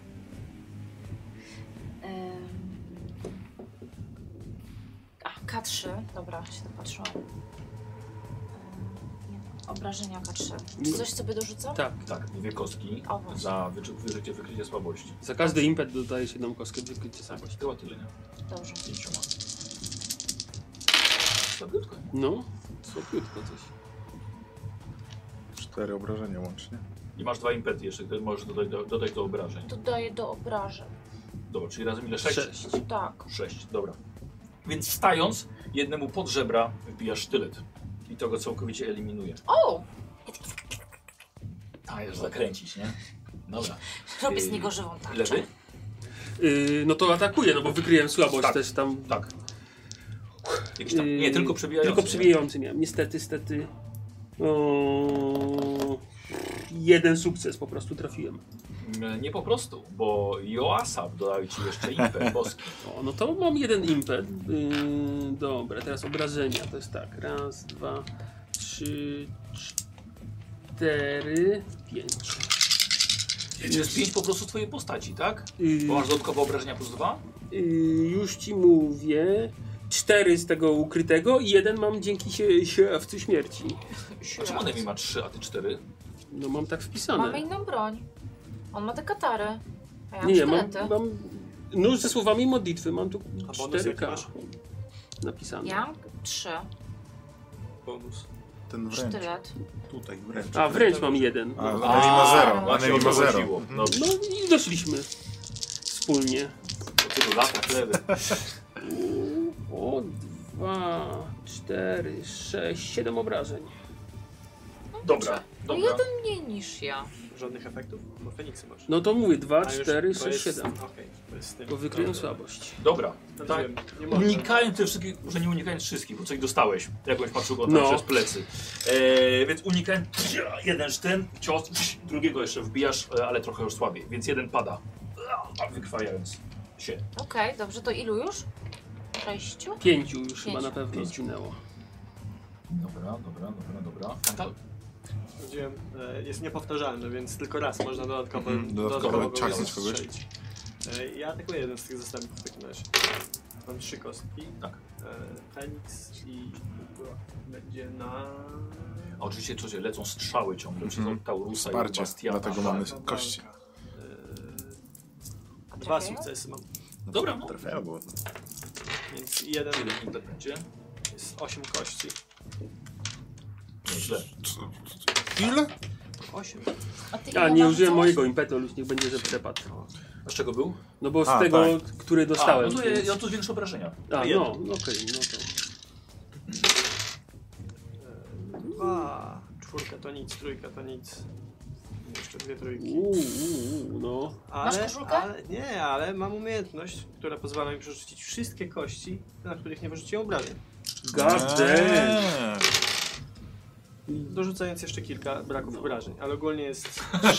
K3. Dobra, się dopatrzyłam. Obrażenia K3. Czy coś sobie dorzucam? Tak. Tak, 2 kostki O, właśnie. za wykrycie słabości. Za każdy impet dodajesz 1 kostkę w wykrycie Tak, słabości. chyba tyle, nie? Dobrze. 5. Słabiutko. No, słabiutko coś. 4 obrażenia łącznie. I masz 2 impety jeszcze, które możesz dodać do obrażeń. Dodaję do obrażeń. Dobra, czyli razem ile? 6? 6. Tak. 6, dobra. Więc wstając, jednemu pod żebra wbijasz sztylet. I to go całkowicie eliminuje. O! Dajesz zakręcić, nie? Dobra. Robię z niego żywą tarczę. Lewy? No to atakuję, no bo wykryłem słabość Tak. też tam. Tak. Jakiś tam, nie, tylko przebijający. Tylko przebijający miałem. Niestety. O, 1 sukces po prostu trafiłem. Nie po prostu, bo Joasap dodał ci jeszcze impet boski. O, no to mam 1 impet. Dobra, teraz obrażenia. To jest tak. 1, 2, 3, 4, 5. To jest 5 po prostu twojej postaci, tak? Bo masz dodatkowe obrażenia plus 2? Już ci mówię. 4 z tego ukrytego i 1 mam dzięki siewcy śmierci. A czemu Nemi ma 3, a ty 4? No mam tak wpisane. Mamy inną broń. On ma te katary. A ja mam Nie, sztylety. mam nóż ze słowami modlitwy. Mam tu A bonus jaki 4K masz? napisane. Ja mam 3. Bonus. Ten wręcz. Sztylet. Tutaj wręcz. A, wręcz mam 1. A Nemi ma 0. A właśnie Nemi o ma to 0. chodziło. Dobrze. No i doszliśmy wspólnie. Po tylu latach lewy. O, 2, 4, 6, 7 obrażeń. Dobra, No dobra. jeden mniej niż ja. Żadnych efektów? Bo Feniksy masz. No to mówię 2, A już 4, to 6, jest- 7. Okej, to jest z tym. Bo wykryłem Dobra. słabość. Dobra. No Tak. wiem, nie można. Unikając tych wszystkich, może nie unikając wszystkich, bo coś dostałeś, jakąś paczugą No. przez plecy. Więc unikając jeden sztyn, cios, drugiego jeszcze wbijasz, ale trochę już słabiej, więc jeden pada, wykrwając. się. Okej, dobrze, to ilu już? 6? 5 już chyba 5. na pewno 5. zginęło. Dobra. Kantal. Powiedziałem, jest niepowtarzalny, więc tylko raz można dodatkowo Dodatkowo go ciachnąć kogoś. strzelić. Ja atakuję jeden z tych zastępów w takim razie. Mam 3 kostki. Tak. Feniks i będzie na... A oczywiście czucie, lecą strzały ciągle przez Taurusa i Wsparcie, Bastiana. dlatego mamy kości. 2 sukcesy mam. Dobra, no. Trafiało było. Więc jeden Ile impet będzie? jest 8 kości. Nieźle. Ile? 8. A ty A, ile nie masz użyłem coś? mojego impetu, już niech będzie, że przepadł. A z czego był? No bo z A, tego, tak. który dostałem. No to więc- ja tu zwiększę obrażenia. A, jeden. no okej, no to... 2. 4 to nic, 3 to nic. Jeszcze 2 trójki. No. Masz koszulkę? Ale mam umiejętność, która pozwala mi przerzucić wszystkie kości, na których nie wyrzuciłem obrażeń. God damn. Eee. Dorzucając jeszcze kilka braków No. obrażeń, ale ogólnie jest 3,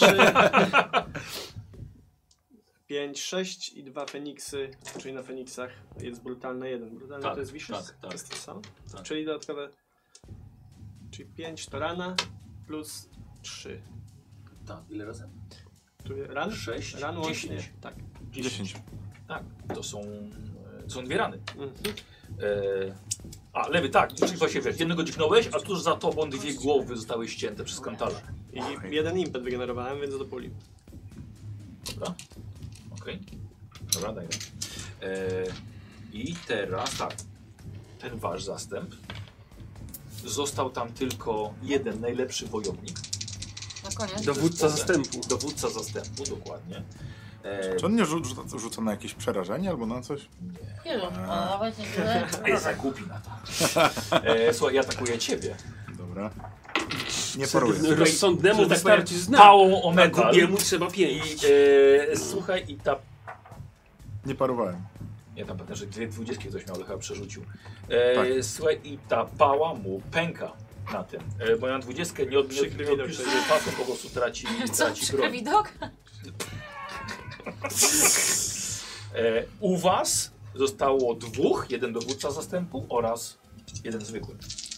5, 6 i 2 Feniksy, czyli na Feniksach jest brutalne 1. Brutalne Tak, to jest Vicious? tak. To jest to samo? Tak. Czyli dodatkowe, czyli 5 to rana plus 3. Tak, ile razy? Tu ran? 6, Ran łącznie. 10. Tak. 10. Tak, to są dwie rany. Mhm. A, lewy, tak, czyli właśnie wiesz, jednego dźgnąłeś, a tuż za tobą 2 głowy zostały ścięte przez Kantala. I jeden impet wygenerowałem, więc do puli. Dobra, okej. Dobra, daj. I teraz tak, ten wasz zastęp. Został tam tylko jeden najlepszy wojownik. Na koniec. Dowódca zastępu. Dowódca zastępu, dokładnie. Czy on nie rzuca na jakieś przerażenie albo na coś? Nie wiem, a nawet nie tyle. Jest za głupi na to. Słuchaj, ja atakuję ciebie. Dobra. Nie poruję. Rozsądnemu Że tak wystarczy powiem, znak. Pałą o A metal. głupiemu trzeba I 5. słuchaj, i ta... Nie parowałem. Nie, tam pamiętam, że 2 20 ktoś miał, ale chyba przerzucił. Tak. Słuchaj, i ta pała mu pęka na tym. Bo ja mam 20, nie odpiszę sobie pasem, po prostu traci Co, przykry broń. widok? U was zostało 2, jeden dowódca zastępu oraz jeden zwykły.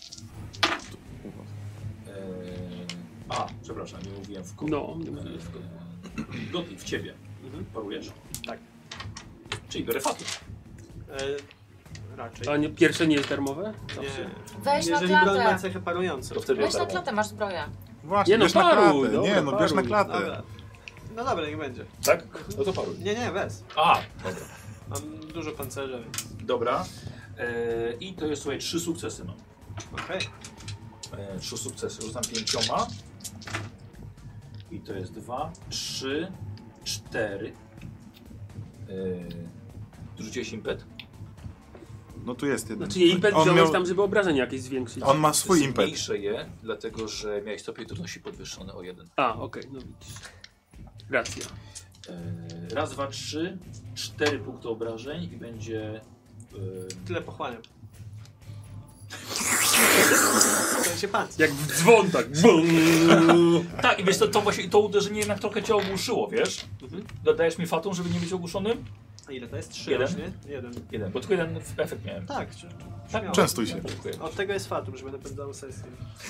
Przepraszam, nie mówiłem w kogo. No, nie mówiłem w kogo. Godli, w ciebie. Parujesz. Tak. Czyli biorę fatum. Raczej. A nie, pierwsze nie jest darmowe? Nie. Weź na Jeżeli broń ma klatę. cechę parującą. To wtedy Weź na darmo. klatę, masz zbroję. Właśnie, Nie no, bierz na paruj, klatę. dobra, Nie no, bierz na paruj. klatę. Dobra. No dobra, niech będzie. Tak? No to paruj. Nie, bez. A, dobra. Mam dużo pancerza, więc... Dobra. I to jest, słuchaj, 3 sukcesy mam. Okej. 3 sukcesy. Rzucam 5. I to jest 2, 3, 4. Rzuciłeś impet? No tu jest jeden. Znaczy jej impet On wziąłeś miał- tam, żeby obrażenia jakieś zwiększyć. On ma swój impet. Zmniejszę je, dlatego że miałeś stopień trudności podwyższony o 1. A, okej, no widzisz. Racja. Raz, 2, 3, 4 punkty obrażeń i będzie... Tyle pochłaniam. To się pancerz. Jak w dzwon tak. Bum. Tak, i wiesz, to właśnie to uderzenie jednak trochę cię ogłuszyło, wiesz? Dodajesz mi fatum, żeby nie być ogłuszonym? A ile to jest? 3 Jeden? rocznie? Jeden. Jeden, bo tylko jeden efekt miałem. Tak, Tak, śmiało. Częstuj się. Dziękuję. Od tego jest fatum, żeby napędzało sesję.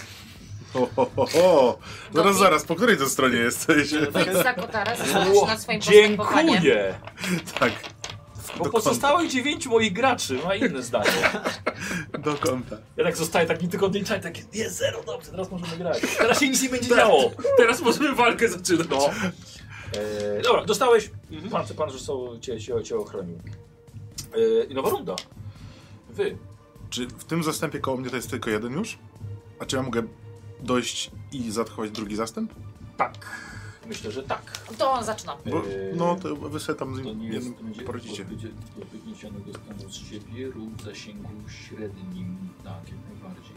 Zaraz, po której to stronie jesteś? Więc za kotara zaczynasz na swoim postępowaniem. Dziękuję! Tak, Bo do pozostałych 9 moich graczy ma inne zdanie. do kąta. Ja tak zostaję taki tylko odliczany, takie jest 0, dobrze, teraz możemy grać. Teraz się nic nie będzie działo. Teraz możemy walkę zaczynać. No. Dobra, dostałeś. Pan że cię ochronił. I nowa runda. Wy. Czy w tym zastępie koło mnie to jest tylko jeden już? A czy ja mogę dojść i zaatakować drugi zastęp? Tak. Myślę, że tak. To on zaczyna. Bo, no to wy sobie tam z To nie nim jest, jednym będzie porodzicie. do wygniesionego stanu z siebie lub zasięgu średnim. Tak, jak najbardziej.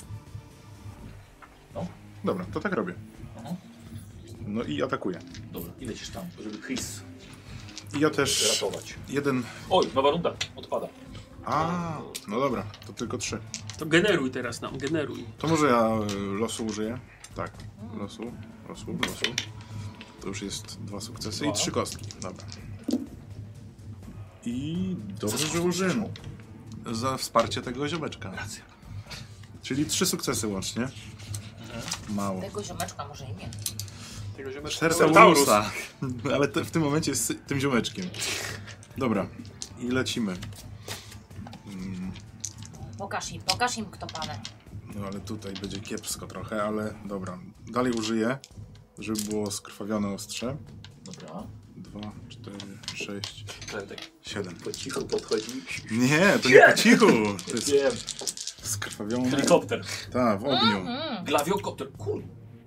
Dobra, to tak robię. Aha. No i atakuję. Dobra, i lecisz tam, żeby Chris I ja też ratować. jeden... Oj, nowa runda. Odpada. A, no dobra, to tylko 3. To generuj teraz nam, generuj. To może ja losu użyję? Tak, losu. To już jest 2 sukcesy i 3 kostki. Dobra. I dobrze, że użyłem za wsparcie tego ziomeczka. Racja. Czyli 3 sukcesy łącznie. Mało. Tego ziomeczka może imię. Tego ziomeczka. Cersaurusa. Ale w tym momencie jest tym ziomeczkiem. Dobra. I lecimy. Pokaż im kto panem. No ale tutaj będzie kiepsko trochę, ale dobra. Dalej użyję, żeby było skrwawione ostrze. Dobra. 2, 4, 6, Tak 7. po cichu podchodzi. Nie, to nie po cichu. To jest Wiem. skrwawione. Helikopter. Tak, w ogniu. Glawiokopter. Cool.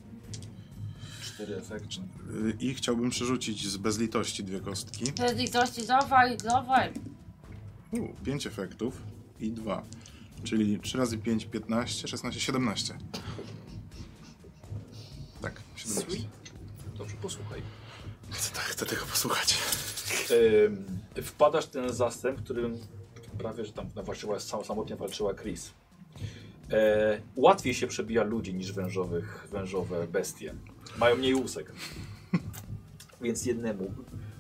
4 efekty. I chciałbym przerzucić z bezlitości 2 kostki. Litości, dawaj. 5 efektów i 2. Czyli 3 razy 5, 15, 16, 17. Tak, 17. Sweet. Dobrze, posłuchaj. Chcę tego posłuchać. Wpadasz w ten zastęp, w którym prawie, że tam walczyła, samotnie walczyła Chris. Łatwiej się przebija ludzi niż wężowe bestie. Mają mniej łusek. Więc jednemu...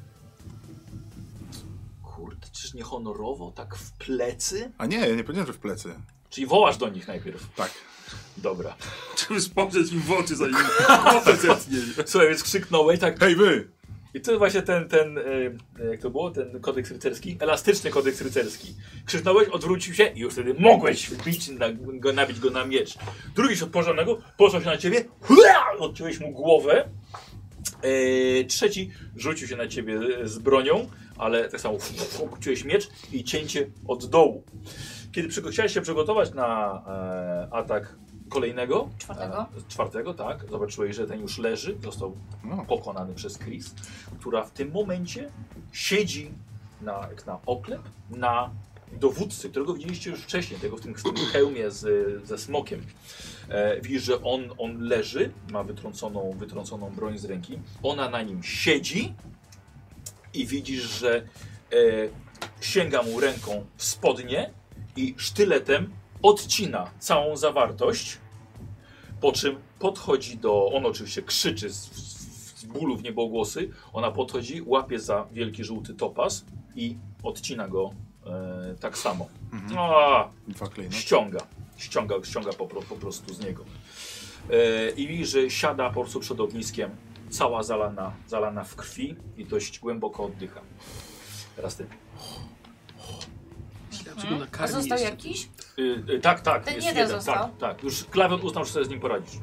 Kurde, czyż nie honorowo? Tak w plecy? A nie, ja nie powiedziałem, że w plecy. Czyli wołasz do nich najpierw. Tak. Dobra. Żeby spojrzeć im w oczy, zanim mocno zetnieli. Słuchaj, więc krzyknąłeś tak... Hej wy! I to jest właśnie jak to było? Ten kodeks rycerski? Elastyczny kodeks rycerski. Krzyknąłeś, odwrócił się i już wtedy mogłeś nabić go na miecz. Drugi się od porządnego poszedł się na ciebie, odciąłeś mu głowę. Trzeci rzucił się na ciebie z bronią, ale tak samo obróciłeś miecz i cięcie od dołu. Kiedy chciałeś się przygotować na atak kolejnego, czwartego, tak, zobaczyłeś, że ten już leży, został pokonany przez Chris, która w tym momencie siedzi jak na oklep na dowódcy, którego widzieliście już wcześniej, tego w tym hełmie ze smokiem. Widzisz, że on leży, ma wytrąconą broń z ręki, ona na nim siedzi i widzisz, że sięga mu ręką w spodnie i sztyletem odcina całą zawartość, po czym podchodzi on oczywiście krzyczy z bólu w niebogłosy, ona podchodzi, łapie za wielki żółty topaz i odcina go tak samo. Dwa klejnoty. Ściąga po prostu z niego. I widzi, że siada po prostu przed ogniskiem, cała zalana w krwi i dość głęboko oddycha. Teraz ty. A został jakiś? Tak. Ten jest jeden jeden, został? tak. Już Klawion uznał, że sobie z nim poradzisz.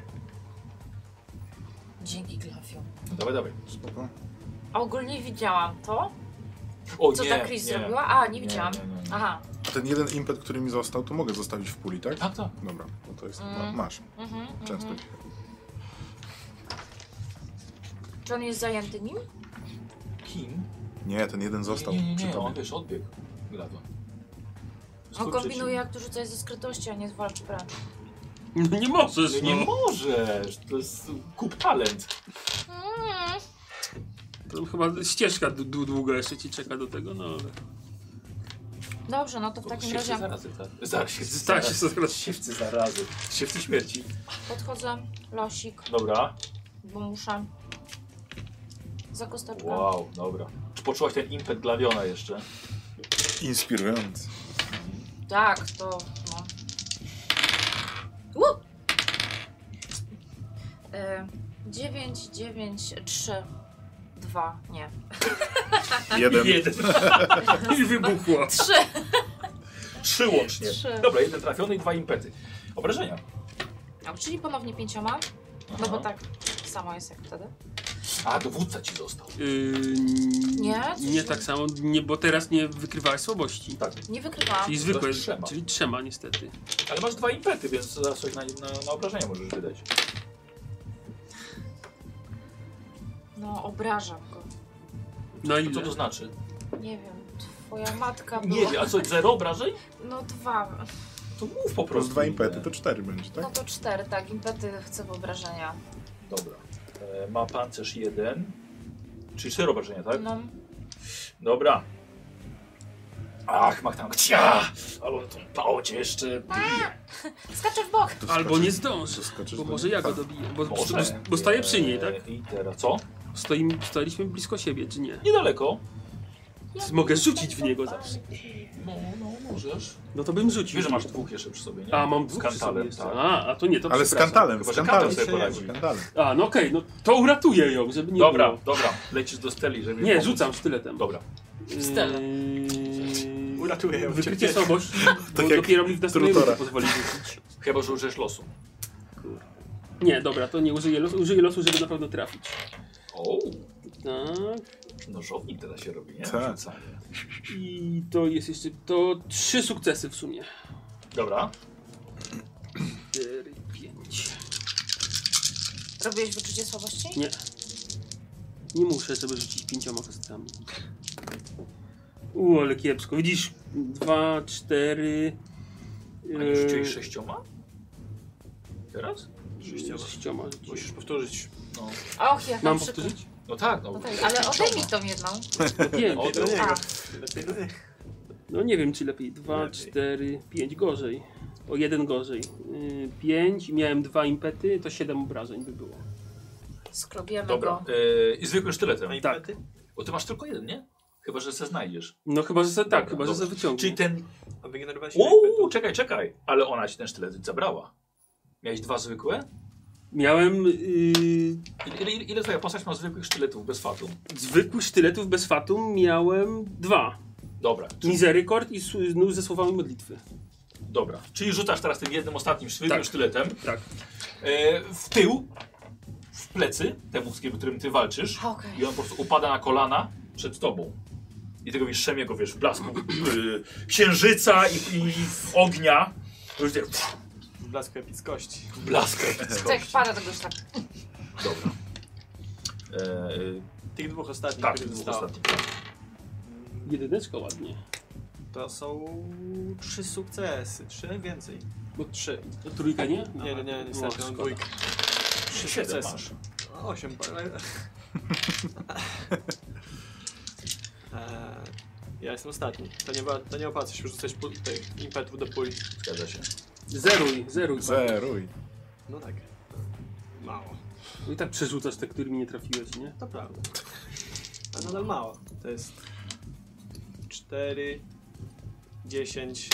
Dzięki Glafiu. Dawaj. Spoko. A ogólnie widziałam to, O, co nie, ta Chris nie. zrobiła? A, nie widziałam. Nie. Aha. A ten jeden impet, który mi został, to mogę zostawić w puli, tak? Tak. Dobra, no to jest... Masz. Często. Czy on jest zajęty nim? Kim? Nie, ten jeden został przy Nie, tobie. on wiesz, odbiegł. Glawion. On kombinuje jak to rzucać ze skrytości, a nie zwalczy wręcz. No nie możesz, Nie możesz, to jest kup talent. To chyba ścieżka długo jeszcze ci czeka do tego, no ale... Dobrze, no to w takim razie Zarazy, tak. Siewcy zarazy. Siewcy śmierci. podchodzę, losik, Dobra. bo muszę. Za kosteczkę. Wow, dobra. Czy poczułaś ten impet Glawiona jeszcze? Inspirujący. Tak, to no. 9, 3, 2, nie. Jeden. I wybuchła. 3. 3 łącznie. 3. Dobra, 1 trafiony i 2 impety. Obrażenia. Czyli ponownie 5. No bo tak samo jest jak wtedy. A, dowódca ci został. Nie? Nie tak samo, nie, bo teraz nie wykrywałeś słabości. Tak. Nie wykrywałam. Czyli zwykłe, trzema. czyli 3 niestety. Ale masz 2 impety, więc zaraz coś na obrażenia możesz wydać. No, obrażam go. No i Co to znaczy? Nie wiem, twoja matka była... Nie wiem, a co, 0 obrażeń? No 2. To mów po Plus prostu. 2 impety to 4 będzie, tak? No to 4, tak. Impety chcę w obrażenia. Dobra. Ma pancerz 1. Czyli 4 obrażenia, tak? No, Dobra. Ach, Magdalena, cia! Ale on tą pałcie jeszcze bije. skaczę w bok. albo nie zdąży, Doskoczysz bo do może niej? ja go dobiję, Może. bo staję przy niej, tak? I teraz co? Staliśmy blisko siebie, czy nie? Niedaleko. Mogę rzucić w niego zawsze. No, możesz. No to bym rzucił. Wiesz, że masz dwóch jeszcze przy sobie, nie? A, mam z dwóch przy sobie kantalem, jeszcze. tak. A to nie, to Ale z przepraszam. kantalem, Chyba, z że kantalem. kantal sobie poradzi. Z kantalem. A, no okej, no to uratuję ją, żeby nie Dobra, było. dobra. Lecisz do Steli, żeby Nie, pomóc. rzucam sztyletem. Dobra. Stele. Uratuję ją. Wykrycie słabości, bo jak dopiero mi w następnej Trutora. rundzie pozwoli rzucić. Chyba, że użyjesz losu. Nie, dobra, to nie użyję losu. Użyję losu, żeby na pewno trafić. O, Tak. nożownik teraz się robi, nie? Tak. Rzucanie. I to jest jeszcze... To 3 sukcesy w sumie. Dobra. 4, 5. Robiłeś wyczucie słabości? Nie. Nie muszę, żeby rzucić 5 kostkami. Ale kiepsko. Widzisz? 2, 4... A nie rzuciłeś 6? Teraz? 6 Musisz powtórzyć. No. Och, jak Mam na przykład. powtórzyć? No tak, no. No tak, ale odejmij tą jedną. 5. O, Do niego. A. Lepiej do niego. No nie wiem, czy lepiej. 2, Lepiej. 4, 5 gorzej. O 1 gorzej. 5, miałem 2 impety, to 7 obrażeń by było. Skrobiemy Dobra. go. I zwykłym sztyletem. A i Tak. pety? Bo ty masz tylko jeden, nie? Chyba, że se znajdziesz. No chyba, że se, tak, Dobra, chyba, że dobra. se wyciągnie. Czyli ten... A wygenerowałeś Uuu, czekaj. Ale ona ci ten sztylet zabrała. Miałeś 2 zwykłe? Miałem Ile twoja postać ma zwykłych sztyletów bez fatum? zwykłych sztyletów bez fatum, miałem 2. Dobra. Miserykord i nóż ze słowami modlitwy. Dobra. Czyli rzucasz teraz tym jednym ostatnim zwykłym Tak. sztyletem Tak. w tył, w plecy temu, z którym ty walczysz. Okej. I on po prostu upada na kolana przed tobą. I tego wiesz, Szemiego, wiesz, w blasku księżyca i ognia. Już tak W blasku epickości. w blasku. Tak, pada tego już tak. Dobra. Tych dwóch ostatnich, Tak, których dwóch zostało. ostatnich. Jedyneczka ładnie. To są 3 sukcesy. 3 więcej. Bo 3. to trójka nie? Nie, niestety, O, mam szkoda. dwójkę. 3 sukcesy. masz. 8. Ja jestem ostatni. To nie opłaca się rzucać tych impetów do puli. Zgadza się. Zeruj. Zeruj. No tak. Mało. No i tak przerzucasz te, którymi nie trafiłeś, nie? To prawda. A nadal mało. To jest 4, 10.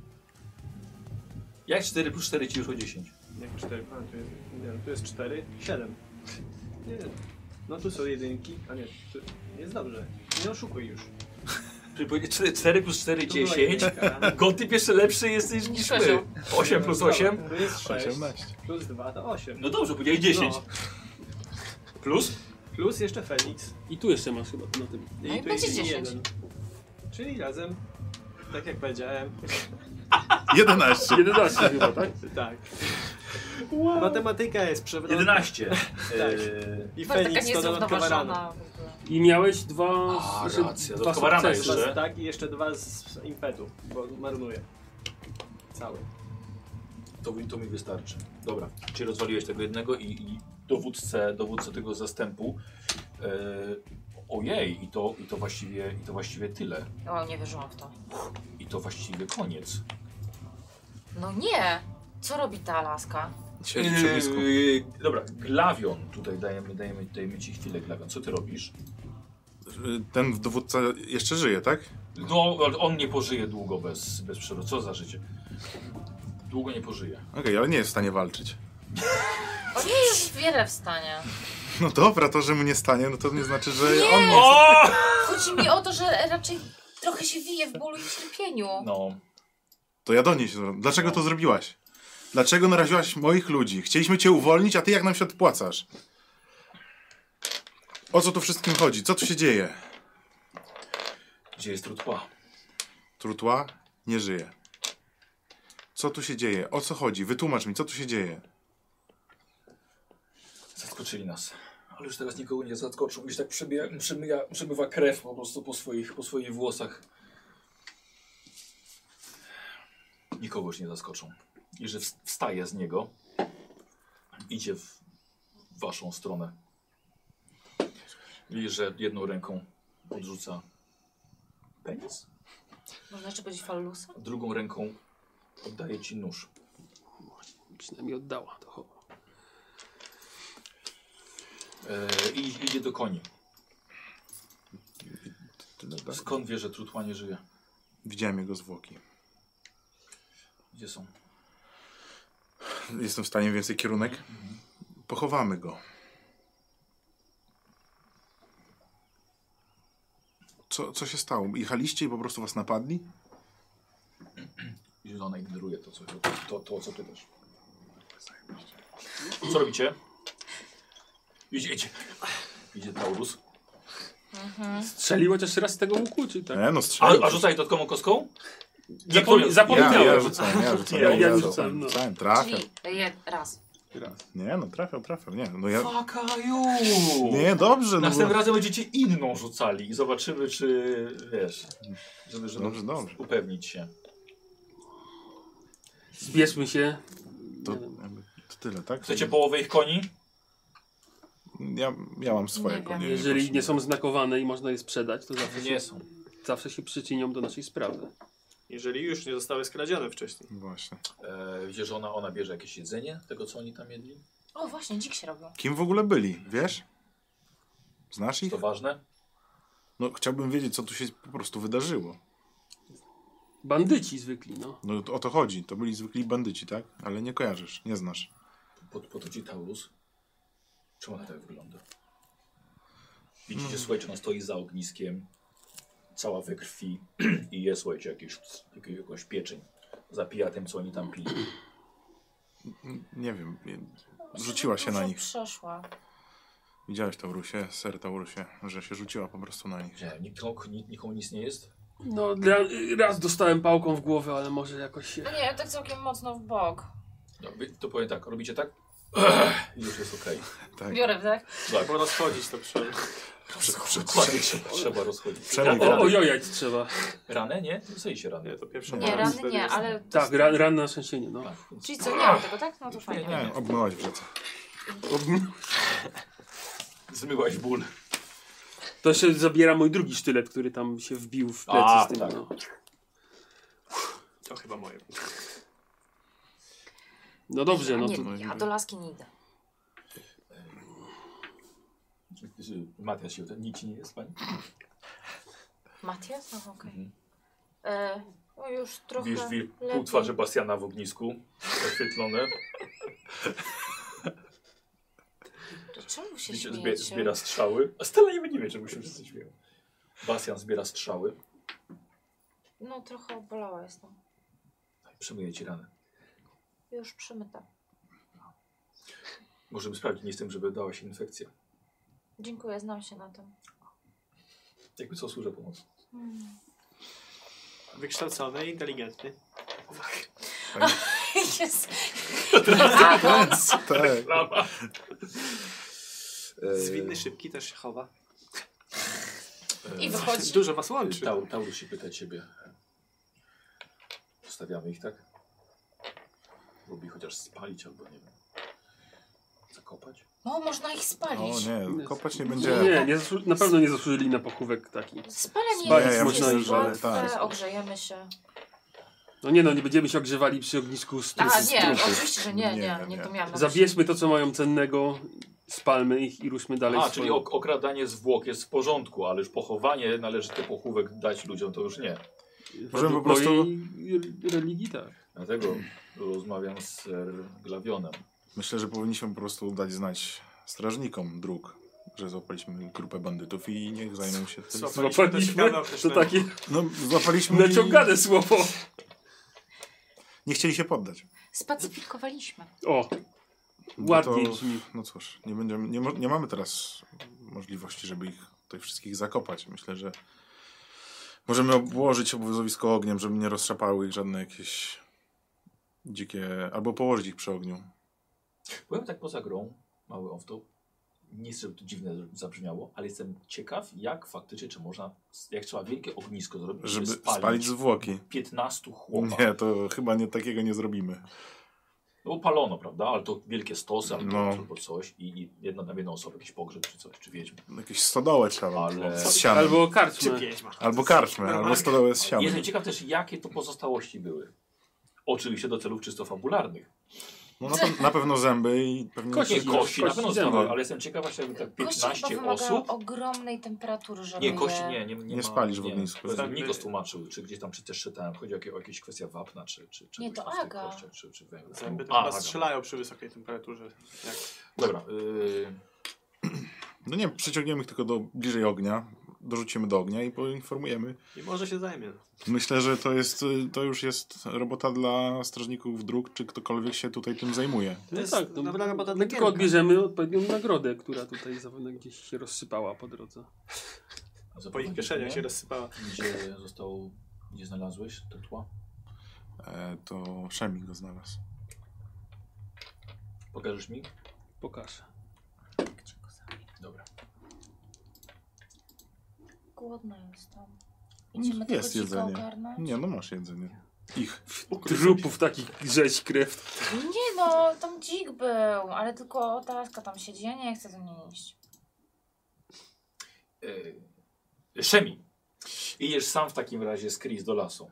Jak 4 plus 4 ci już o 10? Jak 4? A, tu jest 4, 7. Nie. No tu są jedynki. A nie, tu jest dobrze. Nie oszukuj już. Czyli powiedzieć 4 plus 4 Tu była 10. jedynka. Gotyp jeszcze lepszy jesteś niż my. Sześciu. 8 plus 8. Tu jest 6. 18. Plus 2 to 8. No dobrze, powiedziałeś 10. No. Plus? Plus jeszcze Feniks. I tu jeszcze masz chyba na tym. No i tu będzie jest 10. 1. Czyli razem, tak jak powiedziałem, 11. 11 chyba, tak? tak. Matematyka jest przewrotna. 11. I To taka Feniks to dodatkowa rana. niezrównoważona w ogóle. I miałeś 2... A, jeszcze racja, 2 dodatkowa rana sukcesy. jeszcze. Tak, i jeszcze 2 z impetu, bo marnuję. Cały. To mi wystarczy. Dobra, czyli rozwaliłeś tego jednego i dowódcę tego zastępu. Ojej, i to właściwie tyle. O, nie wierzyłam w to. I to właściwie koniec. No nie! Co robi ta laska? Siedzi przy blisku. Dobra, Glawion. Tutaj dajemy ci chwilę, Glawion. Co ty robisz? Ten dowódca jeszcze żyje, tak? No, on nie pożyje długo bez przerwy. Co za życie? Długo nie pożyje. Okej, ale nie jest w stanie walczyć. On nie jest wiele w stanie. No dobra, to, że mu nie stanie, no to nie znaczy, że Nie! on nie... O! Chodzi mi o to, że raczej trochę się wije w bólu i cierpieniu. No. To ja do niej się... Dlaczego to zrobiłaś? Dlaczego naraziłaś moich ludzi? Chcieliśmy cię uwolnić, a ty jak nam się odpłacasz? O co tu wszystkim chodzi? Co tu się dzieje? Gdzie jest Trutła? Trutła nie żyje. Co tu się dzieje? O co chodzi? Wytłumacz mi, co tu się dzieje? Zaskoczyli nas. Ale już teraz nikogo nie zaskoczył. Już tak przemywa krew po prostu po swoich włosach. Nikogo już nie zaskoczą. I że wstaje z niego. Idzie w waszą stronę. I że jedną ręką odrzuca penis, Można jeszcze powiedzieć fallusa? drugą ręką oddaje ci nóż. Przynajmniej oddała to chowa. I idzie do koni. tyle, tak? Skąd wiesz, że Trutła nie żyje? Widziałem jego zwłoki. Gdzie są? Jestem w stanie więcej kierunek. Pochowamy go. Co się stało? Jechaliście i po prostu was napadli? Zielona ignoruje to, co ty też. Co robicie? Idzie Taurus. Strzelił chociaż raz z tego łuku, czy tak? Nie, no strzelił. A rzucaj dodatkową kostką? Zapomniałem. Ja rzucałem. Ja rzucałem, no. Rzucałem, trafiał. Czyli raz. Nie, no trafiał. Nie, no ja... Fakaju! Nie, dobrze. Następnym razem będziecie inną rzucali i zobaczymy, czy wiesz, żeby Dobrze. upewnić się. Zbierzmy się. To tyle, tak? Chcecie połowę ich koni? Ja mam swoje Nie konie. wiem. Jeżeli nie są znakowane i można je sprzedać, to Nie są. zawsze się przyczynią do naszej sprawy. Jeżeli już nie zostały skradzione wcześniej. Właśnie. Widzisz, że ona bierze jakieś jedzenie tego, co oni tam jedli? O, właśnie, dzik się robił. Kim w ogóle byli, wiesz? Znasz ich? To ważne? No chciałbym wiedzieć, co tu się po prostu wydarzyło. Bandyci zwykli, no. No o to chodzi. To byli zwykli bandyci, tak? Ale nie kojarzysz, nie znasz. Po to ci Taurus? Czemu ona tak wygląda? Widzicie, słuchajcie, ona stoi za ogniskiem, cała we krwi i je, słuchajcie, jakąś pieczeń. Zapija tym, co oni tam pili. Nie wiem. Rzuciła się na nich. Przeszła. Widziałeś Taurusie, ser Taurusie, że się rzuciła po prostu na nich. Że nikomu nic nie jest? No, raz dostałem pałką w głowę, ale może jakoś się... No nie, tak całkiem mocno w bok. No, to powiem tak, robicie tak? I już jest okej. Tak. Biorę, tak? Tak, Bo rozchodzić to trzeba. dokładnie trzeba rozchodzić. Przemyj O jojać trzeba. Ranę, nie? Zej się ranę. Nie, to pierwsze Nie, rany nie, ale... Tak, ran na szczęsienie, no. Tak. Czyli co, nie mam tego, tak? No to fajnie. Nie, obmyłaś w rzece. Zmyłaś ból. To się zabiera mój drugi sztylet, który tam się wbił w plecy A, z tym, tak. no. To chyba moje. No dobrze, no Nie, to... a do laski nie idę. Matias się, nic ci nie jest, pani? Matias? No okej. Mhm. No już trochę Widzisz pół lepiej. twarzy Bastiana w ognisku, oświetlone. Czemu się Widzicie, śmiejecie? zbiera strzały. A Stella nie wie, czemu się wszyscy śmieją. Bastian zbiera strzały. No trochę obolała jestem. Przemyję ci ranę. Już przymyta. Możemy sprawdzić, nie jestem, żeby dała się infekcja. Dziękuję, znam się na tym. Jakby co, służę pomoc. Wykształcony, inteligentny. Jest. Awans. Tak. Lama. Zwinny, szybki, też się chowa. I wychodzi. Dużo was łączy. Taurus się pyta ciebie. Zostawiamy ich, tak? Lubi chociaż spalić albo nie wiem. Zakopać? No, można ich spalić. O nie, kopać nie będzie. Nie, na pewno nie zasłużyli na pochówek taki. Spalenie Spalić jest, można jest ich, ale łatwe, tak. ogrzejemy się. No nie będziemy się ogrzewali przy ognisku z A, nie, trupów. oczywiście, że nie to miałam na myśli. Zabierzmy to, co mają cennego, spalmy ich i ruszmy dalej. A, w czyli swoją- okradanie zwłok jest w porządku, ale już pochowanie, należyty pochówek dać ludziom, to już nie. Możemy Według po prostu- mojej religii, tak. Dlatego rozmawiam z Glawionem. Myślę, że powinniśmy po prostu dać znać strażnikom dróg, że złapaliśmy grupę bandytów i niech zajmą się tym. Złapaliśmy, to takie No, złapaliśmy i naciągane słowo. nie chcieli się poddać. Spacyfikowaliśmy. O, No ładnie to- brzmi. No cóż, nie mamy teraz możliwości, żeby ich tutaj wszystkich zakopać. Myślę, że możemy obłożyć obozowisko ogniem, żeby nie rozszapały ich żadne jakieś dzikie... Albo położyć ich przy ogniu. Byłem tak poza grą, mały off-top. Nie chcę, żeby to dziwne zabrzmiało, ale jestem ciekaw, jak faktycznie, czy można, jak trzeba wielkie ognisko zrobić, Żeby spalić zwłoki. 15 chłopa. Nie, to chyba takiego nie zrobimy. No bo palono, prawda? Ale to wielkie stosy albo No. coś i jedna na jedną osobę, jakiś pogrzeb czy coś, czy wiedźmy. Jakieś stodołę trzeba Ale- było z sianem. Albo Czy karczmę. wiedźma. Albo karczmę, albo stodołę z sianem. Jestem ciekaw też, jakie to pozostałości były. Oczywiście do celów czysto fabularnych. No na pewno zęby i pewnie... Kości. Nie, kości na pewno zęby. spawały, ale jestem ciekaw właśnie, jakby tak Kości chyba 15 wymagają osób. ogromnej temperatury, żeby Nie, kości je... nie Nie spalisz w ognisku. Nikos tłumaczył, czy gdzieś tam przecież czytałem, chodzi o jakieś kwestia wapna, czy Nie, to czegoś tam w tych Aga. kościach, czy węgla. Zęby to A, chyba Aga. strzelają przy wysokiej temperaturze. Jak... Dobra, No nie, przyciągniemy ich tylko bliżej ognia, dorzucimy do ognia i poinformujemy. I może się zajmie. Myślę, że to już jest robota dla strażników dróg, czy ktokolwiek się tutaj tym zajmuje. To jest tak, no, dobra robota my dla tylko Gierka. odbierzemy odpowiednią nagrodę, która tutaj zapewne gdzieś się rozsypała po drodze. Po ich kieszeniach się rozsypała. Gdzie znalazłeś to tło? To Szemik go znalazł. Pokażesz mi? Pokażę. Dobra. Głodna jestem. Idziemy tego Jest dzika jedzenie. ogarnąć? Nie, no masz jedzenie. Ich. Trupów takich rzeź krew. Nie no, tam dzik był, ale tylko Taska tam siedzi, ja nie chcę do niej iść. Szemi. Idziesz sam w takim razie z Chris do lasu.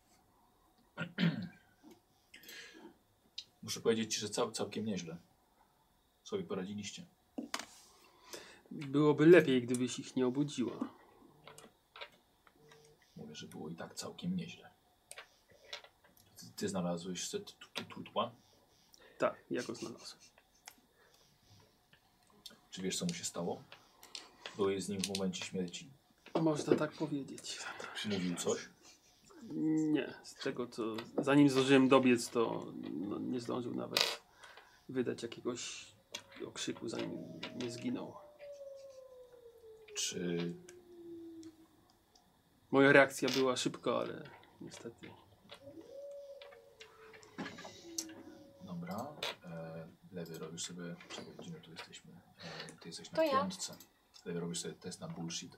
Muszę powiedzieć ci, że całkiem nieźle sobie poradziliście. Byłoby lepiej, gdybyś ich nie obudziła. Mówię, że było i tak całkiem nieźle. Ty znalazłeś tutła? Tak, ja go znalazłem. Czy wiesz, co mu się stało? Byłeś z nim w momencie śmierci. Można tak powiedzieć. Mówił coś? Nie, z tego co... Zanim zdążyłem dobiec, to no, nie zdążył nawet wydać jakiegoś okrzyku, zanim nie zginął. Czy... Moja reakcja była szybka, ale niestety... Dobra. Lewy robisz sobie... Czekaj, gdzie my tu jesteśmy? Ty jesteś na To ja. piątce. Lewy robisz sobie test na bullshit.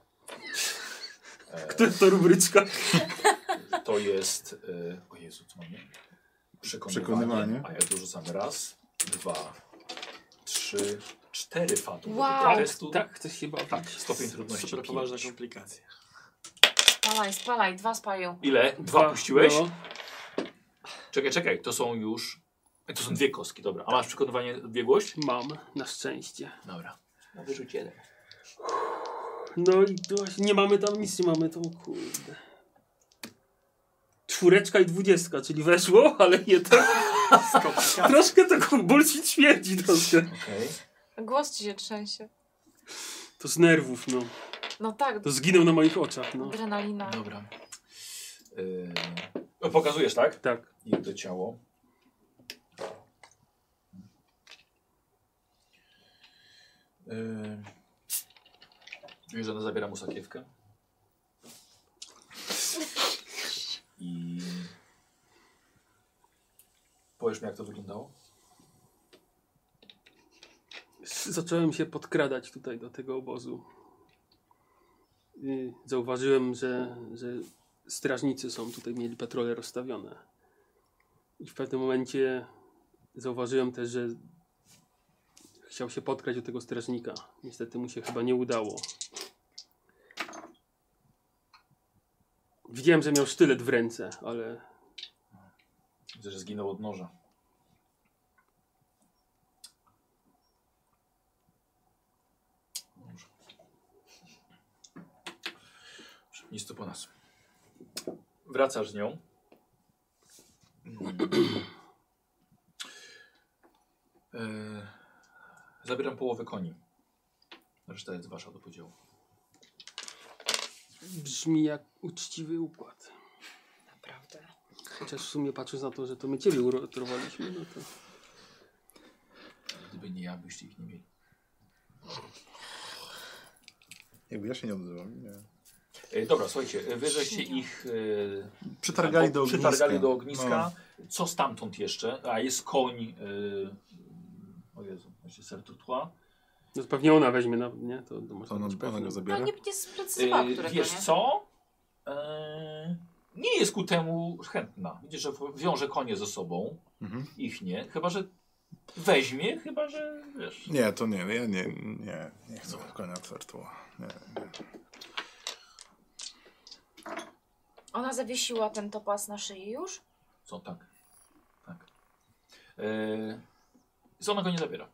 To rubryczka. To jest... o Jezu, co mamy? Przekonywanie. A ja tu rzucam raz, 2, 3, 4 fatum. Wow. Do tego testu. Tak, chcesz się bawić. Tak, stopień trudności Super 5. poważna komplikacja. Spalaj, 2 spalił. Ile? 2 puściłeś? No, Czekaj, to są już... To są 2 kostki, dobra. A masz przekonywanie biegłość? mam, na szczęście. Dobra. No wyrzuć 1. No i to nie mamy tam nic, nie mamy tam, kurde. 4 i 20, czyli weszło, ale nie tak. Troszkę tak bullshit śmierdzi troszkę. Okej. Głos ci się trzęsie. To z nerwów, no. No tak, To zginął na moich oczach, no. adrenalina. Dobra. Pokazujesz, tak? Tak. I to ciało. Wiesz, że ona zabiera mu sakiewkę. I... Powiesz mi, jak to wyglądało? Zacząłem się podkradać tutaj do tego obozu. I zauważyłem, że strażnicy są tutaj, mieli patrole rozstawione. I w pewnym momencie zauważyłem też, że chciał się podkraść do tego strażnika. Niestety mu się chyba nie udało. Widziałem, że miał sztylet w ręce, ale Widzę, że zginął od noża. Dobrze. Nic tu po nas. Wracasz z nią. Zabieram połowę koni. Reszta jest wasza do podziału. brzmi jak uczciwy układ. Naprawdę. Chociaż w sumie patrząc na to, że to my ciebie uratowaliśmy, no to... Gdyby nie ja, byście ich nie mieli. Jakby ja się nie odzywam, nie. Dobra, słuchajcie, wy żeście ich Przytargali do ogniska. przytargali do ogniska. Co stamtąd jeszcze? A jest koń. O Jezu, właśnie Sertutua. No to pewnie ona weźmie, nie? To To można ona, być ona pewny. go No zabiera? nie sprecyzowała, którego, Wiesz nie? co? Nie jest ku temu chętna. Widzisz, że wiąże konie ze sobą. Mhm. Ich nie. Chyba, że weźmie, chyba, że wiesz. Nie, to nie. Ja nie chcę konia Sertua. Nie. Ona zawiesiła ten topas na szyi już? Co tak? Tak. Co ona go nie zabiera?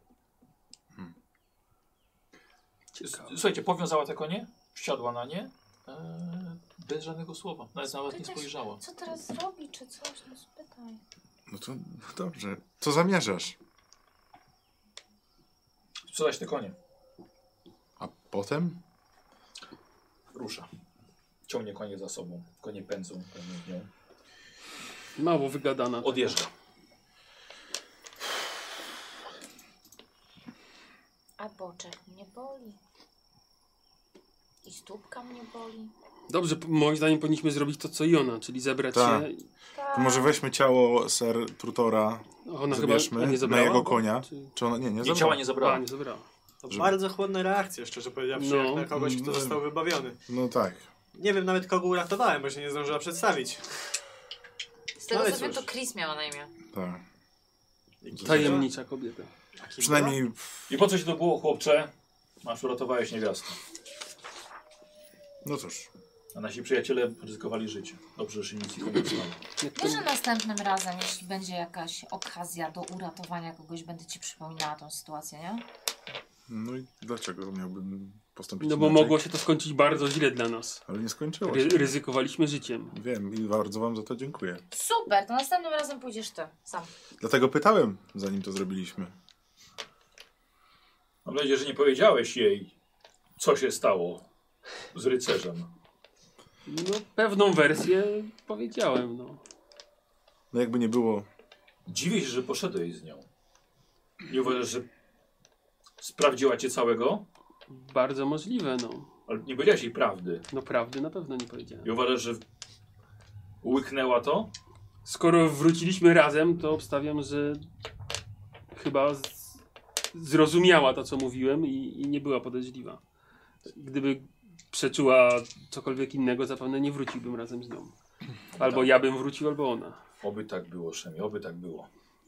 Ciekawe. Słuchajcie, powiązała te konie, wsiadła na nie, bez żadnego słowa. Nawet na was nie Spytaj się, spojrzała. Co teraz zrobi, czy coś? No spytaj. No to dobrze. Co zamierzasz? Sprzedać te konie. A potem? Rusza. Ciągnie konie za sobą. Konie pędzą z nią. Mało wygadana. Odjeżdża. A boczek mnie boli. I stópka mnie boli. Dobrze, moim zdaniem powinniśmy zrobić to, co i ona, czyli zebrać Tak. się. Tak. To może weźmy ciało Ser Trutora, Ona zabierzmy chyba nie na zabrała, jego bo- konia. Czy... Czy ona... Nie Nie, zabrała. ciała nie A, zabrała. nie zabrała. To Żeby- bardzo chłodne reakcje, szczerze powiedziawszy, No. jak na kogoś, kto został wybawiony. No tak. Nie wiem nawet kogo uratowałem, bo się nie zdążyła przedstawić. Z tego Ale co wiem, cóż. to Chris miała na imię. Tak. Tajemnicza kobieta. Przynajmniej I po co się to było, chłopcze? Masz, uratowałeś niewiastę. no cóż. A nasi przyjaciele ryzykowali życie. Dobrze, że się nic nikomu nie stało. Jak to... Wiesz, że następnym razem, jeśli będzie jakaś okazja do uratowania kogoś, będę ci przypominała tą sytuację, nie? No i dlaczego miałbym postąpić No bo inaczej? mogło się to skończyć bardzo źle dla nas. Ale nie skończyło się. Ryzykowaliśmy życiem. Wiem i bardzo wam za to dziękuję. Super, to następnym razem pójdziesz ty, sam. Dlatego pytałem, zanim to zrobiliśmy. Mam nadzieję, że nie powiedziałeś jej, co się stało z rycerzem. No, pewną wersję powiedziałem, no. No jakby nie było... Dziwię się, że poszedłeś z nią. Nie uważasz, że sprawdziła cię całego? Bardzo możliwe, no. Ale nie powiedziałeś jej prawdy. No prawdy na pewno nie powiedziałem. Nie uważasz, że łyknęła to? Skoro wróciliśmy razem, to obstawiam, że chyba zrozumiała to, co mówiłem i nie była podejrzliwa. Gdyby przeczuła cokolwiek innego, zapewne nie wróciłbym razem z nią. Albo ja bym wrócił, albo ona. Oby tak było, Szemie, oby tak było.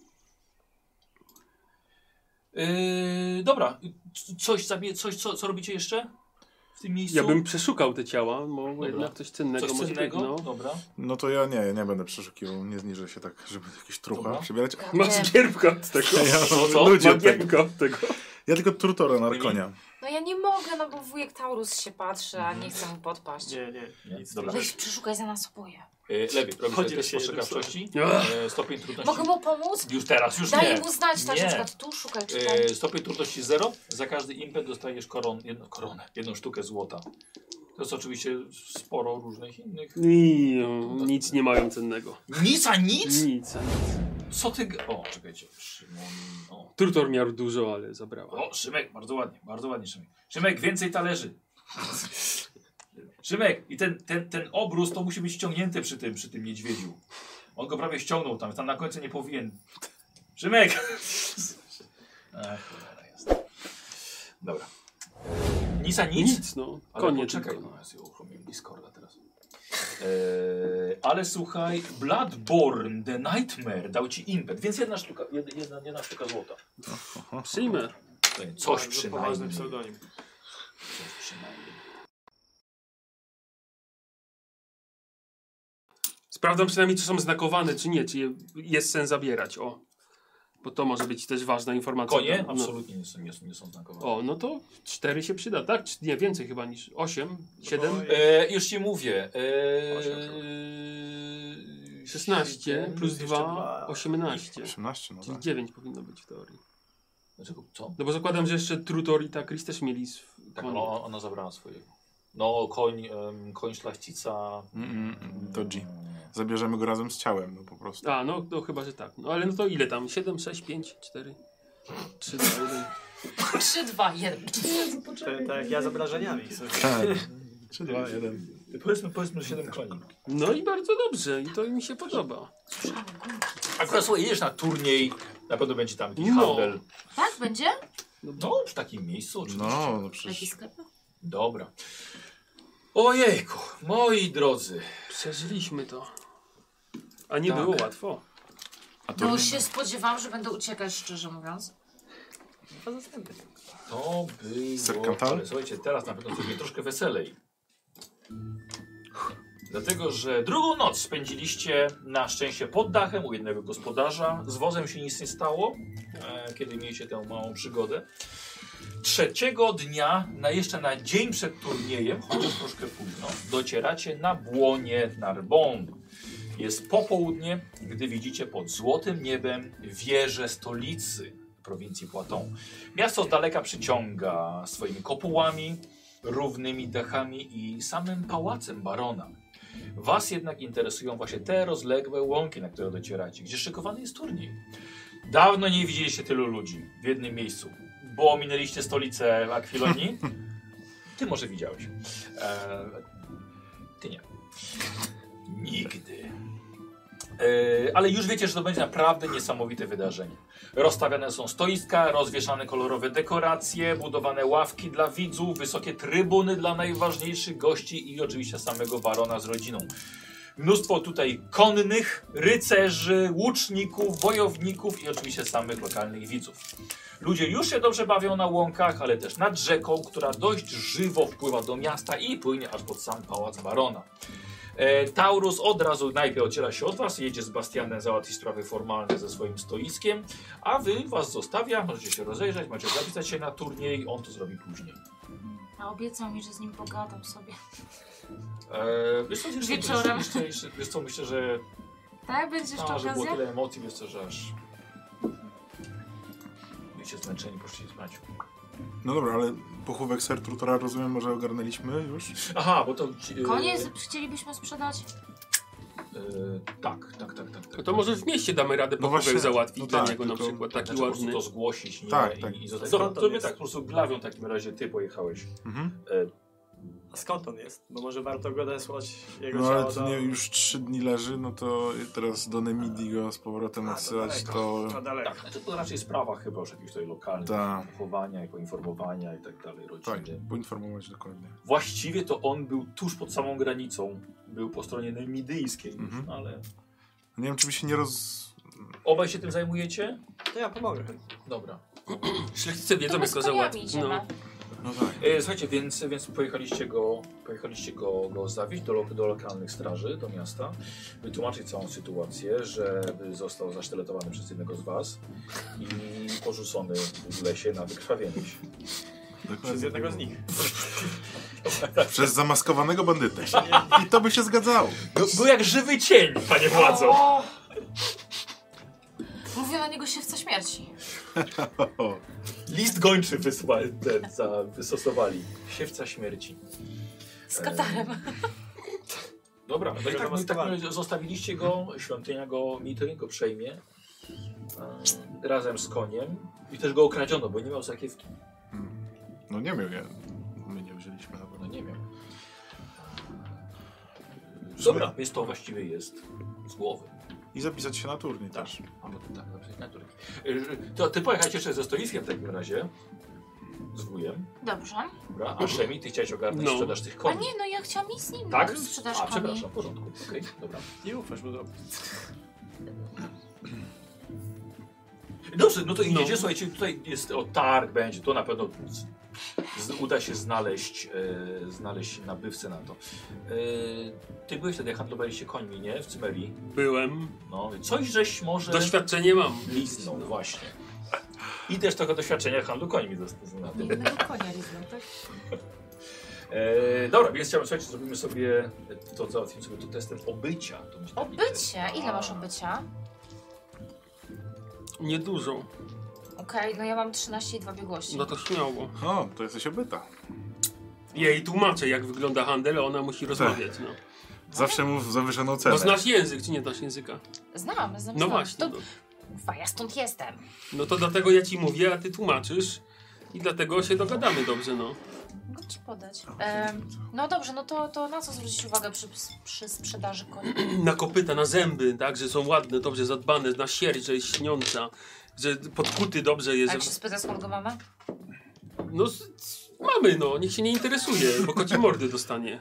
Dobra, co robicie jeszcze w tym miejscu? Ja bym przeszukał te ciała, bo Dobra. jednak coś cennego Coś może cennego? być, no. Dobra. No to ja nie będę przeszukiwał, nie zniżę się tak, żeby jakieś trucha Dobra. przybierać. Masz gierkę od tego. Co? Ludzie Ma od tego. gierkę od tego. Ja tylko Trutora na konia. No ja nie mogę, no bo wujek Taurus się patrzy, a nie chcę mu podpaść. Nie, nic. Dobra. Weź, przeszukaj za nas oboje. Lepiej, robisz Podziel test się jednym spostrzegawczości. słowem. Stopień trudności. Mogę mu pomóc? Już teraz, już Daj nie. mu znać, tak, Nie. na przykład tu szukaj, czytaj. Stopień trudności 0. Za każdy impet dostajesz jedną sztukę złota. To jest oczywiście sporo różnych innych. Nic nie mają cennego. Nic a nic? Nic. Co ty... O, czekajcie. Szymon... O. Trutor miał dużo, ale zabrała. O, Szymek, bardzo ładnie, Szymek. Szymek, więcej talerzy. Szymek, i ten obrus to musi być ściągnięty przy tym niedźwiedziu. On go prawie ściągnął tam na końcu nie powinien. Szymek! Ach, cholera jasna. Dobra. Nic a nic? Nic, no. Ale Konie poczekaj, tylko. no ja sobie uruchomiłem Discorda teraz. Ale słuchaj, Bloodborne, The Nightmare dał ci impet, więc jedna sztuka złota. Przyjmę. Coś Bardzo przynajmniej. poważny pseudonim. Coś przynajmniej. Sprawdzam przynajmniej, czy są znakowane, czy nie. Czy jest sens zabierać. O. Bo to może być też ważna informacja. Konie? No. Absolutnie nie są znakowane. O, no to 4 się przyda, tak? Nie, więcej chyba niż 8, 7, Już ci mówię. 16 plus jeszcze 2, dwa. 18. 18, no Czyli tak. 9 powinno być w teorii. Dlaczego? Co? No bo zakładam, że jeszcze Trutor i ta Chris też mieli Tak, konie. ona zabrała swojego. No, koń szlachcica. Dodzi. Zabierzemy go razem z ciałem, no po prostu. A, no to chyba, że tak. No ale no to ile tam? 7, 6, 5, 4, 3, 2, 1. 3, 2, 1. Tak jak ja z obrażeniami. Tak. 3, 2, 1. Powiedzmy 7 koni. No i bardzo dobrze. I to mi się podoba. Akurat słuchaj, jedziesz na turniej, na pewno będzie tam jakiś No. handel. Tak, będzie? No, w takim miejscu oczywiście. No Jakiś przecież... sklep? Dobra. Ojejku, moi drodzy. Przeżyliśmy to. A nie Tak. było łatwo. A to No się spodziewałam, że będę uciekać, szczerze mówiąc. To było... Serkantal? Ale słuchajcie, teraz na pewno zrobię troszkę weselej. Dlatego, że drugą noc spędziliście na szczęście pod dachem u jednego gospodarza. Z wozem się nic nie stało, kiedy mieliście tę małą przygodę. Trzeciego dnia, jeszcze na dzień przed turniejem, chociaż troszkę późno, docieracie na Błonie Narbonne. Jest popołudnie, gdy widzicie pod złotym niebem wieżę stolicy prowincji Poitou. Miasto z daleka przyciąga swoimi kopułami, równymi dachami i samym pałacem barona. Was jednak interesują właśnie te rozległe łąki, na które docieracie, gdzie szykowany jest turniej. Dawno nie widzieliście tylu ludzi w jednym miejscu, bo minęliście stolicę Akwilonii. Ty może widziałeś. Ty nie. Nigdy. Ale już wiecie, że to będzie naprawdę niesamowite wydarzenie. Rozstawiane są stoiska, rozwieszane kolorowe dekoracje, budowane ławki dla widzów, wysokie trybuny dla najważniejszych gości i oczywiście samego barona z rodziną. Mnóstwo tutaj konnych, rycerzy, łuczników, wojowników i oczywiście samych lokalnych widzów. Ludzie już się dobrze bawią na łąkach, ale też nad rzeką, która dość żywo wpływa do miasta i płynie aż pod sam pałac barona. Taurus od razu najpierw oddziela się od was, jedzie z Bastianem załatwić sprawy formalne ze swoim stoiskiem, a wy was zostawia, możecie się rozejrzeć, macie zapisać się na turniej, on to zrobi później. A obiecał mi, że z nim pogadam sobie. Wiesz co, Wieczorem. Wiesz co, myślę, że Tak? Będzie jeszcze że było okazja? tyle emocji, wiesz co, że aż byliście zmęczeni, poszli spać. No dobra, ale pochówek Sertrutora, rozumiem, może ogarnęliśmy już? Aha, bo to... Konie chcielibyśmy sprzedać? Tak. No to może w mieście damy radę No pochówek właśnie, załatwić no dla tak, niego na tylko- przykład, Znaczy taki po prostu ładny. to zgłosić, nie? Tak, tak. I zostać. Skąd Dobra, on to jest? tak, po prostu glawią w takim razie ty pojechałeś. Mhm. A skąd on jest? Bo może warto go odesłać jego No ale ciało to do... nie, już 3 dni leży, no to teraz do Nemidii go z powrotem odsyłać, to... To daleko. Tak, znaczy to raczej sprawa chyba już jakichś tutaj lokalnych Tak. pochowania i poinformowania i tak dalej rodziny. Tak, poinformować dokładnie. Właściwie to on był tuż pod samą granicą. Był po stronie nemidyjskiej, Mhm. ale... Nie wiem, czy by się nie Obaj się tym zajmujecie? To ja pomogę. Dobra. Szlachcice wiedzą To my jak z to koniami załatwić. idziemy. No. No tak. Słuchajcie, więc pojechaliście go zawieźć do lokalnych straży, do miasta, wytłumaczyć całą sytuację, że został zasztyletowany przez jednego z was i porzucony w lesie na wykrwawienie się. Przez jednego z nich. Przez zamaskowanego bandytę. I to by się zgadzało. Był jak żywy cień, panie władzo. O! Mówię na niego siewca śmierci. List gończy wystosowali. Siewca śmierci. Z katarem. Dobra, no i tak zamaskowany. zostawiliście go, świątynia go przejmie razem z koniem i też go okradziono, bo nie miał sakiewki. No nie wiem, my nie wzięliśmy na No pewno. nie wiem. Dobra, więc to właściwie jest z głowy. I zapisać się na turniej też. A bo to tak, zapisać na turniej. To ty pojechałeś jeszcze ze stoiskiem w takim razie. Z wujem. Dobrze. Dobra, a Szemi, ty chciałeś ogarnąć No. sprzedaż tych A koni. nie, no ja chciałam iść z nim. Tak? No, sprzedaż A, koni. przepraszam, w porządku. Okej, dobra. Nie ufasz mu dobrze. Dobrze, no to idziecie, słuchajcie, tutaj jest targ będzie, to na pewno uda się znaleźć nabywcę na to. Ty byłeś wtedy, handlowaliście końmi, nie? W Cymerii. Byłem. No, coś żeś może Doświadczenie mam. liznął, właśnie. I też trochę doświadczenia w handlu końmi na tym. Jednego konia liznął, tak? Dobra, więc chciałbym, słuchajcie, zrobimy sobie to, załatwimy sobie to testem obycia. To będzie taki test. Obycie? Ile masz obycia? Niedużo. Okej, no ja mam 13 i 2 biegłości. No to śmiało. O, to jesteś obyta. Ja jej tłumaczę jak wygląda handel, a ona musi rozmawiać. No. Zawsze mów zawyżoną cenę. Bo znasz język, czy nie znasz języka? Znam. No właśnie. To... Ufa, ja stąd jestem. No to dlatego ja ci mówię, a ty tłumaczysz. I dlatego się dogadamy dobrze, no. Mogę ci podać. No dobrze, no to na co zwrócić uwagę przy sprzedaży koni? Na kopyta, na zęby, tak, że są ładne, dobrze zadbane, na sierść, że jest śniąca, że podkuty dobrze A jest. jak się spyta, skąd go mamy? No mamy, no, niech się nie interesuje, bo koci mordy dostanie.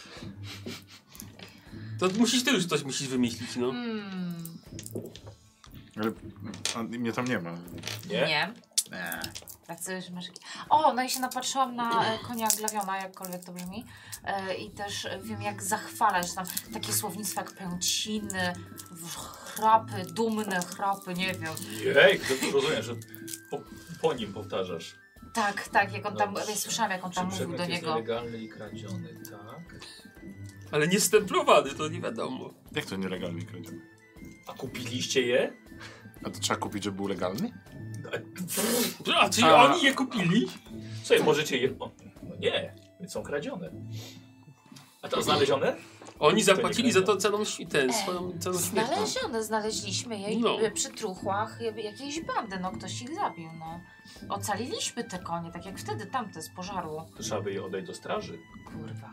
To musisz ty już coś wymyślić, no. Ale mnie tam nie ma. Nie? Nie. Tak sobie masz... O, no i się napatrzyłam na konia Glawiona, jakkolwiek to brzmi. I też wiem, jak zachwalać tam takie słownictwa jak pęciny, chrapy, dumne chrapy, nie wiem. Jej, to rozumiem, że po nim powtarzasz. Tak, jak on tam, Dobrze. ja słyszałam, jak on tam mówił do Jest niego. nielegalny i kradziony, tak? Ale nie stemplowany, to nie wiadomo. Jak to nielegalnie kradziony? A kupiliście je? A to trzeba kupić, żeby był legalny? A czy oni je kupili? Słuchaj, możecie je... O, no nie, więc są kradzione. A to znalezione? Oni To zapłacili nie za to ceną swoją ceną śmierci. Znaleźliśmy je No. przy truchłach jakiejś bandy, no ktoś ich zabił, no. Ocaliliśmy te konie, tak jak wtedy tamte z pożaru. To trzeba by je oddać do straży. Kurwa.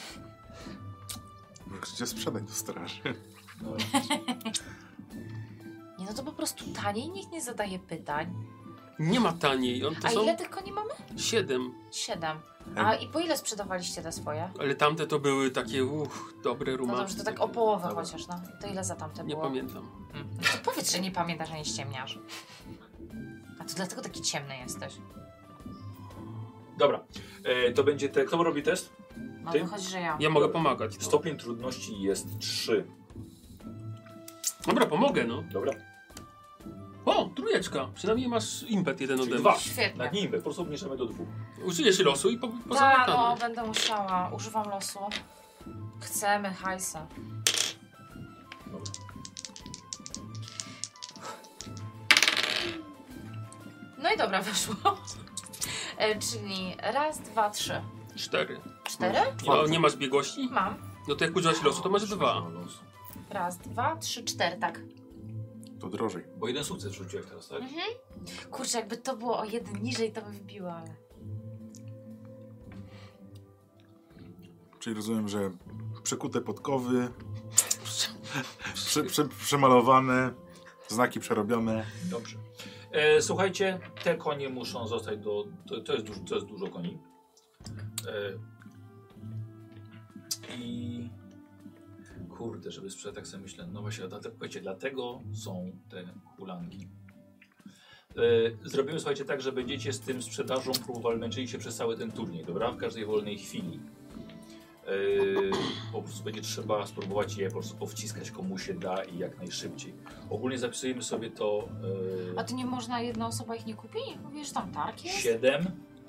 Chcecie sprzedać do straży. No, Nie, no to po prostu taniej, nikt nie zadaje pytań. Nie ma taniej. To A są ile tych koni mamy? 7. 7. A i po ile sprzedawaliście te swoje? Ale tamte to były takie dobre No rumaty. dobrze, to tak o połowę Dobra. chociaż, no. To ile za tamte Nie było? pamiętam. No to powiedz, że nie pamiętasz, że nie ściemniasz. A to dlatego taki ciemny jesteś. dobra, to będzie te... Kto robi test? No Ty? wychodzi, że ja. Ja mogę pomagać. No. Stopień trudności jest 3. Dobra, pomogę, no. Dobra, O, 3. Przynajmniej masz impet jeden czyli ode 2. mnie. Świetnie. Na nim, po prostu obniżamy do 2. Użyjesz losu i Tak, no pozamykamy. będę musiała. Używam losu. Chcemy hajsa. Dobra. No i dobra, wyszło. Czyli raz, dwa, 3. 4. 4? Nie masz biegłości? Mam. No to jak używasz losu, to masz 2. Raz, dwa, 3, 4, tak. To drożej. Bo jeden sukces rzuciłeś teraz, tak? Kurczę, jakby to było o 1 niżej, to by wbiło, ale... Czyli rozumiem, że przekute podkowy, przemalowane, znaki przerobione. Dobrze. Słuchajcie, te konie muszą zostać do... To jest dużo koni. I... Kurde, żeby sprzedać, tak sobie myślę. No właśnie, dlatego są te hulanki. Zrobimy, słuchajcie, tak, że będziecie z tym sprzedażą próbowali, męczyli się przez cały ten turniej, dobra? W każdej wolnej chwili. Po prostu będzie trzeba spróbować je po prostu powciskać komu się da i jak najszybciej. Ogólnie zapisujemy sobie to... A to nie można, jedna osoba ich nie kupi? Mówisz, tam targ jest? 7.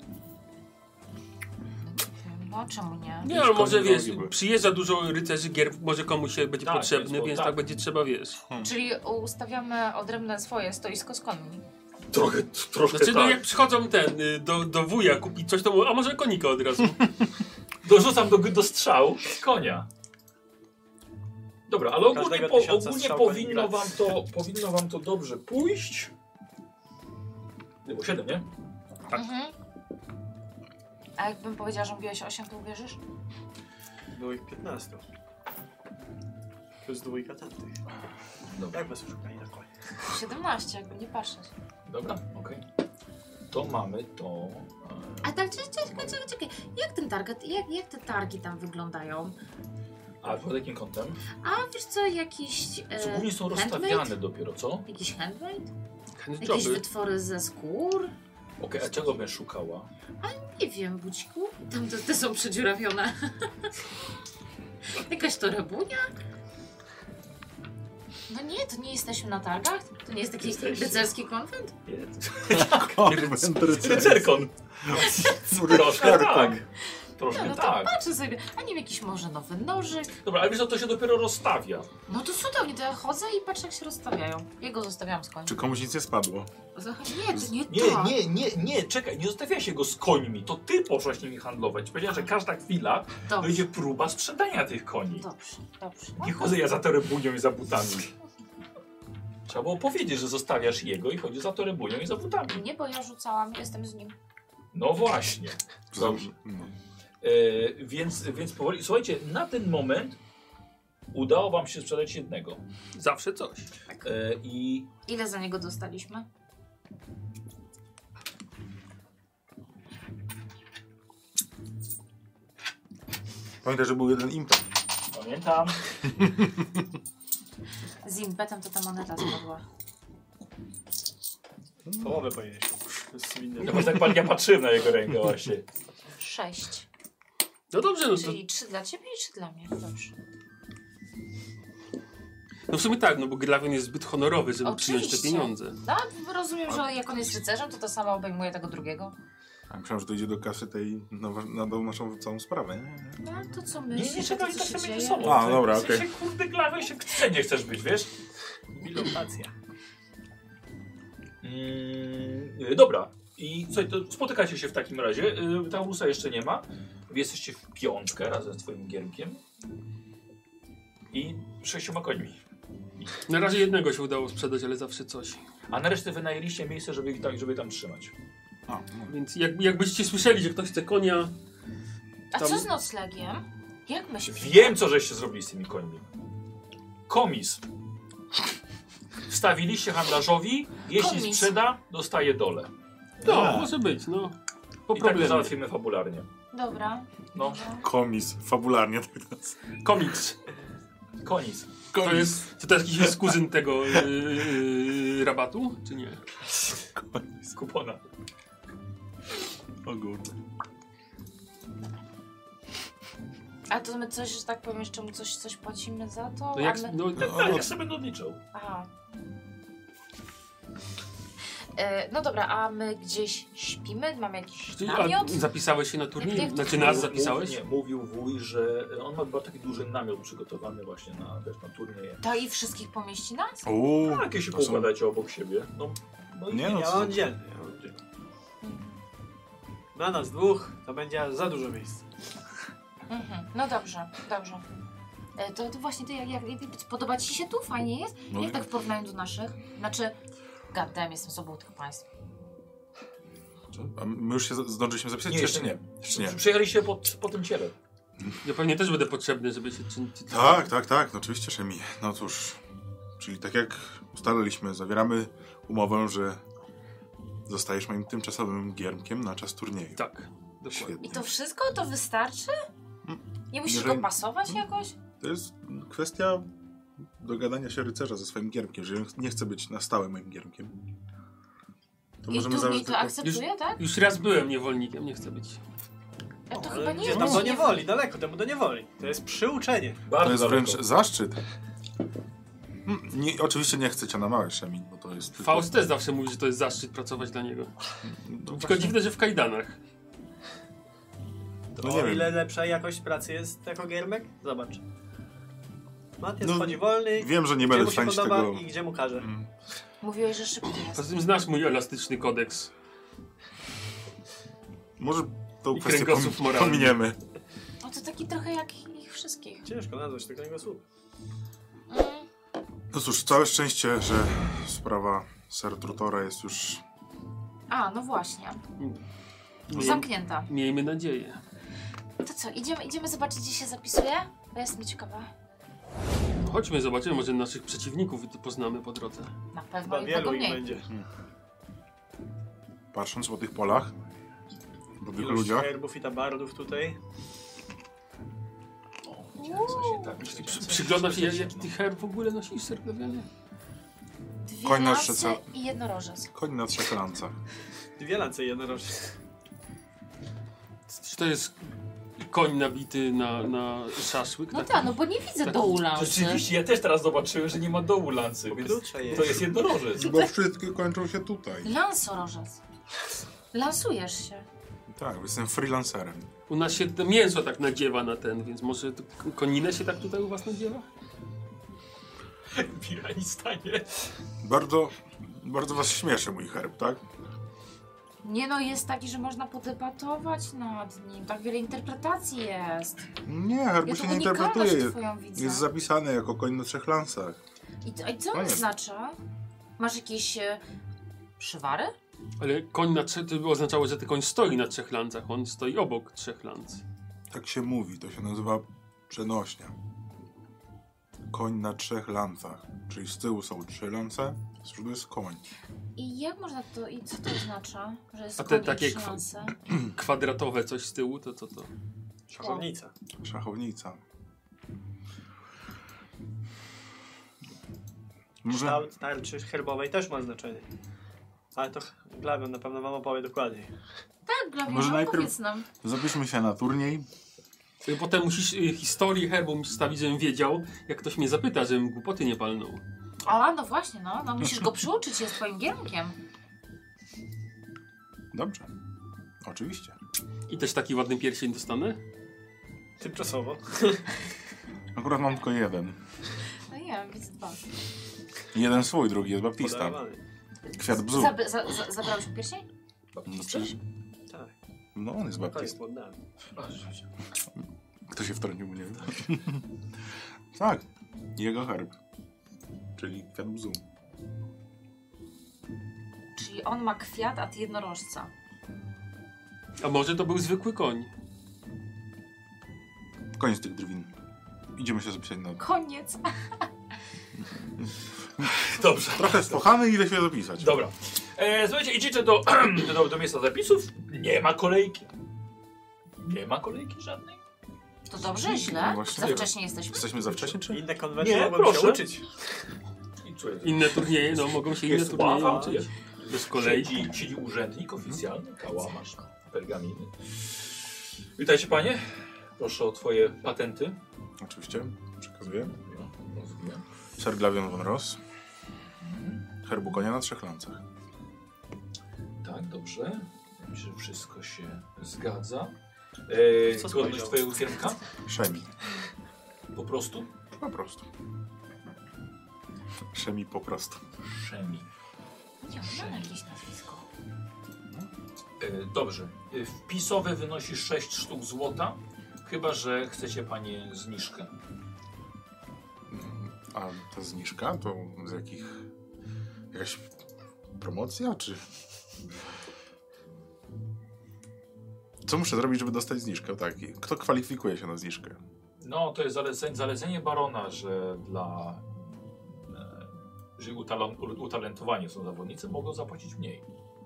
No czemu nie? Nie, ale może koni wiesz, drogi. przyjeżdża dużo rycerzy gier, może komuś się będzie Tak, potrzebny, więc więc tak. tak będzie trzeba, wiesz. Czyli ustawiamy odrębne swoje stoisko z konmi. Trochę Znaczy, no tak. jak przychodzą do wuja kupić coś, to mówią, a może konika od razu. Dorzucam do strzału z konia. Dobra, ale ogólnie, Każdego 1000 ogólnie strzał powinno wam to dobrze pójść. Było 7, nie? Tak. Mhm. A jakbym powiedziała, że mówiłeś 8, to uwierzysz? Było ich 15. Plus dwójka tamtych. Dobra, Jak bez oszukania na konie? 17, jakby nie patrzeć. dobra, okej. To mamy to... A tak, czekaj. Jak ten target, jak te targi tam wyglądają? A pod jakim kątem? A wiesz co, jakiś... Co głównie są handmade? rozstawiane dopiero, co? Jakiś handmade? Jakieś Handjoby. wytwory ze skór? Okej, a czego bym szukała? Nie wiem, buciku. Tam te są przedziurawione. Jakaś torebunia? No nie, to nie jesteśmy na targach? To nie jest taki Jesteście. rycerski konwent? Konwent Rycerkon! Troszkę tak. Troszkę No to tak. patrzę sobie. A nie wiem, jakiś może nowy nożyk? Dobra, ale wiesz co, to się dopiero rozstawia. No to cudownie, to ja chodzę i patrzę, jak się rozstawiają. Jego zostawiam z końca. Czy komuś nic nie spadło? Nie, to nie to. Nie, czekaj, nie zostawia się go z końmi, to ty poszłaś nimi handlować. Powiedziałem, że każda chwila Dobrze, będzie próba sprzedania tych koni. dobrze. Nie chodzę ja za torebunią i za butami. Trzeba było powiedzieć, że zostawiasz jego i chodzi za torebunią i za butami. Nie, bo ja rzucałam, jestem z nim. No właśnie. Dobrze. No. Więc powoli, słuchajcie, na ten moment udało wam się sprzedać jednego. Zawsze coś. I Ile za niego dostaliśmy? Pamiętaj, że był jeden impet. pamiętam. Z impetem to ta moneta spadła. Połowę pojedziesz. Swinny. Ja patrzyłem na jego rękę właśnie. 6. No dobrze, no to... Czyli 3 dla ciebie i 3 dla mnie. Dobrze. No w sumie tak, no bo Glawion jest zbyt honorowy, żeby przyjąć te Oczywiście. pieniądze. No, rozumiem, że jak on jest rycerzem, to samo obejmuje tego drugiego. A myślałem, że to idzie do kasy tej na naszą całą sprawę, nie? No, to co Nie, myślisz? nie, czekaj, co tak się sobie dzieje? między sobą. A, dobra, W sensie, okej. kurde, Glawion się nie chcesz być, wiesz? Bilotacja. Dobra. I słuchaj, to spotykacie się w takim razie. Taurusa jeszcze nie ma. Wy jesteście w piątkę razem z twoim giermkiem. I 6 końmi. Na razie jednego się udało sprzedać, ale zawsze coś. A na resztę wynajęliście miejsce, żeby tam trzymać. A, no. Więc jakbyście słyszeli, że ktoś chce konia... A Tam- co z noclegiem? Jak myślisz? Wiem, co żeście zrobili z tymi końmi. Komis. Wstawiliście handlarzowi, jeśli Komis. sprzeda, dostaje dole. No, może być, no. Po I tak to problemie. załatwimy fabularnie. Dobra. No. Dobra. Komis, fabularnie tak teraz. Komiks. Konis. To jest... Czy to jakiś jest kuzyn tego rabatu, czy nie? Z kupona. O kurde. A to my coś, że tak powiem, jeszcze mu coś płacimy za to? No jak... A my... No, Tak, jak sobie będę odliczał. Aha. No dobra, a my gdzieś śpimy? Mamy jakiś Czyli, namiot? zapisałeś się na turniej? Jak to Znaczy nas zapisałeś? Nie, mówił wuj, że on ma chyba taki duży namiot przygotowany właśnie na turnieje. To i wszystkich pomieści nas? Uuu, No, jakieś się to są- poukładacie obok siebie. No i Nie no, Ja co? mam dzielny. Na nas dwóch to będzie za dużo miejsca. Mhm. No dobrze, dobrze. To właśnie, to jak podoba ci się tu? Fajnie jest? No Jak i- tak w porównaniu do naszych? Znaczy, goddamn, jestem sobą tych państw. A my już się zdążyliśmy zapisać, Nie, czy jeszcze jeszcze nie? Jeszcze nie. Przyjechaliście po tym ciele. Ja pewnie też będę potrzebny, żeby się... Tak, no oczywiście, że mi. No cóż, czyli tak jak ustaliliśmy, zawieramy umowę, że zostajesz moim tymczasowym giermkiem na czas turnieju. Tak, dokładnie. Świetnie. I to wszystko? To wystarczy? Nie musisz Jeżeli- go pasować jakoś? To jest kwestia dogadania się rycerza ze swoim giermkiem. Jeżeli nie chce być na stałe moim giermkiem, to I możemy turniej zabrać to akceptuje, tak? Już raz byłem niewolnikiem, nie chcę być. Ja to Ale chyba nie gdzie jest tam do niewolnik. niewoli, daleko temu do niewoli. To jest przyuczenie. Bardzo To jest daleko. wręcz zaszczyt. Nie, oczywiście nie chcę cię namawiać, Szemin, bo to jest... tylko- Faust też zawsze mówi, że to jest zaszczyt pracować dla niego. No, Tylko właśnie, dziwne, że w kajdanach. no O nie wiem. ile lepsza jakość pracy jest jako giermek? Zobacz. Matias No, chodzi wolny, Wiem, że nie gdzie będę mu w się stanie ci podoba tego... i gdzie mu każe. Mówiłeś, że szybki Poza jest. tym znasz mój elastyczny kodeks. Może tą I kwestię kręgosłup moralny. pominiemy. No to taki trochę jak ich wszystkich. Ciężko nazwać tego jego słów. Mm. No cóż, całe szczęście, że sprawa Ser Trutora jest już... A, no właśnie. Miejmy, Zamknięta. miejmy nadzieję. To co, idziemy zobaczyć, gdzie się zapisuje? Bo ja jestem ciekawa. Chodźmy, zobaczymy, może naszych przeciwników poznamy po drodze. Na pewno Chyba jednego wielu ich mniej. będzie. Patrząc po tych polach, po tych Ilość ludziach, herbów i tabardów tutaj. Widziałem, co się tak Przyglądam się, jaki ty herb w ogóle nosisz, Serglawianie? Dwie Koń na lasy szczyce. i jednorożec. koń na trzech lancach. Dwie lance jednorożne. Czy to jest koń nabity na szaszłyk? No Taki- tak, no bo nie widzę tak- dołu lansy. Rzeczywiście, ja też teraz zobaczyłem, że nie ma dołu lancy, więc Krótsza jest. to jest jednorożec. Bo wszystkie kończą się tutaj. Lansorożec. Lansujesz się. Tak, jestem freelancerem. U nas się to mięso tak nadziewa na ten, więc może koninę się tak tutaj u was nadziewa? Pirani stanie. Bardzo, bardzo was śmieszy mój herb, tak? Nie no, jest taki, że można podebatować nad nim. Tak wiele interpretacji jest. Nie, herbu Ja się tu nie unikalność interpretuje. twoją widzę. Jest zapisany jako koń na trzech lancach. I co No on nie. oznacza? Masz jakieś przywary? Ale koń na trzech, to by oznaczało, że ten koń stoi na trzech lancach, on stoi obok trzech lanc. Tak się mówi, to się nazywa przenośnia. Koń na trzech lancach. Czyli z tyłu są trzy lance, z przodu jest koń. I jak można to, i co to oznacza? Że jest A te koń i takie trzy lance? Kwadratowe coś z tyłu, to co to? Szachownica. Szachownica. Może... Kształt tarczy herbowej też ma znaczenie. Ale to Glawion na pewno wam opowie dokładniej. Tak, Glawion, Może najpierw- powiedz nam. Zapiszmy się na turniej. Potem musisz historię herbu mi stawić, żebym wiedział, jak ktoś mnie zapyta, żebym głupoty nie palnął. A, no właśnie, no musisz go przyuczyć, jest twoim giermkiem. Dobrze. Oczywiście. I też taki ładny pierścień dostanę? Tymczasowo. Akurat mam tylko jeden. No ja, widzę dwa. Jeden swój, drugi jest Baptista. Podarowany. Kwiat bzu. Zabrałeś mi pierścień? No przecież... Tak. No on jest To jest Baptista. pod nami. A, rzeczywiście. Kto się wtrącił mnie? Tak. Jego herb. Czyli kwiat bzu. Czyli on ma kwiat, a ty jednorożca. A może to był zwykły koń? Koniec tych drwin. Idziemy się zapisać na... Koniec. Dobrze. Trochę spochany, ile się zapisać. Dobra. Słuchajcie, idziecie do miejsca zapisów. Nie ma kolejki. Nie ma kolejki żadnej. To dobrze, źle? Właśnie. Za wcześnie jesteśmy? Jesteśmy za wcześnie, czy? Inne konwencje Nie, mogą proszę. się uczyć. I czuję, Inne turnieje, no mogą się inne jest turnieje ława, uczyć. Bez kolejki. siedzi urzędnik oficjalny, kałamarz, pergaminy. Witajcie panie. Proszę o twoje patenty. Oczywiście. Przekazuję. No, rozumiem. Sir Glavion von Ross. Herbu konia na 3 lancach. Tak, dobrze. Myślę, że wszystko się zgadza. Co Godność spojrzał? twojego giermka? Szemi. Po prostu? Po prostu. Szemi po prostu. Szemi. Nie, mam jakieś nazwisko. Dobrze. Wpisowe wynosi 6 sztuk złota. Chyba że chcecie panie zniżkę. A ta zniżka to z jakich... Jakaś promocja, czy... Co muszę zrobić, żeby dostać zniżkę? Tak. Kto kwalifikuje się na zniżkę? No, to jest zalecenie barona, że dla jeżeli utalentowani są zawodnicy, mogą zapłacić mniej.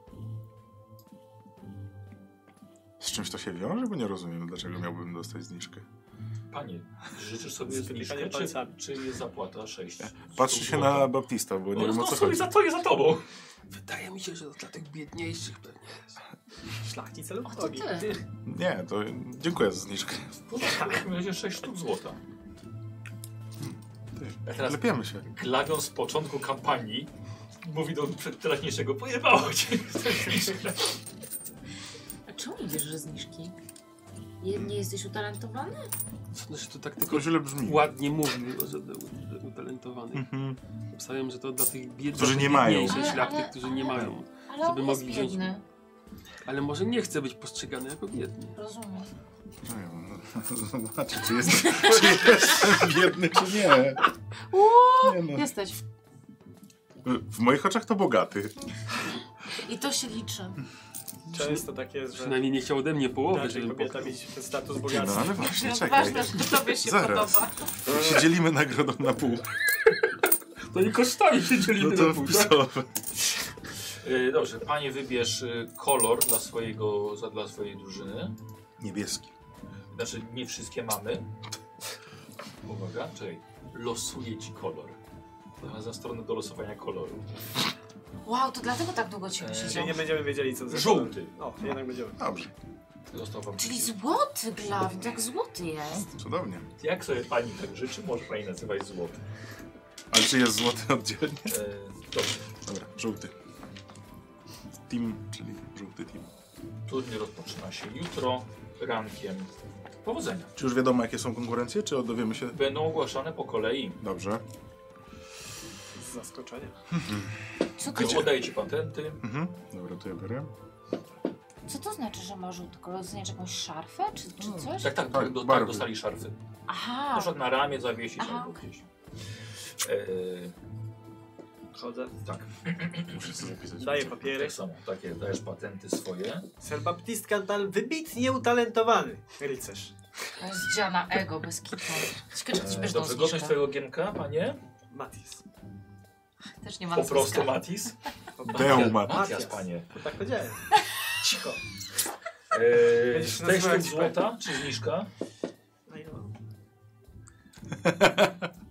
Z czymś to się wiąże? Bo nie rozumiem, dlaczego miałbym dostać zniżkę. Panie, życzysz sobie Jest zniżkę, wytykanie palcami. czy jest zapłata 6? Patrzę się na Baptista, bo nie wiem o co chodzi. To jest za tobą. Wydaje mi się, że to dla tych biedniejszych pewnie jest. Szlachcice lub O, to bogi. ty. Nie, to dziękuję za zniżkę. W takim razie 6 sztuk złota. A teraz Lepiemy się. Glawion z początku kampanii mówi do teraźniejszego, pojebało cię. A czemu nie bierzesz zniżki? Nie jesteś utalentowany? Znaczy to tak tylko Tylko źle brzmi. ładnie mówił, że był utalentowany. Mhm. Obstawiam, że to dla tych biednych, Którzy nie mają. szlachty, którzy nie mają. Ale Żeby on mogli jest wziąć- biedny. Ale może nie chce być postrzegany jako biedny. Rozumiem. Nie wiem, no, zobaczę, czy jestem biedny, czy nie. Nie no. Jesteś. W moich oczach to bogaty. I to się liczy. Często tak jest, że Przynajmniej nie chciał ode mnie połowy, raczej żebym kobieta pokrył. mieć ten status No bogactwa. ale właśnie, No czekaj. ważne, że tobie się Zaraz. podoba. Się dzielimy nagrodą na pół. To nie kosztami się No dzielimy to na pół, tak? wpisowe. Dobrze, panie wybierz kolor dla swojej drużyny. Niebieski. Znaczy, nie wszystkie mamy. Uwaga, czekaj. Losuję ci kolor. Za stronę do losowania koloru. Wow, to dlatego tak długo ci Czyli siedział. nie będziemy wiedzieli co za Żółty. O, jednak będziemy. Dobrze, Został wam Czyli złoty Glawion, tak złoty jest. cudownie. Jak sobie pani tak życzy, może pani nazywać złoty. Ale czy jest złoty oddzielnie? Dobrze. Dobra, żółty. Team, czyli żółty team. Turniej rozpoczyna się jutro rankiem. Powodzenia. Czy już wiadomo, jakie są konkurencje, czy dowiemy się? Będą ogłaszane po kolei. Dobrze. Z zaskoczenia. Co to, Oddaję ci patenty. Mhm. Dobra, to ja biorę. co to znaczy, że ma żółty kolor? Znaczy jakąś szarfę, czy coś? Tak, Tak, tak, barwy. dostali szarfy. Aha. Na przykład na ramię zawiesić Aha, albo okej. gdzieś. Chodzę. Tak, Muszę sobie zapisać. Daję papiery. tak samo. Takie dajesz patenty swoje. Sir Baptiste Cantal, wybitnie utalentowany rycerz. To jest dziana ego bez kitu. Ciekawe, czy ktoś bierze tą Dobrze, godność zniżkę. twojego giermka, panie? Matis. Też nie ma Po prostu nazwiska. Matis? Deumat. Matias, panie. To tak powiedziałem. Cicho. Będziesz się 6 sztuk nazywać złota, czy zniżka? No i no.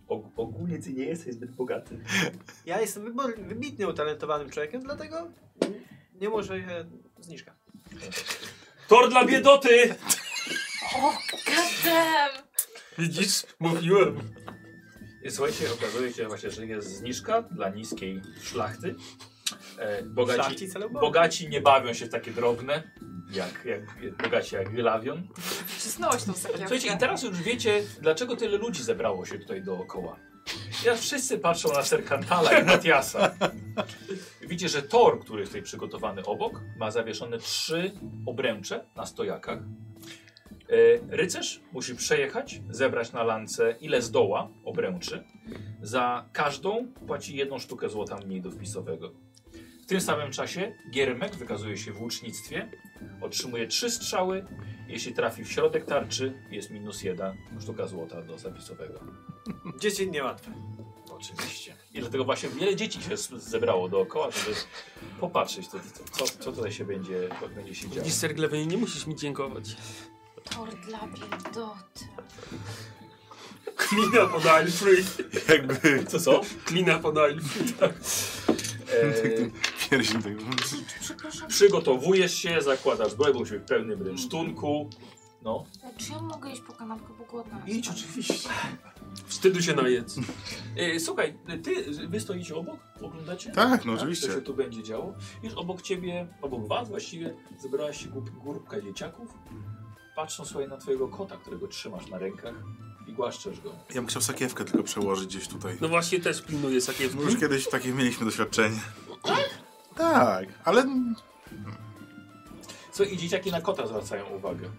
Ogólnie ty nie jesteś zbyt bogaty. Ja jestem wybitnie utalentowanym człowiekiem, dlatego Nie może zniżka. Tor dla biedoty! O, gadem! Widzisz? Mówiłem. I słuchajcie, okazuje się właśnie, że jest zniżka dla niskiej szlachty. Bogaci nie bawią się w takie drobne, bogaci jak Glavion. Wcisnąłeś tą sakiewkę. Słuchajcie, i teraz już wiecie, dlaczego tyle ludzi zebrało się tutaj dookoła. Teraz wszyscy patrzą na Serkantala i Matiasa. Widzicie, że tor, który jest tutaj przygotowany obok, ma zawieszone 3 obręcze na stojakach. Rycerz musi przejechać, zebrać na lance ile zdoła obręczy. Za każdą płaci 1 sztukę złota mniej do wpisowego. W tym samym czasie Giermek wykazuje się w łucznictwie, otrzymuje 3 strzały. Jeśli trafi w środek tarczy, jest -1 sztuka złota do zapisowego. Dzieci niełatwe. Oczywiście. I dlatego właśnie wiele dzieci się zebrało dookoła, żeby popatrzeć, co tutaj się będzie się działo. Widzisz, Ser Glewy, nie musisz mi dziękować. Tor dla biedoty. Klina pod Alfred. Jakby... Co? Klina pod Alfred. Pierścień tego. Przepraszam. Przygotowujesz się, zakładasz broń, bo musimy w pełnym rynsztunku. No. Czy ja mogę iść po kanapkę, bo głodna Idź jestem? oczywiście. Wstydu się najedz. Słuchaj, wy stoicie obok? Oglądacie? Tak, no oczywiście. Co się tu będzie działo? Już obok ciebie, obok was właściwie zebrała się grupka dzieciaków. Patrzą sobie na twojego kota, którego trzymasz na rękach i głaszczesz go. Ja bym chciał sakiewkę tylko przełożyć gdzieś tutaj. No właśnie też pilnuję sakiewki. Już kiedyś takie mieliśmy doświadczenie. Tak, ale... Co i dzieciaki na kota zwracają uwagę.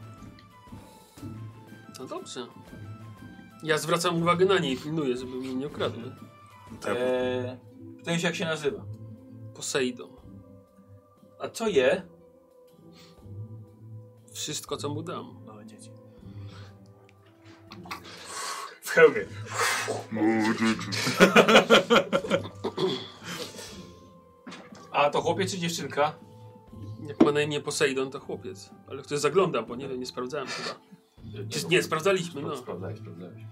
No dobrze. Ja zwracam uwagę na nie i pilnuję, żeby mnie nie okradły. Pytanie się, jak się nazywa. Poseidon. A co je? Wszystko, co mu dam. Małe dzieci. W hełmie. A to chłopiec czy dziewczynka? Jak ma na imię Poseidon, to chłopiec. Ale ktoś zagląda, bo nie wiem, nie sprawdzałem chyba. Nie, sprawdzaliśmy, no. Sprawdzałeś.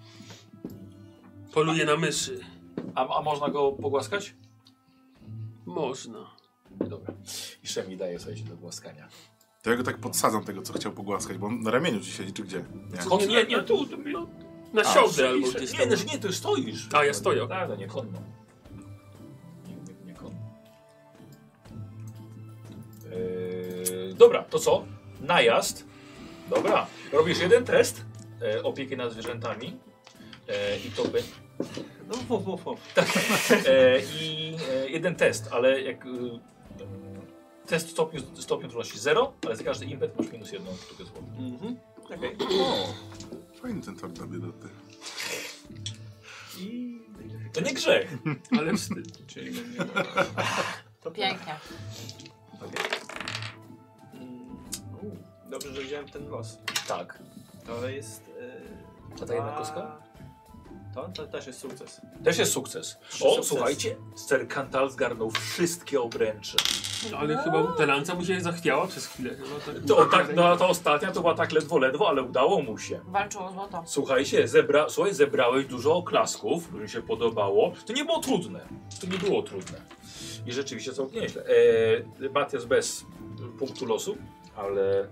Poluje na myszy. A można go pogłaskać? Można. Dobra. I Szemi daje sobie do głaskania. To ja go tak podsadzam tego, co chciał pogłaskać, bo on na ramieniu ci siedzi, czy gdzie? Nie. Nie, tu. No, na siołdę albo gdzieś tam. Nie, ty stoisz. A, ja stoję. Tak, no nie konno. Nie konno. Dobra, to co? Najazd. Dobra. Robisz jeden test opieki nad zwierzętami. I to by... No mów. Tak. Jeden test, ale jak... test stopniu trudności 0, ale za każdy impet masz -1 sztukę złota. Okej. O, fajny ten tor dla biedoty. I... To nie grzech. Ale wstyd. Czyli... To Pięknie. Dobrze, że wziąłem ten los. Tak. To jest... A ta jedna kostka? To też jest sukces. Też jest sukces. Słuchajcie, Serkantal zgarnął wszystkie obręcze. Ale chyba ta lanca mu się zachwiała przez chwilę. Ta ostatnia to była tak ledwo, ale udało mu się. Walczył o złoto. Słuchajcie, zebrałeś dużo oklasków, mi się podobało. To nie było trudne. I rzeczywiście całkiem nieźle. Matias bez punktu losu, ale...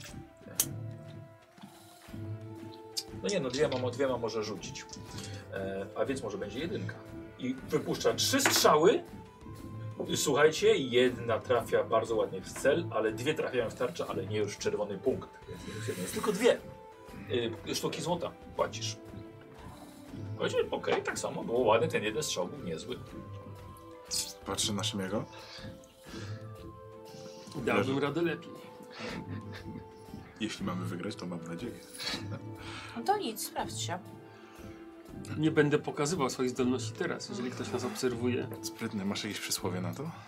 No nie, no dwiema może rzucić. A więc może będzie 1. I wypuszcza 3 strzały. Słuchajcie, 1 trafia bardzo ładnie w cel, ale 2 trafiają w tarczę, ale nie już w czerwony punkt. Więc -1 jest tylko 2 sztuki złota płacisz. Słuchajcie, okej, tak samo było ładnie, ten jeden strzał był niezły. Patrzę na Szymiego. Dałbym radę lepiej. Jeśli mamy wygrać, to mam nadzieję. No to nic, sprawdź się. Nie będę pokazywał swoich zdolności teraz, jeżeli ktoś nas obserwuje. Sprytne, masz jakieś przysłowie na to?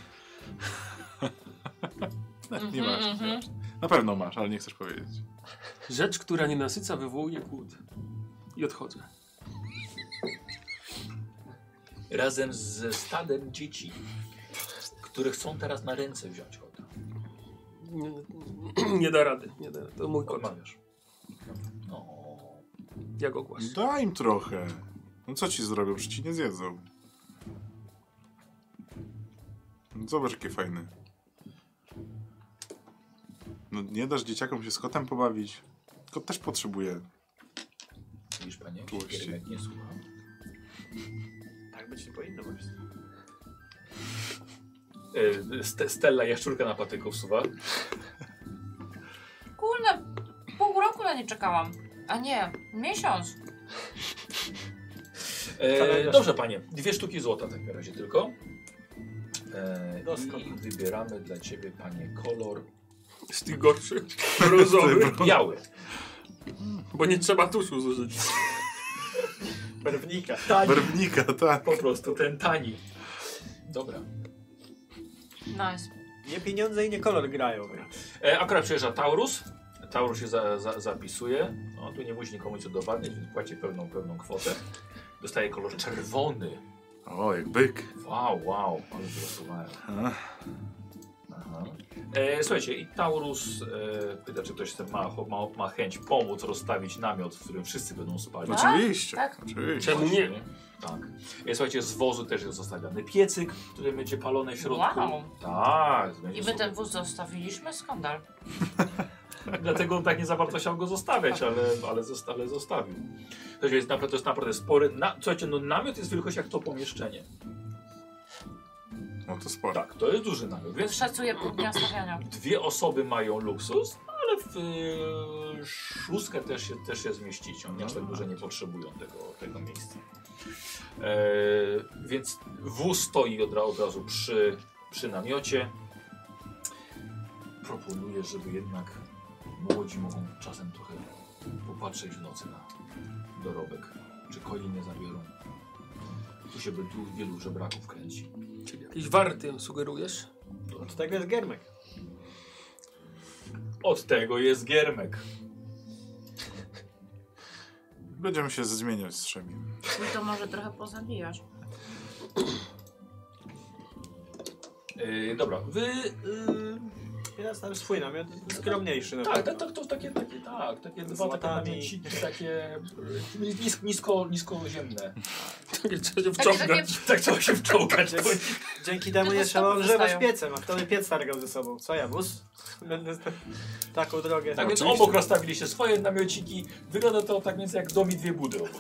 Nie masz. Na pewno masz, ale nie chcesz powiedzieć. Rzecz, która nie nasyca, wywołuje głód. I odchodzę. Razem ze stadem dzieci, które chcą teraz na ręce wziąć kota. Nie da rady. To mój kot. Odmawiasz. No. Ja go głaszczę. Daj im trochę. No co ci zrobią? Przecież ci nie zjedzą. No zobacz, jakie fajne. No nie dasz dzieciakom się z kotem pobawić. Kot też potrzebuje. Widzisz, panie? Czułości. Giermek nie słucha. Tak być nie powinno być. Stella jaszczurka na patyku wsuwa. Kurde, pół roku na nie czekałam. A nie, miesiąc. Dobrze, panie. 2 sztuki złota w takim razie tylko. Doskonale. I wybieramy dla ciebie, panie, kolor Z tych gorszych. Brązowy. biały. Bo nie trzeba tuszu zużyć. Barwnika. Barwnika, tak. Po prostu ten tani. Dobra. Nice. Nie pieniądze i nie kolor grają. Akurat przyjeżdża Taurus. Taurus się zapisuje. No, tu nie musi nikomu nic udowadniać, więc płaci pełną kwotę. Dostaje kolor czerwony. O, jak byk. Wow, ale wylosowałem. Aha. Słuchajcie, i Taurus pyta, czy ktoś ma chęć pomóc rozstawić namiot, w którym wszyscy będą spali. Oczywiście. Tak. Oczywiście. Czemu nie? Tak. Słuchajcie, z wozu też jest zostawiany piecyk, który będzie palony w środku. Wow. Tak. I my ten wóz zostawiliśmy? Skandal. Dlatego tak nie za bardzo chciał go zostawiać, ale zostawił. To jest naprawdę spory. Słuchajcie, no namiot jest wielkość jak to pomieszczenie. No to sporo. Tak, to jest duży namiot, więc Szacuję pół dnia stawiania. 2 osoby mają luksus, ale w 6 też się zmieścicie. Oni aż tak dużo nie potrzebują tego miejsca. Więc wóz stoi od razu przy namiocie. Proponuję, żeby jednak młodzi mogą czasem trochę popatrzeć w nocy na dorobek. Czy koni nie zabiorą. Tu się by wielu żebraków kręci. Czyli jakieś warty sugerujesz? Od tego jest Giermek. Od tego jest giermek. Będziemy się zmieniać z Szemim. Mój to może trochę pozabijać. Dobra, wy... Ja znam swój namiot, skromniejszy na Tak, pewno. to takie dwa takie złotami. namiociki, takie niskoziemne. Takie trzeba się wciągać. Tak trzeba się wczołgać. Dzięki temu nie Tylko trzeba stopy ogrzewać zostają. piecem, a kto by piec targał ze sobą? Co ja, wóz? Będę taką drogę. Tak więc Oczywiście. obok rozstawiliście swoje namiociki. Wygląda to tak więc jak dom i 2 budy obok.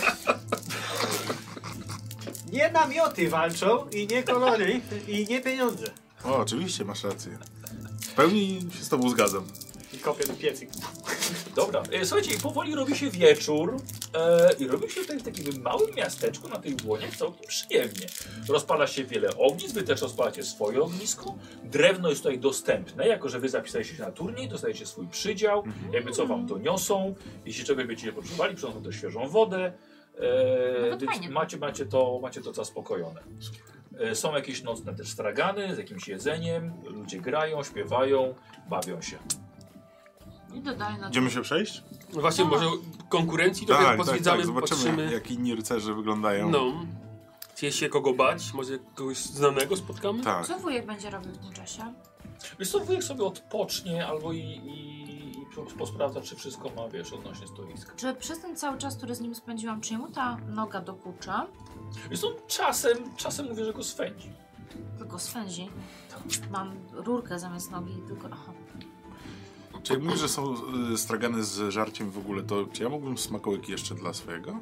Nie namioty walczą i nie kolory i nie pieniądze. O, oczywiście, masz rację. W pełni się z tobą zgadzam. I kopię do piecyk. Dobra, słuchajcie, i powoli robi się wieczór i robi się w takim małym miasteczku na tych błoniach całkiem przyjemnie. Rozpala się wiele ognisk, wy też rozpalacie swoje ognisko. Drewno jest tutaj dostępne, jako że wy zapisaliście się na turniej, dostajecie swój przydział, jakby co wam doniosą. Jeśli czegoś będziecie potrzebowali, przynoszą też świeżą wodę. Więc fajnie. macie to zaspokojone. Są jakieś nocne też stragany z jakimś jedzeniem, ludzie grają, śpiewają, bawią się. I dodaję na to. Idziemy się przejść? No właśnie, może konkurencji trochę pozwiedzamy, Zobaczymy, patrzymy. jak inni rycerze wyglądają. No. Czy jest się kogo bać? Może kogoś znanego spotkamy? Tak. Co wujek będzie robił w tym czasie? Wiesz co, wujek sobie odpocznie albo i posprawdza, czy wszystko ma, wiesz, odnośnie stoiska. Czy przez ten cały czas, który z nim spędziłam, czy mu ta noga dokucza? Wiesz co, czasem mówię, że go swędzi. Tylko swędzi. Mam rurkę zamiast nogi i tylko... Aha. Czy jak mówisz, że są stragany z żarciem w ogóle, to czy ja mógłbym smakołyki jeszcze dla swojego?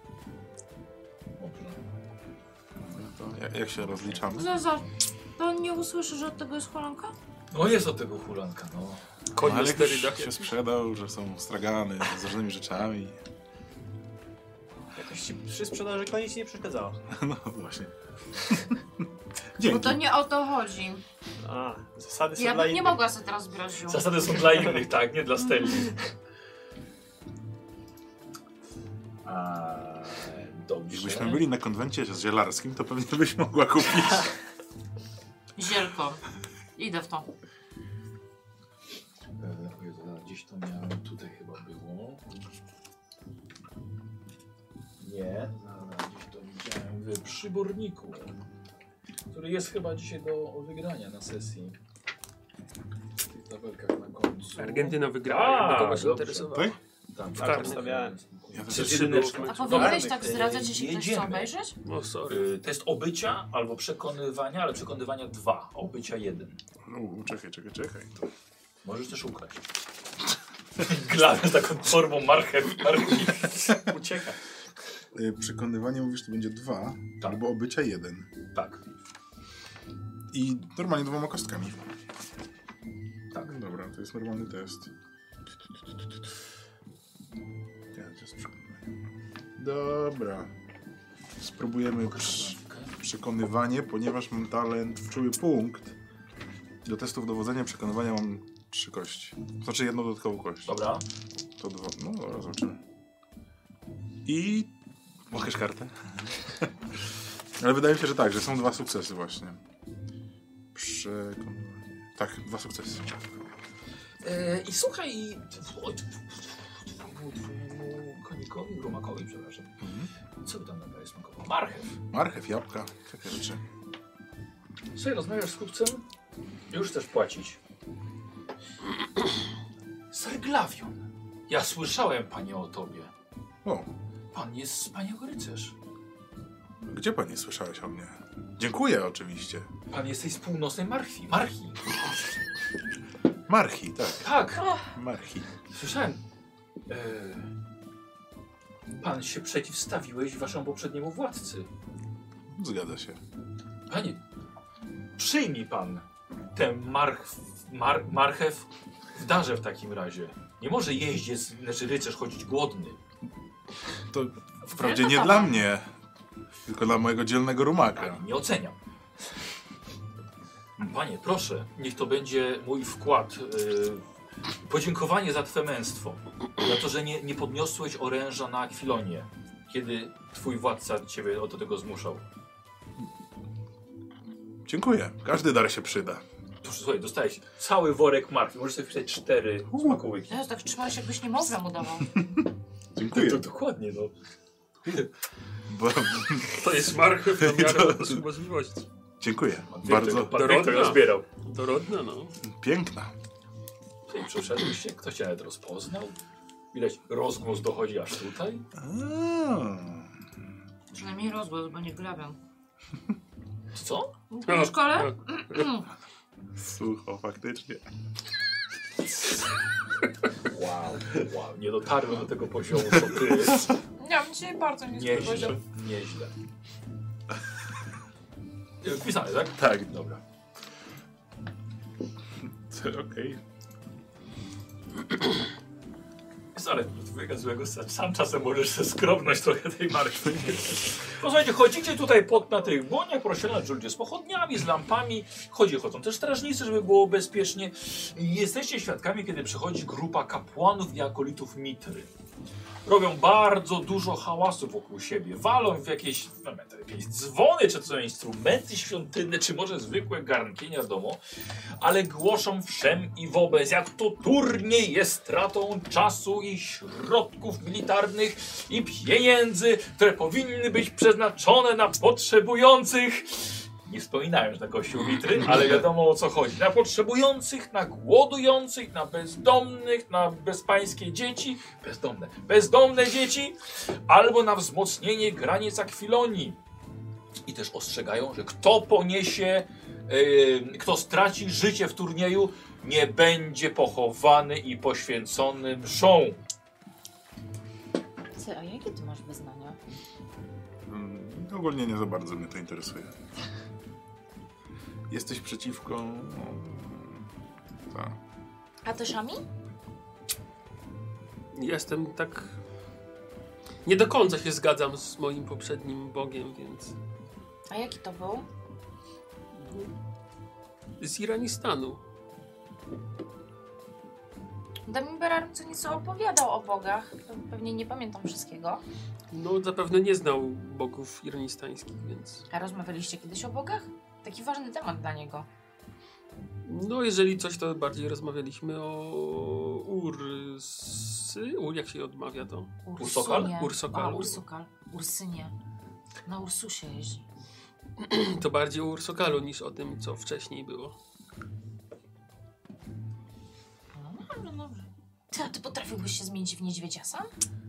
Jak się rozliczamy? To nie usłyszy, że od tego jest kolanka? No jest od tego hulanka, no. Konie ale na jak już sterydach. się sprzedał, że są stragany z różnymi rzeczami. Jakoś ci przy sprzedaży koni ci nie przeszkadzało. No właśnie. Bo Dzięki. to nie o to chodzi. A, zasady są Ja dla bym nie innych. mogła sobie teraz zbierać ziół. Zasady są dla innych, tak, nie dla Stelli. Dobrze. Jakbyśmy byli na konwencie z zielarskim, to pewnie byś mogła kupić. Zielko. Idę w to. O Jezu, gdzieś to miałem, tutaj chyba było. Nie, gdzieś to widziałem w przyborniku, który jest chyba dzisiaj do wygrania na sesji. W tych tabelkach na końcu. Argentyna wygrała, do kogoś dobrze. interesowało. Tak? Tam, karnych. Stawiałem. Ja też To jest Trzy jedyneczka. było. A powinieneś Dobra. tak zdradzać, jeśli ktoś chce Jedziemy. obejrzeć? No sorry. Test obycia albo przekonywania, ale przekonywania 2, a obycia 1. No, czekaj. To Możesz też ukraść. Glany z taką torbą marchew ucieka. Przekonywanie mówisz, to będzie 2, Tak. albo obycia 1. Tak. I normalnie 2 kostkami. Tak. Dobra, to jest normalny test. Ja, to jest przekonywanie. Dobra. Spróbujemy przekonywanie, ponieważ mam talent w czuły punkt. Do testów dowodzenia przekonywania mam 3 kości. Znaczy 1 dodatkową kość. Dobra. To 2. No dobra, zobaczymy. I... Pokaż kartę. Ale wydaje mi się, że tak, że są 2 sukcesy właśnie. Przekonywanie. Tak, 2 sukcesy. I słuchaj, twojemu konikowi, grumakowi, przepraszam. Co by tam naprawdę smakowało? Marchew. Marchew, jabłka, takie rzeczy. Słuchaj, rozmawiasz z kupcem? Już chcesz płacić. Serglawion. Ja słyszałem, panie, o tobie. O, Pan jest wspaniały rycerz. gdzie pani słyszałeś o mnie? Dziękuję oczywiście. Pan jesteś z północnej Marchi. Marchi, tak. Tak, Marchi. słyszałem. Pan się przeciwstawiłeś waszemu poprzedniemu władcy. Zgadza się. Panie, przyjmij pan tę marchew w darze w takim razie. Nie może jeździec, znaczy rycerz chodzić głodny. To wprawdzie nie dla mnie, tylko dla mojego dzielnego rumaka. Pani, nie oceniam. Panie, proszę, niech to będzie mój wkład. Podziękowanie za twe męstwo. Za to, że nie podniosłeś oręża na Akwilonie, kiedy twój władca ciebie do tego zmuszał. Dziękuję. Każdy dar się przyda. Proszę, słuchaj, dostałeś cały worek marki. Możesz sobie wpisać 4 smakołyki. Ja tak trzymałeś, jakbyś niemowlę mu dawał. Dziękuję. To dokładnie, no. Bo... To jest marchew na miarę naszych możliwości. Dziękuję. Pan Bardzo Wiktor ją zbierał. Dorodna, no. piękna. Tutaj przeszedłeś się, ktoś cię nawet rozpoznał. Widać, rozgłos dochodzi aż tutaj. Przynajmniej rozgłos, bo nie glawiam. Co? W szkole? Sucho, faktycznie. Wow, nie dotarłem do tego poziomu, co ty jest. Ja dzisiaj bardzo Nieźle, nieźle. Wpisane, tak? Tak. Dobra. Okej. Ale twojego złego sam czasem możesz sobie skrobnąć trochę tej marki. Posłuchajcie, chodzicie tutaj na tych błoniach, porozsiadać ludzie z pochodniami, z lampami. Chodzą też strażnicy, żeby było bezpiecznie. I jesteście świadkami, kiedy przychodzi grupa kapłanów i akolitów Mitry. Robią bardzo dużo hałasu wokół siebie. Walą w jakieś dzwony, czy to są instrumenty świątynne, czy może zwykłe garnki, nie wiadomo. Ale głoszą wszem i wobec, jak to turniej jest stratą czasu i środków militarnych i pieniędzy, które powinny być przeznaczone na potrzebujących. Nie wspominałem, że na kościół Mitry, ale wiadomo, o co chodzi. Na potrzebujących, na głodujących, na bezdomnych, na bezpańskie dzieci, bezdomne dzieci, albo na wzmocnienie granic Akwilonii. I też ostrzegają, że kto poniesie, kto straci życie w turnieju, nie będzie pochowany i poświęcony mszą. A jakie ty masz wyznania? Ogólnie nie za bardzo mnie to interesuje. Jesteś przeciwko... Tak. A ty, Szami? Jestem tak... Nie do końca się zgadzam z moim poprzednim bogiem, więc... A jaki to był? Z Iranistanu. Damiberar co nieco opowiadał o bogach. To pewnie nie pamiętam wszystkiego. No, zapewne nie znał bogów iranistańskich, więc... A rozmawialiście kiedyś o bogach? Taki ważny temat dla niego. No, jeżeli coś, to bardziej rozmawialiśmy o jak się odmawia to? Ursokal? Ursokal. Ursokal. Ursynie. Na Ursusie jeździ. To bardziej o Ursokalu niż o tym, co wcześniej było. No dobrze. Ty potrafiłbyś się zmienić w niedźwiedzia sam?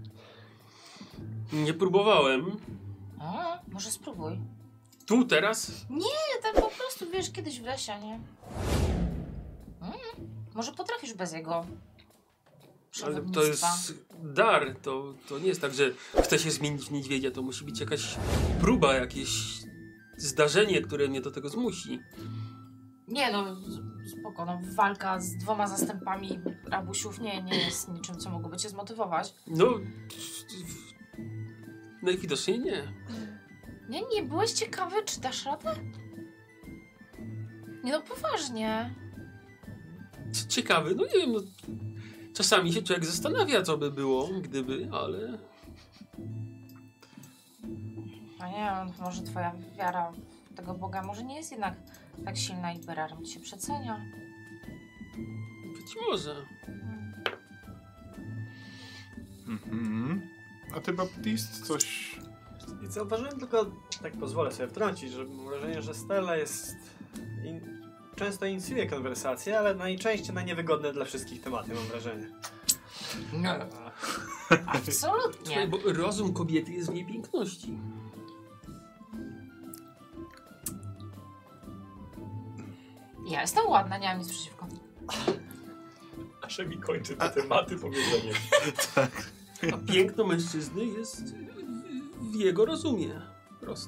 Nie próbowałem. A, może spróbuj. Tu, teraz? Nie, tak po prostu, wiesz, kiedyś w lesie, nie? Może potrafisz bez jego Ale przewodnictwa. to jest dar, to nie jest tak, że chce się zmienić w niedźwiedzia, to musi być jakaś próba, jakieś zdarzenie, które mnie do tego zmusi. Nie no, spoko, no walka z 2 zastępami rabusiów nie jest niczym, co mogłoby cię zmotywować. No, najwidoczniej nie. Nie byłeś ciekawy, czy dasz radę? Nie no, poważnie. Ciekawy, no nie wiem, no, czasami się człowiek zastanawia, co by było, gdyby, ale... No nie wiem, może twoja wiara w tego Boga może nie jest jednak tak silna i Berarm cię przecenia. Być może. A ty, Baptist, coś... I zauważyłem tylko, tak pozwolę sobie wtrącić, że mam wrażenie, że Stella jest... często inicjuje konwersacje, ale najczęściej na niewygodne dla wszystkich tematy, mam wrażenie. No. Absolutnie. Słuchaj, bo rozum kobiety jest w jej piękności. Ja jestem ładna, nie mam nic przeciwko. Aż mi kończy te tematy powiedzenie. A piękno mężczyzny jest w jego rozumie. Proste.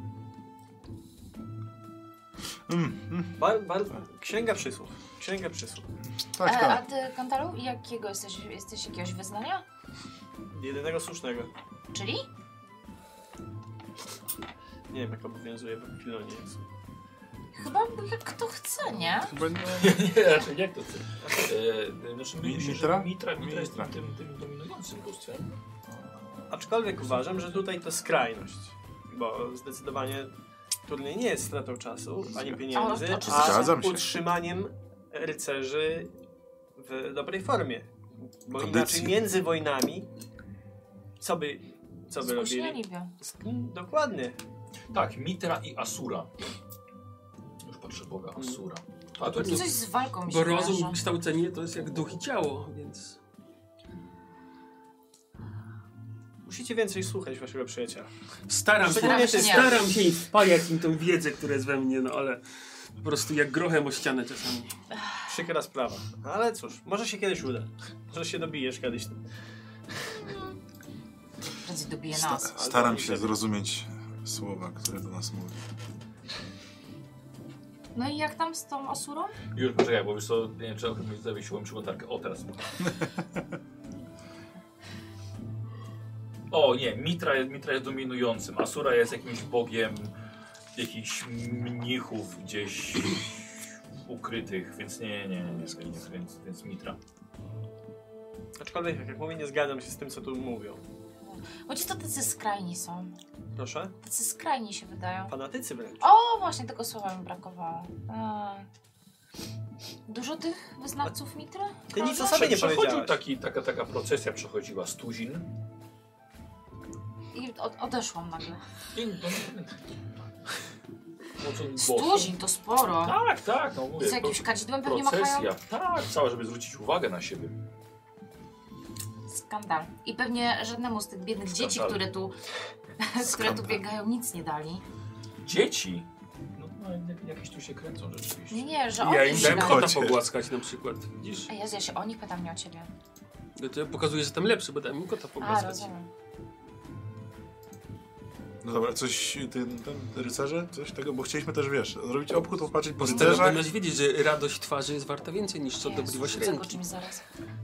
Księga przysłów. Księga przysłów. Tak, A tak. ty, Kantalu, jakiego jesteś jakiegoś wyznania? Jedynego słusznego. Czyli? Nie wiem, jak obowiązuje w Filonie. Chyba jak kto chce, nie? Chyba nie... Nie, raczej jak to ty? Znaczy Mitra? Mitra jest Mitra. tym dominującym bóstwem. Aczkolwiek uważam, że tutaj to skrajność. Bo zdecydowanie turniej nie jest stratą czasu, ani pieniędzy, oczywiście. a Zgadzam się. utrzymaniem rycerzy w dobrej formie. Bo Kondycji. inaczej między wojnami co by robili? Zgłośnialiby. Dokładnie. Tak, Mitra i Asura. Już patrzę Boga, Asura. A to Coś jest... z walką mi się Bo rozum i kojarzy. kształcenie to jest jak duch i ciało, więc... Musicie więcej słuchać waszego przyjaciela. Staram Szczególnie ty. staram się wpajać im tą wiedzę, która jest we mnie, no ale po prostu jak grochem o ścianę czasami. Przykra sprawa. Ale cóż, może się kiedyś uda. Może się dobijesz kiedyś. Prędzej dobije nas. Staram się zrozumieć słowa, które do nas mówi. No i jak tam z tą Asurą? Już poczekaj, bo wiesz co, nie wiem, czy mi zawiesiło mi przeglądarkę. O, teraz. O nie, Mitra jest dominującym. Asura jest jakimś bogiem jakichś mnichów gdzieś ukrytych, więc nie, więc Mitra. Aczkolwiek, jak mówię, nie zgadzam się z tym, co tu mówią. Bo ci to tacy skrajni są. Proszę? Tacy skrajni się wydają. Fanatycy wręcz. O, właśnie tego słowa mi brakowało. Dużo tych wyznawców Mitry? Ty nic o sobie nie Przechodził powiedziałeś. taka procesja przechodziła z tuzin. I odeszłam nagle. Stuzin. To sporo. Tak, no mówię. Z jakimś kadzidłem pewnie procesja. machają? Tak, cała, żeby zwrócić uwagę na siebie. Skandal. I pewnie żadnemu z tych biednych dzieci, które tu biegają, nic nie dali. Dzieci? No, jakieś tu się kręcą rzeczywiście. Nie, że Ja oni im się dałem dali. kota Chociaż. pogłaskać na przykład, widzisz? A Jezu, ja się o nich pytam, nie o ciebie. To ja pokazuję, że jestem lepszy, bo dałem im kota A, pogłaskać. rozumiem. No dobra, coś, ten rycerze, coś tego, bo chcieliśmy też, wiesz, zrobić obchód, popatrzeć po Bo rycerzach. powinnaś wiedzieć, że radość twarzy jest warta więcej niż dobrliwość Jezu, ręki. zakoczy mi zaraz.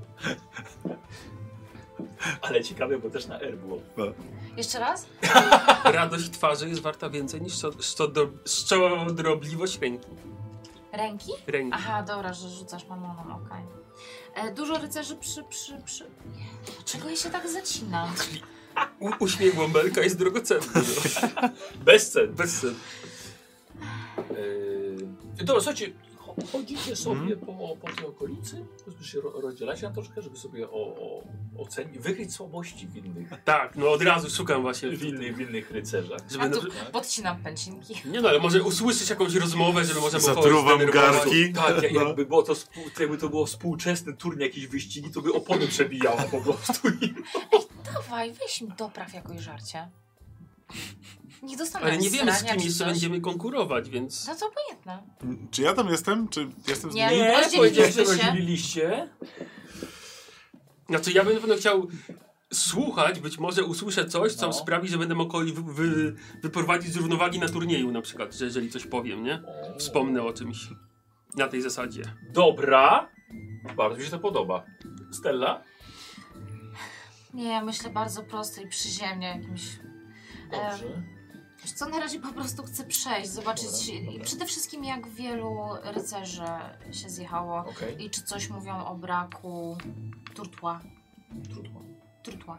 Ale ciekawe, bo też na R było. Jeszcze raz? Radość twarzy jest warta więcej niż szczodrobliwość ręki. Ręki? Ręki. Aha, dobra, że rzucasz mamoną, okej. Dużo rycerzy Nie, dlaczego ja się tak zacinam? Uśmiech bąbelka jest drogocenny. Bezcen. Bez Dobra, słuchajcie, chodzicie sobie po tej okolicy, żeby się rozdzielacie na troszkę, żeby sobie ocenić, wykryć słabości w innych, Tak, no od razu szukam właśnie w innych rycerzach. żeby A tu na- podcinam pęcinki. Nie no, ale może usłyszeć jakąś rozmowę, żeby można było Zatruwam kogoś zdenerwować. garki. Tak, No. jakby to było współczesny turniej, jakieś wyścigi, to by opony przebijało po prostu. Dawaj, weź mi dopraw jakoś żarcie. Nie dostanę Ale nie wiemy, z srania kim czy jeszcze coś. będziemy konkurować, więc... No to obojętne. Czy ja tam jestem? Czy jestem z Nie. nimi? Nie, Rozdzieliliśmy powiedziałeś, że się. rozdzieliliście. Znaczy ja bym na pewno chciał słuchać, być może usłyszę coś, co No. sprawi, że będę mógł wyprowadzić z równowagi na turnieju na przykład, że jeżeli coś powiem, nie? Wspomnę o czymś na tej zasadzie. Dobra. Bardzo mi się to podoba. Stella? Nie, myślę bardzo prosto i przyziemnie jakimś... Dobrze. Wiesz co, na razie po prostu chcę przejść, zobaczyć Dobra. przede wszystkim jak wielu rycerzy się zjechało Okej. i czy coś mówią o braku turtła. Trudno. Turtła.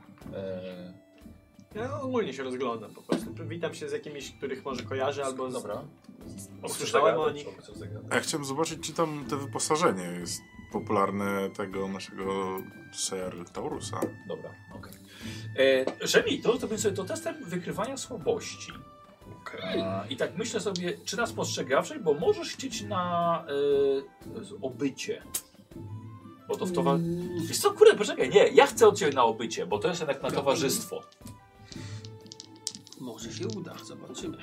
Ja ogólnie się rozglądam po prostu. Witam się z jakimiś, których może kojarzę, albo z... Dobra. Usłyszałem o nich. A ja chciałem zobaczyć, czy tam te wyposażenie jest popularne tego naszego Ser Taurusa. Dobra, okej. Żemi, to bym sobie to testem wykrywania słabości. I tak myślę sobie, czy nas postrzegawczej, bo możesz chcieć na obycie. Bo to w Wiesz co, kurde, poczekaj, nie, ja chcę od ciebie na obycie, bo to jest jednak na towarzystwo. Może się uda, zobaczymy.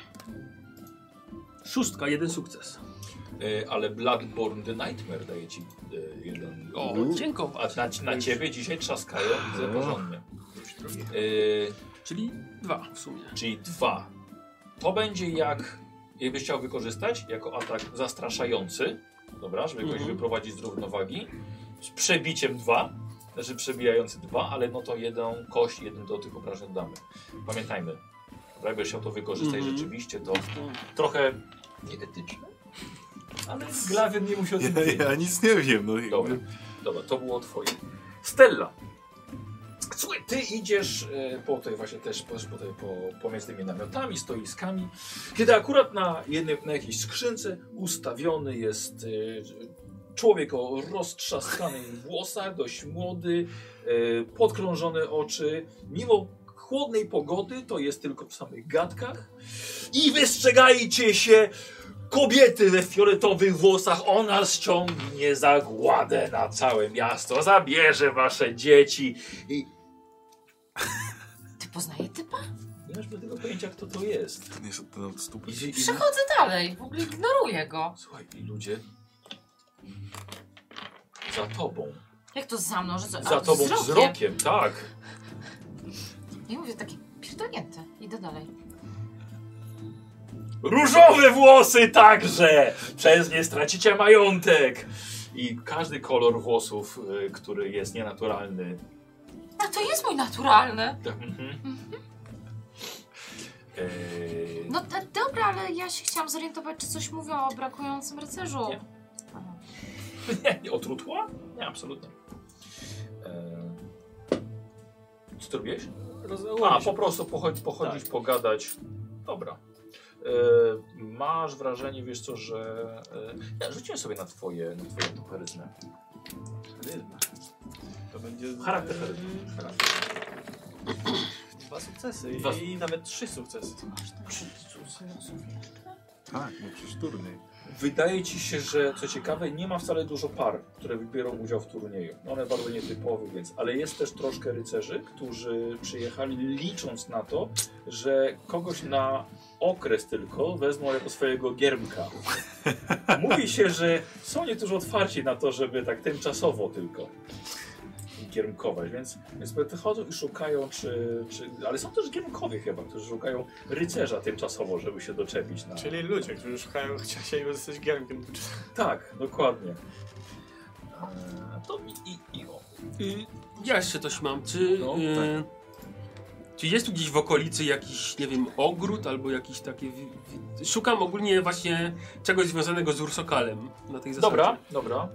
6, 1 sukces. Ale Bloodborne the Nightmare daje ci jeden. O, dziękować. A na ciebie dzisiaj trzaskają, widzę porządnie. Czyli 2 w sumie. Czyli 2. To będzie jakbyś chciał wykorzystać jako atak zastraszający. Dobra, żeby kogoś wyprowadzić z równowagi. Z przebiciem 2. Znaczy przebijający 2, ale no to jeden kość, jeden do tych obrażeń damy. Pamiętajmy. Dobra, jakbyś chciał to wykorzystać rzeczywiście, to trochę nieetyczne. Ale Glawion nie musi o tym wiedzieć. Ja nic nie wiem. No, Dobra, dobra, to było twoje. Stella. Słuchaj, ty idziesz po tej właśnie też pomiędzy tymi namiotami, stoiskami, kiedy akurat na jakiejś skrzynce ustawiony jest człowiek o roztrzaskanych włosach, dość młody, podkrążone oczy. Mimo chłodnej pogody to jest tylko w samych gadkach. I wystrzegajcie się! Kobiety we fioletowych włosach, ona ściągnie zagładę na całe miasto, zabierze wasze dzieci i... Ty poznaje typa? Nie masz tego pojęcia, kto to jest. To nie jest ten od stóp. Przechodzę dalej, w ogóle ignoruję go. Słuchaj, i ludzie... Za tobą. Jak to za mną? Że Za tobą wzrokiem, tak. I mówię, takie pierdolnięte. Idę dalej. Różowe włosy także! Przez nie stracicie majątek! I każdy kolor włosów, który jest nienaturalny. A to jest mój naturalny. Tak, No dobra, ale ja się chciałam zorientować, czy coś mówią o brakującym rycerzu. Nie. Aha. Nie, otrutła? Nie, absolutnie. Co ty robiłeś? Po prostu pochodzić, Tak. pogadać. Dobra. Masz wrażenie, wiesz co, że... rzuciłem sobie na twoją charyzmę. To będzie... Charakter charyzmy. 2 sukcesy Dwa. i nawet 3 sukcesy. Tak, no przecież turniej. Wydaje ci się, że co ciekawe, nie ma wcale dużo par, które biorą udział w turnieju. No one bardzo nietypowe, więc. Ale jest też troszkę rycerzy, którzy przyjechali licząc na to, że kogoś na okres tylko wezmą jako swojego giermka. Mówi się, że są niektórzy otwarci na to, żeby tak tymczasowo tylko giermkować, więc chodzą i szukają, ale są też giermkowie chyba, którzy szukają rycerza tymczasowo, żeby się doczepić na... Czyli ludzie, którzy szukają, chcieli zostać giermkiem. Tak, dokładnie. To Ja jeszcze coś mam. Czy, No, czy jest tu gdzieś w okolicy jakiś, nie wiem, ogród albo jakiś taki... Szukam ogólnie właśnie czegoś związanego z Ursokalem na tej zasadzie. Dobra.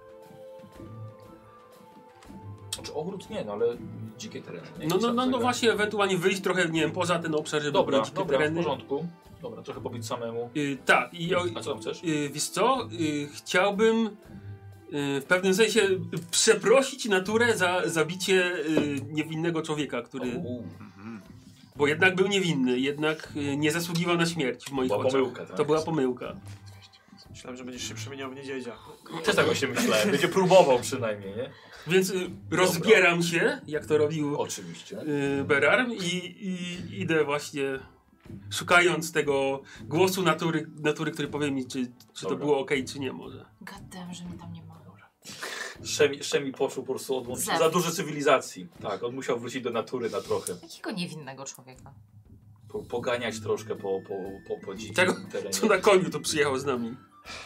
Znaczy ogród nie, no ale dzikie tereny. Nie? No właśnie, ewentualnie wyjść trochę, nie wiem, poza ten obszar, żeby Dobra, były dzikie tereny. w porządku. Dobra, trochę pobić samemu. Tak. A co tam chcesz? Wiesz co? Chciałbym w pewnym sensie przeprosić naturę za zabicie niewinnego człowieka, który... Bo jednak był niewinny, jednak nie zasługiwał na śmierć w moich Była oczach. pomyłka, tak? To była pomyłka. Myślałem, że będziesz się przemieniał w niedźwiedzia. Też tak właśnie myślałem. Będzie próbował przynajmniej, nie? Więc rozbieram się, jak to robił Oczywiście. Berarm i idę właśnie Szukając tego głosu natury, który powie mi, czy to Dobra. było okej, czy nie może. Gadam, że mnie tam nie ma. Szemi poszło po prostu odłączyć. Zem. Za dużo cywilizacji. Tak, on musiał wrócić do natury na trochę. Jakiego niewinnego człowieka? Poganiać troszkę po dzikim Tego, terenie. co na koniu to przyjechał z nami.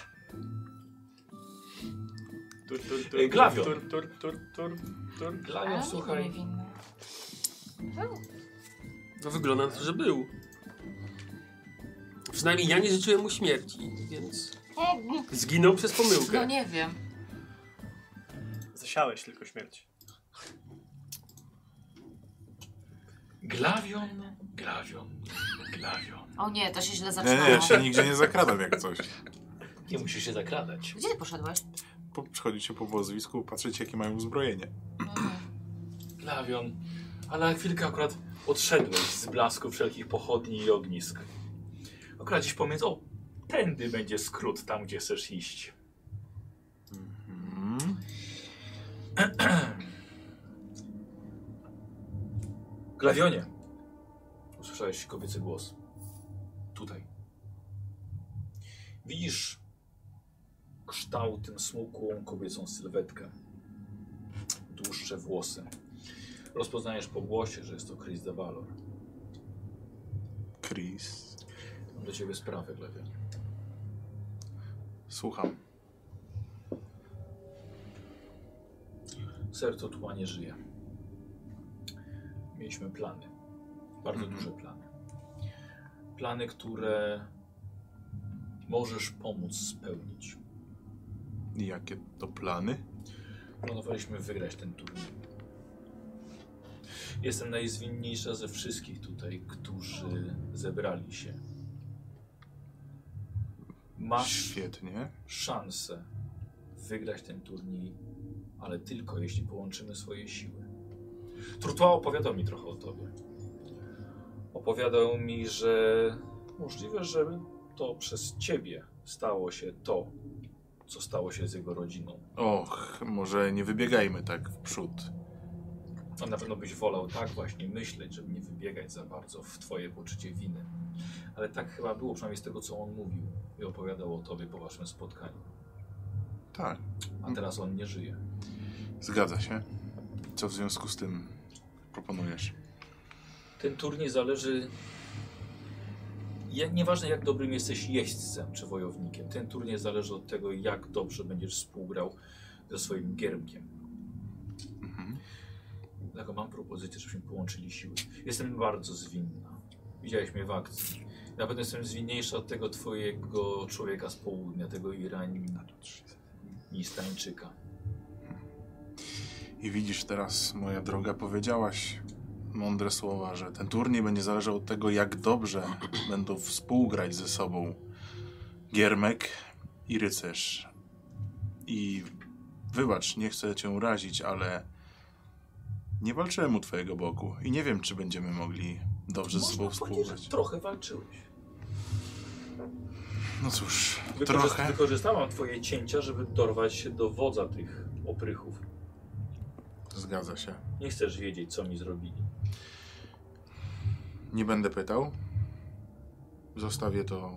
Glawion. Ale nie Słuchaj. niewinny. No wygląda na to, że był. Przynajmniej ja nie życzyłem mu śmierci, więc zginął przez No pomyłkę. nie wiem. Zasiałeś tylko śmierć. Glawion. O nie, to się źle Nie, zaczynało. ja się nigdzie nie zakradam jak coś. Nie musisz się zakradać. Gdzie ty poszedłeś? Przychodzicie po wozwisku, patrzycie jakie mają uzbrojenie. Glawion. Ale na chwilkę akurat odszedłeś z blasku wszelkich pochodni i ognisk. Akurat gdzieś pomiędzy... O, tędy będzie skrót tam, gdzie chcesz iść. Glawionie. Usłyszałeś kobiecy głos. Tutaj. Widzisz kształtem smukłą kobiecą sylwetkę. Dłuższe włosy. Rozpoznajesz po głosie, że jest to Chris de Valor. Chris. Mam do ciebie sprawę, Glawionie. Słucham. Serce tła nie żyje. Mieliśmy plany. Bardzo duże plany. Plany, które możesz pomóc spełnić. I jakie to plany? Planowaliśmy wygrać ten turniej. Jestem najzwinniejsza ze wszystkich tutaj, którzy zebrali się. Masz Świetnie. szansę wygrać ten turniej, ale tylko jeśli połączymy swoje siły. Trutois opowiadał mi trochę o tobie. Opowiadał mi, że możliwe, że to przez ciebie stało się to, co stało się z jego rodziną. Och, może nie wybiegajmy tak w przód. A na pewno byś wolał tak właśnie myśleć, żeby nie wybiegać za bardzo w twoje poczucie winy. Ale tak chyba było, przynajmniej z tego, co on mówił i opowiadał o tobie po waszym spotkaniu. Tak, A teraz on nie żyje. zgadza się. Co w związku z tym proponujesz? Ten turniej zależy... Nieważne jak dobrym jesteś jeźdźcem czy wojownikiem, ten turniej zależy od tego, jak dobrze będziesz współgrał ze swoim giermkiem. Dlatego mam propozycję, żebyśmy połączyli siły. Jestem bardzo zwinna. Widziałeś mnie w akcji. Na pewno jestem zwinniejsza od tego twojego człowieka z południa, tego Iranistańczyka. I widzisz teraz, moja droga, powiedziałaś mądre słowa, że ten turniej będzie zależał od tego, jak dobrze będą współgrać ze sobą giermek i rycerz. I wybacz, nie chcę cię urazić, ale nie walczyłem u twojego boku i nie wiem, czy będziemy mogli dobrze ze sobą Można powiedzieć, że współgrać. trochę walczyłeś. No cóż, trochę. Wykorzystałam twoje cięcia, żeby dorwać się do wodza tych oprychów. Zgadza się. Nie chcesz wiedzieć, co mi zrobili. Nie będę pytał. Zostawię to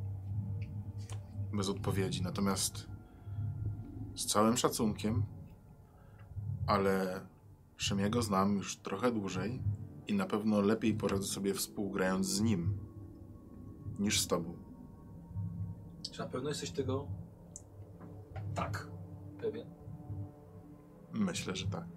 bez odpowiedzi. Natomiast z całym szacunkiem, ale Szemiego znam już trochę dłużej i na pewno lepiej poradzę sobie współgrając z nim niż z tobą. Czy na pewno jesteś tego tak pewien? Myślę, że tak.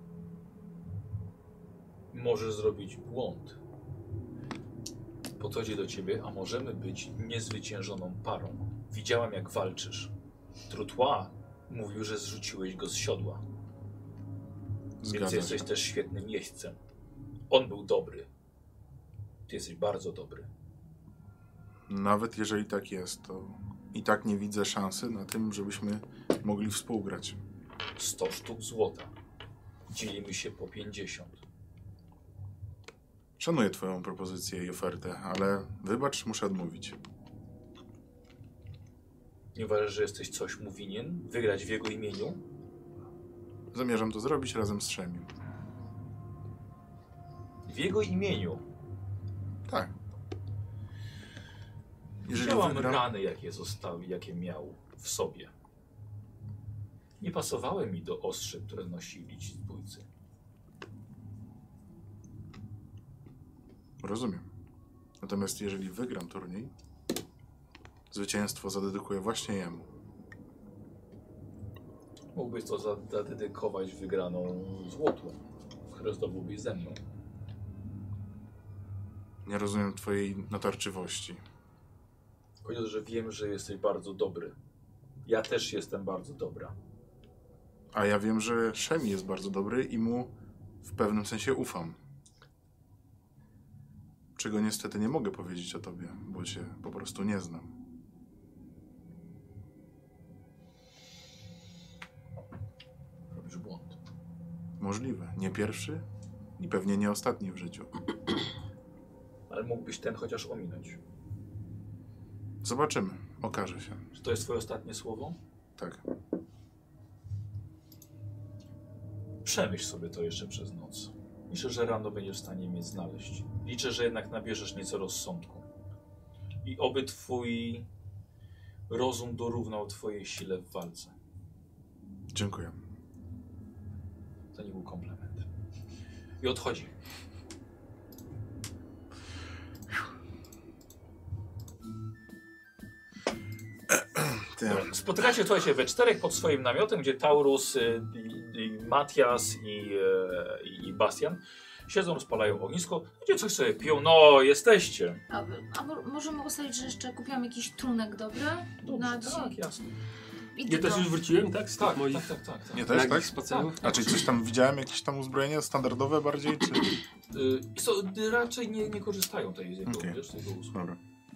Możesz zrobić błąd. Podchodzi do ciebie, a możemy być niezwyciężoną parą. Widziałam, jak walczysz. Trutois mówił, że zrzuciłeś go z siodła. Więc Zgadza jesteś się. też świetnym jeźdźcem. On był dobry. Ty jesteś bardzo dobry. Nawet jeżeli tak jest, to i tak nie widzę szansy na tym, żebyśmy mogli współgrać. 100 sztuk złota. Dzielimy się po 50. Szanuję twoją propozycję i ofertę, ale wybacz, muszę odmówić. Nie uważasz, że jesteś coś mu winien? Wygrać w jego imieniu? Zamierzam to zrobić razem z Szemim. W jego imieniu? Tak. Widziałam wygram... rany, jakie miał w sobie. Nie pasowały mi do ostrzy, które nosili ci zbójcy. Rozumiem. Natomiast jeżeli wygram turniej, zwycięstwo zadedykuję właśnie jemu. Mógłbyś to zadedykować wygraną złotu, które zdobyłbyś ze mną. Nie rozumiem twojej natarczywości. Chodzi o to, że wiem, że jesteś bardzo dobry. Ja też jestem bardzo dobra. A ja wiem, że Szemi jest bardzo dobry i mu w pewnym sensie ufam. Czego niestety nie mogę powiedzieć o tobie, bo cię po prostu nie znam. Robisz błąd. Możliwe. Nie pierwszy i pewnie nie ostatni w życiu. Ale mógłbyś ten chociaż ominąć. Zobaczymy. Okaże się. Czy to jest twoje ostatnie słowo? Tak. Przemyśl sobie to jeszcze przez noc. Liczę, że rano będziesz w stanie mnie znaleźć. Liczę, że jednak nabierzesz nieco rozsądku. I oby twój rozum dorównał twojej sile w walce. Dziękuję. To nie był komplement. I odchodzi. Spotykacie, słuchajcie, we czterech pod swoim namiotem, gdzie Taurus, Matias i Bastian siedzą, rozpalają ognisko, gdzie coś sobie piją. No, jesteście. A możemy ustalić, że jeszcze kupiłam jakiś trunek, dobry? Dobrze, tak, jasne. Ja też już wróciłem, tak? Z tych moich Tak. Nie też, tak? nagich spacerów. A czy coś tam widziałem, jakieś tam uzbrojenie standardowe bardziej, czy... Raczej nie korzystają tej z jego, Okej. wiesz, z jego usług. Dobra.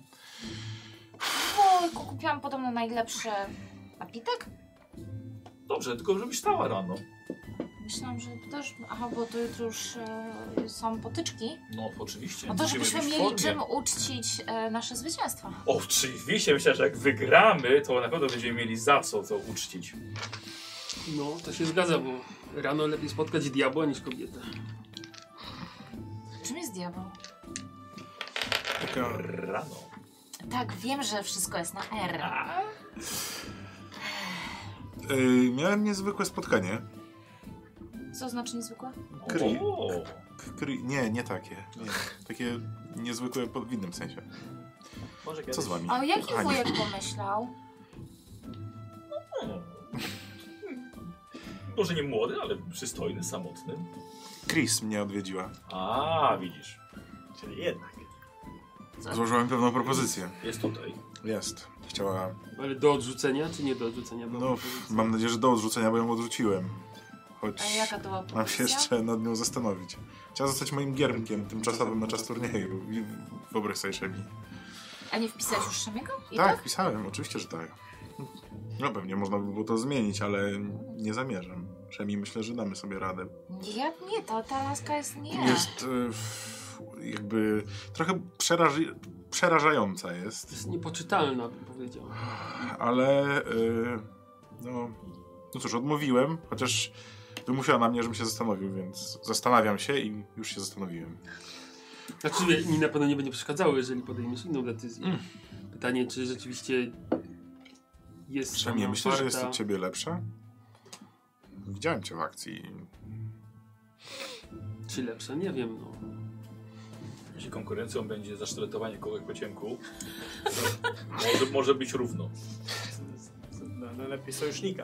Ojku, kupiłam podobno najlepszy napitek. Dobrze, tylko żebyś stała rano. Myślałam, że to też... Aha, bo to jutro już są potyczki. No, oczywiście. No to musimy żebyśmy być w mieli formie. czym uczcić nasze zwycięstwa. Oczywiście, myślę, że jak wygramy, to na pewno będziemy mieli za co to uczcić. No, to się zgadza, bo rano lepiej spotkać diabła niż kobietę. Czym jest diabeł? Taka... Rano. Tak, wiem, że wszystko jest na R. Miałem niezwykłe spotkanie. Co znaczy niezwykłe? Kry. O, Nie takie. Nie. Takie niezwykłe w innym sensie. Może Co z wami? A o jakim Kochani? wujek pomyślał? może nie młody, ale przystojny, samotny. Chris mnie odwiedziła. A, widzisz. Czyli jednak. Złożyłem pewną propozycję. Jest tutaj. Jest. Chciała... Ale do odrzucenia, czy nie do odrzucenia? No, mam nadzieję, że do odrzucenia, bo ją odrzuciłem. Choć A jaka to była mam się propozycja? jeszcze nad nią zastanowić. Chciała zostać moim giermkiem tymczasowym na czas turnieju. I wyobraź sobie Szemi. A nie wpisałeś już Szemiego? I Tak, pisałem, oczywiście, że tak. No pewnie można by było to zmienić, ale nie zamierzam. Szemi, myślę, że damy sobie radę. Nie, ta laska jest nie. Jest jakby trochę przerażająca To jest, jest niepoczytalna, bym powiedział. ale no cóż, odmówiłem, chociaż wymusiła na mnie, żebym się zastanowił, więc zastanawiam się i już się zastanowiłem. Znaczy, mi na pewno nie będzie przeszkadzało, jeżeli podejmiesz inną decyzję. Pytanie, czy rzeczywiście jest Szemi, ona myślisz, że jest warta- od ciebie lepsza? Widziałem cię w akcji. Czy lepsza? Nie wiem, no. Jeśli konkurencją będzie zasztyletowanie kogoś po ciemku, to może być równo. No lepiej sojusznika.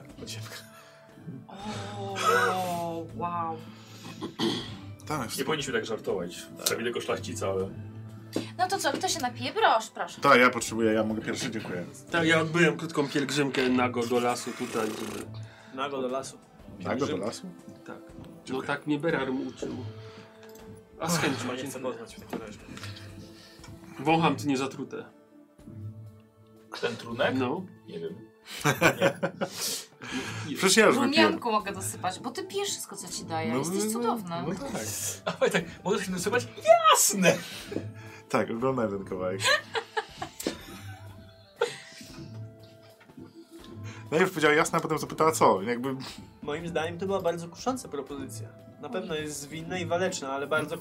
O, wow. Tak, Nie powinniśmy tak żartować. Trzeba tylko szlachcica, ale... No to co, kto się napije? Proszę. tak, ja potrzebuję, ja mogę pierwszy, dziękuję. Tak, ja odbyłem krótką pielgrzymkę nago do lasu tutaj, żeby... Nago do lasu. Tak, do lasu? Tak. No Dziękuję. tak mnie Berarm uczył. A z chęcią, Chyba nie chcę dziękuję. poznać w takim razie. Wącham ty niezatrute. Ten trunek? No. Nie wiem. Przecież ja już wypiłem. Rumianku mogę dosypać, bo ty pijesz wszystko, co ci daje. Jesteś cudowny. No tak. Ale tak, możesz się nasypać? Jasne! Tak, oglądałem ten kawałek. Najpierw powiedziała jasne, a potem zapytała co. Jakby... Moim zdaniem to była bardzo kusząca propozycja. Na pewno jest zwinna i waleczna, ale bardzo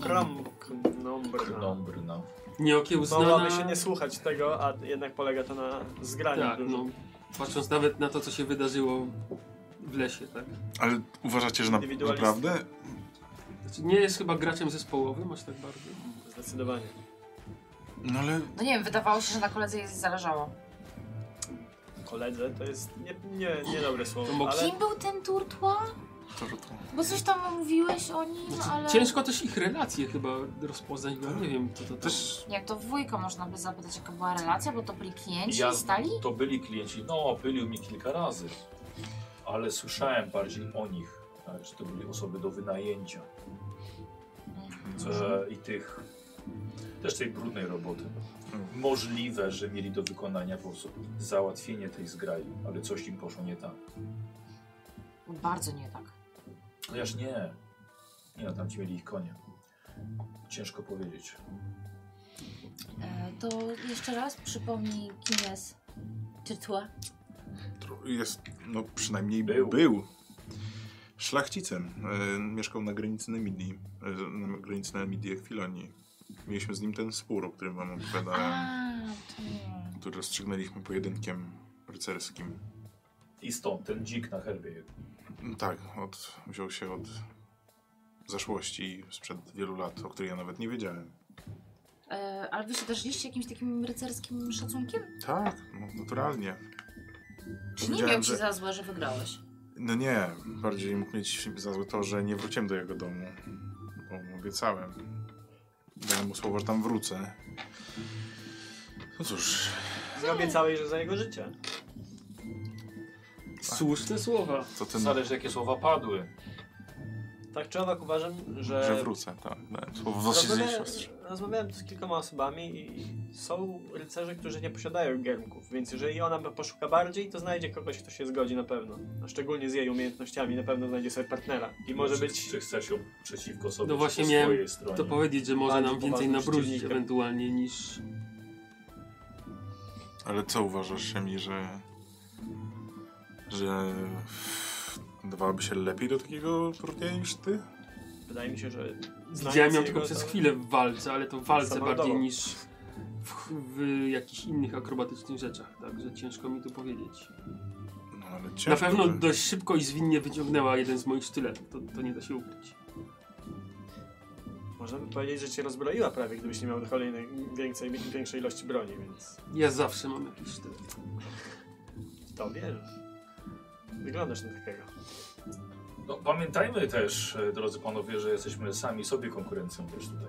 Nombrna. Nieokiełznana. Mogłaby się nie słuchać tego, a jednak polega to na zgraniu Tak, dużym. no. Patrząc nawet na to, co się wydarzyło w lesie, tak? Ale uważacie, że naprawdę? Znaczy, nie jest chyba graczem zespołowym, aż tak bardzo. Zdecydowanie. No ale... No nie wiem, wydawało się, że na koledze jej zależało. Koledze to jest niedobre słowo, To ale Kim był ten Turtła? To... Bo coś tam mówiłeś o nim, Znaczy, ale... ciężko też ich relacje chyba rozpoznać, bo ja nie wiem, co to Też... Jak to wujka można by zapytać, jaka była relacja, bo to byli klienci Ja- stali? To byli klienci, no pylił mi kilka razy, ale słyszałem bardziej o nich, tak, że to byli osoby do wynajęcia i tych, też tej brudnej roboty. Możliwe, że mieli do wykonania po prostu załatwienie tej zgrai, ale coś im poszło nie tak. Bardzo nie tak. No jaż nie. Nie no, tam ci mieli ich konie. Ciężko powiedzieć. To jeszcze raz przypomnij, kim jest Turtła. Jest, no przynajmniej Był. był szlachcicem. Mieszkał na granicy Nemidii. Na granicy Nemidii i Chwilonii. Mieliśmy z nim ten spór, o którym wam opowiadałem, To... który rozstrzygnęliśmy pojedynkiem rycerskim. I stąd ten dzik na herbie. Tak, wziął się od zaszłości sprzed wielu lat, o której ja nawet nie wiedziałem. Ale wy się darzyliście jakimś takim rycerskim szacunkiem? Tak, no, naturalnie. Czy nie Powiedziałem, miał ci że- za złe, że wygrałeś? No nie, bardziej mógł mieć za złe to, że nie wróciłem do jego domu, bo obiecałem. Dałem mu słowo, że tam wrócę. No cóż, obiecałeś, że za jego życie. słuszne słowa. to ten, Zależy jakie słowa padły. Tak czy owak uważam, że wrócę, tak. Dałem słowo w osiedli siostrze. Rozmawiałem z kilkoma osobami i są rycerze, którzy nie posiadają giermków, więc jeżeli ona poszuka bardziej, to znajdzie kogoś, kto się zgodzi na pewno. A szczególnie z jej umiejętnościami na pewno znajdzie sobie partnera. I może być... Czy chcesz ją przeciwko sobie, No czy właśnie po miałem swojej stronie? to powiedzieć, że może Bardziej nam więcej poważnym nabrudzić przeciwnikiem. ewentualnie niż... Ale co uważasz, Szemi, że dawałaby się lepiej do takiego turnieju niż ty? Wydaje mi się, że... Widziałem ją znając tylko jego, przez to- chwilę w walce, ale to w walce Zamordował. bardziej niż w jakichś innych akrobatycznych rzeczach, także ciężko mi tu powiedzieć. No ale Na ciężko pewno by. dość szybko i zwinnie wyciągnęła jeden z moich sztyletów, to nie da się ukryć. Można by powiedzieć, że cię rozbroiła prawie, gdybyś nie miał kolejnej większej ilości broni, więc... Ja zawsze mam jakiś sztylet. To wierzę. Wyglądasz na takiego. No, pamiętajmy też, drodzy panowie, że jesteśmy sami sobie konkurencją też tutaj.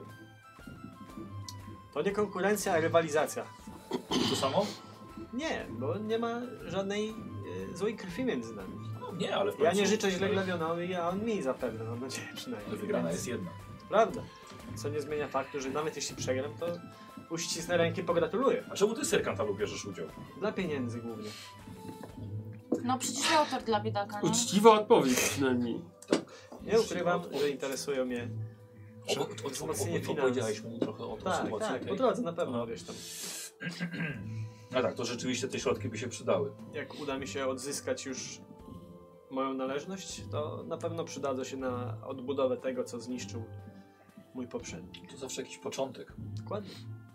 To nie konkurencja, a rywalizacja. To samo? Nie, bo nie ma żadnej złej krwi między nami. No nie, ale w Ja końcu nie życzę źle Glawionowi, a on mi zapewne, mam nadzieję przynajmniej. wygrana Więc jest jedna. Prawda. Co nie zmienia faktu, że nawet jeśli przegram, to uścisnę rękę i pogratuluję. A czemu ty, Serkantalu, bierzesz udział? Dla pieniędzy głównie. No przecież miał tort dla biedaka, nie? Uczciwa odpowiedź przynajmniej. Nie ukrywam, że interesują mnie O wzmocnienie powiedziałeś finansów. mu trochę o Tak, sytuacji. tak, okej. po drodze na pewno, wiesz tam. No tak, to rzeczywiście te środki by się przydały. Jak uda mi się odzyskać już moją należność, to na pewno przydadzą się na odbudowę tego, co zniszczył mój poprzednik. To zawsze jakiś początek. Dokładnie.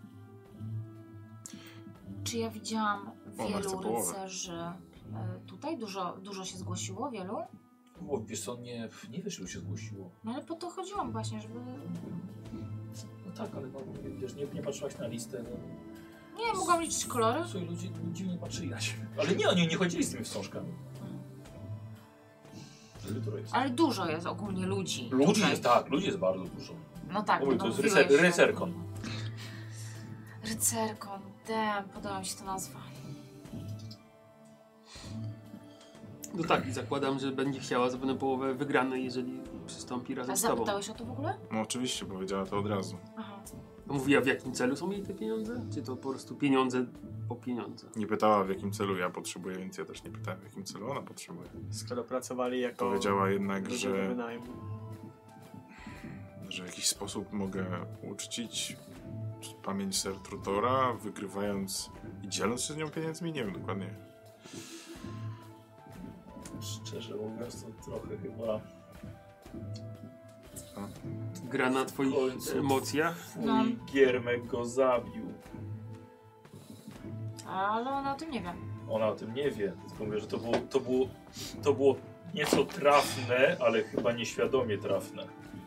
Czy ja widziałam O, wielu chcę połowę. rycerzy tutaj? Dużo się zgłosiło? Wielu? Bo wiesz co, nie wiesz, ilu się zgłosiło. No ale po to chodziłam właśnie, żeby... No tak, ale no, wiesz, nie patrzyłaś na listę. No. Nie, mogłam liczyć kolory. Słuchaj, ludzie dziwnie patrzyli na siebie. Ale nie, oni nie chodzili z tymi wstążkami. Że jutro jest. Ale dużo jest ogólnie ludzi. Ludzi tutaj. jest, tak, ludzi jest bardzo dużo. No tak, Oj, no to jest mówiłeś, rycerkon. Rycerkon, damn, podoba mi się ta nazwa. No tak, i zakładam, że będzie chciała zapewne połowę wygranej, jeżeli przystąpi A razem z tobą. zapytałeś o to w ogóle? No oczywiście, powiedziała to od razu. Aha. A mówiła, w jakim celu są jej te pieniądze? Czy to po prostu pieniądze po pieniądze? Nie pytała, w jakim celu ja potrzebuję, więc ja też nie pytałem, w jakim celu ona potrzebuje. Skoro pracowali jako Powiedziała jednak, ludzie do że wynajmu. w jakiś sposób mogę uczcić pamięć Ser Trutora, wygrywając i dzieląc się z nią pieniędzmi, nie wiem dokładnie. Szczerze mówiąc, to trochę chyba Gra na twoich emocjach. No. Giermek go zabił. Ale ona o tym nie wie. Ona o tym nie wie. Tylko mówię, że to było nieco trafne, ale chyba nieświadomie trafne.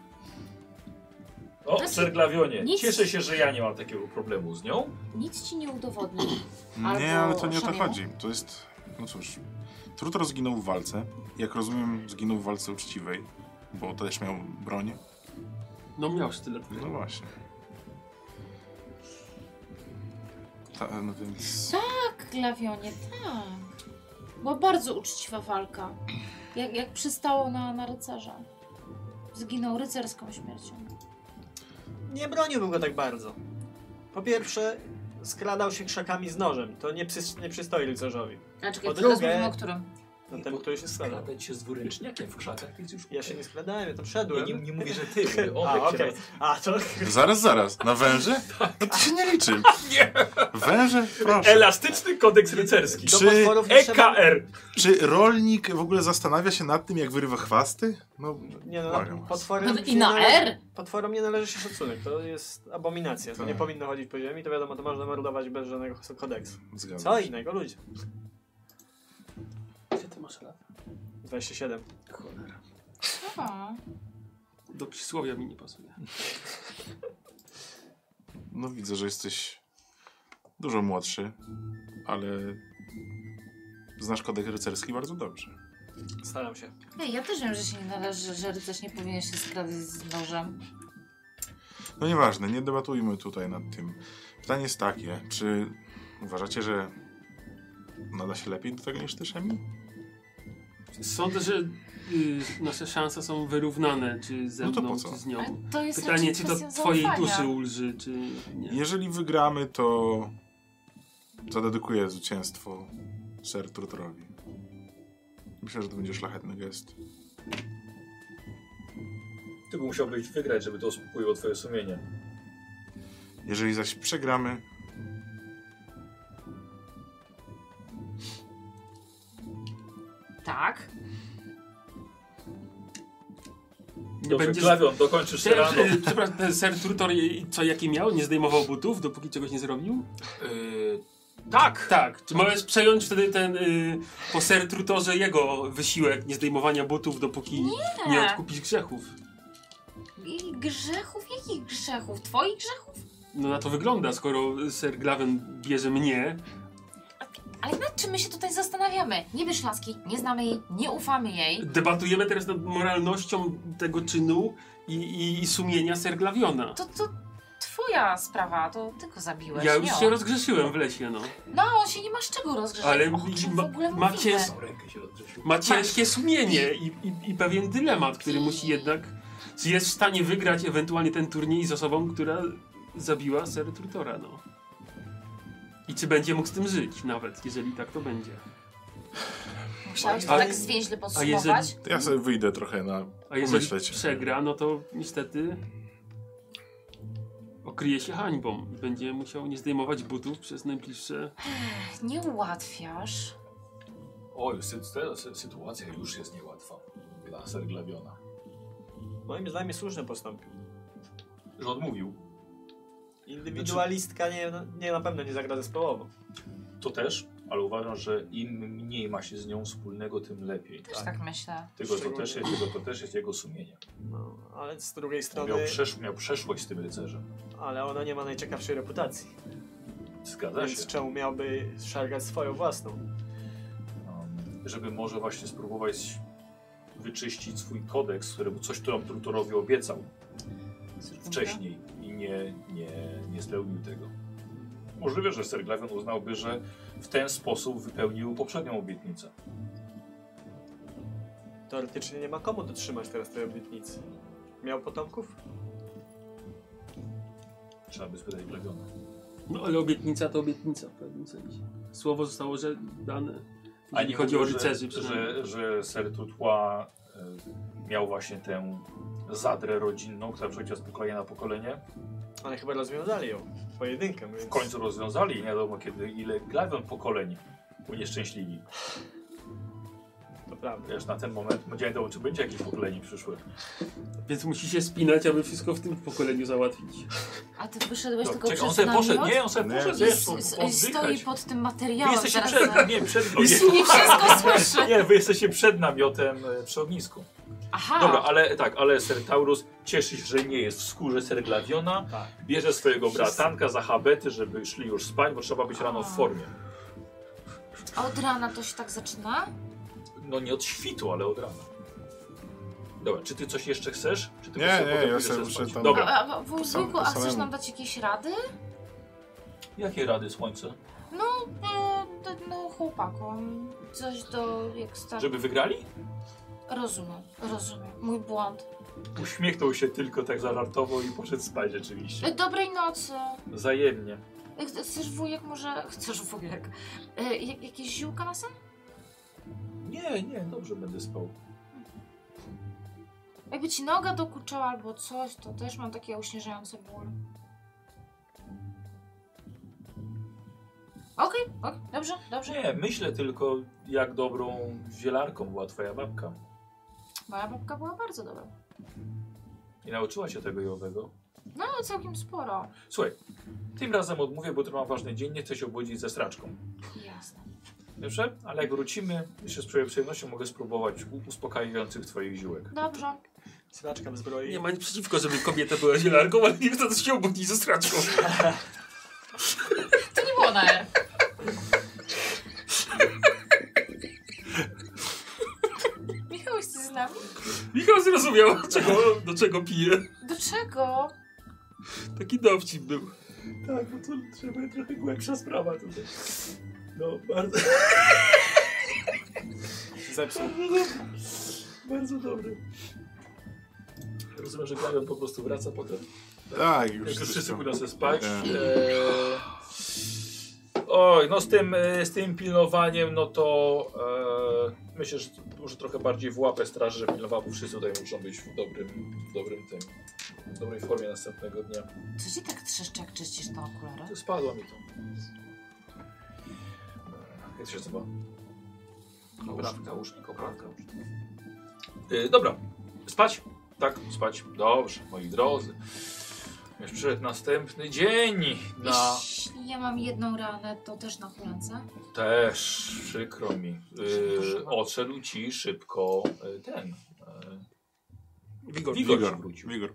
O, Znaczy, Serglawionie, nic- cieszę się, że ja nie mam takiego problemu z nią. Nic ci nie udowodni. Nie, Albo ale to nie o to szamianu. chodzi. To jest... No cóż... Trutor zginął w walce. Jak rozumiem, zginął w walce uczciwej. Bo też miał broń. No miał sztylet. No właśnie. No więc... Tak, Glawionie, tak. Była bardzo uczciwa walka. Jak przystało na rycerza. Zginął rycerską śmiercią. Nie broniłbym go tak bardzo. Po pierwsze, skradał się krzakami z nożem. To nie przystoi rycerzowi. A czekaj, Po teraz drugie- mówimy o którym? No ten, który się skradał. Skradać się z dwuręczniakiem w krzakach jest już... Ja się nie skradałem, ja tam Ja szedłem. nie mówię, że ty, mówię, A, Olek się okej. A, to... Zaraz. Na węże? No to się nie liczy. Nie. Węże? Proszę. Elastyczny kodeks rycerski. Do Czy potworów nie trzeba... EKR. Czy rolnik w ogóle zastanawia się nad tym, jak wyrywa chwasty? No, Nie no, błagam was. potworem... I na R? Potworom nie należy się szacunek, to jest abominacja. To Tak. nie powinno chodzić po ziemi, to wiadomo, to można mordować bez żadnego kodeksu. Zgadzam Co się. innego, ludzie. Gdzie ty masz lat? 27. Cholera. O, Do przysłowia mi nie pasuje. No widzę, że jesteś dużo młodszy, ale znasz kodeks rycerski bardzo dobrze. Staram się. Ej, ja też wiem, że się nie należy, że rycerz nie powinien się skradać z nożem. No nieważne, nie debatujmy tutaj nad tym. Pytanie jest takie, czy uważacie, że nada się lepiej do tego niż ty, Szemi? Sądzę, że nasze szanse są wyrównane, czy ze No to mną, po co? czy z nią. Ale to jest Pytanie, raczej czy to kwestia twojej zaufania. duszy ulży, czy nie. Jeżeli wygramy, to zadedykuję zwycięstwo Ser Trutorowi. Myślę, że to będzie szlachetny gest. Ty musiałbyś wygrać, żeby to uspokoiło twoje sumienie. Jeżeli zaś przegramy, Tak. Nie Dobrze, będziesz... Glawion, dokończysz Te- rano. Przepraszam, ten Ser Trutor, co jaki miał? Nie zdejmował butów, dopóki czegoś nie zrobił? Tak! Tak. Czy możesz przejąć wtedy ten po Ser Trutorze jego wysiłek niezdejmowania butów, dopóki nie odkupisz grzechów? I grzechów? Jakich grzechów? Twoich grzechów? No na to wygląda, skoro Ser Glawen bierze mnie. Ale nad czym my się tutaj zastanawiamy? Nie bierz laski, nie znamy jej, nie ufamy jej. Debatujemy teraz nad moralnością tego czynu i sumienia Ser Glawiona. To twoja sprawa, to ty go zabiłeś, Ja nie już się on. rozgrzeszyłem w lesie, no. No, on się nie ma z czego rozgrzeszyć. Ale O czym w ma- ogóle macie- mówimy? Tą rękę się rozgrzeszył. Ma ciężkie sumienie i pewien dylemat, który musi jednak... Czy jest w stanie wygrać ewentualnie ten turniej z osobą, która zabiła Ser Trutora, no. I czy będzie mógł z tym żyć nawet, jeżeli tak to będzie. Musiałeś to Ale- tak zwięźle A podsumować? to ja sobie wyjdę trochę na A jeżeli pomyśleć. przegra, no to niestety okryje się hańbą. Będzie musiał nie zdejmować butów przez najbliższe... Nie ułatwiasz. Oj, sytuacja już jest niełatwa dla Serglawiona. Moim zdaniem słusznie postąpił. Że odmówił. Indywidualistka nie na pewno nie zagra zespołowo. To też, ale uważam, że im mniej ma się z nią wspólnego, tym lepiej. Też tak myślę. Tego to też jest jego sumienie. No, ale z drugiej strony... Miał przeszłość z tym rycerzem. Ale ona nie ma najciekawszej reputacji. Zgadza Więc się. czemu miałby szargać swoją własną? Żeby może właśnie spróbować wyczyścić swój kodeks, któremu coś Trutorowi obiecał wcześniej i nie spełnił tego. Możliwe, że Serglawion uznałby, że w ten sposób wypełnił poprzednią obietnicę. Teoretycznie nie ma komu dotrzymać teraz tej obietnicy. Miał potomków? Trzeba by spytać Glawiona. No ale obietnica to obietnica w pewnym sensie. Słowo zostało że dane. A Jeżeli nie chodzi o mówił, rycerzy przynajmniej. że Ser Trutois miał właśnie tę zadrę rodzinną, która przechodziła z pokolenia na pokolenie. Ale chyba rozwiązali ją. Pojedynkę, więc... W końcu rozwiązali, nie wiadomo kiedy, ile Glawion pokoleń unieszczęśliwi. To prawda. Wiesz, na ten moment będzie wiadomo, czy będzie jakieś pokolenie przyszłe. Więc musi się spinać, aby wszystko w tym pokoleniu załatwić. A ty wyszedłeś tylko Czekaj, przez on sobie namiot? poszedł, nie, on sobie Nie. poszedł, I wiesz, stoi oddychać. pod tym Wy materiałem. jesteście Zaraz przed, nie, przed, Nie wszystko słyszę. nie, wy jesteście przed namiotem przy ognisku. Aha. Dobra, ale Ser Taurus cieszy się, że nie jest w skórze Serglaviona. Tak. Bierze swojego bratanka za habety, żeby szli już spać, bo trzeba być rano w formie. A od rana to się tak zaczyna? No nie od świtu, ale od rana. Dobra, czy ty coś jeszcze chcesz? Czy ty Nie, po prostu nie, potem ja pójdziesz sobie spać? muszę tam- Dobra, A wujku, a chcesz samemu. nam dać jakieś rady? jakie rady, słońce? No chłopakom. Coś do... jak start... Żeby wygrali? Rozumiem. Mój błąd. Uśmiechnął się tylko, tak zażartował i poszedł spać rzeczywiście. Dobrej nocy. Wzajemnie. Chcesz wujek może... Chcesz wujek? Jakieś ziółka na sen? Nie, dobrze będę spał. Jakby ci noga dokuczała albo coś, to też mam takie uśnieżające ból. Okej, dobrze. Nie, myślę tylko, jak dobrą zielarką była twoja babka. Moja babka była bardzo dobra. I nauczyła cię tego i owego. No, całkiem sporo. Słuchaj, tym razem odmówię, bo to mam ważny dzień, nie chcę się obudzić ze straczką. Jasne. Dobrze? Ale jak wrócimy, jeszcze z przyjemnością mogę spróbować uspokajających twoich ziółek. Dobrze. Straczka w zbroi. Nie ma nic przeciwko, żeby kobieta była zielarką, ale nie chcę się obudzi ze straczką. To nie było na R. Michał, jesteś z nami? Michał zrozumiał, do czego pije. Do czego? Taki dowcip był. Tak, bo to trzeba trochę głębsza sprawa tutaj. No, bardzo, Zepsuł. bardzo dobry. Rozumiem, że Glawion po prostu wraca potem. Tak, Jak już już wszyscy wszystko. pójdą sobie spać. Tak. Oj, no z tym pilnowaniem, no to myślę, że może trochę bardziej w łapę straży, że pilnował, bo wszyscy tutaj muszą być w dobrej formie następnego dnia. Co ci tak trzeszczy, jak czyścisz te okulary? To spadło mi to. Jak to się nazywa? Nausznik, oprawka. Dobra, spać? Tak, spać. Dobrze, moi drodzy. Już przyszedł następny dzień na... Jeśli ja mam jedną ranę, to też na hulance? Też, przykro mi. Odszedł ci szybko ten... Wigor się wrócił. Wigor.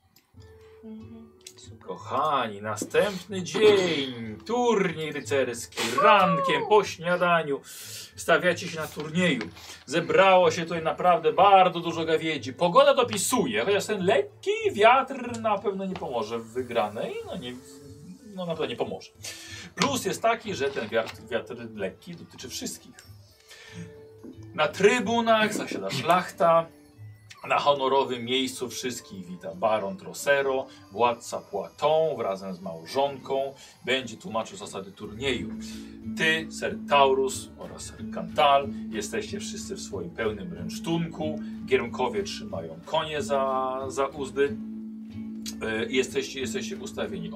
Super. Kochani, następny dzień. Turniej rycerski. Rankiem po śniadaniu. Stawiacie się na turnieju. Zebrało się tutaj naprawdę bardzo dużo gawiedzi. Pogoda dopisuje, chociaż ten lekki wiatr na pewno nie pomoże w wygranej. No na pewno nie pomoże. Plus jest taki, że ten wiatr lekki dotyczy wszystkich. Na trybunach zasiada szlachta. Na honorowym miejscu wszystkich wita baron Trocero, władca Poitou wrazem z małżonką. Będzie tłumaczył zasady turnieju. Ty, Ser Taurus oraz Ser Cantal jesteście wszyscy w swoim pełnym rynsztunku. Giermkowie trzymają konie za uzdy. Jesteście ustawieni.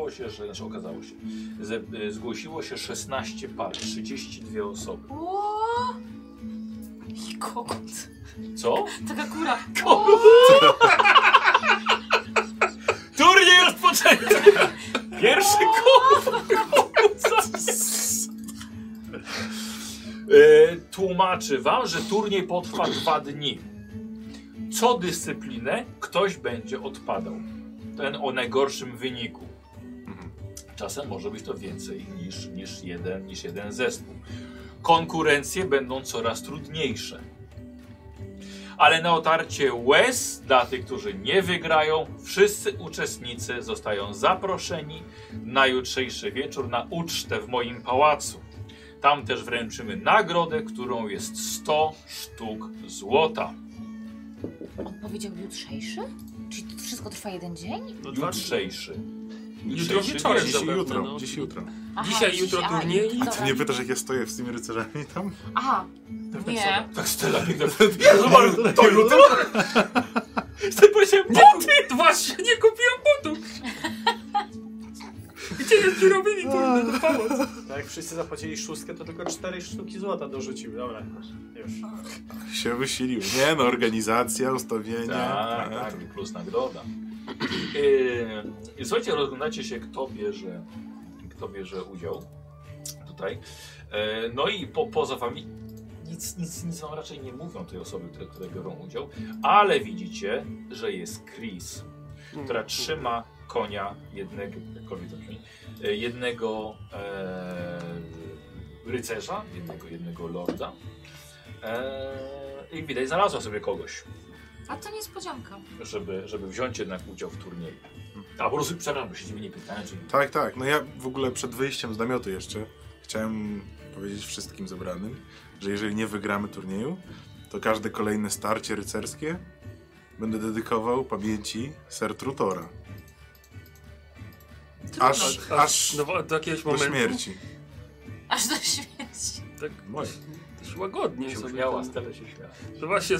Zgłosiło się 16 par, 32 osoby. O! I kokot. Co? Taka kura. Turniej rozpoczęty! Pierwszy tłumaczy wam, że turniej potrwa 2 dni. Co dyscyplinę ktoś będzie odpadał. Ten o najgorszym wyniku. Czasem może być to więcej niż jeden zespół. Konkurencje będą coraz trudniejsze. Ale na otarcie łez dla tych, którzy nie wygrają, wszyscy uczestnicy zostają zaproszeni na jutrzejszy wieczór na ucztę w moim pałacu. Tam też wręczymy nagrodę, którą jest 100 sztuk złota. On powiedział jutrzejszy? Czyli to wszystko trwa jeden dzień? Jutrzejszy. Jutro wieczorem Dziś i zapewne, jutro. no. Dziś i jutro. Aha, Dzisiaj, jutro aha, turniej. dobra. Ty nie pytasz, jak ja stoję z tymi rycerzami tam? Aha, nie. Tak Stella biegnie. Zobacz, to jutro? Chcę powiedzieć, Właśnie, nie kupiłem butów. I Gdzie jest ci robili, kurde, no pomoc. Tak jak wszyscy zapłacili 6, to tylko 4 sztuki złota dorzucił. Dobra, już. Się wysilił. Nie no, organizacja, ustawienie. Tak, plus nagroda. Słuchajcie, rozglądacie się, kto bierze udział tutaj. No i poza wami nic wam raczej nie mówią tej osoby, które biorą udział, ale widzicie, że jest Chris, która trzyma konia jednego rycerza, jednego lorda i widać, znalazła sobie kogoś, A to niespodzianka. żeby wziąć jednak udział w turnieju. A po prostu, przepraszam, bo się dziwi, nie pytałem, czy... Tak. No ja w ogóle przed wyjściem z namiotu jeszcze chciałem powiedzieć wszystkim zebranym, że jeżeli nie wygramy turnieju, to każde kolejne starcie rycerskie będę dedykował pamięci Ser Trutora. Aż No, do jakiegoś do momentu. śmierci. Aż do śmierci. Tak, Moje. dość łagodnie się sobie. śmiała, stale się śmiała. To właśnie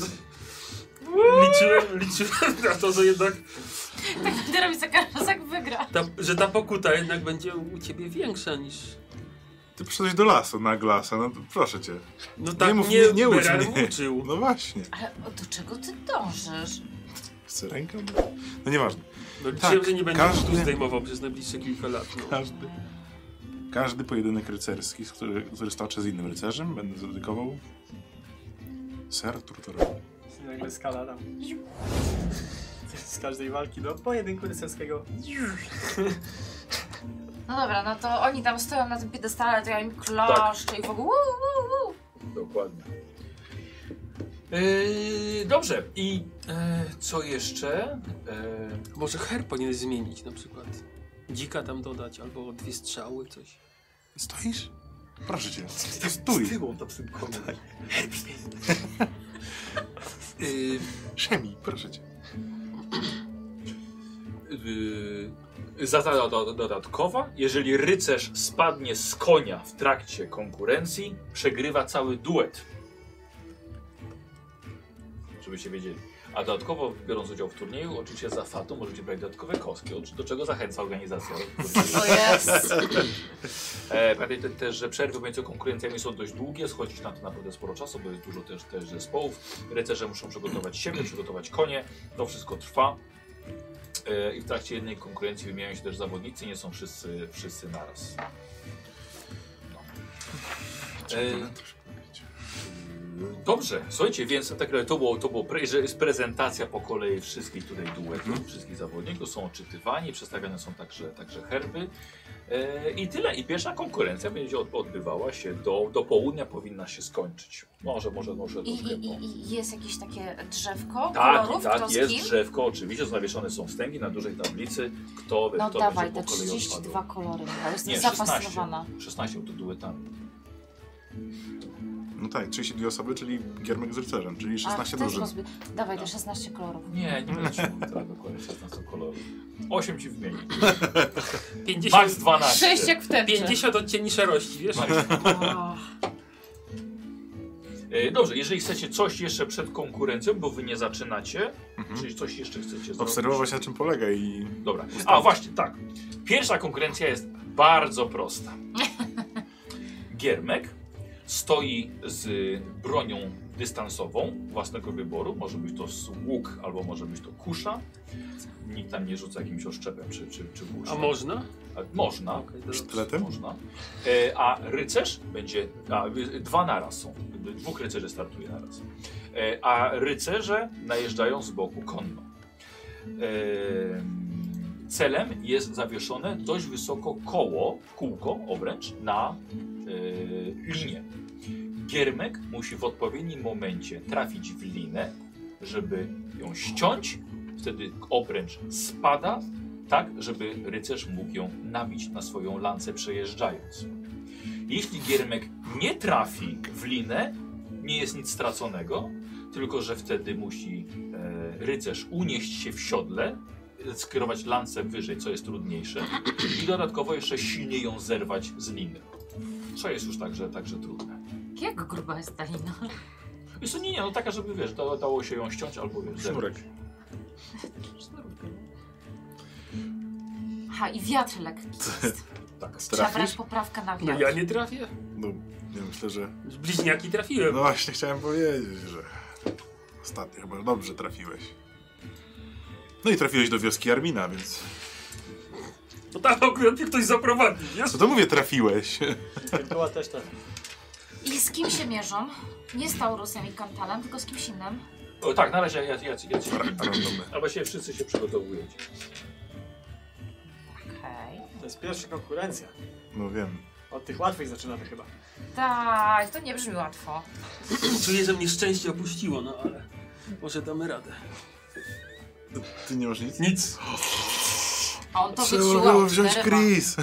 liczyłem na to, że jednak Tak będę robić za każdym razem, jak wygra. że ta pokuta jednak będzie u ciebie większa niż... Ty przyszedłeś do lasu na glasa, no to proszę cię. No tak mów, mnie nie ucz Beran mnie. uczył. No właśnie. Ale do czego ty dążysz? Chcę rękę? No nieważne. No liczyłem, Tak, że nie będzie każdy- tu zdejmował przez najbliższe kilka lat. No. Każdy pojedynek rycerski, który stoczę z innym rycerzem, będę zadedykował Ser Trutorowi. Nagle skala tam. Z każdej walki do pojedynku rycerskiego. No dobra, no to oni tam stoją na tym piedestale, to ja im klaszczę i w ogóle Dokładnie. Dobrze. I co jeszcze? Może herb powinien zmienić na przykład. Dzika tam dodać, albo 2 strzały, coś. Stoisz? Proszę cię, stój. Tyłą to tym konem. Szemi, proszę cię. Zasada dodatkowa. Jeżeli rycerz spadnie z konia w trakcie konkurencji, przegrywa cały duet. Żebyście wiedzieli. A dodatkowo, biorąc udział w turnieju, oczywiście za fatą możecie brać dodatkowe kostki, do czego zachęca organizacja. o jest. Pamiętajcie też, że przerwy między konkurencjami są dość długie, schodzić na to naprawdę sporo czasu, bo jest dużo też zespołów. Rycerze muszą przygotować siebie, przygotować konie, to wszystko trwa. I w trakcie jednej konkurencji wymieniają się też zawodnicy, nie są wszyscy naraz. No. Dobrze, słuchajcie, więc tak naprawdę to było że jest prezentacja po kolei wszystkich tutaj duetów, wszystkich zawodników, są odczytywani, przedstawiane są także herby i tyle. I pierwsza konkurencja będzie odbywała się do południa, powinna się skończyć. Może troszkę I jest jakieś takie drzewko tak, kolorów? tak, Kto z jest kim? drzewko, oczywiście zawieszone są wstęgi na dużej tablicy, kto No dawaj, będzie te po kolei 32 odpadł. kolory. Ja jestem Nie, zafascynowana. 16 to duetami. No tak, 32 osoby, czyli Giermek z rycerzem, czyli 16 w ten drużyn. sposób. Dawaj, te 16 kolorów. Nie będę ci mówił teraz dokładnie 16 kolorów. 8 ci wymieni. 50, Max 12. 6 jak w tęczy. 50 odcieni szarości, wiesz? O, Dobrze, jeżeli chcecie coś jeszcze przed konkurencją, bo wy nie zaczynacie, czyli coś jeszcze chcecie zrobić. Obserwować, na czym polega i... Dobra. A właśnie, tak. Pierwsza konkurencja jest bardzo prosta. Giermek stoi z bronią dystansową własnego wyboru. Może być to łuk, albo może być to kusza. Nikt tam nie rzuca jakimś oszczepem czy łuczem. A można? Można. Okej, to Sztyletem? Można. A rycerz będzie... dwa naraz są. 2 rycerzy startuje naraz. A rycerze najeżdżają z boku konno. Celem jest zawieszone dość wysoko kółko, obręcz na linię. Giermek musi w odpowiednim momencie trafić w linę, żeby ją ściąć. Wtedy obręcz spada, tak, żeby rycerz mógł ją nabić na swoją lancę przejeżdżając. Jeśli Giermek nie trafi w linę, nie jest nic straconego, tylko że wtedy musi rycerz unieść się w siodle, skierować lancę wyżej, co jest trudniejsze, i dodatkowo jeszcze silnie ją zerwać z liny, co jest już także trudne. jak gruba jest ta lina? Jest to no taka, żeby wiesz, dało się ją ściąć albo wiesz, Sznurek. zerwać. Aha, i wiatr lekki jest. Tak. Trzeba brać Trafisz? poprawkę na No wiatr. ja nie trafię. No, ja myślę, że... Bliźniaki trafiłem. No właśnie chciałem powiedzieć, że ostatnio chyba dobrze trafiłeś. No i trafiłeś do wioski Armina, więc... To tam akurat mnie ktoś zaprowadzi, wiesz? Co to mówię, trafiłeś? Była też trafi. I z kim się mierzą? Nie z Taurusem i Kantalem, tylko z kimś innym. O, tak, na razie ja Randomy. A właściwie wszyscy się przygotowujecie. Okej. To jest pierwsza konkurencja. No wiem. Od tych łatwych zaczynamy chyba. Tak, to nie brzmi łatwo. Czuję, że mnie szczęście opuściło, no ale może damy radę. Ty nie masz nic? Nic. A on to Trzeba wyciułał. było wziąć ryba. Chris.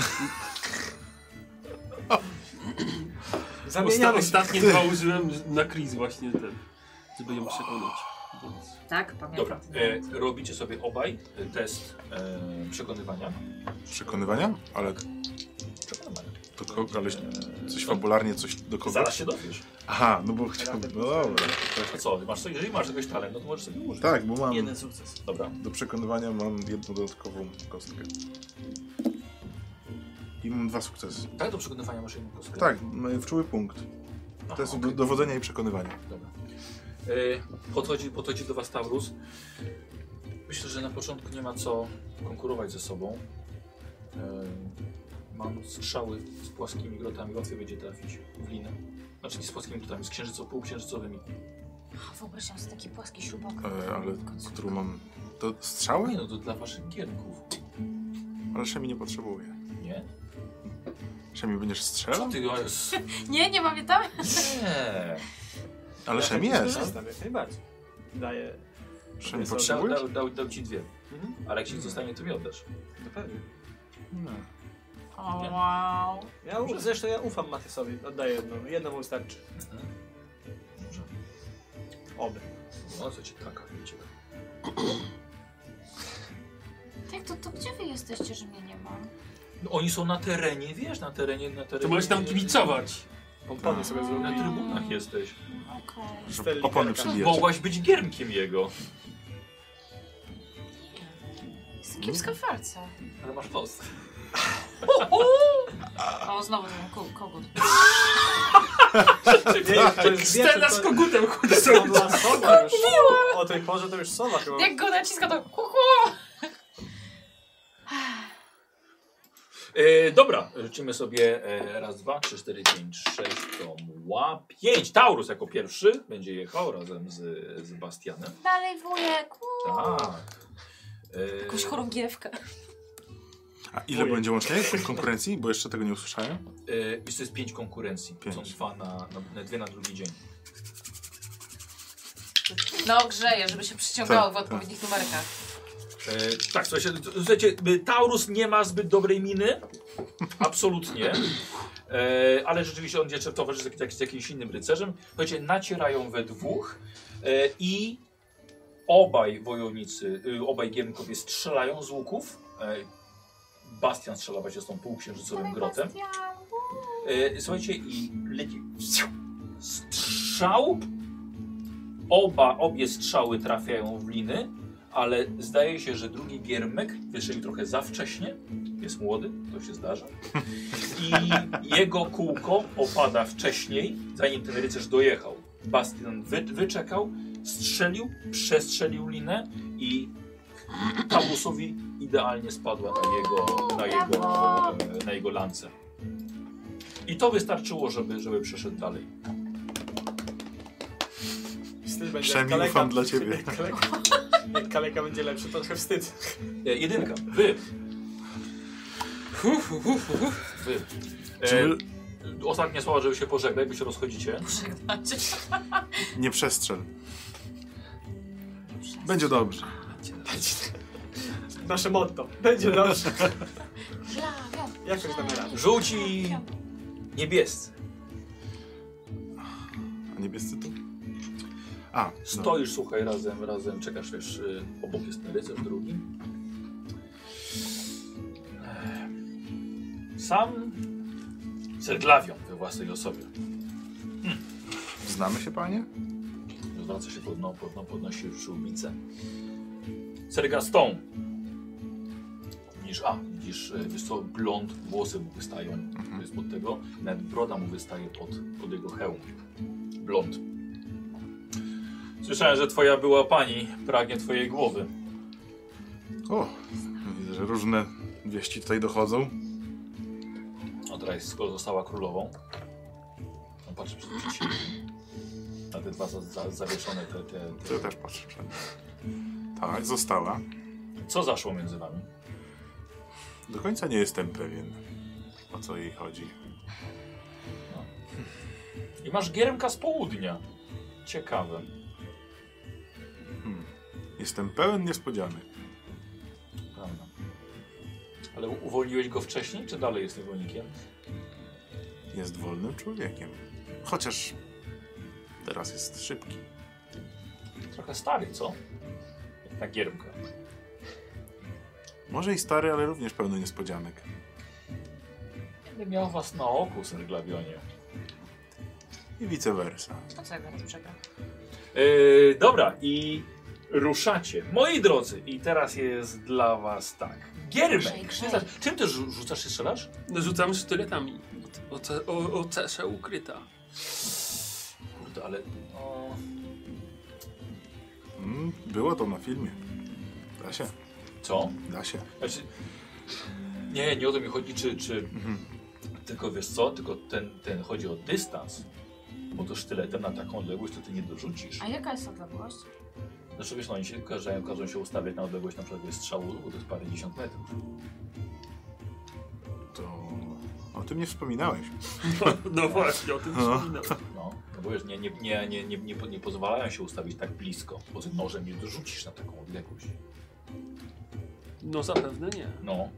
Zamieniamy się. Ostatnie dwa użyłem na Chris właśnie ten, żeby ją przekonać. Więc... Tak, pamiętam. Dobra, robicie sobie obaj test przekonywania. Przekonywania? Ale Przekonywania. do kogo? Ale coś fabularnie, coś do kogo? Zaraz się dowiesz. Aha, no bo chciałbym... No dobra. A co, jeżeli masz jakiś talent, no to możesz sobie użyć. Tak, bo mam... Jeden sukces. Dobra. Do przekonywania mam jedną dodatkową kostkę. I mam 2 sukcesy. Tak, do przekonywania masz jedną kostkę? Tak, no, wczuły punkt. Aha, To jest okej. dowodzenia i przekonywania. Dobra. Podchodzi do was Taurus. Myślę, że na początku nie ma co konkurować ze sobą. Mam strzały z płaskimi grotami, łatwiej będzie trafić w linę. Znaczy nie z płaskimi grotami, z półksiężycowymi. Wyobraźam sobie taki płaski śrubok. Ale którą mam... To strzały? Nie no, to dla waszych gierków. Ale Szemi nie potrzebuje. Nie? Szemi będziesz strzelał? Co ty, o jest... Nie, nie pamiętam. Nie. Ale Szemi jest. Skorzystam, jak najbardziej. Daję. Szemi Dał- potrzebujesz? Dał ci 2. Ale jak ci zostanie, to mi oddasz. No pewnie. O, wow. Zresztą ja ufam Matysowi. Oddaję jedną. Jedną mu wystarczy. Dobrze. Oby. No co ci taka, wiecie. Tak, to gdzie wy jesteście, że mnie nie ma? No, oni są na terenie, wiesz, na terenie. To możesz tam kibicować. Pompony sobie Na zrobić. trybunach jesteś. Okej. Żeby opony przybijać. Mogłaś być giermkiem jego. Jestem kiepska w walce. Ale masz los. O, znowu ten kogut. Scena z kogutem, To kurde. była sowa już. O tej porze to już sowa chyba. Jak go naciska, to kuku. Dobra, życzymy sobie raz, 2, 3, 4, 5, 6, to mła 5. Taurus jako pierwszy będzie jechał razem z Bastianem. Dalej wujek. Tak. Jakąś chorągiewkę. A ile będzie łącznie konkurencji? Bo jeszcze tego nie usłyszałem. Już to jest 5 konkurencji. 5. Są 2 na drugi dzień. No, grzeje, żeby się przyciągało Tak, w odpowiednich numerkach. Tak, słuchajcie, Taurus nie ma zbyt dobrej miny. Absolutnie. Ale rzeczywiście on będzie towarzyszyć z jakimś innym rycerzem. Słuchajcie, nacierają we dwóch i obaj wojownicy, obaj giermkowie strzelają z łuków. Bastian strzela właśnie z tą półksiężycowym grotem. Słuchajcie, i leci strzał. Obie strzały trafiają w liny, ale zdaje się, że drugi giermek wystrzelił trochę za wcześnie. Jest młody, to się zdarza. I jego kółko opada wcześniej, zanim ten rycerz dojechał. Bastian wyczekał, strzelił, przestrzelił linę i Taurusowi idealnie spadła na jego lance. I to wystarczyło, żeby przeszedł dalej. Wstyd będzie. Szemi, jak ufam dla ciebie. Jak kaleka będzie lepszy, to trochę wstyd. Jedynka, wy. Wy. Ostatnie słowa, żeby się pożegnać, bo się rozchodzicie. Pożegnacie. Nie przestrzel. Będzie dobrze. Nasze motto. Będzie dobrze. Żlawią. Jakoś damy radę. Żółci niebiescy. A niebiescy tu? A, Stoisz, słuchaj, razem czekasz, wiesz, obok jest ten rycerz drugi. Sam Serglawion we własnej osobie. Znamy się, panie? Zwraca się podnosi już szubicę. Ser Gaston. widzisz, wiesz co, blond, włosy mu wystają spod tego, nawet broda mu wystaje pod jego hełm. Blond. Słyszałem, że twoja była pani pragnie twojej głowy. O, widzę, że różne wieści tutaj dochodzą. No teraz skoro została królową. No patrz przed siebie. Na te dwa zawieszone To ja też patrzę. Tak, została. Co zaszło między wami? Do końca nie jestem pewien, o co jej chodzi. No. I masz giermka z południa. Ciekawe. Jestem pełen niespodzianek. Prawda. Ale uwolniłeś go wcześniej, czy dalej jest niewolnikiem? Jest wolnym człowiekiem. Chociaż teraz jest szybki. Trochę stary, co? Jak na giermka. Może i stary, ale również pełny niespodzianek. Będę miał was na oku, Sir Glawionie. I vice versa. To co ja teraz przegram? Dobra, i ruszacie. Moi drodzy, i teraz jest dla was tak. Giermek! Czym ty rzucasz i strzelasz? No, rzucam sztyletami. O cesze ukryta. Kurde, ale... No... Było to na filmie. Da się. Co? Da się. Znaczy, nie o to mi chodzi, czy tylko wiesz co, tylko ten chodzi o dystans, bo to sztyletem na taką odległość to ty nie dorzucisz. A jaka jest odległość? Znaczy wiesz, no oni się każą się ustawiać na odległość na przykład strzału, bo to jest parę dziesiąt metrów. To... O tym nie wspominałeś. No właśnie, o tym wspominałem. No bo wiesz, nie pozwalają się ustawić tak blisko, bo z nożem nie dorzucisz na taką odległość. No zapewne nie. No.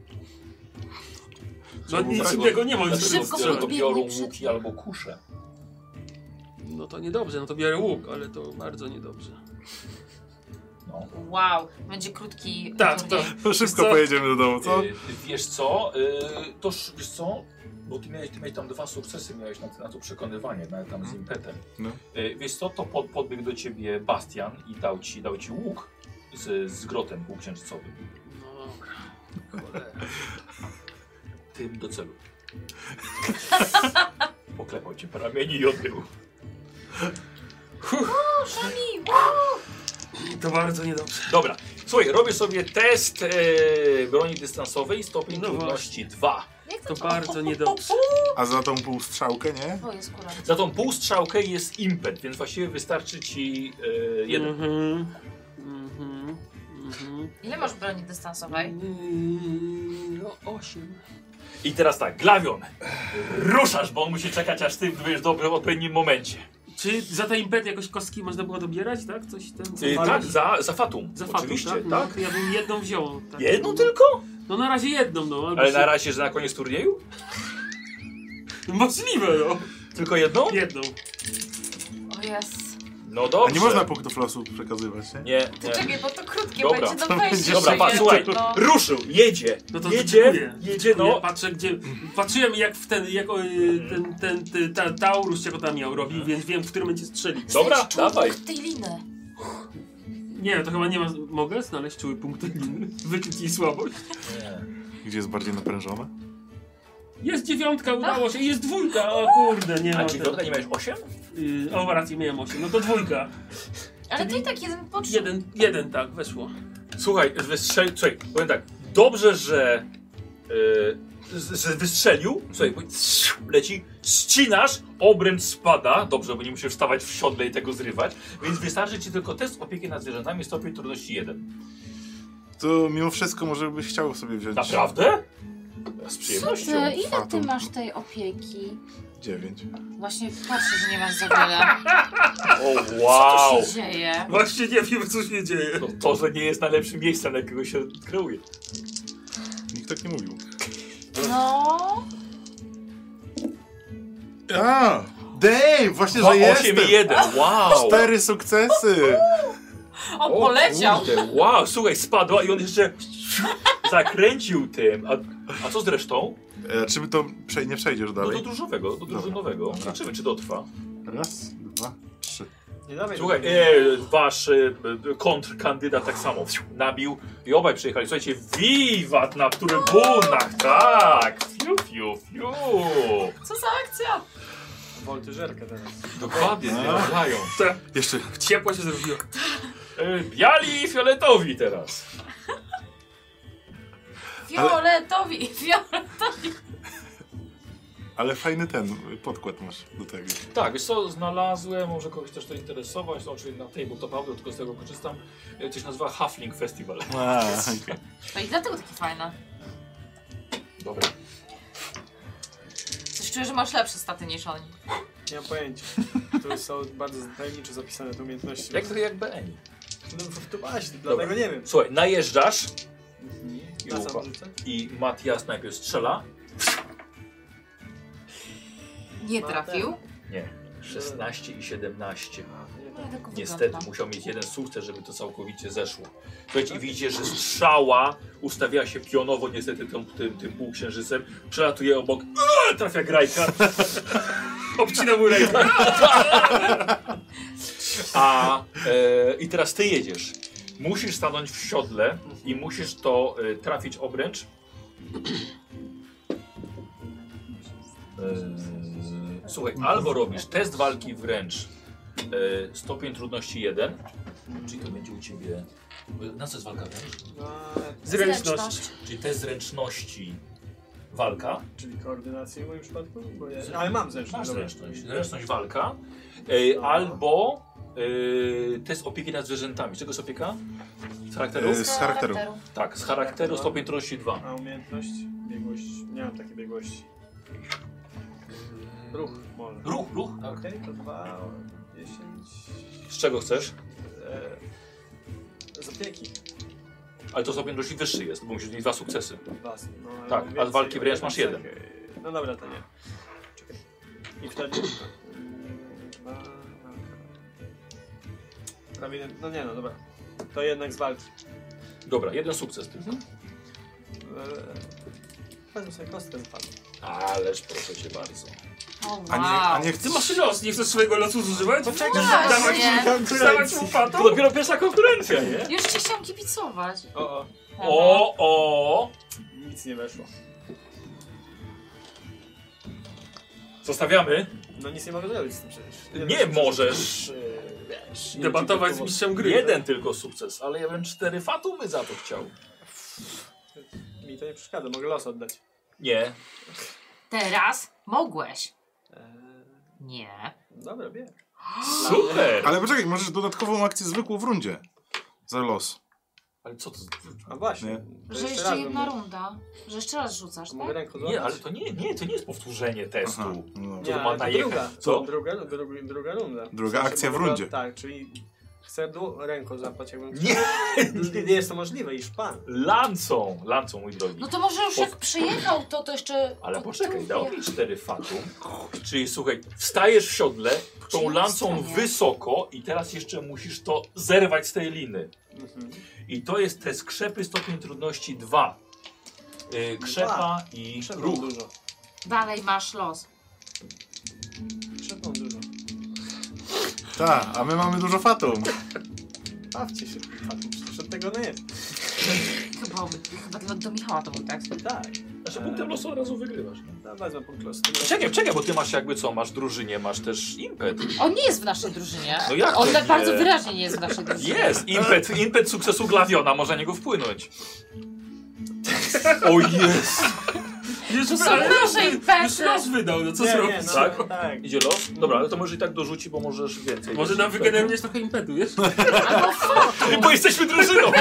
No nic innego nie ma. Szybko Dlatego biorą podbiegnie łuki albo kusze. No to niedobrze, no to biorę łuk, ale to bardzo niedobrze. No. Wow, będzie krótki Tak, turniej. To szybko pojedziemy do domu, co? Wiesz co? Wiesz co? Bo ty miałeś tam 2 sukcesy, miałeś na to przekonywanie, nawet tam z impetem. No. Wiesz co? To podbiegł do ciebie Bastian i dał ci łuk z grotem półksiężycowym. No dobra. Cholera. Tym do celu. Poklepał cię po ramieniu i odbiegł. To bardzo niedobrze. Dobra, słuchaj, robię sobie test broni dystansowej, stopień No trudności 2. Jak To bardzo niedobrze. A za tą półstrzałkę, nie? To jest kurwa. Za tą półstrzałkę jest impet, więc właściwie wystarczy ci 1. Ile masz broni dystansowej? No 8. I teraz tak, Glawion, ruszasz, bo on musi czekać, aż ty będziesz dobry w odpowiednim momencie. Czy za te impet jakoś kostki można było dobierać, tak? Coś ten. Tak, za Fatum. Za fatum, oczywiście, tak? tak? No, to ja bym jedną wziął. Tak. Jedną tylko? No na razie jedną, no. Albo Ale na razie, że na koniec turnieju? Możliwe, no. Tylko jedną? Jedną. O jest. No A dobrze. nie można punktów losu przekazywać, nie? Nie, To nie. czekaj, bo to krótkie Dobra. będzie do wejścia. Dobra, patrz, słuchaj, ruszył, jedzie, No to jedzie, no. Ja patrzę, gdzie. Patrzyłem jak w ten, jak ten Taurus czego tam miał robił, więc wiem, w którym będzie strzelić. Dobra, dawaj. tej liny. Nie, to chyba nie ma. Mogę znaleźć czuły punkty liny? Wyczuć jej słabość. Nie. Gdzie jest bardziej naprężona? Jest 9, udało się, i jest 2. O kurde, nie A ma. dziewiątka nie miałeś 8? O, rację, miałem 8. No to 2. Ale to i tak jeden potrzeb. Jeden, tak, weszło. Słuchaj, słuchaj, powiem tak, dobrze, że wystrzelił, słuchaj, bo leci, ścinasz, obręcz spada, dobrze, bo nie musisz wstawać w siodle i tego zrywać, więc wystarczy ci tylko test opieki nad zwierzętami, stopień trudności 1. To mimo wszystko może byś chciał sobie wziąć... Naprawdę? Z Co przyjemnością. ty? Ile ty Fatum. masz tej opieki? 9. Właśnie patrzę, że nie masz za wiele. O Co wow! tu się dzieje? Właśnie nie wiem, co się dzieje. No, to, że nie jest najlepszym miejscem, na jakiego się kreuje. Nikt tak nie mówił. No. A! Damn! Właśnie, że 8 jestem! i 1, wow! 4 sukcesy! O, poleciał. Kurde, wow, słuchaj, spadła i on jeszcze zakręcił tym. A co z resztą? Czy my to nie przejdziesz No dalej? do drużynowego, do drużynowego. Dobra. Zobaczymy, czy dotrwa. Raz, 2, 3. Nie dawaj. Słuchaj, wasz kontrkandydat tak samo nabił i obaj przyjechali. Słuchajcie, wiwat na trybunach, tak! Fiu, fiu, fiu! Co za akcja? Woltyżerkę teraz. Dokładnie, zjeżdżają. Jeszcze Ciepło się zrobiło. Biali i fioletowi teraz. Fioletowi. ale fajny ten podkład masz do tego. Tak, wiesz co, znalazłem, może kogoś też to interesować, oczywiście na tabletopawdu, tylko z tego korzystam. Coś nazywa Huffling Festival. Okay. To i dlatego takie fajne. Dobra. Coś czuję, że masz lepsze staty niż oni. Nie mam pojęcia. Tu są bardzo tajemniczo zapisane te umiejętności. Jak BN. No to właśnie, dlatego nie wiem. Słuchaj, najeżdżasz Na co rzucę? i Matias najpierw strzela. Nie trafił. Nie, 16 i 17. No, ja tylko Niestety wygląda. musiał mieć jeden sukces, żeby to całkowicie zeszło. Słuchajcie, i widzicie, że strzała ustawiała się pionowo niestety tym półksiężycem. Przelatuje obok, trafia grajka. Obcina mu rękę. I teraz ty jedziesz. Musisz stanąć w siodle i musisz to trafić obręcz. Słuchaj, albo robisz test walki wręcz, stopień trudności 1, czyli to będzie u ciebie. Na co jest walka wręcz? Zręczność. Czyli test zręczności walka. Czyli koordynacji w moim przypadku? Bo ja... Ale mam zręczność. Masz dobra. zręczność. Zręczność walka. Albo test opieki nad zwierzętami. Z czego jest opieka? Z charakteru? Z charakteru. Tak, z charakteru stopień trudności 2. A umiejętność? Biegłość? Nie mam takiej biegłości. Ruch może. Ruch, tak. Okej, to 2, 10... Z czego chcesz? Z opieki. Ale to stopień trudności wyższy jest, bo musisz mieć 2 sukcesy. No, ale Tak, mam a z więcej, walki wręcz o masz jedną 1. cechę. No dobra, to nie. Czekaj. I wtedy... Prawie... No nie, no dobra. To jednak z walki. Dobra, jeden sukces tylko. Wezmę sobie kostkę z walki. Ależ proszę cię bardzo. O, wow. A nie Ty chcesz... masz los, nie chcesz swojego losu zużywać? Poczekaj, Dawać mu fatą? To dopiero pierwsza konkurencja, nie? Już ci chciałam kibicować. O! Nic nie weszło. Zostawiamy? No nic nie mogę zrobić z tym przecież. Nie możesz. Debatować z mistrzem gry. Jeden tylko sukces, ale ja bym 4 fatumy za to chciał. Mi to nie przeszkadza, mogę los oddać. Nie. Teraz mogłeś. Nie. Dobra, bierz. Super! Ale poczekaj, możesz dodatkową akcję zwykłą w rundzie. Za los. Ale co to? A właśnie. Nie. to Że jeszcze raz jedna bym- runda. Że jeszcze raz rzucasz, Mogę tak? ręką Nie, złapać? ale to nie jest powtórzenie testu. Aha, no Co dobra. to Nie, ma ale to najechać? druga. Co? Druga runda. Druga W sensie akcja w mogę- rundzie. Tak, czyli chcę ręką złapać, jakbym... Nie! Nie jest to możliwe, iż pan. Lancą, mój drogi. No to może już jak przyjechał, to jeszcze... Ale poczekaj, odtuje. dał mi 4 fatum. Czyli słuchaj, wstajesz w siodle, tą Czyli lancą wstanie. wysoko i teraz jeszcze musisz to zerwać z tej liny. Mhm. I to jest te skrzepy stopień trudności 2. Krzepa i Krzepną ruch. dużo. Dalej masz los. Krzepną dużo. Tak, a my mamy dużo fatum. Bawcie się, fatum, przecież od tego nie jest. Chyba do Michała to był tekst. Tak. Znaczy punktem losu od razu wygrywasz. No, wezmę punkt losu. Czekaj, bo ty masz jakby co, masz drużynie, masz też impet. On nie jest w naszej drużynie. No jak On to tak nie? bardzo wyraźnie nie jest w naszej drużynie. Jest! Impet sukcesu Glawiona może na niego wpłynąć. O jest! Już To są nasze Już impety. los wydał, no co Nie, zrobić? nie, no, Tak? tak. Idzie los? Dobra, ale to może i tak dorzuci, bo możesz więcej. Może nam wygenerujesz trochę impetu, wiesz? Albo foto. Bo jesteśmy drużyną!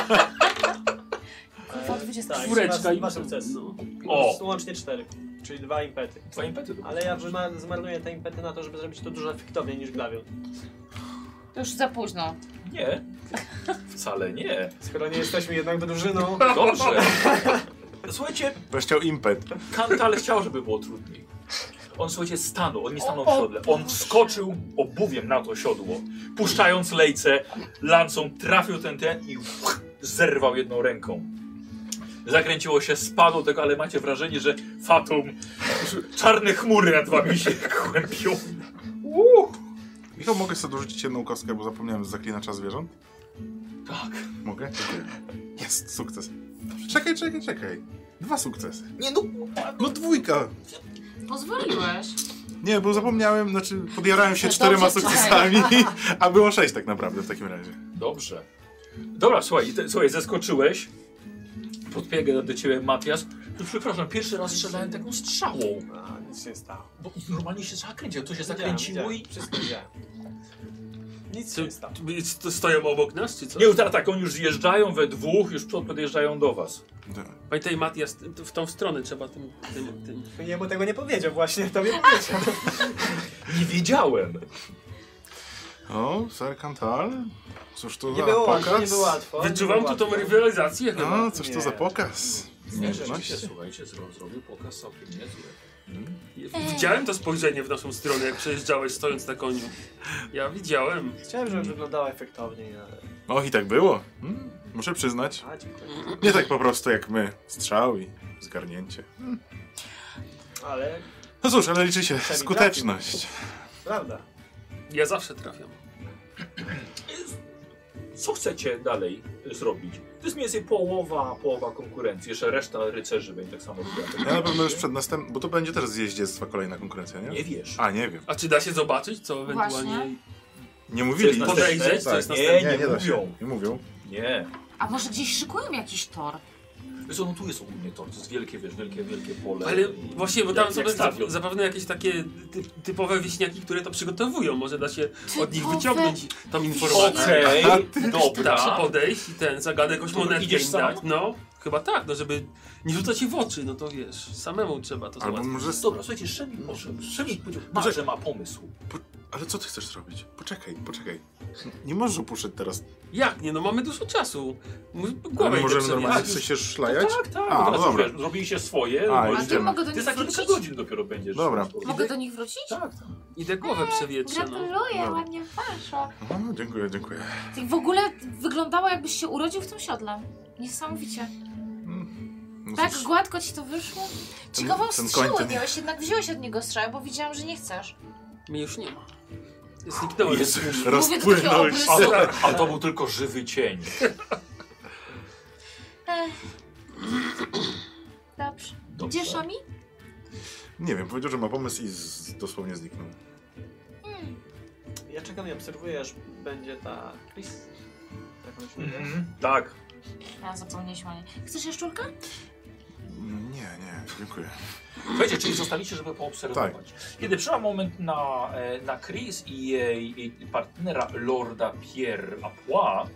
Kurwa, 20. Tak, Czwóreczka dwa sukcesy. No. O! Łącznie 4, czyli 2 impety. 2 impety. Ale ja zmarnuję te impety na to, żeby zrobić to dużo efektowniej niż Glavion. To już za późno. Nie. Wcale nie. Skoro nie jesteśmy jednak drużyną... Dobrze. Słuchajcie, Wreszcie impet. Kantal chciał, żeby było trudniej. On, słuchajcie, on nie stanął w siodle. On wskoczył obuwiem na to siodło, puszczając lejce, lancą trafił ten i zerwał jedną ręką. Zakręciło się, spadło tego, ale macie wrażenie, że fatum, czarne chmury nad wami się kłębią. Michał, mogę sobie dorzucić jedną kostkę, bo zapomniałem z zaklinacza zwierząt? Tak. Mogę? Dziękuję. Jest, sukces. Czekaj. 2 sukcesy. Nie no, No 2. Pozwoliłeś. Nie, bo zapomniałem, znaczy podjarałem się No 4 dobrze, sukcesami, a było 6 tak naprawdę w takim razie. dobrze. Dobra, słuchaj, zeskoczyłeś. Podbiegę do ciebie, Matias. Przepraszam, pierwszy raz strzelałem taką strzałą. A, nic się nie stało. Bo normalnie się zakręciło, to się Widziałem, zakręciło widziałem. Wszystko widziałem. Nic się nie stało. To stoją obok nas, czy co? Nie, już teraz tak, oni już zjeżdżają we dwóch, już podjeżdżają do was. Pamiętaj, Matias, w tą stronę trzeba tym. Ja mu tego nie powiedział właśnie, tobie powiedział. Nie wiedziałem. O, Serkantal? Cóż to Nie za było łatwo, pokaz? nie było łatwo. Wyczuwam tu tą rywalizację chyba. No, cóż to Nie. za pokaz? Nie, rzeczywiście, Umiejętności. słuchajcie, zrobił pokaz całkiem niezły. Widziałem to spojrzenie w naszą stronę, jak przejeżdżałeś stojąc na koniu. Ja widziałem. Chciałem, żeby wyglądała efektowniej, ale... O, i tak było. Muszę przyznać. A, dziękuję. Nie tak po prostu jak my. Strzał i zgarnięcie. Ale... No cóż, ale liczy się Przynajmniej skuteczność. Prawda. Ja zawsze trafiam. Co chcecie dalej zrobić? To jest mniej więcej połowa konkurencji. Jeszcze reszta rycerzy będzie tak samo robiła. Ja na pewno już przed następnym, bo to będzie też z jeździectwa kolejna konkurencja, nie? Nie wiesz. A, nie wiem. A czy da się zobaczyć, co ewentualnie... Właśnie. Nie mówili. Co jest Podejrzeć, co Tak. jest Nie, następne? nie da się. mówią. Nie mówią. Nie. A może gdzieś szykują jakiś tor? Wiesz, no tu jest ogólnie tor, to jest wielkie, wiesz, wielkie pole. Ale właśnie, bo tam Jak są stadion. zapewne jakieś takie typowe wieśniaki, które to przygotowują. Może da się od nich Typowe wyciągnąć tą informację. Okej, Da dobra. się podejść i zagadać jakąś Dobra, monetkę idziesz im sam? dać. No, chyba tak, no żeby nie rzucać się w oczy, no to wiesz, samemu trzeba to Albo załatwić. może... Dobra, słuchajcie, Szemik poszedł. Szemik powiedział, że ma pomysł. Ale co ty chcesz zrobić? Poczekaj. Nie możesz opuszczać teraz. Jak nie, no mamy dużo czasu. Ale Głowę my idę możemy przewijać. normalnie już- coś się szlajać? Tak. A, Teraz no już, dobra. wiesz, zrobiliście swoje. A, bo A już ty idziemy. mogę do ty nich za kilka wrócić? godzin dopiero będziesz. Dobra. Mogę do nich wrócić? Tak. Idę głowę przewietrzę, no. Gratuluję, Dobra. ładnie weszło. O, dziękuję. Ty w ogóle wyglądało, jakbyś się urodził w tym siodle. Niesamowicie. No Tak cóż, gładko ci to wyszło? Ciekawą ten koń strzałę to nie- miałeś, jednak wziąłeś od niego strzałę, bo widziałam, że nie chcesz. Mnie już nie ma. Zniknąłem. Jezu. rozpłynąłeś Mówię do się. A to był tylko żywy cień. Dobrze. Dobrze. Gdzie Szami? Nie wiem, powiedział, że ma pomysł i dosłownie zniknął. Ja czekam i obserwuję, aż będzie ta Chris. Tak ona się nazywa? Tak. Ja zapomnieliśmy o niej. Chcesz jaszczurkę? Nie, dziękuję. Słuchajcie, czyli zostaliście, żeby poobserwować. Kiedy przyszła moment na Chris i jej partnera, Lorda Pierre Apois,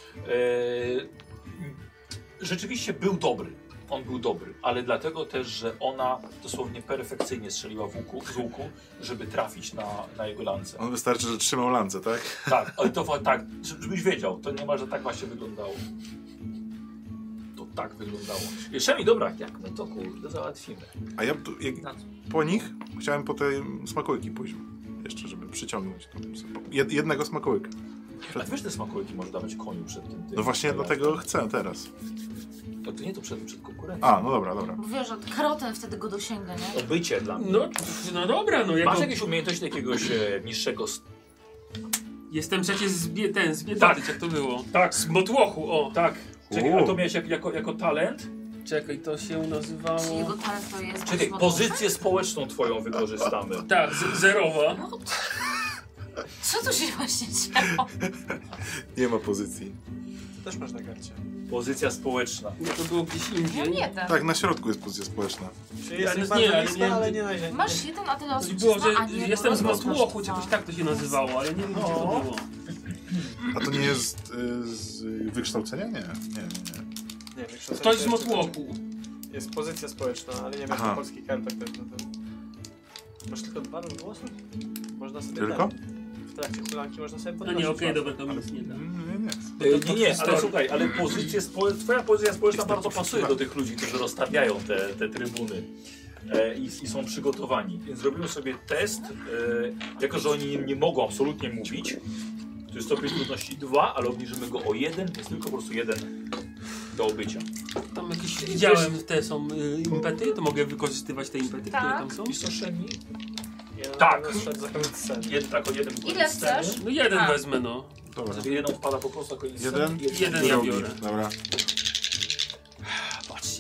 rzeczywiście był dobry. On był dobry, ale dlatego też, że ona dosłownie perfekcyjnie strzeliła z łuku, żeby trafić na jego lancę. On wystarczy, że trzymał lancę, tak? Tak, ale to tak, żebyś wiedział, to nie ma, że tak właśnie wyglądało. To tak wyglądało. Jeszcze mi, dobra, jak my to kurde załatwimy? A ja po nich chciałem po te smakołyki pójść. Jeszcze, żeby przyciągnąć jednego smakołyka. A ty wiesz, te smakołyki możesz dawać koniu przed tym. No właśnie dlatego chcę teraz. To nie to przed konkurencją. A, no dobra. Bo wiesz, że karoten wtedy go dosięga, nie? Obycie dla mnie. No dobra, no Masz jako... jakieś umiejętności jakiegoś niższego... Jestem przecież z biedaty, Tak. jak to było. Tak. Z motłochu, o. Tak. Czekaj, a to miałeś jako talent? Czekaj, to się Czy nazywało... jego talent to jest... Czekaj, bez pozycję społeczną twoją wykorzystamy. Tak, zerowa. No, co tu się właśnie działo? Nie ma pozycji. To też masz na karcie. Pozycja społeczna. No to było gdzieś Ja indziej. nie ten. Tak, na środku jest pozycja społeczna. Czyli jesteś nie, bardzo ale blisko, nie- ale nie na ziemi. Masz jeden, a tyle To osób było, zna, że a nie jestem z rozmawiasz motłochu, czy dwa. jakoś tak to się nazywało, ale nie wiem, gdzie to było. A to nie jest z wykształcenia? Nie. Nie, wykształcenie Ktoś z to jeszcze motłochu. jest pozycja społeczna, ale nie wiem, jak Aha. na polskich kartach też na pewno. Masz tylko 2 rozgłosy? Można sobie Tylko? W trakcie hulanki można sobie No podnosić. nie, okej, łatwo. dobra, to nic nie da. Nie. Ale słuchaj, ale twoja pozycja społeczna bardzo pasuje do tych ludzi, którzy rozstawiają te trybuny i są przygotowani. Więc zrobimy sobie test, jako że oni nie mogą absolutnie mówić. To jest stopień trudności 2, ale obniżymy go o 1, więc tylko po prostu 1 do obycia. Tam jakieś widziałem, te są impety, to mogę wykorzystywać te impety, które tam są? Wiesz co, Szemi? Jeden Tak. na pewno zszedł za koniec sceny. O jeden Ile chcesz? No jeden A. wezmę, no. Dobra. Jeden wpada po prostu, a koniec Jeden? sceny. Jeden ja Drugi. biorę. Dobra. Patrzcie.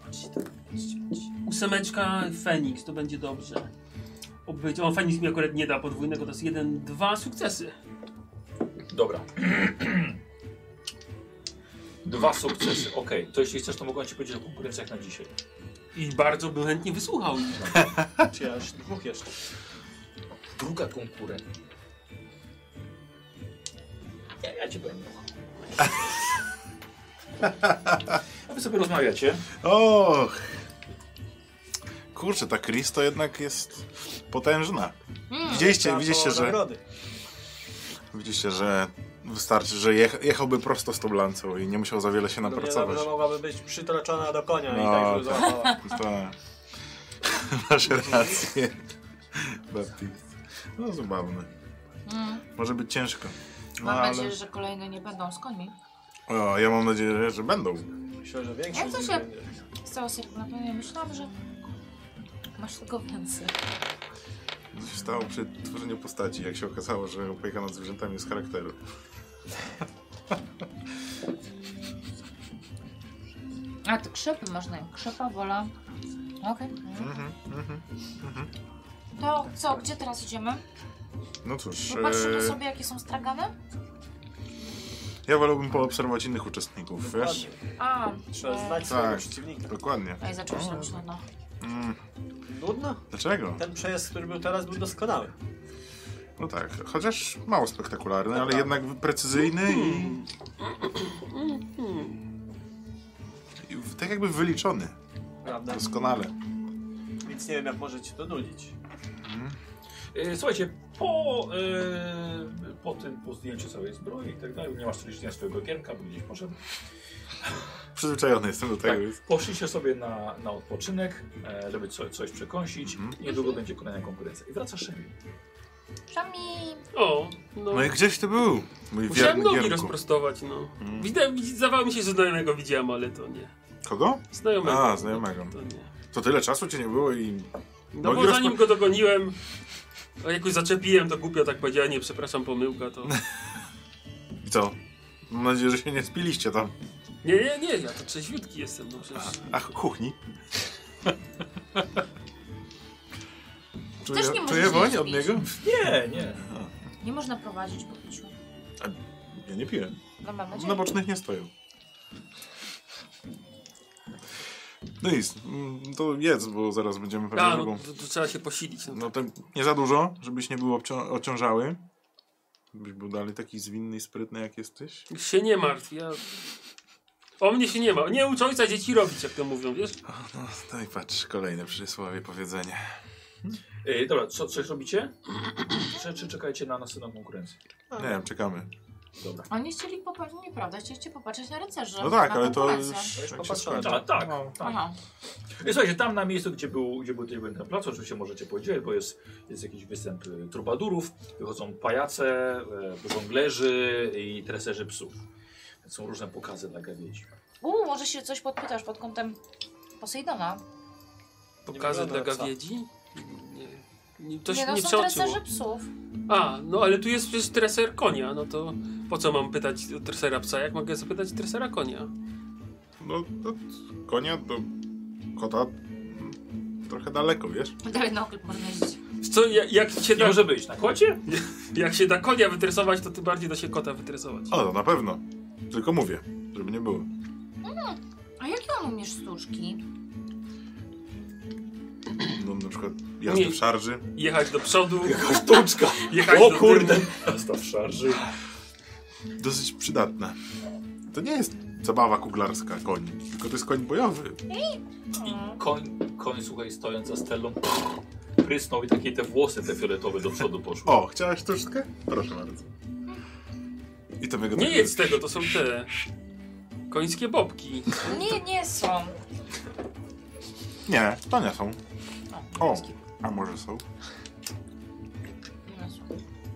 Ósemeczka Feniks, to będzie dobrze. O, Feniks mi akurat nie da podwójnego, to jest 1-2 sukcesy. Dobra. 2 sukcesy, okej. To jeśli chcesz, to mogę ci powiedzieć o konkurencjach na dzisiaj. I bardzo bym chętnie wysłuchał ich. Czy aż dwóch jeszcze? Druga konkurencja. Ja cię będę. A wy sobie rozmawiacie. Och! Kurczę, ta Chris to jednak jest potężna. Widzieliście, że wystarczy, że jechałby prosto z tą lancą i nie musiał za wiele się napracować. Że mogłaby być przytroczona do konia i No, tak, żeby złapała. Tak. Masz rację. Baptist. No zabawne. Może być ciężko. No, Mam ale... nadzieję, że kolejne nie będą z końmi. O, ja mam nadzieję, że będą. Myślę, że większość Jak to z się- nich będzie. Z całą sekundą nie myślałam, że masz tego więcej. Co się stało przy tworzeniu postaci, jak się okazało, że opieka nad zwierzętami jest charakteru. A, ty krzepy masz na nim. Krzepa, wola. Okej. To co, gdzie teraz idziemy? No cóż, Popatrzymy sobie, jakie są stragany? ja wolałbym poobserwować innych uczestników, wiesz? Dokładnie. A, Trzeba znać swojego Tak, przeciwnika. dokładnie. Ej, zaczęło się robić nudno. Nudno? Dlaczego? Ten przejazd, który był teraz, był doskonały. No tak, chociaż mało spektakularny, ale jednak precyzyjny i tak jakby wyliczony. Prawda? Doskonale. Więc nie wiem, jak może cię to nudzić. Słuchajcie, po zdjęciu całej zbroi i tak dalej, nie masz liczenia swojego gierka, bo gdzieś poszedł. Przyzwyczajony jestem do tego. Tak, poszliście sobie na odpoczynek, żeby coś przekąsić. Niedługo będzie kolejna konkurencja. I wracasz Szemi. Szami! O, no. No i gdzieś ty był, mój Musiałem wierny nogi Gierku. rozprostować, no. Zdawało mi się, że znajomego widziałem, ale to nie. Kogo? Znajomego. A, znajomego. To nie. To tyle czasu cię nie było i... No Nogi bo zanim go dogoniłem, a jakoś zaczepiłem, to głupio tak powiedziałem, nie, przepraszam, pomyłka, to... I co? Mam nadzieję, że się nie spiliście tam. Nie, ja to trzeźwiutki jestem, no przecież... Ach, kuchni. Też nie możesz Czuję woń nie od spić. niego? Nie. Nie można prowadzić po piciu. Ja nie piję. No mam nadzieję. Na bocznych nie stoją. No i to jedz, bo zaraz będziemy pewnie A, no drugą. to trzeba się posilić. No. No to nie za dużo, żebyś nie był ociążały. Żebyś był dalej taki zwinny i sprytny jak jesteś. Się nie martw, ja... O mnie się nie ma. Nie uczę ojca dzieci robić, jak to mówią, wiesz? No i patrz, kolejne przysłowie, powiedzenie. Dobra, coś robicie? Czy czekajcie na następną konkurencję? Nie wiem, czekamy. Dobra. Oni chcieli popatrzeć, nieprawda, chcieliście popatrzeć na rycerzy. No tak, na ale to konkurencję. już jak się popatrzone. skończy. Tak. Aha. Słuchajcie, tam na miejscu, gdzie był ten plac, oczywiście możecie podzielić, bo jest jakiś występ trubadurów, wychodzą pajace, żonglerzy i treserzy psów. Więc są różne pokazy dla gawiedzi. Może się coś podpytasz pod kątem Posejdona. Pokazy dla wygląda gawiedzi? Nie, to Nie, się no nie są przeoczyło. treserzy psów. A, no ale tu jest przecież treser konia, no to po co mam pytać tresera psa, jak mogę zapytać tresera konia? No, od konia do kota trochę daleko, wiesz? Dalej na oklep można jeździć. Co, jak się Nie da, może być na kocie? jak się da konia wytresować, to tym bardziej da się kota wytresować. O, to na pewno. Tylko mówię, żeby nie było. A jakie on umiesz sztuczki? No na przykład jazdy Nie. w szarży. Jechać do przodu, Sztuczka! jechać O do kurde! tyłu. Jazda w szarży. Dosyć przydatne. To nie jest zabawa kuglarska koń, tylko to jest koń bojowy. I koń, słuchaj, stojąc za Stellą, prysnął i takie te włosy te fioletowe do przodu poszły. O, chciałaś troszkę? Proszę bardzo. I to jego Nie jedz z tego, to są te końskie bobki. Nie są. Nie, to nie są. O, polskie. a może są? Nie są.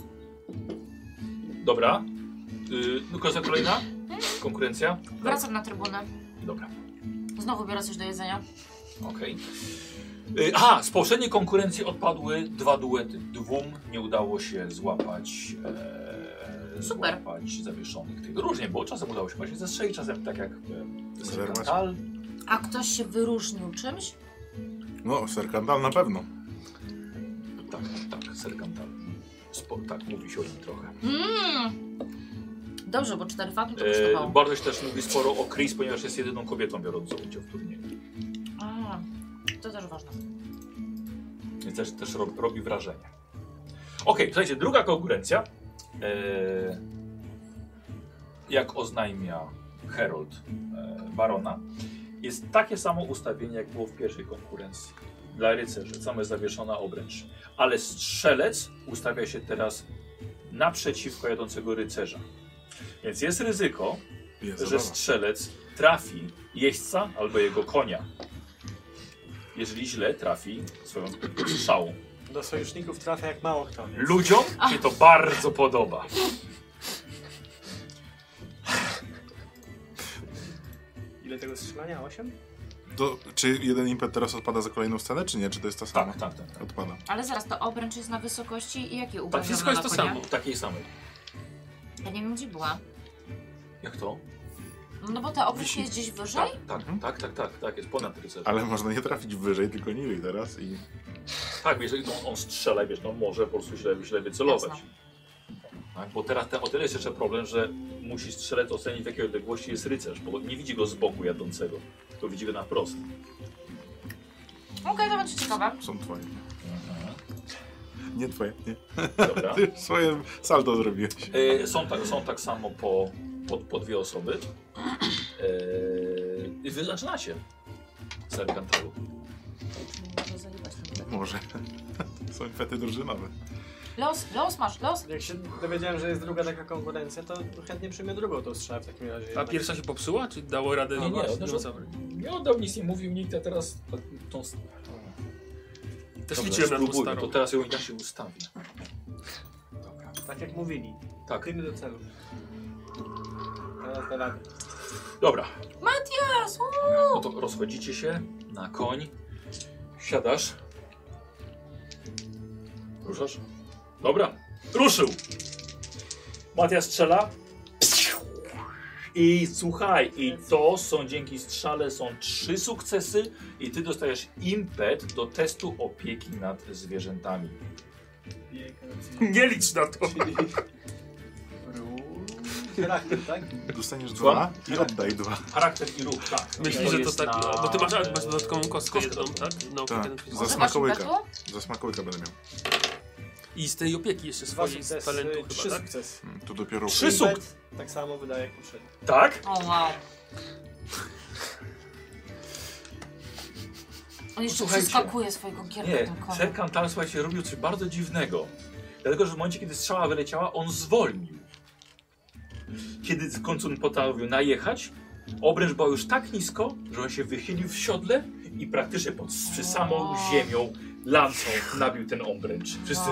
Dobra. No koza kolejna? Konkurencja? Wracam na trybunę. Dobra. Znowu biorę coś do jedzenia. Okej. Z poprzedniej konkurencji odpadły 2 duety. 2 nie udało się złapać zawieszonych tych. Różnie było, czasem udało się właśnie zestrzelić, czasem tak jak Serkantal. A ktoś się wyróżnił czymś? No, Serkantal na pewno. Tak, Serkantal. Tak, mówi się o nim trochę. Dobrze, bo 4 fatum to kosztowało. Bardzo się też mówi sporo o Chris, ponieważ jest jedyną kobietą biorącą udział w turnieju. To też ważne. Więc też robi wrażenie. Okej, słuchajcie, druga konkurencja. Jak oznajmia Herold Barona, jest takie samo ustawienie, jak było w pierwszej konkurencji. Dla rycerzy, sama jest zawieszona obręcz. Ale strzelec ustawia się teraz naprzeciwko jadącego rycerza. Więc jest ryzyko, że strzelec trafi jeźdźca albo jego konia. Jeżeli źle trafi swoją strzałą. Do sojuszników trafia jak mało kto. Więc... Ludziom się to bardzo podoba. Ile tego strzelania? 8? Czy jeden impet teraz odpada za kolejną scenę, czy nie? Czy to jest to samo? Tak. Odpada. Ale zaraz, to obręcz jest na wysokości i jakie ubrania? Tak, wszystko jest to samo. Takiej samej. Ja nie wiem, gdzie była. Jak to? No bo ta obręcz jest gdzieś wyżej? Tak, jest ponad rycerzem. Ale można nie trafić wyżej, tylko niżej teraz i... Tak, wiesz, on strzela, wiesz, może po prostu źle wycelować. Jasne. Tak, bo teraz o tyle jest jeszcze problem, że musi strzelec ocenić, w jakiej odległości jest rycerz, bo nie widzi go z boku jadącego, tylko widzi go na wprost. Okej, to będzie ciekawe. Są twoje. Nie twoje, nie. Dobra. Ty swoje salto zrobiłeś. Są tak samo po 2 osoby. I wy zaczynacie. Serkantalu. Może zajebać ten Może. Są infety drużynowe. Los masz. Jak się dowiedziałem, że jest druga taka konkurencja, to chętnie przyjmę drugą tą strzałę w takim razie. A pierwsza się popsuła, czy dało radę? Nie, nie oddał, nic nie mówił nikt, a teraz tą... Też liczyłem na tą spróbuję, starą. to teraz ją inaczej ustawię. Dobra. Tak jak mówili. Tak. Tymy do celu. Teraz da radę. Dobra. Matias! No to rozchodzicie się na koń. Siadasz. Ruszasz? Dobra. Ruszył! Matias strzela. I słuchaj, i to są dzięki strzale są 3 sukcesy i ty dostajesz impet do testu opieki nad zwierzętami. Nie licz na to. Charakter, tak? Dostaniesz Słucham? 2 i oddaj 2. Charakter i ruch, tak. Myślisz, że to jest tak. na- Bo ty masz dodatkową kostkę jedną, tak? No, Tak. jeden przycisk. Za smakołyka. Za smakołyka będę miał. I z tej opieki jeszcze 2 swojej z sukcesy, talentu 3 chyba, tak? sukcesy. Tu dopiero... 3 suk... Impet tak samo wydaje jak poprzednio. Tak? O wow. On jeszcze Słuchajcie. przeskakuje swojego gierka Nie, tym koniem. Serkantal, słuchajcie, robił coś bardzo dziwnego. Dlatego, że w momencie, kiedy strzała wyleciała, on zwolnił. Kiedy w końcu on postanowił najechać, obręcz była już tak nisko, że on się wychylił w siodle i praktycznie przy samą ziemią lancą nabił ten obręcz. Wszyscy...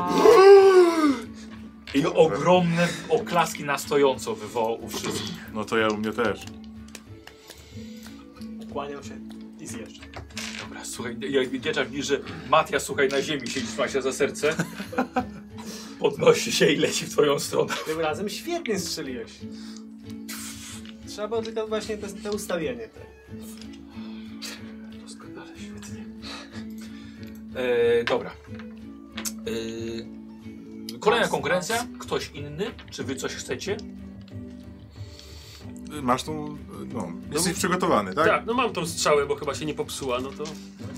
I ogromne oklaski na stojąco wywołał u wszystkich. No to ja u mnie też. Kłaniał się i zjeżdża. Dobra, słuchaj, jak dzieciak widzi, że Matias, słuchaj, na ziemi siedzi, trzyma się za serce, podnosi się i leci w twoją stronę. Tym razem świetnie strzeliłeś. Trzeba było tylko właśnie te ustawienie. Doskonale, świetnie. Dobra. Kolejna konkurencja. Ktoś inny? Czy wy coś chcecie? Masz tą... No, jesteś przygotowany, tak? Tak, no mam tą strzałę, bo chyba się nie popsuła, no to...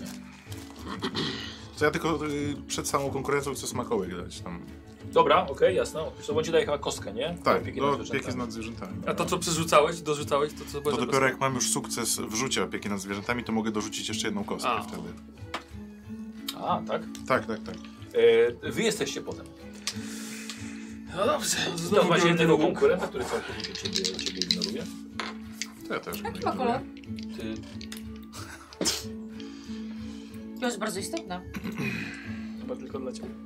To ja tylko przed samą konkurencją chcę smakołyk dać tam. Dobra, okej, jasne. To będzie daje chyba kostkę, nie? Tak, Opieki do nad opieki zwierzętami. nad zwierzętami. A to co przerzucałeś, dorzucałeś, to co To było? dopiero jak mam już sukces w rzucie opieki nad zwierzętami, to mogę dorzucić jeszcze jedną kostkę A. wtedy. A, tak? Tak. Wy jesteście potem. No dobrze. Znowu macie biorę jednego ten łuk. konkurenta, który całkowicie ciebie ignoruje. To ja też. Jaki ma kolor? Ty... To jest bardzo istotne. Chyba tylko dla ciebie.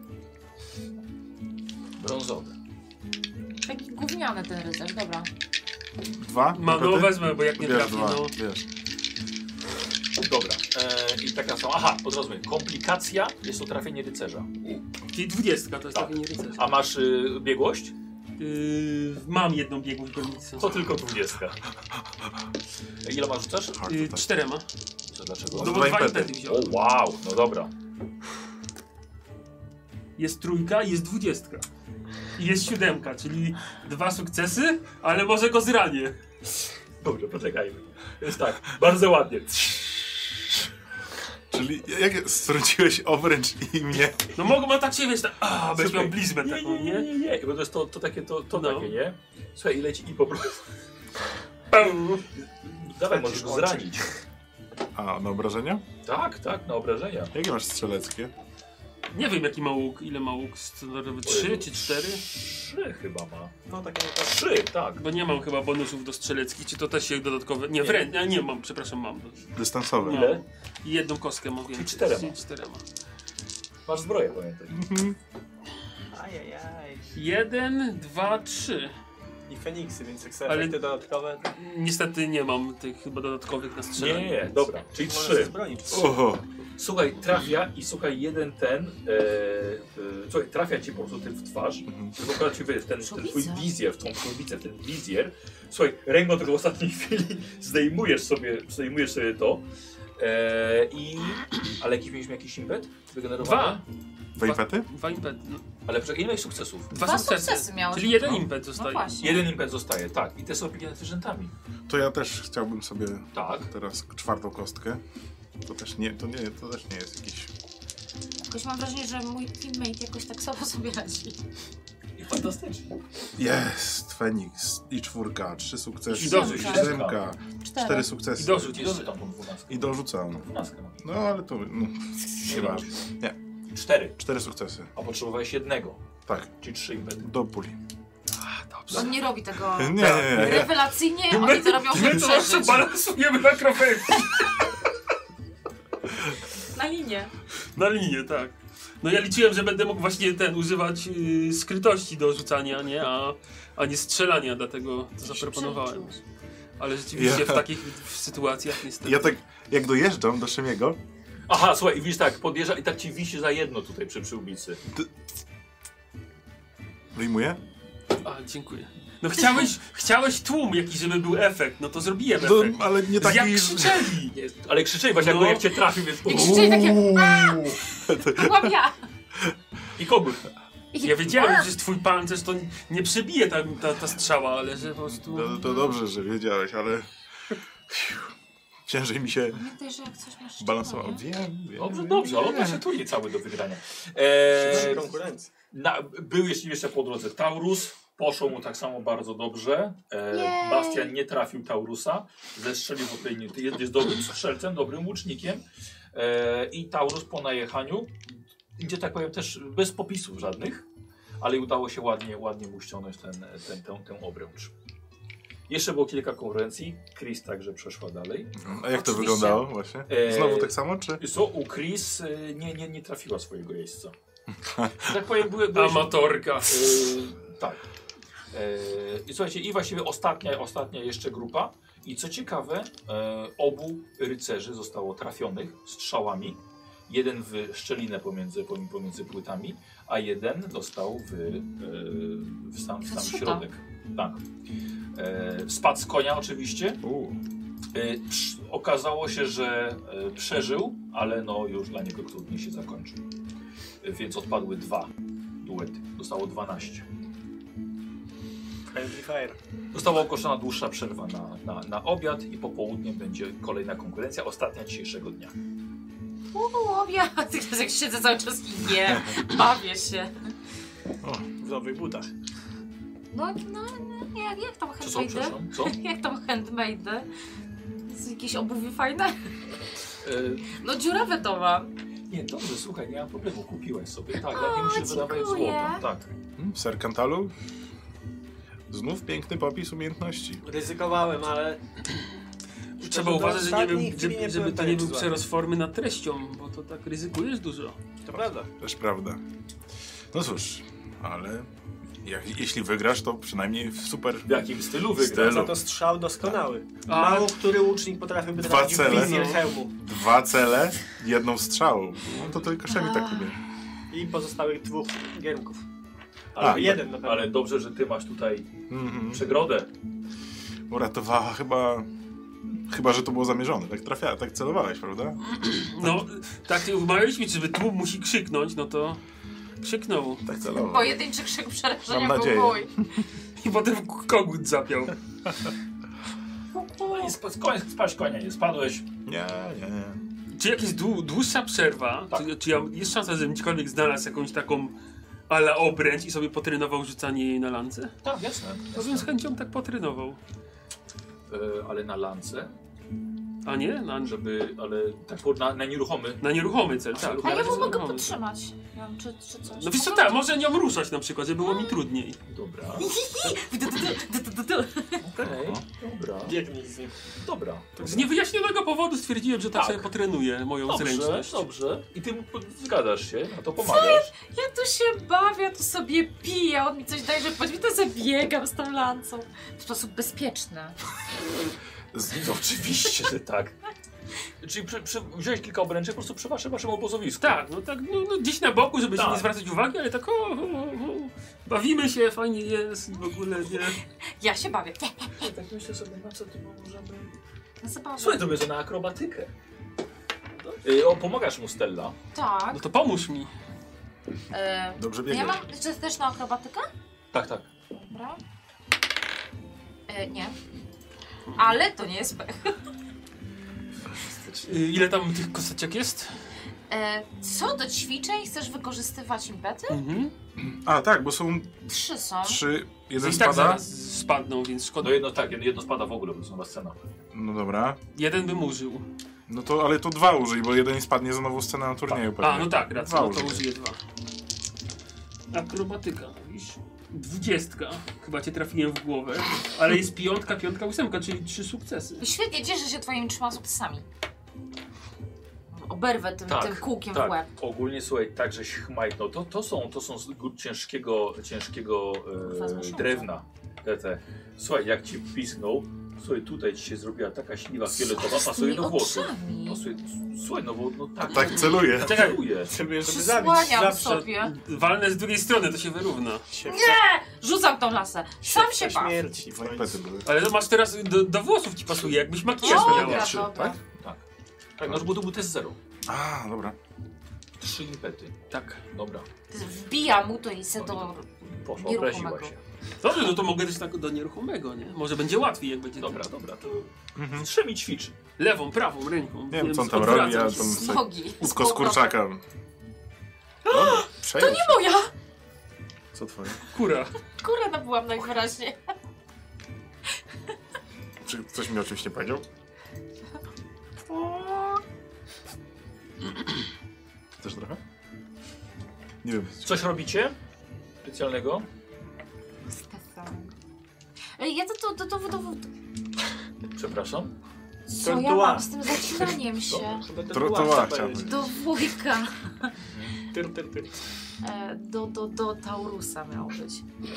Brązowy. Taki gówniany ten rycerz, dobra. 2? No wezmę, bo jak nie Bierz trafi, 2, no... bierz. Dobra. I taka sama. Aha, od razu mówię. Komplikacja jest to trafienie rycerza. Czyli 20 to jest Tak. trafienie rycerza. A masz biegłość? Mam jedną biegłość golnicy. To tylko 20. Ile masz rzucasz? 4. Co, dlaczego? No Dwa bo 2 impety. impety O wziąłem. wow, no dobra. Jest 3 i jest 20. I jest 7, czyli 2 sukcesy, ale może go zranię. Dobrze, poczekajmy. Jest tak, bardzo ładnie. Czyli jak strąciłeś obręcz i mnie? No mogą tak się wiesz, tak, będziesz miał Słuchaj, blizmę taką, nie? Nie, bo to jest to takie, to No. takie, nie? Słuchaj, i leci i po prostu. Dawaj, możesz go zranić. A, na obrażenia? Tak, na obrażenia. Jakie masz strzeleckie? Nie wiem jaki ma łuk, ile ma łuk, standardowy 3 czy 4? 3 chyba ma. No takie to 3, tak. Bo nie mam chyba bonusów do strzelecki, czy to też się dodatkowe... Nie, nie mam, przepraszam, mam. Dystansowe. Ile? I jedną kostkę mam więcej. 4. Czyli 4. Masz zbroję, pamiętaj. Ajajaj. 1, 2, 3. I Feniksy, więc jak sobie Ale- efekty dodatkowe, Niestety nie mam tych chyba dodatkowych na strzelanie. Nie, dobra, czyli możesz 3. się zbronić. Oho. Słuchaj, trafia i słuchaj, jeden ten, słuchaj, trafia ci po prostu tym w twarz, tylko akurat ci wiesz, ten twój Szubicę. wizjer, w tą szubicę, ten wizjer, słuchaj, ręką tego w ostatniej chwili zdejmujesz sobie to, ale mieliśmy jakiś impet wygenerowany? 2. 2 impety? 2 impety. No, Ale ile miałeś sukcesów? 2 sukcesy. miałeś. Czyli 1 No. impet No zostaje. właśnie. Jeden impet zostaje, tak, i te są pieniędzmi. To ja też chciałbym sobie Tak. teraz 4. kostkę. To też nie jest jakiś... Jakoś mam wrażenie, że mój teammate jakoś tak samo sobie radzi. I fantastycznie. Jest! Feniks. I 4, 3 sukcesy. I dorzuć. 7, 4 4. sukcesy. I dorzuć. Jeszcze tam tą 12. I dorzucam. 12 masz. No ale to... No, nieważne. Nie. 4, 4 sukcesy. a potrzebowałeś jednego, Tak. czyli 3 impety. Do puli. On nie robi tego Nie. rewelacyjnie, oni to robią, żeby My to zawsze przeżyć. balansujemy na kropelki. Na linię. Na linię, tak. No ja liczyłem, że będę mógł właśnie używać skrytości do rzucania, nie? A nie strzelania, dlatego to zaproponowałem. Ale rzeczywiście w takich sytuacjach niestety. Ja tak, jak dojeżdżam do Szymiego, Aha, słuchaj, i widzisz tak, podjeżdża i tak ci wisi za jedno tutaj przy ulicy. wyjmuję. A, dziękuję. No chciałeś tłum jakiś, żeby był efekt, no to zrobiłem No, efekt. ale nie Jak taki... krzyczeli! Ale krzyczeli właśnie, No. jak cię trafił, więc Jak krzyczeli takie to byłam ja. I kogut. I Ja wiedziałem, że twój pancerz to nie przebije ta strzała, ale że po prostu... To dobrze, że wiedziałeś, ale... Ciężej mi się Pamiętaj, że jak coś masz balansował. szczególnie. Wiem. Dobrze, ale to się turniej cały do wygrania. Przy konkurencji. Był jeszcze po drodze Taurus, poszło mu tak samo bardzo dobrze. Jej. Bastian nie trafił Taurusa, zestrzelił w odpowiedni, jest dobrym strzelcem, dobrym łucznikiem. I Taurus po najechaniu, gdzie tak powiem też bez popisów żadnych, ale udało się ładnie mu ściągnąć tę obręcz. Jeszcze było kilka konkurencji, Chris także przeszła dalej. A jak to Oczywiście. wyglądało właśnie? Znowu tak samo, czy? Co u Chris nie trafiła swojego jeźdźca. Tak powiem, były Amatorka. tak. I słuchajcie, i właściwie ostatnia jeszcze grupa. I co ciekawe, obu rycerzy zostało trafionych strzałami. Jeden w szczelinę pomiędzy płytami, a jeden dostał w sam środek. Tak. Spadł z konia oczywiście. Okazało się, że przeżył, ale no już dla niego trudniej się zakończył. Więc odpadły 2 duety. Zostało 12. Friendly Fire. Została ogłoszona dłuższa przerwa na obiad i po południu będzie kolejna konkurencja, ostatnia dzisiejszego dnia. Ja jak siedzę cały czas i nie, bawię się. W nowych butach. No jak tam Co, handmade? przepraszam? Co? Jak tam handmade? Jest jakieś obuwie fajne? E, No dziurawe to mam. nie, dobrze, słuchaj, nie ma problemu, kupiłaś sobie. Tak, O, ja wiem, że wydawać dziękuję. złoto. Tak. Ser Cantalu? Znów piękny popis umiejętności. Ryzykowałem, ale... Trzeba do uważać, że nie ostatniej wiem, chwili nie żeby byłem to nie pewien, był czy przerost formy nad treścią, bo to tak ryzykujesz dużo. To prawda. Też prawda. No cóż, ale Jeśli wygrasz, to przynajmniej w super... W jakim stylu wygra? Stylu. Za to strzał doskonały. A- Mało który łucznik potrafiłby Dwa trafić w cele. wizję hełmu. 2 cele, 1 strzałą. No to tylko Szemi tak umie. I pozostałych 2 giermków. A, Ale jeden na pewno. Ale dobrze, że ty masz tutaj Mhm. przegrodę. Uratowała chyba, że to było zamierzone. Tak celowałeś, prawda? No, tak ty umawialiśmy, żeby tłum musi krzyknąć, no to krzyknął. Tak celował. Pojedynczy krzyk przerażenia Mam był nadzieję. mój. I potem kogut zapiął. No i spaść konia, nie spadłeś. Nie. Czy jak jest dłuższa przerwa, Tak. czy jest szansa, żebym gdziekolwiek znalazł jakąś taką ala obręcz i sobie potrenował rzucanie jej na lance? Tak, jasne. To bym z chęcią tak potrenował. Ale na lance, A nie? ale tak na nieruchomy. Na nieruchomy cel, tak. A ja Na mu mogę nieruchomy podtrzymać. Ja wiem, czy coś. No wiesz co, tak, może nią ruszać na przykład, żeby było mi trudniej. Dobra. Okej. Dobra. Biegnij z nim. Dobra. Z niewyjaśnionego powodu stwierdziłem, że tak Tak. sobie potrenuję moją Dobrze, zręczność. dobrze. I ty zgadzasz się, a to pomagasz. Ja tu się bawię, tu sobie piję, on mi coś daje, że powiedz mi, to zabiegam z tą lancą. W sposób bezpieczny. Oczywiście, że tak. Czyli wziąłeś kilka obręczy po prostu przy waszym obozowisku. Tak, no gdzieś na boku, żeby się Tak. nie zwracać uwagi, ale tak bawimy się, fajnie jest i w ogóle nie. Ja się bawię. Tak myślę sobie, na co tu możemy... Zabawę. Słuchaj, to będzie na akrobatykę. Pomagasz mu, Stella. Tak. No to pomóż mi. Dobrze Ja biegnie. mam czy też na akrobatykę? Tak, tak. Dobra. Nie. Ale to nie jest pech. Ile tam tych kosteczek jest? Co do ćwiczeń chcesz wykorzystywać impety? Mhm. A tak, bo są 3 są. 3, jeden I tak spada. zaraz spadną, więc szkoda. No jedno tak, jedno spada w ogóle, bo to jest nowa scena. No dobra. Jeden bym użył. No to, ale to 2 użyj, bo jeden spadnie za nową scenę na turnieju pewnie. A, no tak, racja, 2 no to użyj. użyję 2. Akrobatyka, widzisz? 20. Chyba cię trafiłem w głowę. Ale jest piątka, 8, czyli 3 sukcesy. Świetnie, cieszę się twoimi 3 sukcesami. Oberwę tym kółkiem w łeb. Ogólnie słuchaj, tak żeś chmajtnął. To są z ciężkiego drewna. Słuchaj, jak ci pisnął, słuchaj, tutaj ci się zrobiła taka śliwa fioletowa, pasuje do włosów. Pasuje, słuchaj, no bo no tak. Tak celuje. Czekaj, Żeby zabić Przysłaniam zawsze sobie. walnę z drugiej strony, to się wyrówna. się Rzucam tą lasę. Sam się baw. śmierci. w Twoje końcu. impety były. Ale to masz teraz, do włosów ci pasuje, jakbyś makijaż Dobra, miała. dobra. Tak, no bo to był test 0. A, dobra. 3 impety. Tak. Dobra. Wbija mu to i se do Poszła, obraziła nieruchomego. się. Dobrze, no to mogę też tak do nieruchomego, nie? Może będzie łatwiej, jak będzie Dobra, dobra, to Mhm. Strzemi ćwiczy. lewą, prawą ręką. Nie wiem, Więc co on tam odwracam robi, a się. tam Z nogi. łódko z kurczaka. To nie moja! Co twoje? Kura. Kurę nabyłam najwyraźniej. Czy ktoś mi o czymś nie powiedział? Też trochę? Nie wiem. Coś robicie? Specjalnego? Ja to Przepraszam. co ja Tortuła. mam z tym zacinaniem się? Chyba to Trotuła była chciałem powiedzieć. Do wujka. Tyr. Do Taurusa miało być.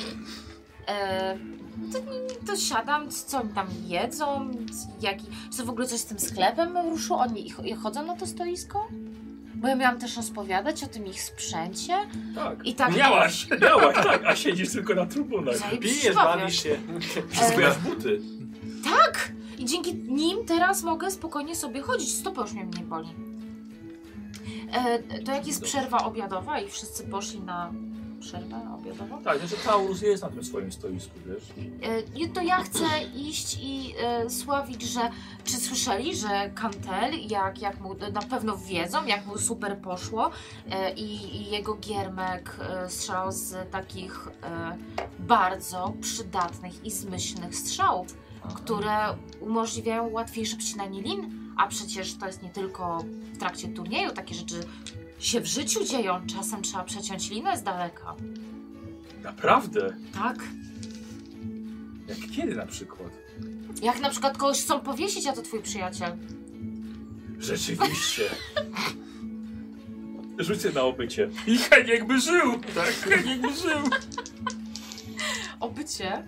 To siadam, co oni tam jedzą, co w ogóle coś z tym sklepem ruszyło? Oni chodzą na to stoisko? Bo ja miałam też rozpowiadać o tym ich sprzęcie Tak. i tak... Miałaś. Miałaś, tak, a siedzisz tylko na trybunach. Zajebiście Pijesz, bawię. bawisz się. Zbierasz buty. Tak! I dzięki nim teraz mogę spokojnie sobie chodzić. Stopa już mnie nie boli. To jak jest przerwa obiadowa i wszyscy poszli na przerwę obiadową? Tak, znaczy Taurus jest na tym swoim stoisku, wiesz? To ja chcę iść i sławić, że... Czy słyszeli, że Kantel, jak mu na pewno wiedzą, jak mu super poszło i jego giermek strzelał z takich bardzo przydatnych i zmyślnych strzałów, które umożliwiają łatwiejsze przecinanie lin, a przecież to jest nie tylko w trakcie turnieju, takie rzeczy się w życiu dzieją, czasem trzeba przeciąć linę z daleka. Naprawdę? Tak? Jak kiedy na przykład? Jak na przykład kogoś chcą powiesić, a to twój przyjaciel. Rzeczywiście. Rzucę na obycie. I Heniek by żył. Tak, Heniek by żył. obycie.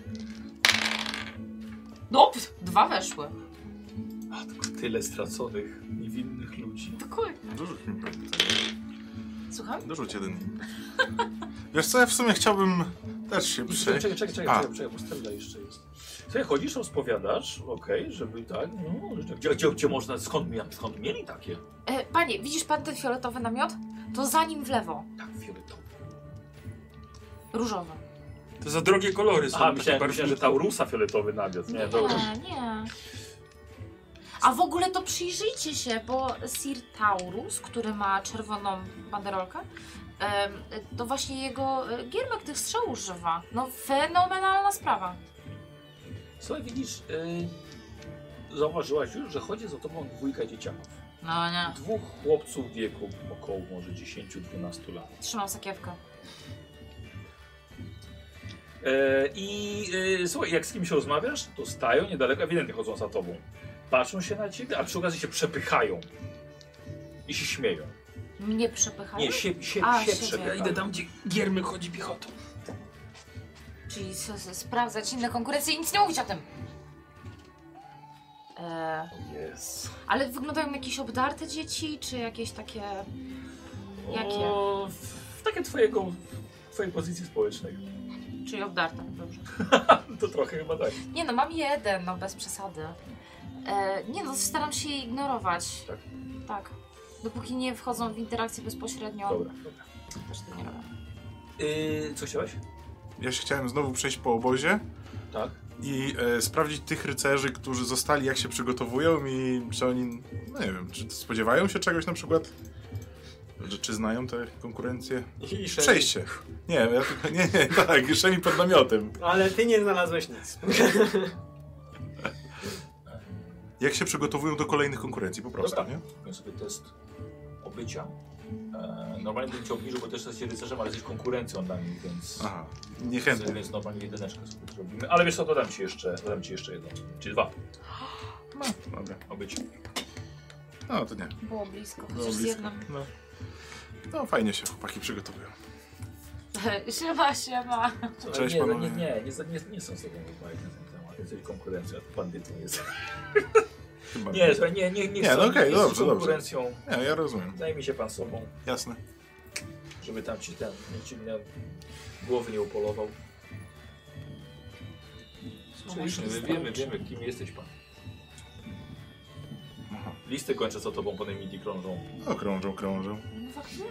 No, 2 weszły. Matko, tyle straconych, niewinnych ludzi. Dokładnie. Dorzuć mi pewnie. Słucham? Dorzuć jeden. Wiesz co, ja w sumie chciałbym też się przejść. Czekaj, bo Stella jeszcze jest. Słuchaj, chodzisz, rozpowiadasz, okej, żeby tak, no, gdzie można, skąd mieli takie? Panie, widzisz pan ten fioletowy namiot? To za nim w lewo. Tak, fioletowe. Różowy. To za drogie kolory są. Aha, myślałem, że Taurusa fioletowy namiot. Nie, dobra. Nie. A w ogóle to przyjrzyjcie się, bo Sir Taurus, który ma czerwoną banderolkę, to właśnie jego giermek tych strzał używa. No fenomenalna sprawa. Słuchaj, widzisz, zauważyłaś już, że chodzi za tobą 2 dzieciaków. No nie. 2 chłopców w wieku około może 10-12 lat. Trzymam sakiewkę. Słuchaj, jak z kimś rozmawiasz, to stają niedaleko, ewidentnie chodzą za tobą. Patrzą się na ciebie, a przy okazji się przepychają. I się śmieją. Mnie przepychają? Nie, się siebie. przepychają. Ja idę tam, gdzie Giermek chodzi piechotą. Czyli sprawdzać inne konkurencje i nic nie mówić o tym. Jest. Ale wyglądają jakieś obdarte dzieci, czy jakieś takie... Jakie? W takie twojej pozycji społecznej. Czyli obdarte, dobrze. To trochę chyba tak. Nie no, mam jeden, no bez przesady. Nie no, staram się je ignorować. Tak? Tak. Dopóki nie wchodzą w interakcję bezpośrednio. Dobra. Też to nie robię. Co chciałeś? Ja się chciałem znowu przejść po obozie Tak. i sprawdzić tych rycerzy, którzy zostali, jak się przygotowują i czy oni, no nie wiem, czy spodziewają się czegoś na przykład? Czy znają te konkurencje? I Przejście. Nie, ja tylko, nie, tak, Szemi pod namiotem. Ale ty nie znalazłeś nic. Jak się przygotowują do kolejnych konkurencji po prostu, Dobra. nie? Robię sobie test obycia. Normalnie bym cię obniżył, bo też jesteś rycerzem, ale jesteś konkurencją dla nich, więc... Aha, niechętnie. Więc normalnie 1 sobie zrobimy. Ale wiesz co, dodam ci jeszcze jedno. Czyli 2. Dobra. Obycie. No to nie. Było blisko, chociaż Było z blisko. jednym. No fajnie się chłopaki przygotowują. Siema. Cześć, nie, panowie. nie są sobie rozmawiać na ten temat. Jesteś konkurencją, a bandytą jest. Chyba. Nie, słuchaj, nie no okej, jesteś dobrze. konkurencją. Nie, ja rozumiem. Zajmij się pan sobą, Jasne. żeby tam ci głowy nie upolował. Wiemy, kim jesteś pan. Aha. Listy kończę za tobą, potem midi krążą. No krążą. No faktycznie.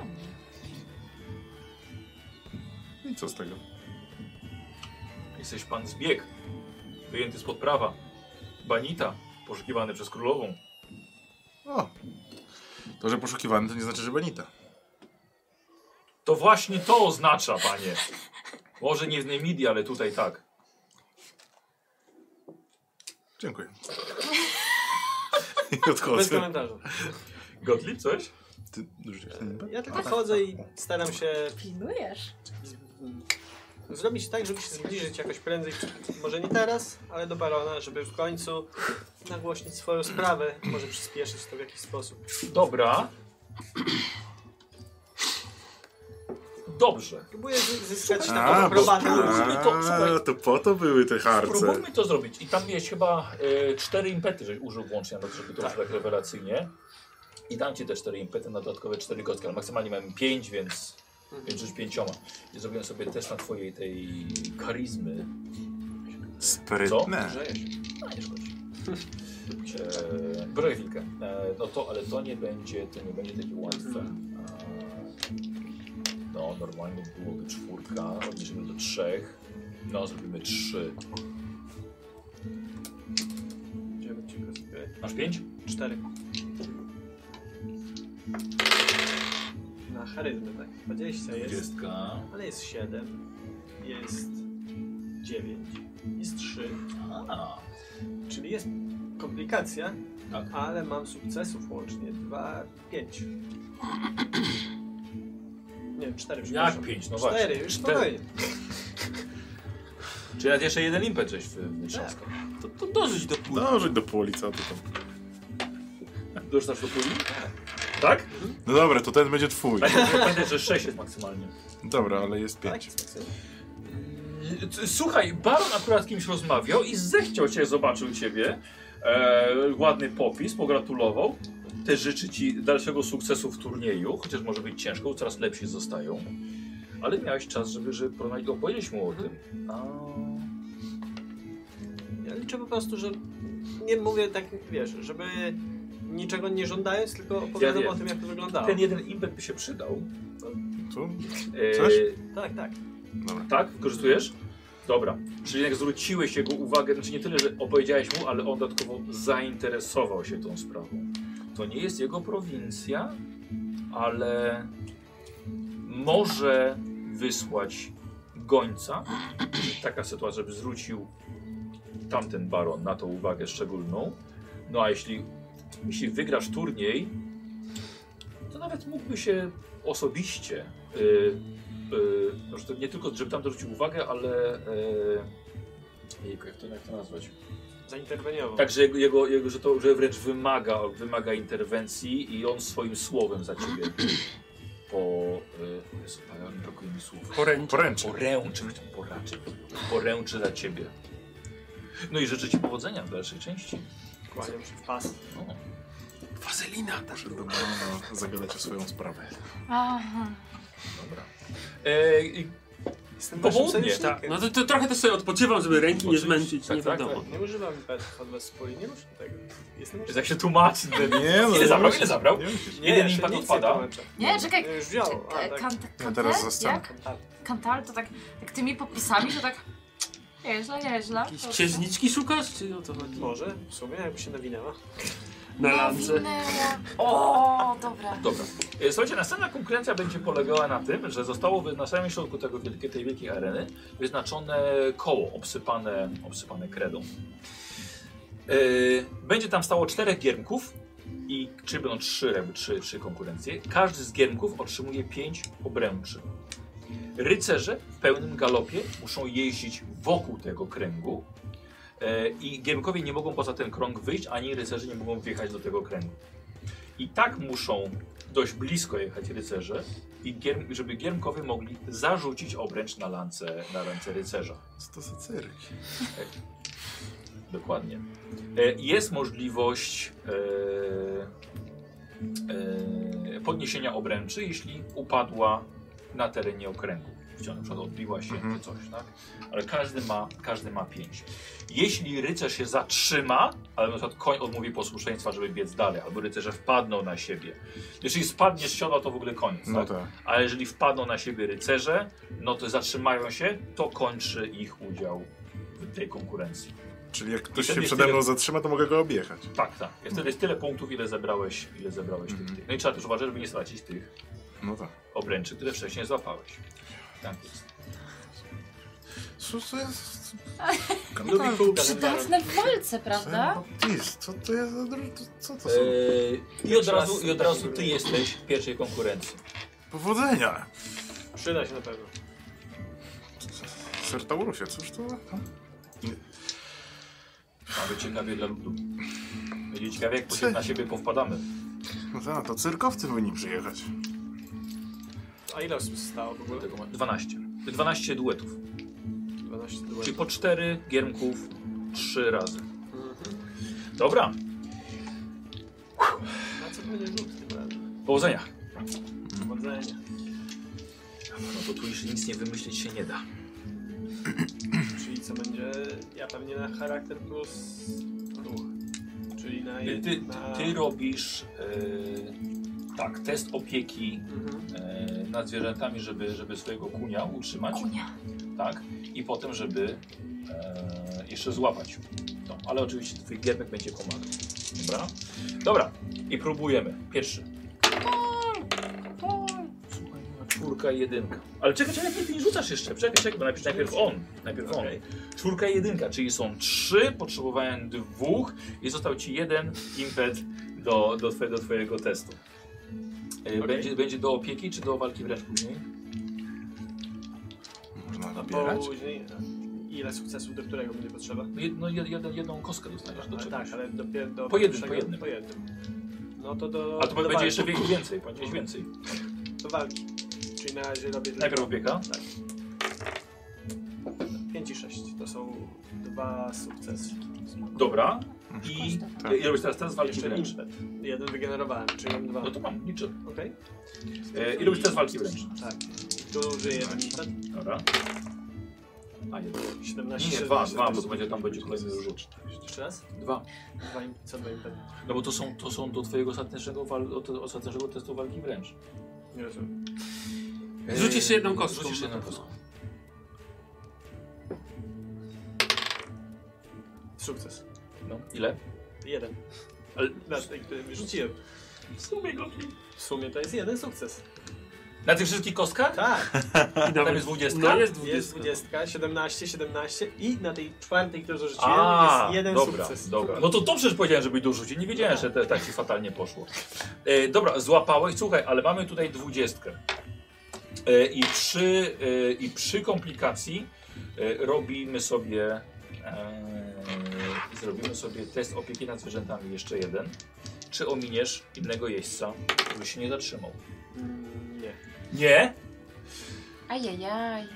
I co z tego? Jesteś pan zbieg, wyjęty spod prawa. Banita, poszukiwany przez królową. O, to, że poszukiwany, to nie znaczy, że Benita. To właśnie to oznacza, panie. Może nie w Nemidii, ale tutaj tak. Dziękuję. I Bez odchodzę. komentarza. Gottlieb, coś? Ty rzuciłeś ten impet? Ja tylko chodzę i staram się Pilnujesz? zrobić tak, żeby się zbliżyć jakoś prędzej, może nie teraz, ale do barona, żeby w końcu nagłośnić swoją sprawę, może przyspieszyć to w jakiś sposób. Dobra. Dobrze. Próbuję zyskać taką A, aprobatę. to po to były te harce. Spróbujmy to zrobić. I tam miałeś chyba 4 impety, żeś użył włącznie, żeby to tak. Tak rewelacyjnie. I dam ci te 4 impety na dodatkowe 4 gotki, ale maksymalnie mamy 5, więc rzuć 5. I zrobiłem sobie test na twojej tej charyzmy. Sprytne. A, nie szkodzi. Poczekaj chwilkę. No to, ale to nie będzie takie łatwe. No, normalnie byłoby 4, odniesiemy do 3. No, zrobimy 3. Masz 5? 4. Na charyzmę, tak? 20 jest. 20. Ale jest 7. Jest 9. Jest 3. A, Czyli jest komplikacja, tak. ale mam sukcesów łącznie 2, 5. Nie wiem, 4 Jak 5? No właśnie. 4, już spokojnie. Czy ja jeszcze jeden impet żeś wytrzaskał? To dożyć do pół. Dążyć do puli, co ty tam. Dorzucasz do puli? Tak? No dobra, to ten będzie twój. Pamiętaj, że 6 jest maksymalnie. Dobra, ale jest Tak, 5. jest maksymalnie. Słuchaj, Baron akurat z kimś rozmawiał i zechciał cię, zobaczył ciebie. Ładny popis, pogratulował. Też życzy ci dalszego sukcesu w turnieju, chociaż może być ciężko, coraz lepsi zostają. Ale miałeś czas, żeby opowiedzieć mu o tym. Ja liczę po prostu, że nie mówię tak, wiesz, żeby niczego nie żądając, tylko opowiadam wiem. o tym, jak to wyglądało. Ten jeden impet by się przydał. Tu? Coś? Tak. Dobra. Tak? Wykorzystujesz? Dobra. Czyli jak zwróciłeś jego uwagę, znaczy nie tyle, że opowiedziałeś mu, ale on dodatkowo zainteresował się tą sprawą. To nie jest jego prowincja, ale może wysłać gońca. Taka sytuacja, żeby zwrócił tamten baron na to uwagę szczególną. No a jeśli wygrasz turniej, to nawet mógłby się osobiście no, że to nie tylko, żeby tam zwrócił uwagę, ale jak to nazwać? Zainterweniował. Tak, że wręcz wymaga interwencji i on swoim słowem za ciebie brakuje mi słów. Poręczy za ciebie. No i życzę ci powodzenia w dalszej części. Kłaniam się w pas. No. Wazelina! Poszedł do Barona zagadać o swoją sprawę. Aha. Dobra. Jestem Popołudnie, waszym sojusznikiem. Tak, no to trochę też sobie odpoczywam, żeby ręki nie zmęczyć, Tak, nie tak, wiadomo. tak. Nie używam impetów od was swojej, nie muszę tego. Jestem Jest jak się tłumaczy. Nie, no, Ile zabrał? Jeden impet nic odpada. nie tłumaczę. Nie, czekaj. Już wziął. Tak. Ja teraz zostanę. Kantal to tak, jak tymi podpisami to tak nieźle. Jakieś księżniczki szukasz, czy o co chodzi? Może, w sumie, jakby się nawinęła. Na lance. Nawinęła. O, dobra. Dobra. Słuchajcie, następna konkurencja będzie polegała na tym, że zostało na samym środku tej wielkiej areny wyznaczone koło obsypane kredą. Będzie tam stało 4 giermków i czy będą 3 konkurencje. Każdy z giermków otrzymuje 5 obręczy. Rycerze w pełnym galopie muszą jeździć wokół tego kręgu i giermkowie nie mogą poza ten krąg wyjść, ani rycerze nie mogą wjechać do tego kręgu. I tak muszą dość blisko jechać rycerze, żeby giermkowie mogli zarzucić obręcz na lance rycerza. Co to za cyrk? Dokładnie. Jest możliwość podniesienia obręczy, jeśli upadła na terenie okręgu. Na przykład odbiła się czy coś, tak? Ale każdy ma 5. Jeśli rycerz się zatrzyma, ale na przykład koń odmówi posłuszeństwa, żeby biec dalej, albo rycerze wpadną na siebie. Jeżeli spadnie z siodła, to w ogóle koniec, No tak? tak. A jeżeli wpadną na siebie rycerze, no to zatrzymają się, to kończy ich udział w tej konkurencji. Czyli jak ktoś wtedy się jest przede mną tyle- zatrzyma, to mogę go objechać. Tak. I wtedy jest tyle punktów, ile zebrałeś tych. No i trzeba też uważać, żeby nie stracić tych No tak. obręczy, które wcześniej złapałeś. Tak jest. Co to jest? Lubi kółka. Przydatne w walce, prawda? Co to jest za co to są? I od razu ty jesteś w pierwszej konkurencji. Powodzenia! Przyda się na pewno. Sertaurusie, cóż to? Mamy ciekawie dla ludu. Będzie ciekawie, jak na siebie powpadamy. No tak, to cyrkowcy powinni przyjechać. A ile osób zostało w ogóle? Tego ma 12. 12 duetów. 12 duetów. Czyli po 4 giermków 3 razy. Dobra, Na co będzie rzut tym razem? powodzenia. Powodzenia. No to tu już nic nie wymyślić się nie da. Czyli co będzie? Ja pewnie na charakter plus ruch. Czyli na... Ty robisz tak, test opieki nad zwierzętami, żeby swojego kunia utrzymać. Kunia. Tak? I potem, żeby jeszcze złapać. No, ale oczywiście twój giermek będzie pomagał. Dobra? Dobra. I próbujemy. Pierwszy. Słuchaj, 4 i 1. Ale czekaj, ty nie rzucasz jeszcze. Czekaj, bo najpierw on. Okej. 4 i 1, czyli są 3, potrzebowałem 2 i został ci 1 impet do twojego testu. Będzie do opieki czy do walki wręcz później? Można A nabierać? później... Ile sukcesów do którego będzie potrzeba? Jedną kostkę dostaniesz do Ale czegoś. tak, ale do Po jednym, pierwszego- po jednym. No to do... A to do będzie walki. jeszcze więcej, powiedziałeś więcej. Do walki. Czyli na razie robię... Najpierw opieka? Tak. są 2 sukcesy. Dobra. I Tak. robisz teraz walki Jeszcze wręcz. impet. Jeden wygenerowałem, czyli mam 2. No to mam, liczę. Okej? I robisz teraz walki wręcz. Tak. Tu użyję jeden impet. Dobra. A jeden. 17. Nie, 2, bo to będzie tam będzie kolejny rzut. Jeszcze raz? 2. Co 2 impety? No bo to są do twojego ostatecznego testu walki wręcz. Nie rozumiem. Rzuć jeszcze jedną kostką. Rzucisz jedną kostką. Sukces. No, ile? 1. Ale Na tej, który rzuciłem. W sumie to jest 1 sukces. na tych wszystkich kostkach? Tak. I Tam jest 20? No jest Jest 20. 20, 17, 17 i na tej czwartej, którą rzuciłem, A, jest 1 dobra, sukces. dobra. No to dobrze, że powiedziałem, żebyś dorzucił. Nie wiedziałem, że tak ci fatalnie poszło. Dobra, złapałeś. Słuchaj, ale mamy tutaj 20. I przy komplikacji zrobimy sobie test opieki nad zwierzętami jeszcze jeden. Czy ominiesz innego jeźdźca, który się nie zatrzymał? Nie. Nie? Ajajaj.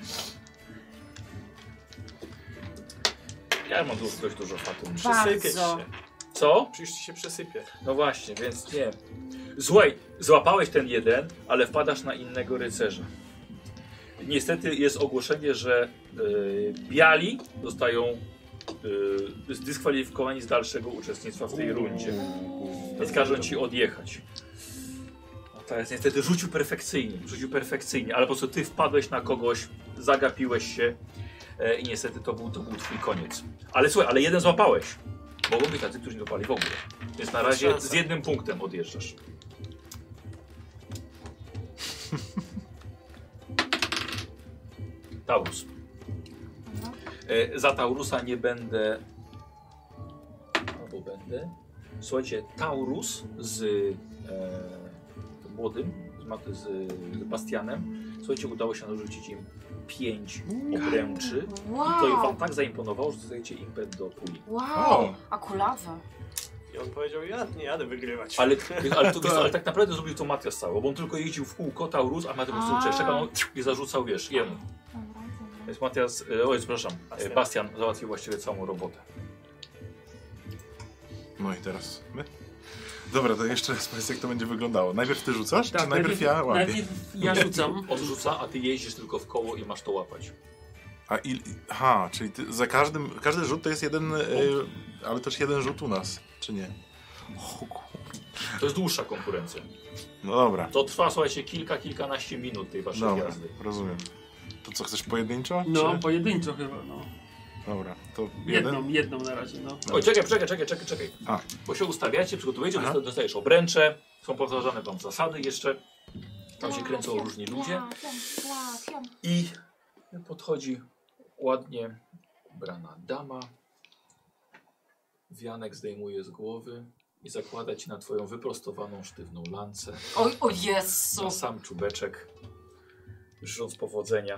Ja mam tu dość dużo fatum. Przesypieć Bardzo. się. Co? Przecież ci się przesypie. No właśnie, więc nie. Słuchaj, złapałeś ten jeden, ale wpadasz na innego rycerza. Niestety jest ogłoszenie, że biali zostają zdyskwalifikowani z dalszego uczestnictwa w tej rundzie. Więc każą ci odjechać. No to jest niestety rzucił perfekcyjnie, ale po prostu ty wpadłeś na kogoś, zagapiłeś się i niestety to był twój koniec. Ale słuchaj, ale jeden złapałeś. Mogą być tacy, którzy nie dopali w ogóle. Więc na razie z 1 punktem odjeżdżasz. Taurus. Za Taurusa nie będę... Albo będę... Słuchajcie, Taurus z młodym, z Bastianem, słuchajcie, udało się narzucić im 5 obręczy. I to wam tak zaimponowało, że dostajecie impet do puli. Wow, akulawa. I on powiedział, ja nie jadę wygrywać. Ale tak naprawdę zrobił to Matias cało, bo on tylko jeździł w kółko, Taurus, a Matias po prostu czekał i zarzucał, wiesz, jemu. Więc Matias, przepraszam, Bastian załatwił właściwie całą robotę. No i teraz my? Dobra, to jeszcze raz powiedz, jak to będzie wyglądało. Najpierw ty rzucasz, Tak, czy najpierw ja łapię? Najpierw ja rzucam. On rzuca, a ty jeździsz tylko w koło i masz to łapać. Aha, czyli ty za każdy rzut to jest jeden, ale też jeden rzut u nas, czy nie? To jest dłuższa konkurencja. No dobra, To trwa, słuchajcie, kilkanaście minut tej waszej dobra, jazdy. rozumiem. To co, chcesz pojedynczo? No, czy? pojedynczo chyba, no. Dobra, to jeden? Jedną na razie, no. Oj, czekaj. A. Bo się ustawiacie, przygotowujecie, dostajesz obręcze, są powtarzane tam zasady jeszcze. Tam się kręcą różni ludzie. I podchodzi ładnie ubrana dama. wianek zdejmuje z głowy i zakłada ci na twoją wyprostowaną, sztywną lancę. Oj, o Jezu! Na sam czubeczek, życząc powodzenia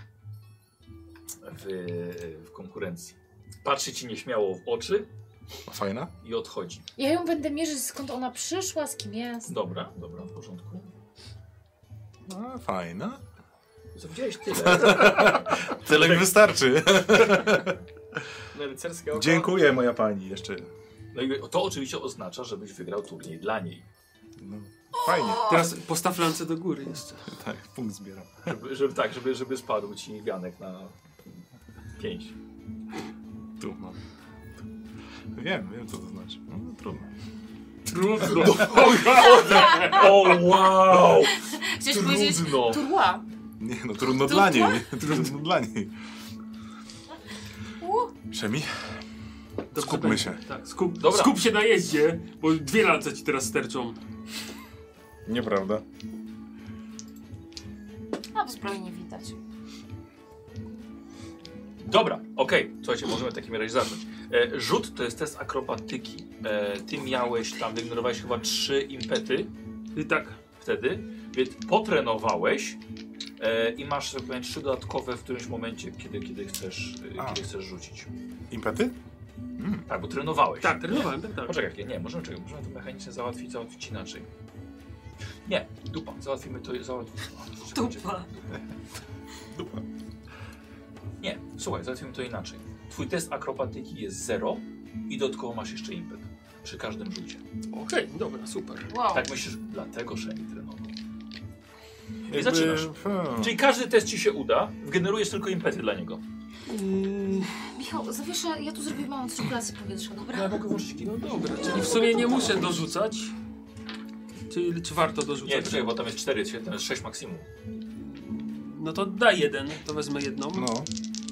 w konkurencji. Patrzy ci nieśmiało w oczy Fajna? i odchodzi. Ja ją będę mierzyć, skąd ona przyszła, z kim jest. Dobra, w porządku. No, fajna. Co, widziałeś tyle? Tyle mi wystarczy. Na rycerskie oko. Dziękuję, moja pani, jeszcze. No i to oczywiście oznacza, żebyś wygrał turniej dla niej. No, fajnie. Teraz postaw lancę do góry jeszcze. Tak, punkt zbieram. Żeby spadł ci wianek na 5. Tu mam. Wiem co to znaczy. No, trudno. Trudno. O wow! Chciałeś powiedzieć Trudno. turła. Nie no, trudno dla niej. Trudno dla niej. Szemi? Dobrze Skupmy będzie. się. Tak, Dobra. skup się na jeździe, bo 2 lance ci teraz sterczą. Nieprawda. A w zbroi nie widać. Dobra, okej. Słuchajcie, możemy w takim razie zacząć. Rzut to jest test akrobatyki. Ty miałeś tam, wyignorowałeś chyba 3 impety I tak. wtedy, więc potrenowałeś i masz, tak powiem, 3 dodatkowe w którymś momencie, kiedy chcesz rzucić. Impety? Tak, bo trenowałeś. Tak, trenowałem, tak. Poczekaj, nie, możemy to mechanicznie załatwić inaczej. Nie, dupa, załatwimy to. Dupa. Dupa. Nie, słuchaj, załatwimy to inaczej. Twój test akrobatyki jest 0 i dodatkowo masz jeszcze impet przy każdym rzucie. Okej, dobra, super. Wow. Tak myślisz, dlatego Szemi trenował. I Jakby, zaczynasz. Czyli każdy test ci się uda, wgenerujesz tylko impety dla niego. Michał, zawieszę, ja tu zrobię małą cyrkulację powietrza, dobra? Ja mogę włączyć kino. No dobra, czyli w sumie nie muszę dorzucać. Czy warto dorzucać? Nie, poczekaj, bo tam jest 4, tam jest 6 maksimum. No to daj jeden, to wezmę jedną. No.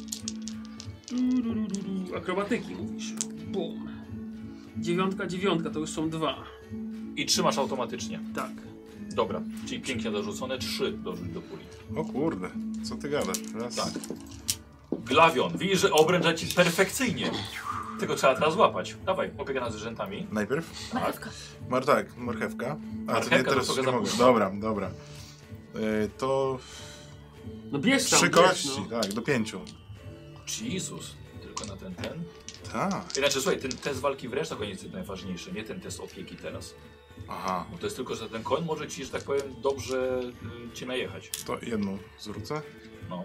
Akrobatyki mówisz. Bum. 9, to już są 2. I trzymasz automatycznie. Tak. Dobra, czyli pięknie dorzucone, 3 dorzuć do puli. O kurde, co ty gadasz? Raz. Tak. Glawion, widzisz, że obręcza ci perfekcyjnie. Tego trzeba teraz złapać. Dawaj, opieka nad zwierzętami. Najpierw? Marchewka. Tak, marchewka. A, to nie, Marchewka teraz to już nie trochę mogę. za Dobra, dobra. To No bierz tam, 3 bierz, kości, no. tak, do 5. Jezus, tylko na ten. Tak. Znaczy, słuchaj, ten test walki wręcz to jest najważniejszy, nie ten test opieki teraz. Aha, Bo to jest tylko, że ten koń może ci, że tak powiem, dobrze cię najechać. to jedną zwrócę. No.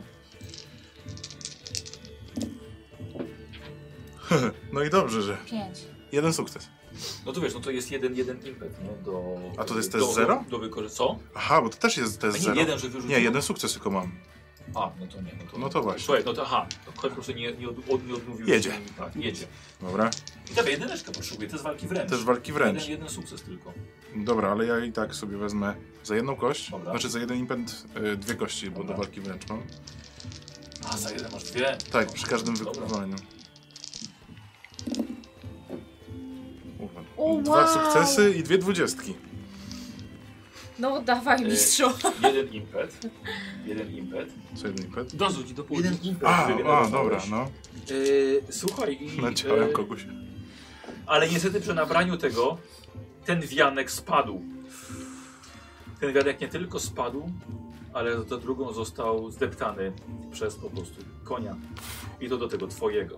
No i dobrze, że 5. jeden sukces. No to wiesz, no to jest jeden impet, nie? Do, A to jest test 0? Do wykorzystania. Co? Aha, bo to też jest test A nie, 0. jeden, że wyrzucił? Nie, jeden sukces tylko mam. A, no to nie. No to właśnie. Słuchaj, no to aha, to koń po prostu nie odmówił. Jedzie. Ci, tak, jedzie. Dobra. I dawaj, jedyneczkę potrzebuję, to jest walki wręcz. Też walki wręcz. Jeden sukces tylko. Dobra, ale ja i tak sobie wezmę za jedną kość, Dobra. znaczy za jeden impet 2 kości, bo Dobra. do walki wręcz mam. A, za jeden masz 2? Tak, przy każdym Dobra. wykonaniu. Kurwa. O, 2 wow. sukcesy i 2 dwudziestki. No dawaj, mistrzu. Jeden impet. Co jeden impet? Dorzuć do puli. Jeden impet. A, wygenerowałeś. dobra, no. Słuchaj, i, Naciąłem kogoś. ale niestety przy nabraniu tego ten wianek spadł. Ten wianek nie tylko spadł, ale za drugą został zdeptany przez po prostu konia. I to do tego twojego.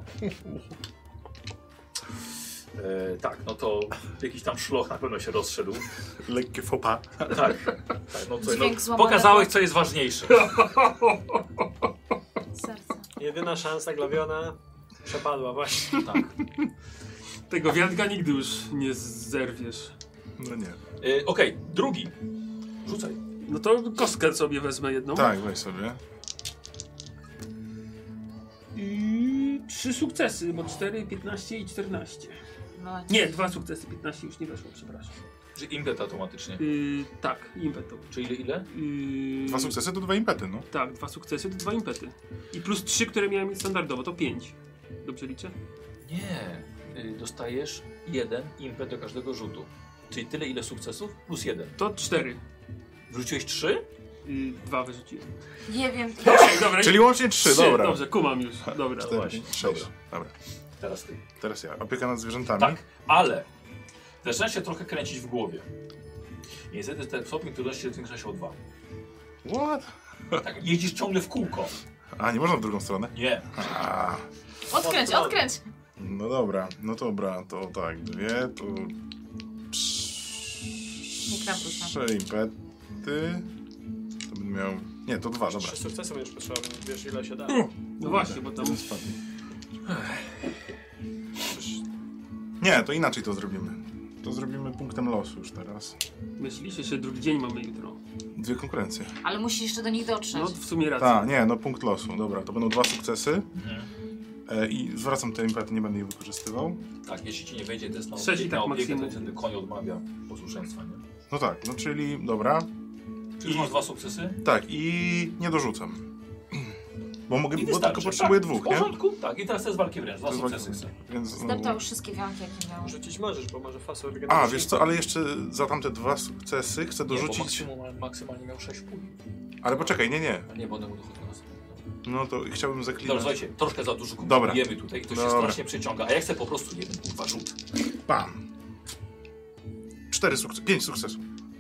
Tak, no to jakiś tam szloch na pewno się rozszedł. Lekkie fopa. Tak, no, co, Dźwięk no złamanego. pokazałeś, co jest ważniejsze. Serce. Jedyna szansa Glawiona przepadła właśnie. Tak. Tego wianka nigdy już nie zerwiesz. No nie. Okej, drugi. Rzucaj. No to kostkę sobie wezmę jedną. Tak, weź sobie. I 3 sukcesy, bo 4, 15 i 14. No, Nie, 2 sukcesy, 15 już nie weszło, przepraszam. Że impet automatycznie. Tak, impetu. Czyli ile? 2 sukcesy to 2 impety, no. Tak, 2 sukcesy to 2 impety. I plus 3, które miałem mieć standardowo, to 5. Dobrze liczę? Nie. Dostajesz 1 impet do każdego rzutu. Czyli tyle, ile sukcesów plus 1. To 4. Wrzuciłeś 3? 2 wyrzuciłem. nie wiem. Dobra, Czyli łącznie 3, dobra. Dobrze, kumam już. Dobra. 4, właśnie, 6. Dobra. Teraz ty. Teraz ja. Opieka nad zwierzętami. Tak, ale zaczyna się trochę kręcić w głowie. I niestety ten stopień trudności zwiększa się o 2. What? Tak, jeździsz ciągle w kółko. A, nie można w drugą stronę? Nie. A, Odkręć, odkręć. no dobra, no dobra, to tak, 2, to... Nie krampuj tam. 3 impety. To bym miał... Nie, to 2, dobra. 3 sukcesy będziesz potrzebował, wiesz ile się da. No właśnie, bo tam... Jeden spadnie. Nie, to inaczej to zrobimy. To zrobimy punktem losu już teraz. Myślisz, że drugi dzień mamy jutro. 2 konkurencje. Ale musisz jeszcze do nich dotrzeć. No w sumie racja. Tak, nie, no punkt losu. Dobra, to będą 2 sukcesy. Mhm. I zwracam te impety, nie będę ich wykorzystywał. Tak, jeśli ci nie wejdzie test na 6 i tak opiekę, to maksimum. wtedy koń odmawia posłuszeństwa, nie? No tak, no czyli, dobra. Czyli już masz 2 sukcesy? Tak, i nie dorzucam. Bo mogę, I bo wystarczy. tylko potrzebuję Tak, 2, w nie? porządku, tak. I teraz to jest walki wręcz, 2 To jest sukcesy walki- chcę. Więc znowu... Zdeptał wszystkie wianki, jakie miał. Rzucić możesz, bo może fasol A, wiesz co, ale jeszcze za tamte 2 sukcesy chcę Nie, bo dorzucić... maksymalnie miał 6 pól. Ale poczekaj, nie. A nie, bo one mu dochodzą na następne. No to chciałbym Dobra, zaklinać. słuchajcie, troszkę za dużo Dobra. kupujemy tutaj i to się Dobra. strasznie przyciąga. A ja chcę po prostu jeden kurwa rzut. Bam! 5 sukcesów.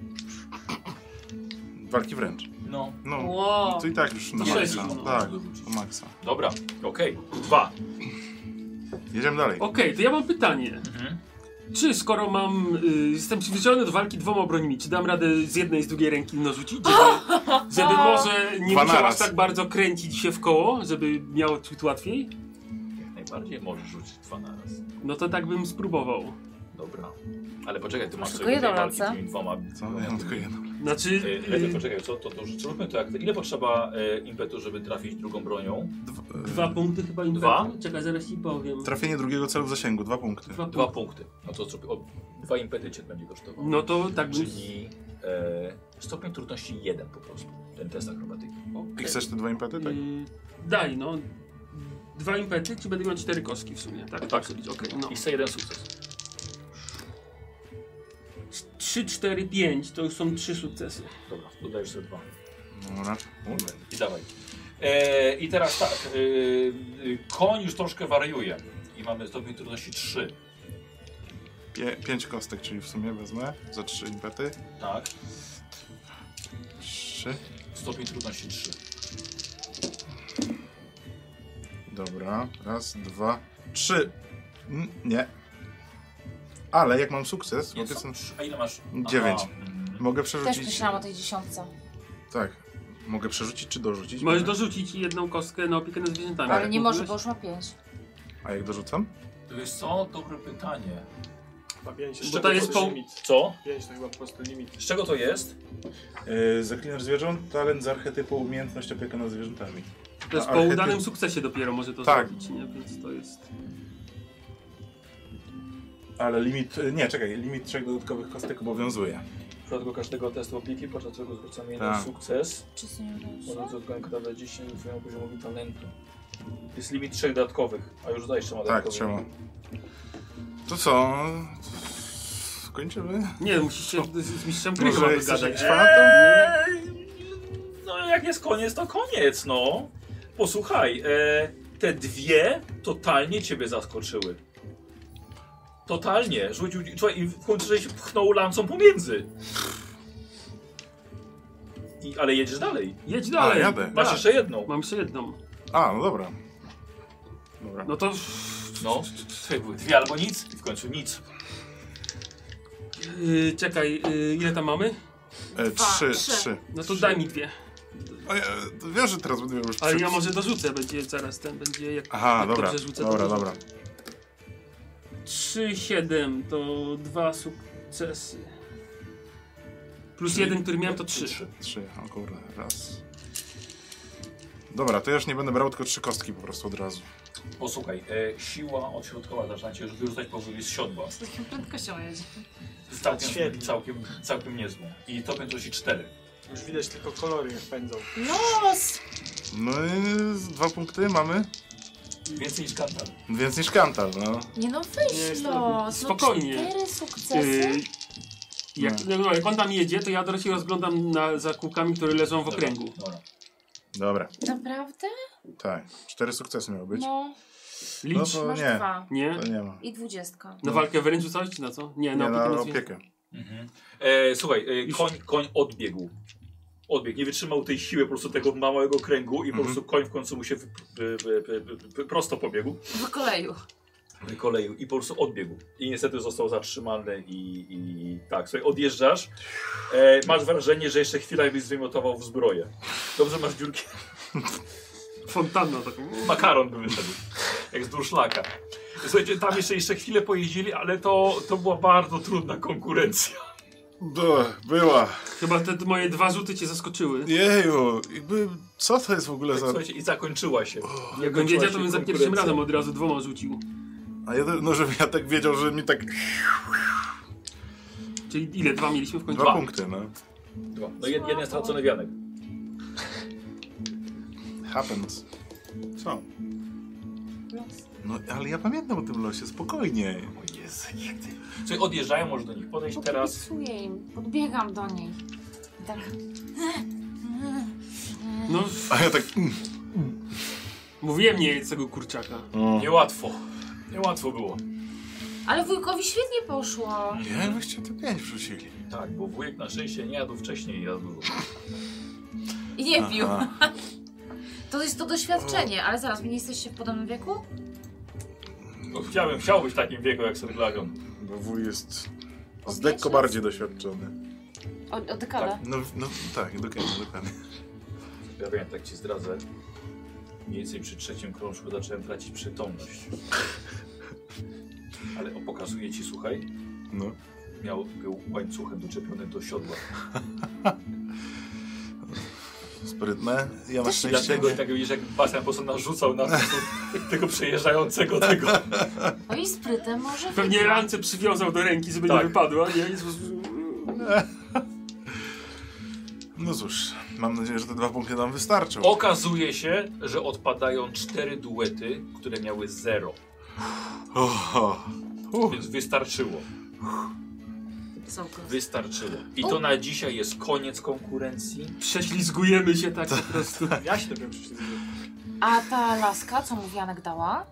Walki wręcz. No. No, Wow. to i tak już na Sześć, maksa. no. Tak, na maksa. Dobra, okej. 2. Jedziemy dalej. Okej, to ja mam pytanie. Mhm. Czy skoro jestem przyzwyczajony do walki 2 broniami, czy dam radę z jednej i z drugiej ręki narzucić, żeby może nie Dwa musiał aż naraz. tak bardzo kręcić się w koło, żeby miał ciut łatwiej? Jak bardziej możesz rzucić 2 na raz. No to tak bym spróbował. Dobra. Ale poczekaj, ty masz Tylko sobie jedną walki lancę? tymi 2. Co? Ja mam tylko jedną. Znaczy... Lepiej, poczekaj, co? To zróbmy to jak... Ile potrzeba impetu, żeby trafić drugą bronią? 2 punkty chyba impetu. 2? Czekaj, zaraz ci powiem. Trafienie drugiego celu w zasięgu, 2 punkty. 2 punkty. No to zrób, 2 impety cię będzie kosztowało. No to tak bym... Czyli stopień trudności 1 po prostu. Ten test akrobatyki. I chcesz te 2 impety, tak? Daj, no. 2 impety, czy będę miał 4 kostki w sumie, tak? Tak. Okej, no. I 1 sukces. 3, 4, 5 to już są 3 sukcesy. Dobra, dodajesz sobie 2. Dobra. I dawaj. I teraz tak, koń już troszkę wariuje. I mamy stopień trudności 3. 5 kostek, czyli w sumie wezmę za 3 impety. Tak. 3. Stopień trudności 3. Dobra. Raz, 2, 3. Nie. Ale jak mam sukces, mogę sobie... A ile masz? 9. Aha. Mogę Też przerzucić... myślałam o tej 10. Tak. Mogę przerzucić czy dorzucić? Możesz Mogę. dorzucić jedną kostkę na opiekę nad zwierzętami. Ale tak nie może, mówiłeś? bo już ma 5. A jak dorzucam? Wiesz co? Dobre pytanie. Chyba 5 Bo to to jest jest po- limit. Co? 5 to chyba po prostu limit. Z czego to jest? Zaklinacz zwierząt, talent z archetypu, umiejętność opieka nad zwierzętami. To jest A po archetyp- udanym sukcesie dopiero może to Tak. zrobić, nie? Więc to jest... Ale limit... Nie, czekaj. Limit 3 dodatkowych kostek obowiązuje. W przypadku każdego testu opieki, podczas którego zwracamy jeden Tak. sukces, Czy co nie możemy udało się? dodatkowo kratę 10 twojemu poziomowi talentu. Jest limit 3 dodatkowych, a już dajesz trzema Tak, dodatkowymi. trzeba. To co? Kończymy? Nie, musisz się z mistrzem gry Może chyba chcesz wygadać. jakiś fantom? No jak jest koniec, to koniec, no. Posłuchaj, te 2 totalnie ciebie zaskoczyły. Totalnie. Rzucił, słuchaj, i w końcu żeś pchnął lancą pomiędzy. Ale jedziesz dalej. Jedź dalej. jadę. Masz Tak. jeszcze jedną. Mam jeszcze jedną. A, no dobra. Dobra. No to... No, słuchaj, były 2 albo nic i w końcu nic. Czekaj, ile tam mamy? 3, 3. 3. No to daj mi 2. A ja, to wiesz, że teraz będę miał już 3. Ale ja może dorzucę, będzie zaraz ten, będzie jak, Aha, jak dobra, dobrze rzucę, dobra, to dobra. 3, 7 to 2 sukcesy. Plus 1, który miałem to 3. 3, o kurde, raz. Dobra, to ja już nie będę brał, tylko 3 kostki po prostu od razu. Posłuchaj, siła odśrodkowa zaczyna cię już wyrzucać powoli z siodła. Z taką prędkością jedzie. Całkiem, całkiem niezłą. I to będzie 4. Już widać tylko kolory jak pędzą. Los! No i 2 punkty mamy. Więcej niż Kantar. Więcej niż Kantal, no. Nie no, Nie weź jest los! Spokojnie. 4 sukcesy? Jak on tam jedzie, to ja do się rozglądam za kółkami, które leżą w okręgu. Dobra. Dobra, Naprawdę? tak. 4 sukcesy miały być. No, Licz. No to masz nie. 2. Nie? To nie ma. I 20. Na walkę wręcz rzucałeś czy na co? Nie, Nie, na opiekę na nad zwierzętami. opiekę. Mhm. Słuchaj, koń odbiegł. Odbiegł, nie wytrzymał tej siły po prostu tego małego kręgu i po prostu koń w końcu mu się prosto pobiegł. W koleju. Wykoleił i po prostu odbiegł. I niestety został zatrzymany i tak, słuchaj, odjeżdżasz. Masz wrażenie, że jeszcze chwilę byś zwymiotował w zbroję. Dobrze masz dziurki. Fontanna taką. Makaron by wyszedł, jak z durszlaka. Słuchajcie, tam jeszcze chwilę pojeździli, ale to była bardzo trudna konkurencja. Była. Chyba te moje 2 rzuty cię zaskoczyły. Jeju, jakby, co to jest w ogóle Tak, za... słuchajcie, i zakończyła się. Jakbym wiedział, to bym za pierwszym konkurencja. razem od razu 2 rzucił. A ja, no żebym ja tak wiedział, że mi tak... Czyli ile? 2 mieliśmy w końcu? 2 punkty, no. No jeden stracony wianek. Happens. Co? Los. No, ale ja pamiętam o tym losie, spokojnie. O Jezu, jak ty... Słuchaj, odjeżdżają, może do nich podejść teraz. Podpisuję im, podbiegam do niej. I tak... No, A ja tak... mówiłem nie jedz tego kurczaka. Niełatwo. Niełatwo było. Ale wujkowi świetnie poszło. Nie, byście te 5 wrzucili. Tak, bo wujek na szczęście nie jadł wcześniej, jadł dużo. I nie pił. Aha. To jest to doświadczenie, ale zaraz, my nie jesteście w podobnym wieku? No, chciał być w takim wieku jak Sir Glagon. Bo wuj jest O z lekko miesiąc? bardziej doświadczony. O dekadę. No tak, dokładnie. Ja wiem, tak ci zdradzę. Mniej więcej przy trzecim krążku zacząłem tracić przytomność. Ale pokazuję ci, słuchaj. No. Był łańcuchem doczepiony do siodła. Sprytne. Ja na szczęście... Dlatego tak widzisz, jak Bastian po prostu narzucał na tego przejeżdżającego tego. No i sprytem może Pewnie wygra. ręce przywiązał do ręki, żeby Tak. nie wypadła, nie? No cóż, mam nadzieję, że te 2 punkty nam wystarczą. Okazuje się, że odpadają 4 duety, które miały 0. Więc wystarczyło. Wystarczyło. I to na dzisiaj jest koniec konkurencji. Prześlizgujemy się tak po prostu. Ja się dopiero przyszedłem. A ta laska, co mu Janek dała?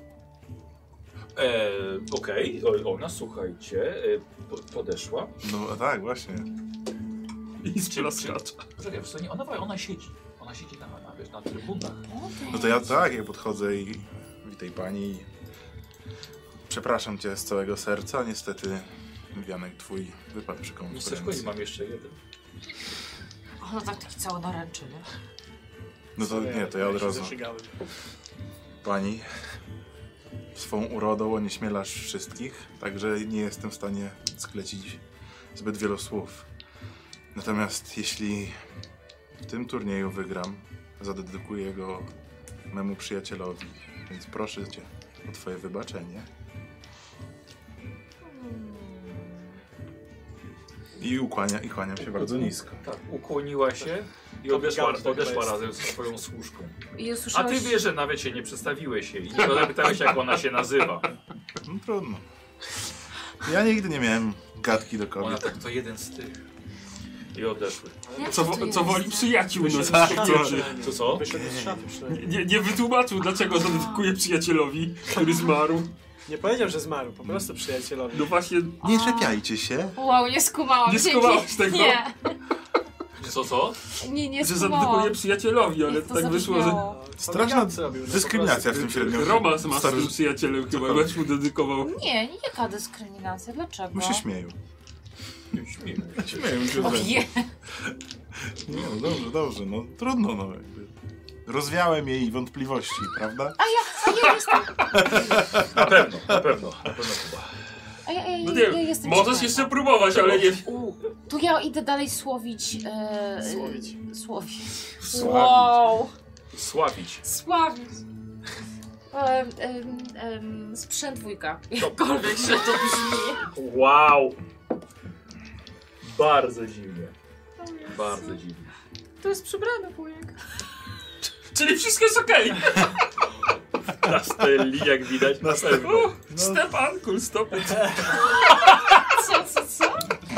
Okej, ona, słuchajcie, podeszła. No tak, właśnie. I splaskacza. Poczekaj, w sumie ona siedzi. Ona siedzi na trybunach. No to ja tak, ja podchodzę i witaj pani. Przepraszam cię z całego serca, niestety Janek twój wypadł przy Nie chcesz konferencji. powiedzieć, mam jeszcze jeden. No tak, taki cały naręczyny. No to nie, to ja od razu. Pani, swą urodą onieśmielasz wszystkich, także nie jestem w stanie sklecić zbyt wielu słów. Natomiast jeśli w tym turnieju wygram, zadedykuję go memu przyjacielowi, więc proszę cię o twoje wybaczenie. I kłaniam się bardzo nisko. Tak, ukłoniła się i odeszła razem z swoją służką. I A usłyszałeś... ty wiesz, że nawet się nie przedstawiłeś jej. Nie zapytałeś, jak ona się nazywa. No trudno. Ja nigdy nie miałem gadki do Ona kobiet. tak, to jeden z tych. I odeszły. Jak to Co jest? woli przyjaciół, no Tak, Co co? Wyszedł z szafy przynajmniej. nie wytłumaczył, dlaczego zadedykuje przyjacielowi, który zmarł. Nie powiedział, że zmarł, po prostu przyjacielowi. No właśnie, Nie czepiajcie się. Wow, nie skumałam. Nie Dzięki. skumałeś tego? Nie, Co? nie że skumałam. zadedykuje przyjacielowi, ale Jak to tak wyszło, że zabrzmiało. Straszna robił, no, dyskryminacja w tym średnim. romans ma z tym przyjacielem chyba, weź mu dedykował. Nie, jaka dyskryminacja, dlaczego? My się śmieją. Śmieję. Śmieją się ze mnie. Ojej. Nie, no dobrze, no trudno, no jakby. Rozwiałem jej wątpliwości, prawda? A ja jestem... Na pewno chyba. No ja nie, jestem możesz ciekawa. jeszcze próbować, ale nie... To ja idę dalej słowić... Słowić. Słowić. Sławić. Wow. Sławić. Sławić. Sprzęt wujka. Jakkolwiek się to brzmi. Wow. Bardzo dziwnie. Bardzo dziwnie. To jest przybrany wujek. Czyli wszystko jest okej. Na steli, jak widać, na pewno. Step uncle, stop it. Co?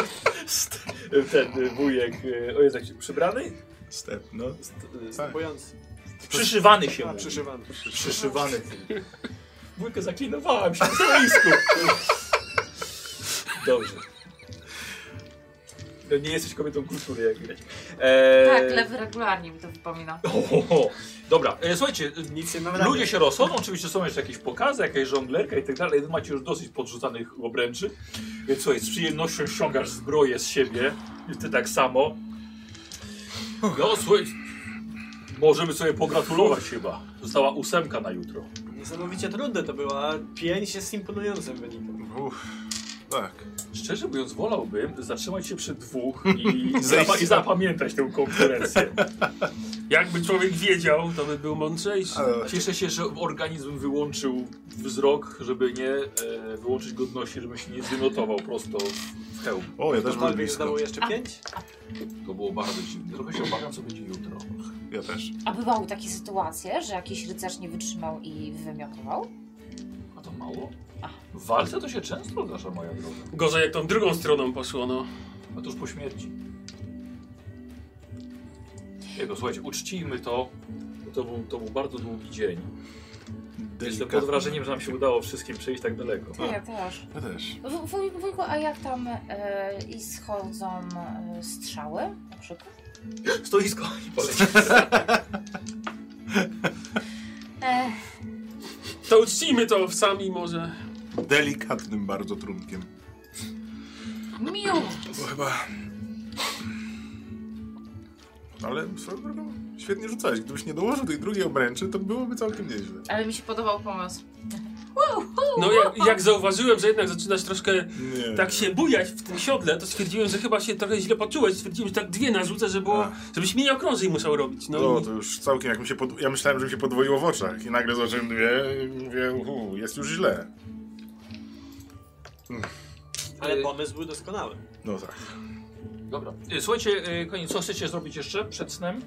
Ten wujek, o jest jak przybrany? Step, no. Tak. Bojący. Przyszywany się A, mówi. przyszywany. Przyszywany. Wujkę zaklinowałem się na stoisku. Dobrze. No nie jesteś kobietą kultury, jak widać. Tak, lewy regularnie mi to wypomina. Dobra, słuchajcie, Nic nie mam ludzie się rozchodzą, oczywiście są jeszcze jakieś pokazy, jakaś żonglerka i tak dalej. Wy macie już dosyć podrzucanych obręczy. Więc słuchaj, z przyjemnością ściągasz zbroję z siebie i ty tak samo. No słuchaj, możemy sobie pogratulować chyba. Została 8 na jutro. Niesamowicie trudne to było, a 5 jest imponującym wynikiem. Uff, tak. Szczerze mówiąc, wolałbym zatrzymać się przy 2 Zejść. i zapamiętać tę konferencję. Jakby człowiek wiedział, to by był mądrzejszy. Ale Cieszę się, że organizm wyłączył wzrok, żeby nie wyłączyć godności, żeby się nie wynotował prosto w hełm. O, ja też byłem Cokolwiek blisko. zdało jeszcze 5? To było bardzo dziwne. Trochę się obawiam, co będzie jutro. Ja też. A bywały takie sytuacje, że jakiś rycerz nie wytrzymał i wymiotował? A to mało? Ach. W walce to się często zdarza, moja droga. Gorzej jak tą drugą stroną poszło, no. A to już po śmierci. Jego, słuchajcie, uczcijmy to, bo to był bardzo długi dzień. Jestem pod wrażeniem, że nam się udało wszystkim przejść tak daleko. To ja też. Ja też. Wujku, a jak tam i schodzą strzały na przykład? Stoisko i poleci. To uczcijmy to sami może. Delikatnym bardzo trunkiem. Miód! Bo chyba... Ale swoją drogą świetnie rzucałeś. Gdybyś nie dołożył tej drugiej obręczy, to byłoby całkiem nieźle. Ale mi się podobał pomysł. No jak zauważyłem, że jednak zaczynasz troszkę Nie. tak się bujać w tym siodle, to stwierdziłem, że chyba się trochę źle poczułeś. Stwierdziłem, że tak dwie narzucę, żebyś mnie nie okrążeń musiał robić. No to już całkiem, jak mi się ja myślałem, że mi się podwoiło w oczach i nagle zobaczyłem dwie i mówię, jest już źle. Ale pomysł był doskonały. No tak. Dobra. Słuchajcie, co chcecie zrobić jeszcze przed snem?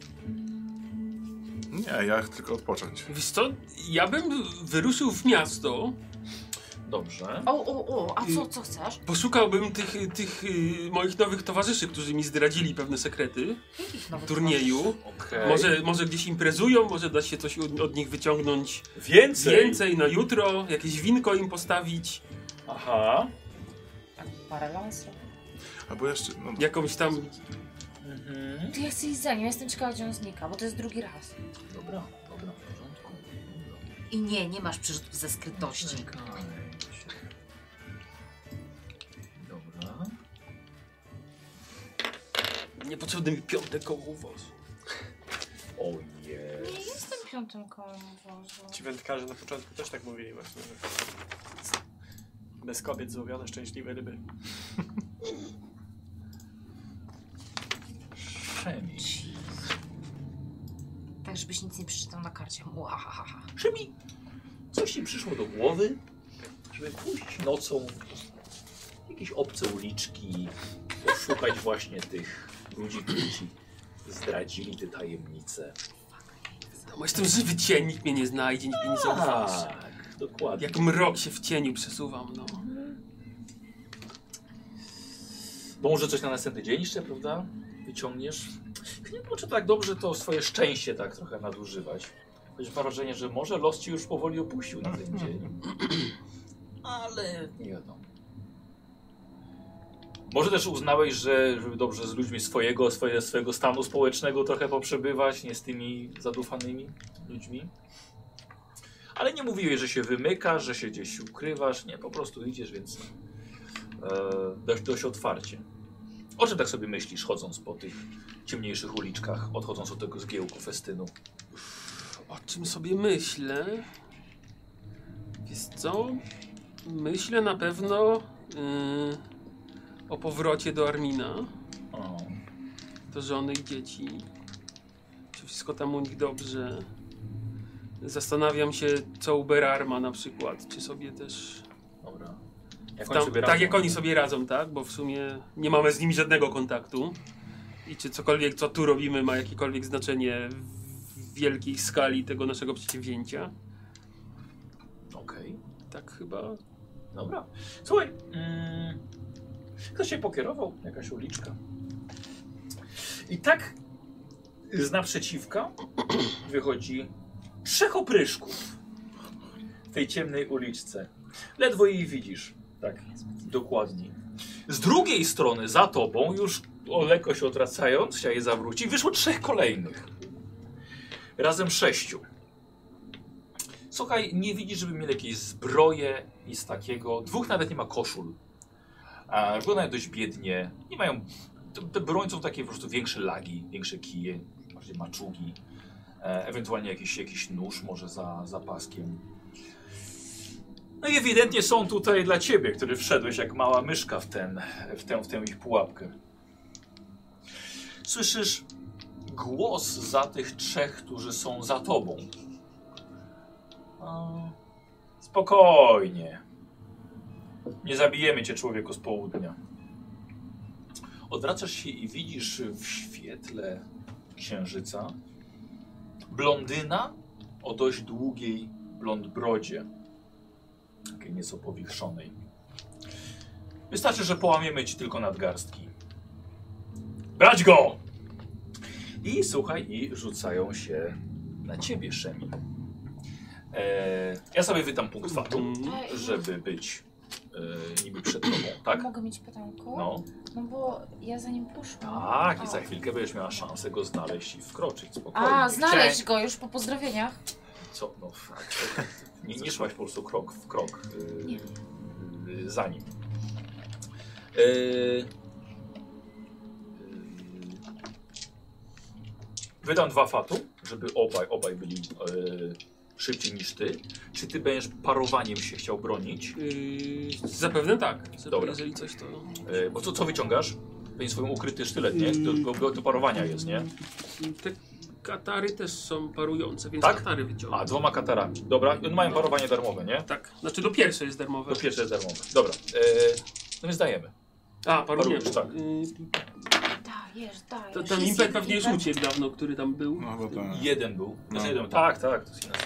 Nie, ja chcę tylko odpocząć. Wiesz co, ja bym wyruszył w miasto, Dobrze. A co chcesz? poszukałbym tych moich nowych towarzyszy, którzy mi zdradzili pewne sekrety Jakich nowych w turnieju. Okej. Może gdzieś imprezują, może da się coś od nich wyciągnąć Więcej! na jutro, jakieś winko im postawić, Aha. Parę lansów. Albo jeszcze, no, jakąś tam... Mhm. Ty ja chcę iść za nim, ja jestem ciekawa, gdzie on znika, bo to jest drugi raz. Dobra, w porządku. I nie masz przerzutów ze skrytości. Dobra. Niepotrzebny mi piąte koło wozu. Ojej. Nie jestem piątym kołem wozu. Ci wędkarze na początku też tak mówili właśnie, że bez kobiet złowione szczęśliwe ryby. Szemi. Tak, żebyś nic nie przeczytał na karcie. Łahaha. Szemi, coś ci przyszło do głowy, żeby pójść nocą w jakieś obce uliczki, poszukać właśnie tych ludzi, którzy ci zdradzili te tajemnice. No, jestem żywy cień, nikt mnie nie znajdzie, nikt mnie nie zauważy. Tak, dokładnie. Jak mrok się w cieniu przesuwam, no. Bo może coś na następny dzień jeszcze, prawda? Wyciągniesz. Nie może tak dobrze to swoje szczęście tak trochę nadużywać. Chociaż mam wrażenie, że może los ci już powoli opuścił na ten dzień. Ale nie wiadomo. Może też uznałeś, że żeby dobrze z ludźmi swojego stanu społecznego trochę poprzebywać, nie z tymi zadufanymi ludźmi. Ale nie mówiłeś, że się wymykasz, że się gdzieś ukrywasz. Nie, po prostu idziesz, więc dość otwarcie. O czym tak sobie myślisz, chodząc po tych ciemniejszych uliczkach, odchodząc od tego zgiełku festynu? O czym sobie myślę? Wiesz co? Myślę na pewno o powrocie do Armina, O, do żony i dzieci. Czy wszystko tam u nich dobrze? Zastanawiam się, co u Berarma na przykład. Czy sobie też... dobra. Jak oni sobie tak radzą? jak oni sobie radzą, tak? Bo w sumie nie mamy z nimi żadnego kontaktu. I czy cokolwiek, co tu robimy, ma jakiekolwiek znaczenie w wielkiej skali tego naszego przedsięwzięcia? Okej, Tak chyba. dobra. Słuchaj, ktoś się pokierował, jakaś uliczka. I tak z naprzeciwka wychodzi 3 opryszków w tej ciemnej uliczce. Ledwo jej widzisz. Tak, dokładnie. Z drugiej strony, za tobą, już o lekko się odwracając, chciał je zawrócić, wyszło 3 kolejnych. Razem 6. Słuchaj, nie widzisz, żeby mieli jakieś zbroje, nic takiego. 2 nawet nie ma koszul. Wyglądają dość biednie. Nie mają... Te broń są takie po prostu większe lagi, większe kije, bardziej maczugi. Ewentualnie jakiś nóż może za paskiem. No i ewidentnie są tutaj dla ciebie, który wszedłeś jak mała myszka w tę ich pułapkę. Słyszysz głos za tych 3, którzy są za tobą. Spokojnie. Nie zabijemy cię, człowieku, z południa. Odwracasz się i widzisz w świetle księżyca blondyna o dość długiej blond brodzie. Takiej nieco powichrzonej. Wystarczy, że połamiemy ci tylko nadgarstki. Brać go! I słuchaj, i rzucają się na ciebie, Szemi. Ja sobie wydam punkt fatum, żeby być niby przed tobą, tak? Mogę mieć pytanko? No. No bo ja za nim poszłam. Tak, i za chwilkę będziesz miała szansę go znaleźć i wkroczyć spokojnie. Znaleźć go już po pozdrowieniach. Co? No tak. Nie szłaś po prostu krok w krok za nim. Wydam 2 fatum, żeby obaj byli szybciej niż ty. Czy ty będziesz parowaniem się chciał bronić? Zapewne tak. Dobra. Jeżeli coś to... Bo co wyciągasz? Będzie swoją ukryty sztylet, nie? Do parowania jest, nie? Te katary też są parujące, więc Tak? katary wyciągam. A, 2 katarami. Dobra, i one mają parowanie darmowe, nie? Tak, znaczy do pierwszej jest darmowe. Do pierwszej jest darmowe. Dobra, no więc dajemy. A, parujemy. Parujesz, tak. Dajesz. Ten impet pewnie już uciekł dawno, który tam był. No bo to... Jeden był. No. Znaczy jeden. Tak, to jest inna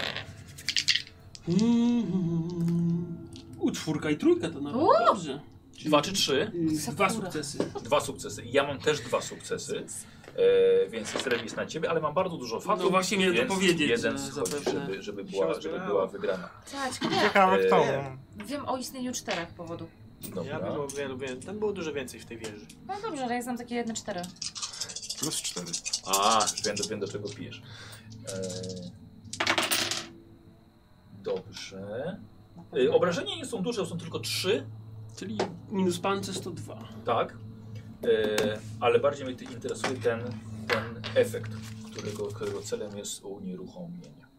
Czwórka i trójka to nawet dobrze. 2 czy 3? 2 sukcesy. 2 sukcesy. Ja mam też 2 sukcesy, więc jest remis na ciebie, ale mam bardzo dużo fatów. No właśnie miałem to więc powiedzieć, jeden że schodzi, zapewne żeby była wygrana. Tak, Ciekawe kto. wiem o istnieniu 4 powodów. Ja Dobra. bym o wielu więcej. Tam było dużo więcej w tej wieży. No dobrze, ale ja znam takie 1-4. Plus 4. A, wiem do czego pijesz. Dobrze. Obrażenia nie są duże, są tylko 3. Czyli minus pancerz to 2. Tak. Ale bardziej mnie interesuje ten efekt, którego celem jest unieruchomienie.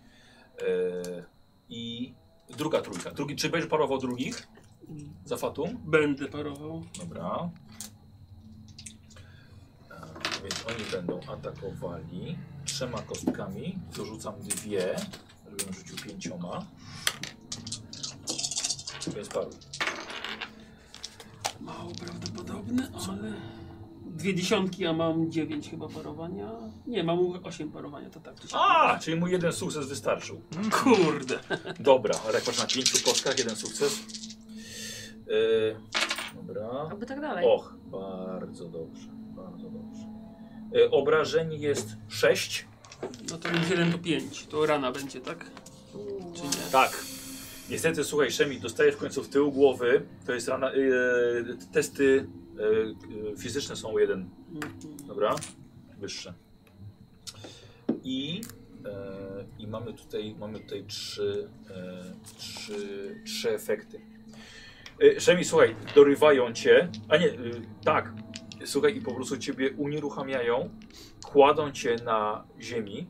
I druga trójka. Czy będziesz parował drugich? Za fatum? Będę parował. Dobra. Więc oni będą atakowali 3 kostkami. Dorzucam 2, żebym rzucił 5. Więc paruj. Mało prawdopodobne, ale... 2 dziesiątki, a mam 9 chyba parowania. Nie, mam 8 parowania, to tak. To się... A, czyli mu 1 sukces wystarczył. Kurde. Dobra, ale jak masz na 5 kostkach 1 sukces. Dobra. Albo tak dalej. Och, bardzo dobrze, bardzo dobrze. Obrażeń jest 6. No to minus 1 to 5. To rana będzie, tak? Czy nie? Tak. Niestety, słuchaj, Szemi, dostajesz w końcu w tył głowy. To jest rana. Testy fizyczne są 1. Dobra? Wyższe. I mamy tutaj 3 efekty. Szemi, słuchaj, dorywają cię. A nie, tak. Słuchaj, i po prostu ciebie unieruchamiają, kładą cię na ziemi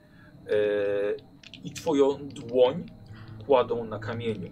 i twoją dłoń kładą na kamieniu.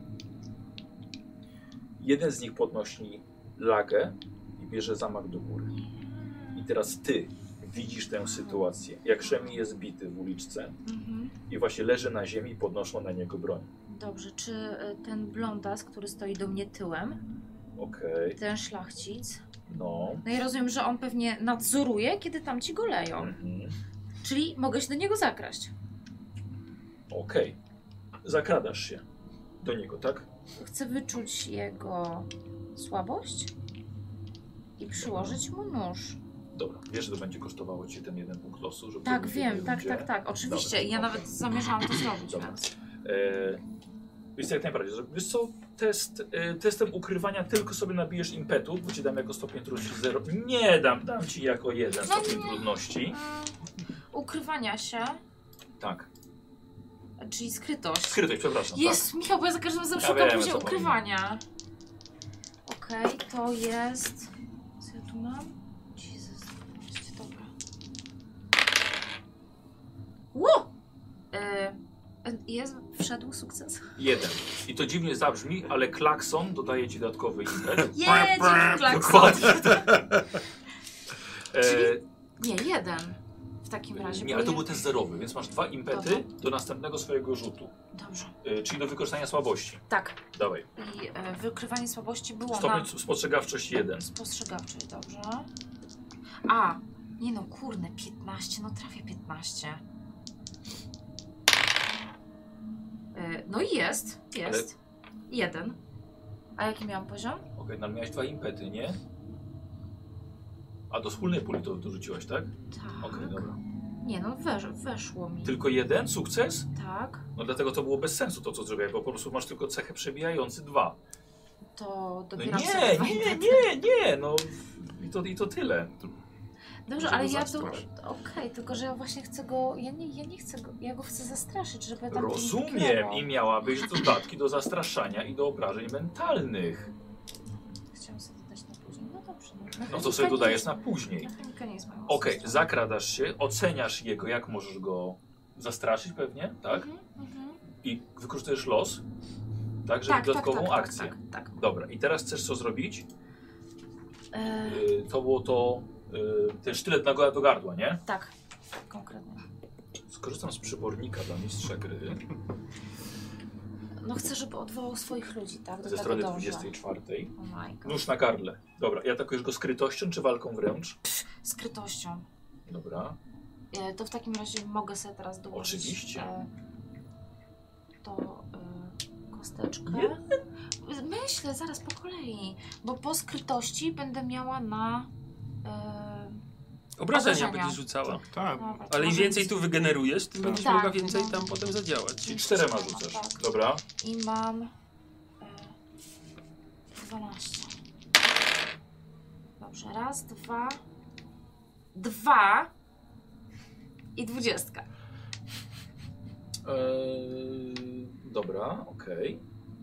Jeden z nich podnosi lagę i bierze zamach do góry. I teraz ty widzisz tę sytuację, jak Szemi jest bity w uliczce i właśnie leży na ziemi i podnoszą na niego broń. Dobrze, czy ten blondas, który stoi do mnie tyłem, Okej, ten szlachcic, no. no i rozumiem, że on pewnie nadzoruje, kiedy tam ci goleją. Czyli mogę się do niego zakraść. Okej. Zakradasz się do niego, tak? Chcę wyczuć jego słabość i przyłożyć mu nóż. Dobra, wiesz, że to będzie kosztowało cię ten 1 punkt losu, żeby... Tak, żeby wiem, nie będzie- tak. Oczywiście, Dobra, ja nawet zamierzałam to zrobić. Dobra. Więc. Wiesz co, jak najbardziej. Wiesz co, testem ukrywania tylko sobie nabijesz impetu, bo ci dam jako stopień trudności 0. Nie dam ci jako 1 stopień trudności. Ukrywania się, Tak. czyli skrytość. Skrytość, przepraszam. Jest, Michał, bo ja za każdym razem Ja szukam wiem, później co ukrywania. Okej, to jest... Co ja tu mam? Jezus, dobra. Ło! Wszedł sukces. 1. I to dziwnie zabrzmi, ale klakson dodaje ci dodatkowy impet. Dzięki, klakson. Dokładnie. Nie, 1. W takim razie. Nie, ale to był test zerowy, więc masz 2 impety Dobra. do następnego swojego rzutu. Dobrze. Czyli do wykorzystania słabości. Tak. Dawaj. I wykrywanie słabości było Stopień na... spostrzegawczości 1. Spostrzegawczy, dobrze. A, nie no, kurne, 15, no trafię 15. No i jest. Ale- 1. A jaki miałam poziom? Okej, no miałeś 2 impety, nie? A do wspólnej puli to dorzuciłaś, tak? Tak. Okej, dobra. Nie no, weszło mi. Tylko 1 sukces? Tak. No dlatego to było bez sensu to, co zrobiłeś, bo po prostu masz tylko cechę przebijający 2. To No dopiero nie, no i to tyle. Dobrze, Żeby ale ja to... zastraszyć. Okej, tylko że ja właśnie chcę go... Ja nie chcę go... Ja go chcę zastraszyć, żeby tam... Rozumiem i miałabyś dodatki do zastraszania i do obrażeń mentalnych. Chciałam sobie dodać na później. No dobrze, no No to sobie dodajesz na później. Mechanika nie jest moją Okej, stroną. zakradasz się, oceniasz jego, jak możesz go zastraszyć pewnie, tak? Mhm. I wykorzystujesz los, tak, żeby dodatkową akcję. Tak. Dobra, i teraz chcesz co zrobić? E, To było to, ten sztylet do gardła, nie? tak, konkretnie. Skorzystam z przybornika dla mistrza gry No chcę, żeby odwołał swoich ludzi, tak? Do ze tego strony dążę. 24. Oh my god. Nóż na gardle. Dobra, i atakujesz go skrytością czy walką wręcz? Skrytością. Dobra. To w takim razie mogę sobie teraz dołożyć Oczywiście. kosteczkę. Myślę, zaraz po kolei, bo po skrytości będę miała na Obrażenia Obrażenia. będziesz rzucała. Tak. dobra, Ale im może więcej być- tu wygenerujesz, tym będziesz Tak, mogła więcej no. tam potem zadziałać. Czyli 4 rzucasz. Tak. Dobra. I mam 12. Dobrze, raz, dwa i 20. Dobra, okej.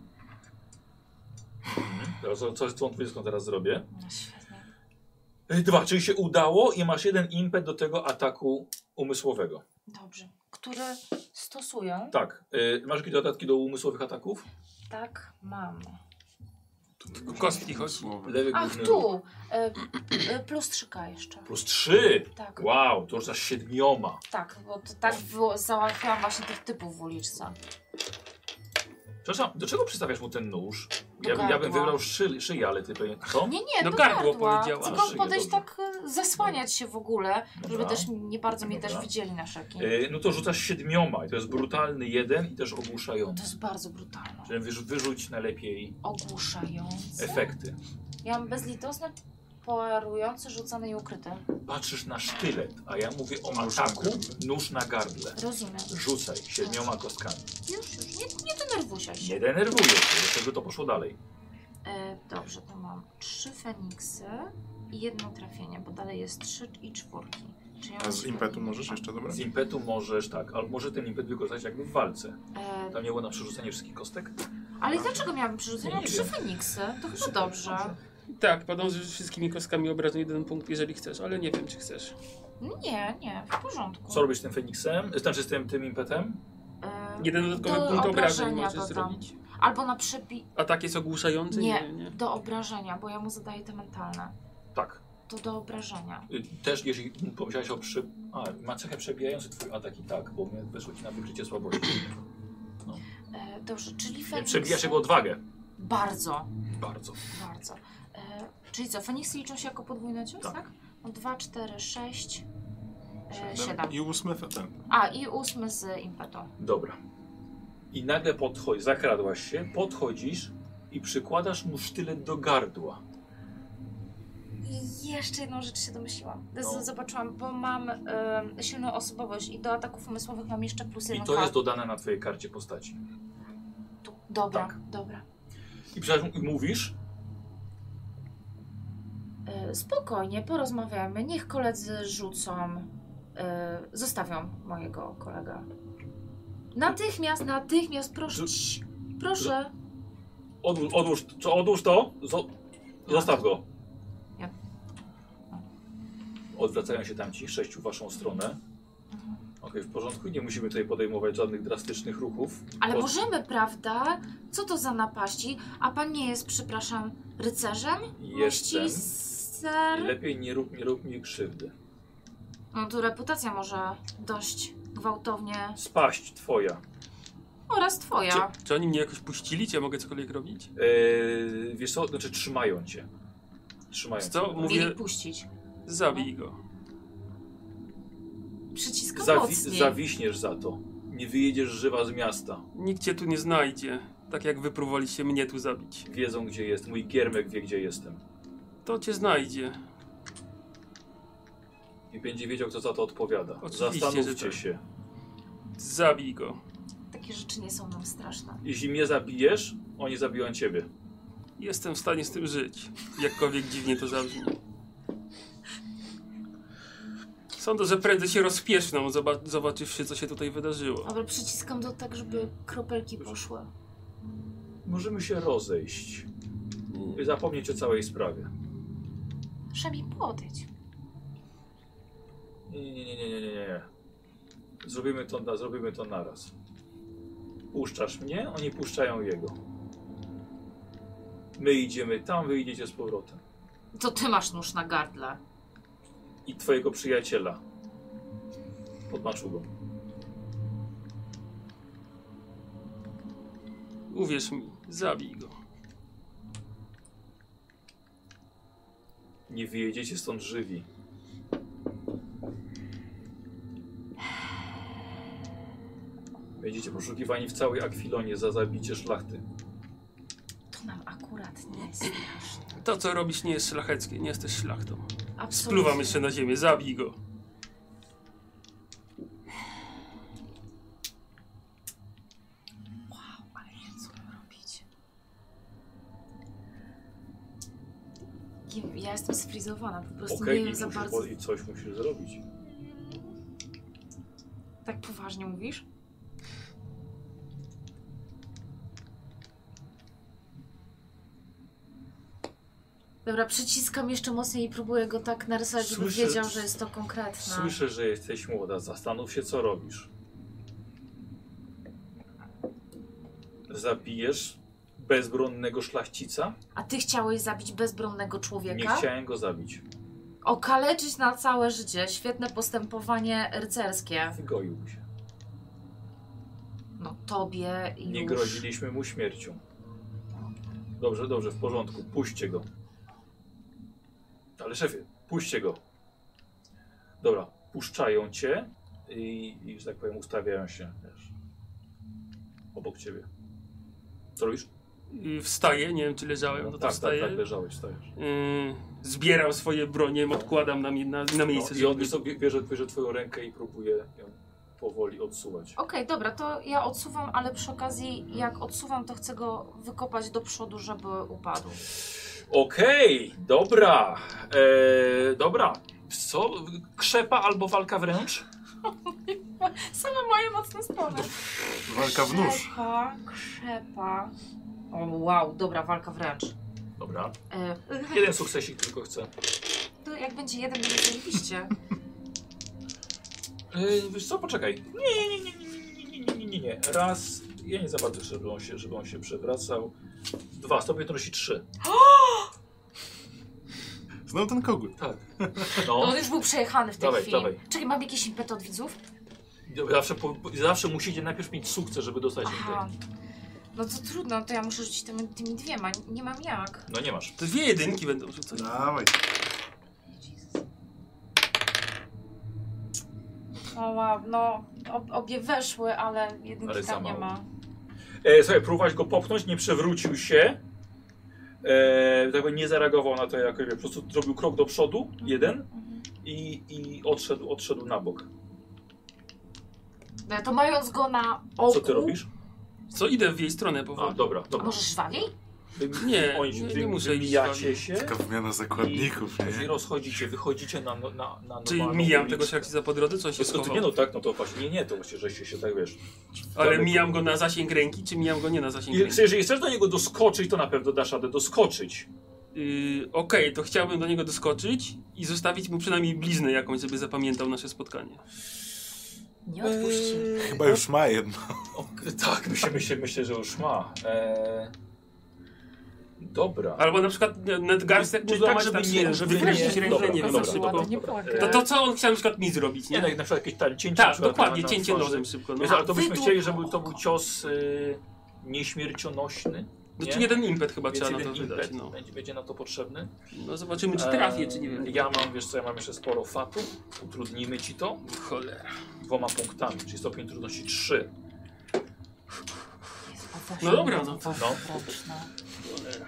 Teraz co z tą 20 teraz zrobię? No świetnie. 2, czyli się udało i masz jeden impet do tego ataku umysłowego. Dobrze. Które stosują? Tak. Masz jakieś dodatki do umysłowych ataków? Tak, mam. Tylko kostki chodzi. Lewy Ach, górny tu! róg. Plus 3K jeszcze. Plus 3! Tak, Wow, to rzucasz 7. tak, bo to tak załatwiałam właśnie tych typów w uliczce. Przepraszam, do czego przystawiasz mu ten nóż? Do Ja bym gardła. wybrał szyję, ale ty pewnie... Co? Nie, No do gardło gardła. powiedziała. Tylko Szyję, podejść dobrze. tak, zasłaniać się w ogóle, żeby Dobra. też nie bardzo mnie Dobra. też widzieli na szaki. No to rzucasz 7 i to jest brutalny 1 i też To ogłuszający. jest bardzo brutalne. Czyli wyrzuć najlepiej Ogłuszające. efekty. Ja mam bezlitosne, parujące, rzucane i ukryte. Patrzysz na sztylet, a ja mówię o Nóż na ataku, gardle. nóż na gardle. Rozumiem. Rzucaj 7 kostkami. Już, nie denerwuj się. Nie denerwuję się, dlaczego to poszło dalej. Dobrze, to mam 3 feniksy i jedno trafienie, bo dalej jest 3 i 4. Czyli ja A mam z świetnie. impetu możesz jeszcze dobrać? Z impetu możesz, tak, ale może ten impet wykorzystać jakby w walce. E, Tam nie było na przerzucenie wszystkich kostek? ale dlaczego miałabym przerzucać? Nie Mam 3 wiem. feniksy, to chyba dobrze. Tak, podążysz wszystkimi kostkami obrażeń jeden punkt, jeżeli chcesz, ale nie wiem, czy chcesz. Nie, w porządku. Co robisz z tym Feniksem? Znaczy z tym impetem? Jeden dodatkowy do punkt obrażeń obrażenia możesz dodam. zrobić. Albo na przebi... Atak jest ogłuszający? Nie, do obrażenia, bo ja mu zadaję te mentalne. Tak. To do obrażenia. Też jeśli pomyślałeś o ma cechę przebijający twój atak i tak, bo mnie weszło ci na wykrycie słabości. Dobrze, czyli feniksy... Przebijasz jego odwagę. Bardzo. Bardzo. Czyli co, feniksy liczą się jako podwójny cios, Tak. tak? No 2, 4, 6, 7. I 8 ten. A, i 8 z impetu. Dobra. I nagle zakradłaś się, podchodzisz i przykładasz mu sztylet do gardła. I jeszcze jedną rzecz się domyśliłam. No. Zobaczyłam, bo mam silną osobowość i do ataków umysłowych mam jeszcze plus I 1. to jest dodane na twojej karcie postaci. Dobra, tak. dobra. I przepraszam, i mówisz, Spokojnie, porozmawiamy. Niech koledzy rzucą. Zostawią mojego kolegę. Natychmiast, proszę. Cii, proszę. odłóż to, zostaw go. Ja. Odwracają się tamci, 6 w waszą stronę. Okej, w porządku, nie musimy tutaj podejmować żadnych drastycznych ruchów. Ale możemy, prawda? Co to za napaści? A pan nie jest, przepraszam, rycerzem? Jestem. Mości ser? Lepiej nie rób mi krzywdy. No tu reputacja może dość gwałtownie. Spaść twoja. Oraz twoja. Czy oni mnie jakoś puścili? Czy ja mogę cokolwiek robić? Wiesz co, znaczy trzymają cię. Trzymają Co? cię. Mówię, Mieli puścić. zabij go. Przyciskam mocniej. Zawiśniesz za to. Nie wyjedziesz żywa z miasta. Nikt cię tu nie znajdzie. Tak jak wy próbowaliście mnie tu zabić. Wiedzą gdzie jest. Mój giermek wie gdzie jestem. To cię znajdzie. I będzie wiedział kto za to odpowiada. Oczywiście, Zastanówcie że tak. się. Zabij go. Takie rzeczy nie są nam straszne. Jeśli mnie zabijesz, oni zabiją ciebie. Jestem w stanie z tym żyć. Jakkolwiek dziwnie to zabrzmi. Sądzę, że prędzej się rozpieszną, zobaczywszy, co się tutaj wydarzyło. Dobra, przyciskam to tak, żeby kropelki poszły. Możemy się rozejść. I zapomnieć o całej sprawie. Szemi, podejdź. Nie. Zrobimy to naraz. Puszczasz mnie, oni puszczają jego. My idziemy tam, wy idziecie z powrotem. To ty masz nóż na gardle. I twojego przyjaciela. Pod maczugą. Uwierz mi, zabij go. Nie wyjedziecie stąd żywi. Będziecie poszukiwani w całej Akwilonie za zabicie szlachty. To nam akurat nie jest straszne. To, co robisz, nie jest szlacheckie, nie jesteś szlachtą. Absolutnie. Spluwam jeszcze na ziemię, zabij go. Wow, ale co mam robić? Ja jestem sfrizowana, po prostu nie Okej, wiem za bardzo. i coś musisz zrobić. Tak poważnie mówisz? Dobra, przyciskam jeszcze mocniej i próbuję go tak narysować, żeby Słyszę- wiedział, że jest to konkretne. Słyszę, że jesteś młoda. Zastanów się, co robisz. Zabijesz bezbronnego szlachcica? A ty chciałeś zabić bezbronnego Nie człowieka? chciałem go zabić. Okaleczyć na całe życie. Świetne postępowanie rycerskie. Wygoił się. No tobie już. Nie groziliśmy mu śmiercią. Dobrze, w porządku. Puśćcie go. Ale szefie, puśćcie go. Dobra, puszczają cię i że tak powiem, ustawiają się, wiesz, obok ciebie. Co robisz? Wstaję, nie wiem czy leżałem, to tak, wstaję. tak, leżałeś, stajesz. Zbieram swoje bronie, odkładam na miejsce. No, i on sobie bierze twoją rękę i próbuje ją powoli odsuwać. Okej, dobra, to ja odsuwam, ale przy okazji jak odsuwam, to chcę go wykopać do przodu, żeby upadł. Okej, dobra. Dobra. Co? Krzepa albo walka wręcz? Same moje mocne strony. Walka w nóż. Krzepa. O wow, dobra, walka wręcz. Dobra. Jeden sukcesik tylko chcę. To jak będzie jeden, będzie zajebiście. Wiesz co, poczekaj. Nie. Raz. Ja nie za bardzo chcę, żeby on się przewracał. 2, stopień trudności 3. Znowu ten kogut. Tak. No No. on już był przejechany w tej Dawaj, chwili. dawaj. Czekaj, mam jakiś impet od widzów? Zawsze musicie najpierw mieć sukces, żeby dostać Aha. impet. No to trudno, to ja muszę rzucić tymi dwiema. Nie mam jak. No nie masz. To 2 jedynki będą rzucać. Dawaj. O wow, no obie weszły, ale jedynki Ale za tam nie mało. ma. Słuchaj, próbować go popchnąć, nie przewrócił się. Tak nie zareagował na to, jak po prostu zrobił krok do przodu, jeden, i odszedł na bok. No to mając go na oku... Co ty robisz? Co, idę w jej stronę A, powoli. dobra. A może żwawiej? Nie, Oni nie muszę iść wymijacie żwawiej. się Taka wymiana zakładników, i nie? rozchodzicie, wychodzicie na Czy normalną mijam ulicę. tego szlachcica po drodze, co on się To nie, schował? no tak, no to właśnie nie, to właśnie, żeście się tak, wiesz. Ale daleko. mijam go na zasięg ręki, czy mijam go nie na zasięg ręki? Jeżeli chcesz do niego doskoczyć, to na pewno dasz radę doskoczyć. Okej, to chciałbym do niego doskoczyć i zostawić mu przynajmniej bliznę jakąś, żeby zapamiętał nasze spotkanie. Nie odpuści. Chyba już ma jedno. Tak, myślę, że już ma. Dobra. Albo na przykład nadgarstek mu Czyli tak, złamać żeby tam nie- się, żeby wykręcić nie- rękę, dobra, nie wiem, dobra, na szybko. Ładnie płakać. To co on chciał na przykład mi zrobić, Nie, nie? no, jak na przykład jakieś tam cięcie. Tak, na przykład dokładnie, na cięcie twarzy. nożem szybko. No. Wiesz, ale to byśmy wydłup chcieli, żeby to oko. był cios nieśmiercionośny. No, Nie? czy jeden impet chyba Więc trzeba na jeden to wydać. impet No. będzie na to potrzebny. No zobaczymy, czy trafię, czy nie wiem. Ja mam, wiesz co, ja mam jeszcze sporo fatu. Utrudnimy ci to Cholera. 2 punktami, czyli stopień trudności 3. No dobra, no. No. Wręcz, no. Cholera.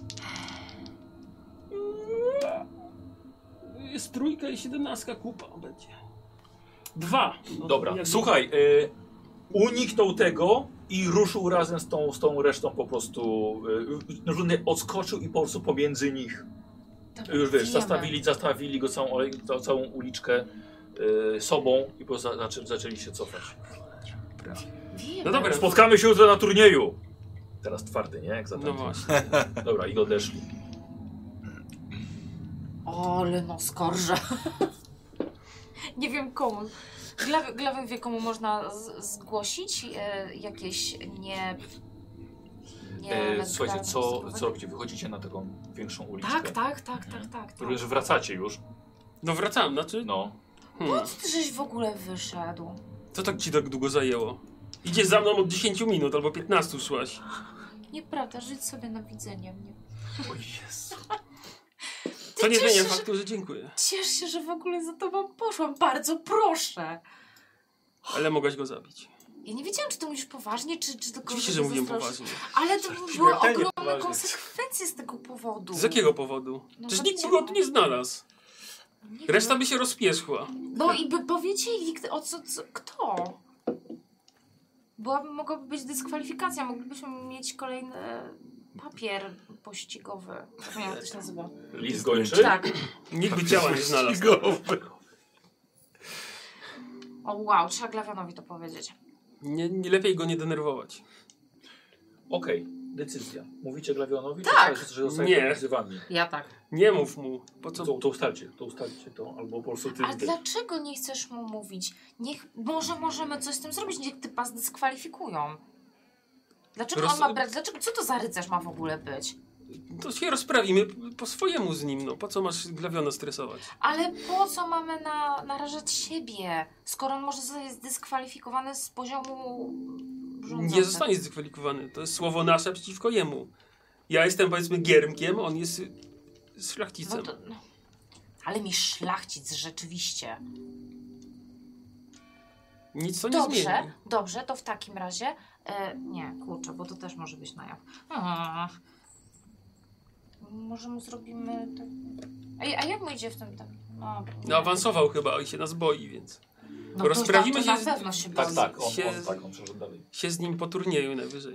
Jest 3 i 17 kupa będzie. 2. No, Dobra, jak- słuchaj, uniknął tego i ruszył razem z tą resztą po prostu. Odskoczył i po prostu pomiędzy nich. Dobra, Już wiesz, wiemy. zastawili go całą uliczkę sobą i po zaczęli się cofać. Wiemy. No dobra. Spotkamy się jutro na turnieju. Teraz twardy, nie? Jak za No tamtym. właśnie. Dobra, i odeszli. Ale no skorża. Nie wiem komu. Glawin wie, komu można zgłosić jakieś Słuchajcie, co robicie? Wychodzicie na taką większą uliczkę? Tak. Już wracacie już. No wracam, znaczy? No. Po co ty żeś w ogóle wyszedł? Co tak ci tak długo zajęło? Idziesz za mną od 10 minut albo 15 szłaś. Nieprawda, żyć sobie na widzenie mnie. O Jezu. To nie Cieszę zmienia się, faktu, że dziękuję. Ciesz się, że w ogóle za tobą poszłam. Bardzo proszę. Ale mogłaś go zabić. Ja nie wiedziałam, czy to mówisz poważnie, czy tylko... Oczywiście, że mówiłem poważnie. Ale to były Śmiertelnie ogromne poważnie. konsekwencje z tego powodu. Z jakiego powodu? No Przecież to nikt nie go ma. tu nie znalazł. Nie Reszta wiem. by się rozpieszła. No i by powiecie jej, kto? Mogłaby być dyskwalifikacja, moglibyśmy mieć kolejny papier pościgowy. Nie wiem, jak to się nazywa. List gończy? Tak. Nikt by ciała nie znalazł. O wow, trzeba Glawionowi to powiedzieć. Nie lepiej go nie denerwować. Okej, decyzja. Mówicie Glawionowi? Tak. Czy że zostaje Nie. pomiędzy wami? Ja tak. Nie mów mu. Po co? To ustalcie to, albo po prostu ty... A dlaczego nie chcesz mu mówić? Może możemy coś z tym zrobić, niech typa zdyskwalifikują. Dlaczego on ma brać? Co to za rycerz ma w ogóle być? To się rozprawimy po swojemu z nim, no. Po co masz Glawiona stresować? Ale po co mamy narażać siebie, skoro on może zostać zdyskwalifikowany z poziomu rządzącego? Nie zostanie zdyskwalifikowany. To jest słowo nasze przeciwko jemu. Ja jestem, powiedzmy, giermkiem, on jest szlachcicem. No. Ale mi szlachcic rzeczywiście. Nic to nie zmieni. Dobrze, to w takim razie... nie, kurczę, bo to też może być na jaw. Może mu zrobimy... Tak... A jak mu idzie w tym... No awansował chyba i się nas boi, więc... No rozprawimy to się na z- pewno się Tak, boi. tak, on przeszedł dalej. się z nim po turnieju najwyżej.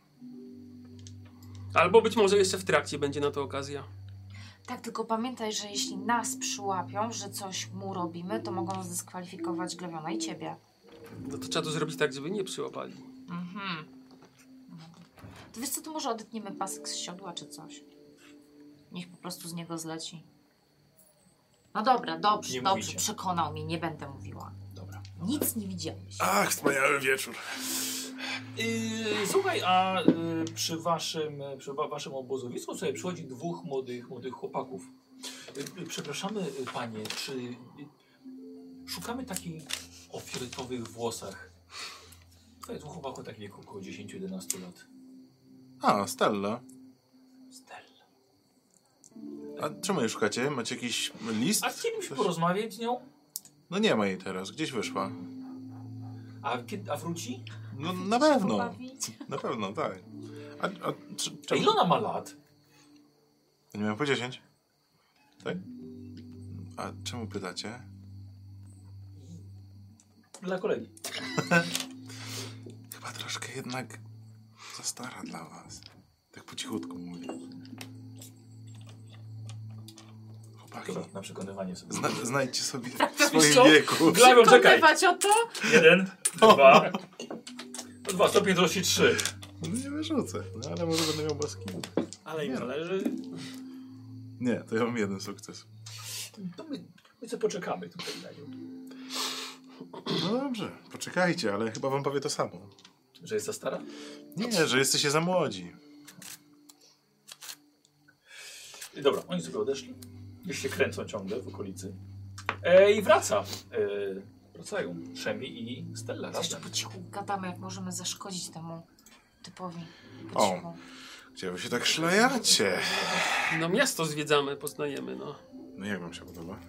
Albo być może jeszcze w trakcie będzie na to okazja. Tak, tylko pamiętaj, że jeśli nas przyłapią, że coś mu robimy, to mogą zdyskwalifikować Glawiona i ciebie. No to trzeba to zrobić tak, żeby nie przyłapali. Mhm. To wiesz co, to może odetniemy pasek z siodła czy coś. Niech po prostu z niego zleci. No dobra, Nie dobrze, mówicie. przekonał mnie, nie będę mówiła. Dobra. Nic nie widziałeś. Ach, wspaniały wieczór. Słuchaj, a przy waszym obozowisku sobie przychodzi dwóch młodych chłopaków. Przepraszamy, panie, czy szukamy takiej o fioletowych włosach? To jest dwóch chłopaków takich wieku około 10-11 lat. A, Stella. Stella. A czemu jej szukacie? Macie jakiś list? A chcielibyśmy Coś? porozmawiać z nią? No nie ma jej teraz, gdzieś wyszła. A wróci? No na pewno. Na pewno, tak. A czemu? Ile ona ma lat? Nie miałem po 10? Tak? A czemu pytacie? Dla kolegi. Chyba troszkę jednak za stara dla was. Tak po cichutku mówię. Chłopaki, Dobra, na przekonywanie sobie. znajdźcie sobie w Myślą? swoim wieku. Glawion, czekaj. Przekonywać o to? 1, 2. 2 stopnie drożsi 3. No nie wyrzucę, no ale może będę miał boski. Ale im Nie. zależy. Nie, to ja mam jeden sukces. To my sobie poczekamy tutaj na nią. No dobrze, poczekajcie, ale chyba wam powie to samo. Że jest za stara? Nie, że jesteście za młodzi. Dobra, oni sobie odeszli. Gdzieś się kręcą ciągle w okolicy. I wraca. Wracają Szemi i Stella Jeszcze razem. po cichu gadamy, jak możemy zaszkodzić temu typowi. Po O. cichu. Gdzie wy się tak szlajacie? No miasto zwiedzamy, poznajemy, no. No jak wam się podoba?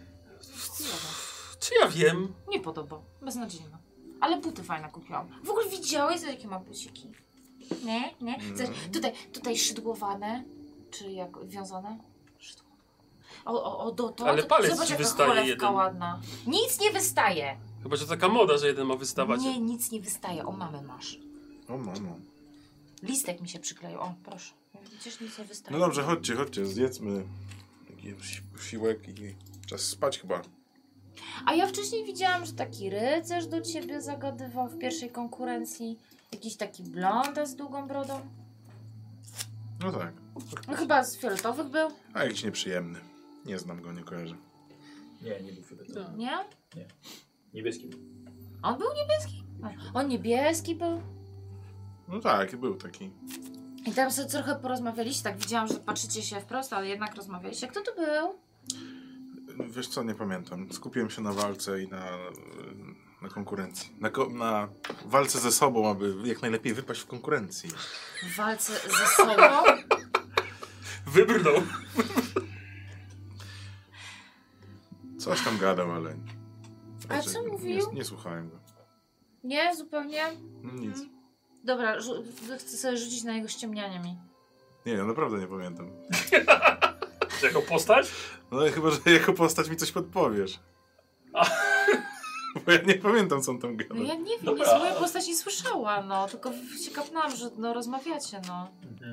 Czy ja wiem? Nie podoba. Beznadziejna. Ale buty fajne kupiłam. W ogóle widziałeś, za jakie ma buciki? Nie? Nie? Tutaj szydłowane. Czy jak wiązane? Szydłowane. Dotąd. Ale palec Zobacz, ci jaka wystaje cholewka jeden. ładna. Nic nie wystaje. Chyba, że taka moda, że jeden ma wystawać. Nie, nic nie wystaje. O, mamy masz. O mamo. Listek mi się przykleił. O, proszę. Widzisz, nic nie wystaje. No dobrze, chodźcie, zjedzmy jakiś posiłek i czas spać chyba. A ja wcześniej widziałam, że taki rycerz do ciebie zagadywał w pierwszej konkurencji. Jakiś taki blonda z długą brodą. No tak. No chyba z fioletowych był. A jakiś nieprzyjemny. Nie znam go, nie kojarzę. Nie był fioletowy. Nie? Niebieski był. On był niebieski? On niebieski był? No tak, był taki. I tam sobie trochę porozmawialiście, tak widziałam, że patrzycie się wprost, ale jednak rozmawialiście. Kto to był? Wiesz co, nie pamiętam. Skupiłem się na walce i na konkurencji. Na walce ze sobą, aby jak najlepiej wypaść w konkurencji. W walce ze sobą? Wybrnął. Coś tam gadał, ale... A co mówił? Nie słuchałem go. Nie, zupełnie? No nic. Dobra, chcę sobie rzucić na jego ściemnianie mi. Nie, ja naprawdę nie pamiętam. Jako postać? No chyba, że jako postać mi coś podpowiesz. Bo ja nie pamiętam, co on tam gadał. No ja nie wiem, Dobra. nic moja postać nie słyszała, no. Tylko się kapnęłam, że no rozmawiacie, no.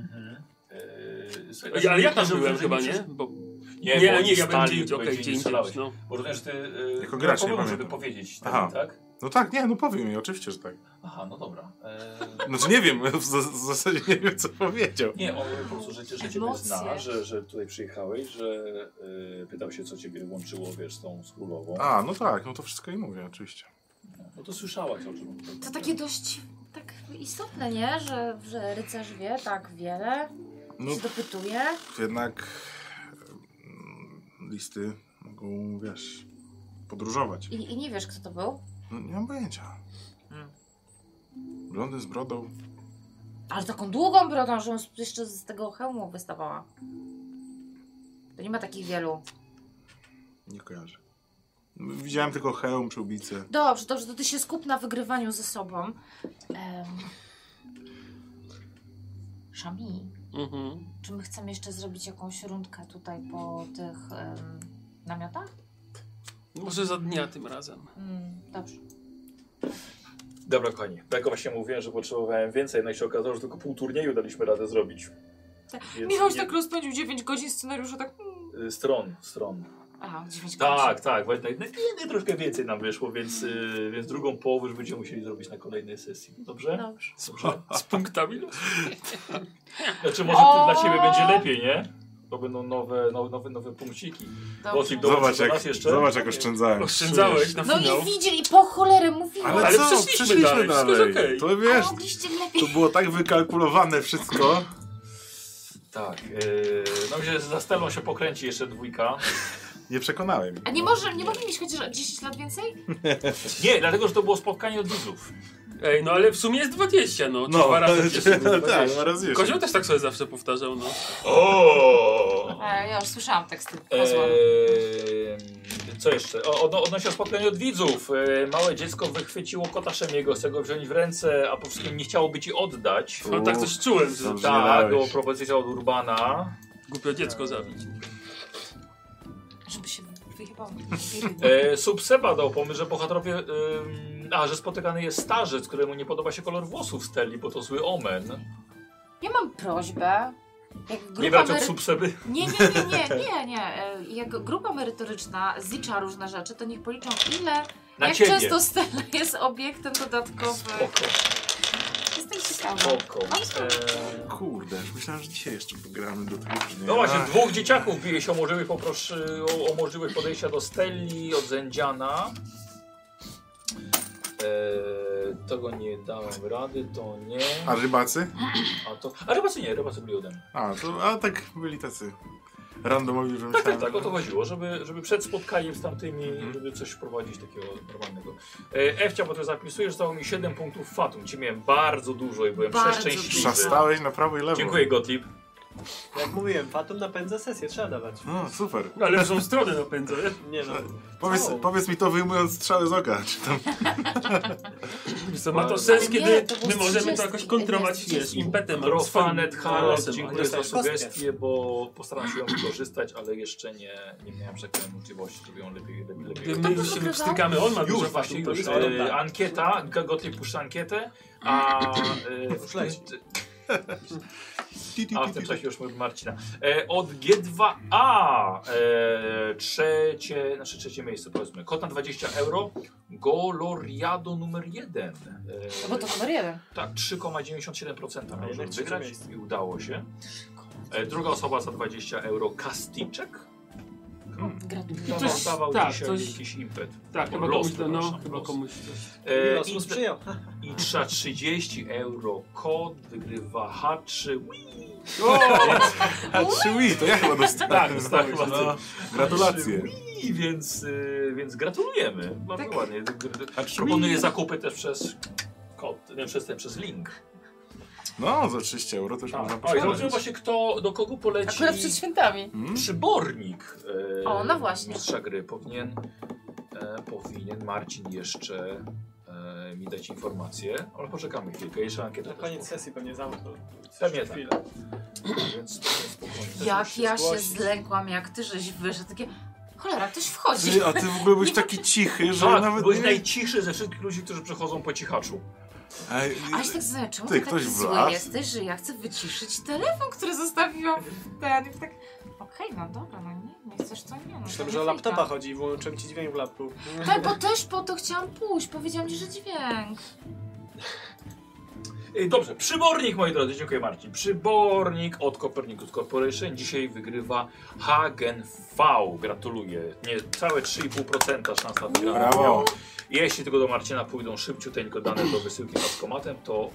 Ale ja tam byłem chyba, nie? Bo... Nie, ja byłem gdzie indziej, no. Bo również ty Jako gracz nie żeby pamiętam. powiedzieć, Aha. tak? No tak, nie, no powiem mi, oczywiście, że tak. Aha, no dobra. Znaczy nie wiem, w zasadzie nie wiem, co powiedział. Nie, on po prostu, że ciebie Emocje. zna, że tutaj przyjechałeś, że pytał się, co ciebie łączyło, wiesz, z królową. A, no tak, no to wszystko i mówię, oczywiście. No to słyszałaś o czym. To takie dość tak istotne, nie? Że rycerz wie tak wiele, No się dopytuje. jednak listy mogą, wiesz, podróżować. I nie wiesz, kto to był? No, nie mam pojęcia. Blondyn z brodą. Ale taką długą brodą, że on jeszcze z tego hełmu wystawała. To nie ma takich wielu. Nie kojarzę. Widziałem tylko hełm, przyłbicę. Dobrze, to ty się skup na wygrywaniu ze sobą. Szami, czy my chcemy jeszcze zrobić jakąś rundkę tutaj po tych namiotach? Może za dnia tym razem. Dobrze. Dobra, kochani. Tak jak właśnie mówiłem, że potrzebowałem więcej, no i się okazało, że tylko pół turnieju daliśmy radę zrobić. Tak. Więc Michał nie- tak rozpędził 9 godzin scenariusza, tak... Stron. Aha, 9 godzin. Tak. Właśnie troszkę więcej nam wyszło, więc drugą połowę już będziemy musieli zrobić na kolejnej sesji. Dobrze? Dobrze. Dobrze. Z punktami? Znaczy może dla ciebie będzie lepiej, nie? To będą nowe punkciki. Gottlieb, Zobacz jeszcze? zobacz jak oszczędzałem. Oszczędzałeś na No finał. i widzieli, po cholerę mówiłam. Ale, Ale co? przeszliśmy dalej, wszystko jest okej. To wiesz, A mogliście lepiej. to było tak wykalkulowane wszystko. Tak. No myślę, że za Stelą się pokręci jeszcze dwójka. Nie przekonałem. A nie mogli mieć chociaż 10 lat więcej? Nie, dlatego, że to było spotkanie od widzów. Ej, no ale w sumie jest 20, no. No, Dwa razy jeszcze. tak, dwa razy jeszcze. Kozioł też tak sobie zawsze powtarzał, no. O! Ja już słyszałam teksty. Co jeszcze? Odnośnie spotkania od widzów. Małe dziecko wychwyciło kota Szemiego, chce go wziąć w ręce, a po wszystkim nie chciałoby ci oddać. No tak coś czułem, że Dobrze. Tak, dałeś. było propozycja od Urbana. głupio dziecko zabić. Żeby się wyjebało. Subseba dał pomysł, że bohaterowie... że spotykany jest starzec, któremu nie podoba się kolor włosów Steli, bo to zły omen. Ja mam prośbę. Jak Nie grupa brać od Subseby? Nie. Jak grupa merytoryczna zlicza różne rzeczy, to niech policzą jak ciebie. często Stella jest obiektem dodatkowym. Spoko. Jestem ciekawa. Spoko. Kurde, myślałem, że dzisiaj jeszcze pogramy do tego turnieju. No właśnie, dwóch dzieciaków bije się o możliwość podejścia do Stelli od Zędziana. Tego nie dałem rady, to nie. A rybacy? A rybacy nie, rybacy byli ode mnie. A tak byli tacy randomowi, że myślałem... Tak, o to chodziło, żeby przed spotkaniem z tamtymi, żeby coś wprowadzić takiego normalnego. Ewcia, bo ty zapisujesz, zostało mi 7 punktów fatum. Ci miałem bardzo dużo i byłem Bardzo przeszczęśliwy. Trzastałeś na prawo i lewo. Dziękuję, Gottlieb. Jak mówiłem, Fatum napędza sesję, trzeba dawać. No, super. No, ale w tą stronę napędza, nie? Nie no. Powiedz mi to wyjmując strzały z oka. Czy tam... Co, ma to sens, Ale nie, kiedy to było my możemy 30, to jakoś kontrolować, nie, wiesz, 30. impetem. Profanet Harold, głosem, dziękuję za dostajesz kostkę. sugestię, bo postaram się ją wykorzystać, ale jeszcze nie miałem takiej możliwości, żeby ją lepiej. My już się wstrykamy, on ma dużo Już właśnie, fatum, już. to jest Ankieta, Gottlieb puszcza ankietę, a w tym czasie już mówię Marcina. Od G2A trzecie miejsce, powiedzmy. Kot na 20 euro, Goloriado numer 1. No bo to numer 1. Tak, 3,97% miał jednak trzecie wygrać miejsce. i udało się. Druga osoba za 20 euro, Kasticzek. Gratuluję. Dawał tak, dzisiaj coś- jakiś impet. Tak, chyba Los, komuś, przepraszam, chyba los. komuś coś. Los mu sprzyjał. I trzeba 30 euro kod, wygrywa H3. A czy Wii, to ja chyba dostałem. Tak, dostałeś. No, gratulacje. I więc gratulujemy. Bardzo Tak. ładnie. H3 Proponuję Wii. zakupy też przez kod, nie, przez link. No, za 30 euro też można Tak. O, i poszaleć. zobaczymy właśnie do kogo poleci Akurat przed świętami. przybornik. O, no właśnie. Mistrza gry powinien Marcin jeszcze mi dać informację, ale poczekamy chwilkę, jeszcze ankietę Na też koniec poszło. sesji pewnie zamknął. Pewnie tak. chwilę. Więc spokojnie. Jak ja się zgłosić. zlękłam, jak ty żeś wyszedł, takie cholera, ktoś wchodzi. Ty, a ty w ogóle byłeś taki cichy, że Tak, nawet byłeś nie... najcichszy ze wszystkich ludzi, którzy przechodzą po cichaczu. A A się tak zastanawiam, czemu Ty, ty ktoś taki zły wlazł? jesteś, że ja chcę wyciszyć telefon, który zostawiłam w ten i tak... Okej, no dobra, no nie chcesz to nie. No, Myślałem, to że o nie laptopa fejka. chodzi i włączyłem ci dźwięk w lapku. Tak, bo też po to chciałam pójść, powiedziałam ci, że dźwięk. Dobrze, przybornik, moi drodzy, dziękuję Marcin. Przybornik od Copernicus Corporation. Dzisiaj wygrywa Hagen V. Gratuluję. Nie, całe 3,5% szans na wygraną. Brawo. Jeśli tylko do Marcina pójdą szybciuteńko dane do wysyłki paskomatem,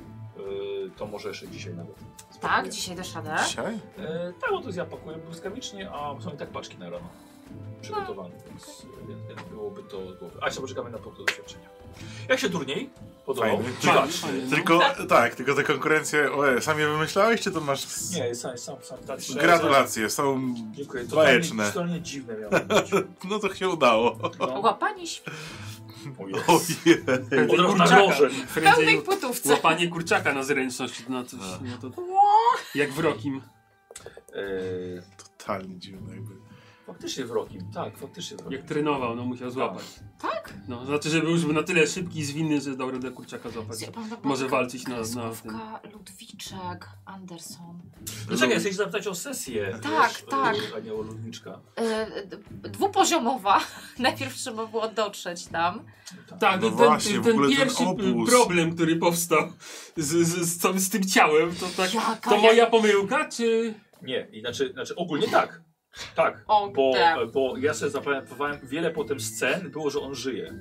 to może jeszcze dzisiaj nawet. Tak, dzisiaj dasz radę. Dzisiaj? Tak, bo to ja pakuję błyskawicznie, a są i tak paczki na rano przygotowane, więc byłoby to... A jeszcze poczekamy na punkt doświadczenia. Jak się turniej podobał? Fajny. Dziwaczny. Tylko, tak, tylko te konkurencje, sam je wymyślałeś, czy to masz... Nie, sam tak szczerze. Gratulacje, są Dziękuję. bajeczne. Totalnie dziwne miało być. No to się udało. No. Łapanie O Jezu. Ojej. Od razu na Kurczaka. nożem. w Prędzej pełnej płotówce. łapanie kurczaka na zręczność. No to jak w Rokim. Totalnie dziwne jakby. Faktycznie w Rokim, tak, faktycznie w Rokim. Jak trenował, no musiał złapać. Tak? No, znaczy, że był już na tyle szybki i zwinny, że dał radę kurczaka złapać. Może walczyć na tym. Kreskówka, Ludwiczek, Anderson. No czekaj, chcesz zapytać o sesję. Tak, wiesz, tak. A nie o Ludwiczka. Dwupoziomowa. Najpierw trzeba było dotrzeć tam. Tak, No ten, właśnie, w ten ogóle ten pierwszy obóz. problem, który powstał z tym ciałem, to tak. Jaka To ja- moja pomyłka, czy. Nie, i znaczy ogólnie tak. Tak, O, tak. bo ja sobie zapamiętałem wiele potem scen, było, że on żyje.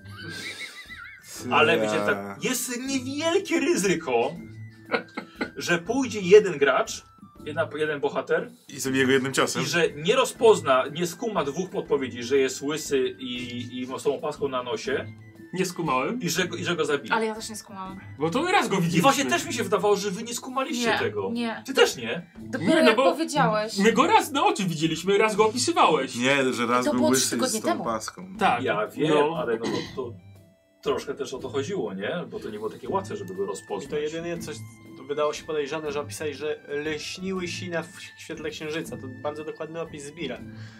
Ale wiecie, tak, jest niewielkie ryzyko, że pójdzie jeden gracz, jeden bohater I sobie go jednym ciosem. i że nie rozpozna, nie skuma dwóch podpowiedzi, że jest łysy i ma z tą opaską na nosie Nie skumałem. i że go zabije. Ale ja też nie skumałam. Bo to raz go widzieliśmy. I właśnie też mi się wydawało, że wy nie skumaliście Nie, tego. nie. Ty też nie? Dopiero Nie, no jak bo- powiedziałeś. My go raz na oczy widzieliśmy, raz go opisywałeś. Nie, że raz To był było 3 łysy tygodnie z tą temu. paską. Tak. Ja wiem, no. ale no to troszkę też o to chodziło, nie? Bo to nie było takie łatwe, żeby go I rozpoznać. to jedynie coś wydało się podejrzane, że opisali, że lśniły sina w świetle księżyca. To bardzo dokładny opis zbira.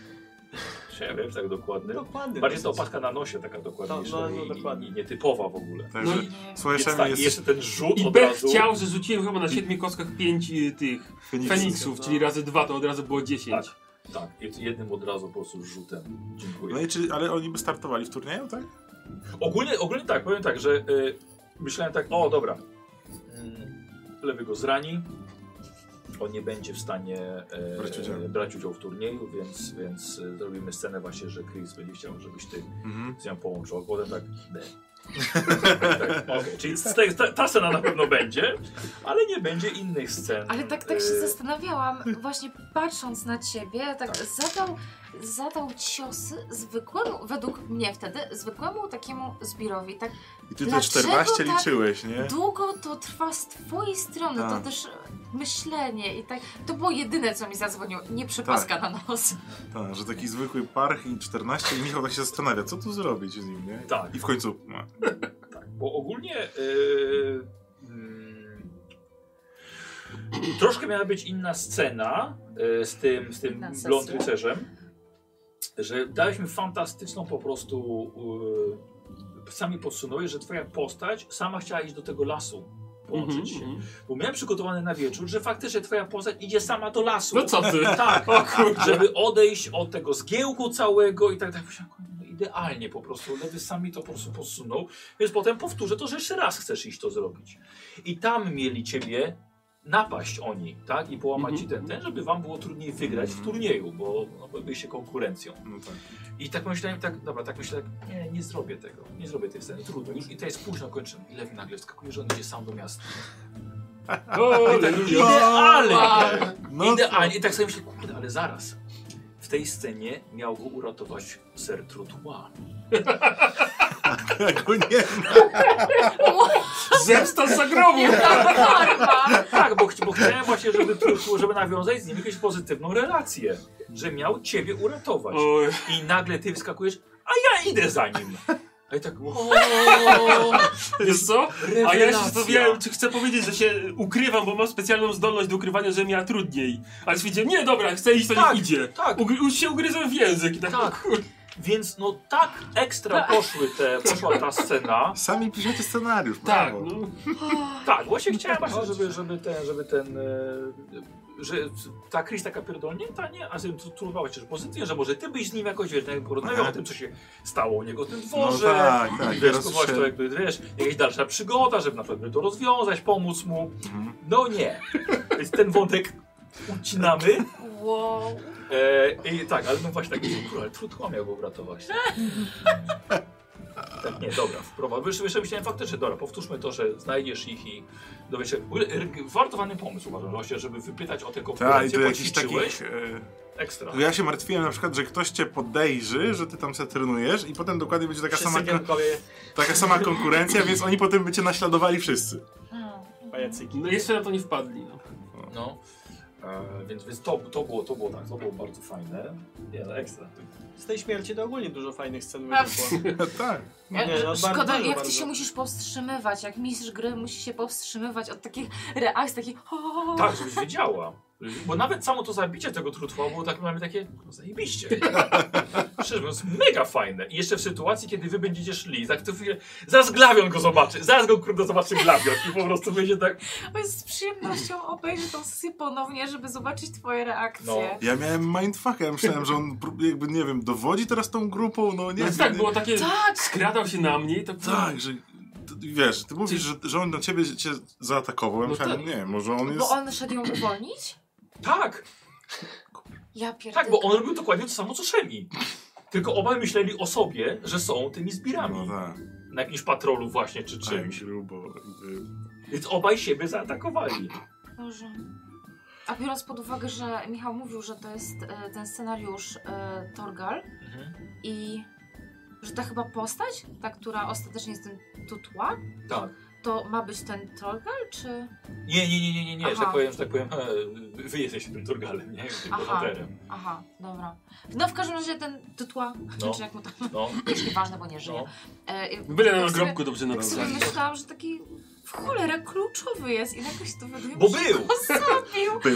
Ja wiem, tak dokładny. Dokładny. Bardziej to dosyć. opaska na nosie taka dokładniejsza No, i dokładnie. nietypowa w ogóle. Także No Nie. swoje Więc szemy tak, jest jeszcze ten rzut I od Bech razu. chciał, że rzuciłem chyba na 7 kostkach 5 tych Feniksów, czyli razy 2 to od razu było 10. Tak, jednym od razu po prostu rzutem. Dziękuję. No i ale oni by startowali w turnieju, tak? Ogólnie tak, powiem tak, że myślałem tak, o dobra, lewy go zrani, on nie będzie w stanie brać udziału w turnieju, więc zrobimy scenę właśnie, że Chris będzie chciał, żebyś ty z nią połączył, a potem tak, tak okay. Czyli ta scena na pewno będzie, ale nie będzie innych scen. Ale tak się zastanawiałam, właśnie patrząc na ciebie, tak zadał ciosy zwykłemu, według mnie wtedy, zwykłemu takiemu zbirowi. Tak I ty te Dlaczego 14 tak liczyłeś, nie? długo to trwa z twojej strony, Tak. to też myślenie i tak. To było jedyne, co mi zadzwoniło, nie przypaska na nos. Tak, że taki zwykły parch i 14 i Michał tak się zastanawia, co tu zrobić z nim, nie? Tak. I w końcu... No. Tak, bo ogólnie troszkę miała być inna scena z tym Inna sesja. blond rycerzem, że dałeś mi fantastyczną po prostu sami podsumuję, że twoja postać sama chciała iść do tego lasu, połączyć się. Bo miałem przygotowane na wieczór, że faktycznie twoja postać idzie sama do lasu. No co ty? Tak, O kurczę. żeby odejść od tego zgiełku całego i tak dalej. No idealnie po prostu, lewy sami to po prostu podsunął, więc potem powtórzę to, że jeszcze raz chcesz iść to zrobić. I tam mieli ciebie napaść oni, tak? I połamać ci ten, żeby wam było trudniej wygrać w turnieju, bo byliście konkurencją. No tak. I tak myślałem, tak myślę, nie zrobię tego, nie zrobię tej sceny, trudno, już i to jest późno, kończymy. I Lewi nagle wskakuje, że on idzie sam do miasta. Idealnie! No Idealnie. I tak sobie myślę, kurde, ale zaraz. W tej scenie miał go uratować Ser Trottois. Go nie Zemsta za grobu! Tak, bo chciałem właśnie, żeby nawiązać z nim jakąś pozytywną relację. Że miał ciebie uratować. Oj. I nagle ty wyskakujesz, a ja idę za nim. A i tak, Wiesz co? A ja się rewelacja. zastanawiałem, czy chcę powiedzieć, że się ukrywam, bo mam specjalną zdolność do ukrywania, że miała trudniej. Ale stwierdziłem, nie, dobra, chcę iść, to Tak, niech idzie. tak. Już się ugryzłem w język. I tak, Tak. Więc no tak ekstra poszła ta scena. Sami piszecie scenariusz, Tak, brawo. no. Tak, właśnie chciałem właśnie, że ta Chris taka pierdolnięta, nie? A żeby trudnowało się, że pozytywnie, że może ty byś z nim jakoś, wiesz, porozmawiał o tym, co się stało u niego w tym dworze. No tak, Wiesz, teraz to właśnie, się- jakby, wiesz, jakaś dalsza przygoda, żeby na przykład to rozwiązać, pomóc mu. No nie. Więc ten wątek ucinamy. Wow. I tak, ale no właśnie tak, ale trudno miał go uratować. Tak, nie, dobra, jeszcze myślałem faktycznie, dobra, powtórzmy to, że znajdziesz ich i dowiesz się. Wartowany pomysł uważam, właśnie, żeby wypytać o te Tak, i konkurencje, tu jakiś poćwiczyłeś. takich... Ekstra. Ja się martwiłem na przykład, że ktoś cię podejrzy, że ty tam se trenujesz i potem dokładnie będzie taka sama konkurencja, więc oni potem by cię naśladowali wszyscy. Pajacyki. No jeszcze na to nie wpadli. No. No. Więc to było bardzo fajne. Nie, no ekstra. Z tej śmierci to ogólnie dużo fajnych scen A, wynikło. Tak. Szkoda, bardzo, jak bardzo. ty się musisz powstrzymywać, jak mistrz gry musi się powstrzymywać od takich reakcji, takich Tak, żebyś wiedziała. Bo nawet samo to zabicie tego Trutwa było tak, mamy takie, no zajebiście. Szczerze mówiąc, mega fajne. I jeszcze w sytuacji, kiedy wy będziecie szli, tak to chwilę, zaraz Glawion go zobaczy, zaraz go kurde zobaczy Glawion i po prostu będzie tak, Bo z przyjemnością obejrzę tą sesję ponownie, żeby zobaczyć twoje reakcje. No. Ja miałem mindfucka, ja myślałem, że on jakby, nie wiem, dowodzi teraz tą grupą, no nie No wiem. tak, nie- było takie, Tak! skradał się na mnie i tak... Tak, że wiesz, ty mówisz, że on na ciebie cię zaatakował, ja No myślałem, tak. nie, może on jest... Bo on szedł ją uwolnić? tak, Ja pierdolę. tak, bo on robił dokładnie to samo co Szemi. Tylko obaj myśleli o sobie, że są tymi zbirami. No tak, Na jakimś patrolu właśnie, czy tak czymś. grubo. jakby- Więc obaj siebie zaatakowali. Boże. A biorąc pod uwagę, że Michał mówił, że to jest ten scenariusz Torgal i że ta chyba postać, ta, która ostatecznie jest ten Tutła, Tak. to ma być ten Torgal, czy... Nie, że Aha. tak powiem, wy jesteście tym Turgalem, nie? Tym Aha. bohaterem. Aha, dobra. No w każdym razie ten Tutła, No. czy jak mu tam... No, Już nieważne, bo nie żyje. no. Byle na tak sobie- nagrobku dobrze Tak sobie napisali. myślałam, że taki w cholerę kluczowy jest i nagle się dowiaduję, Bo że był! go zabił.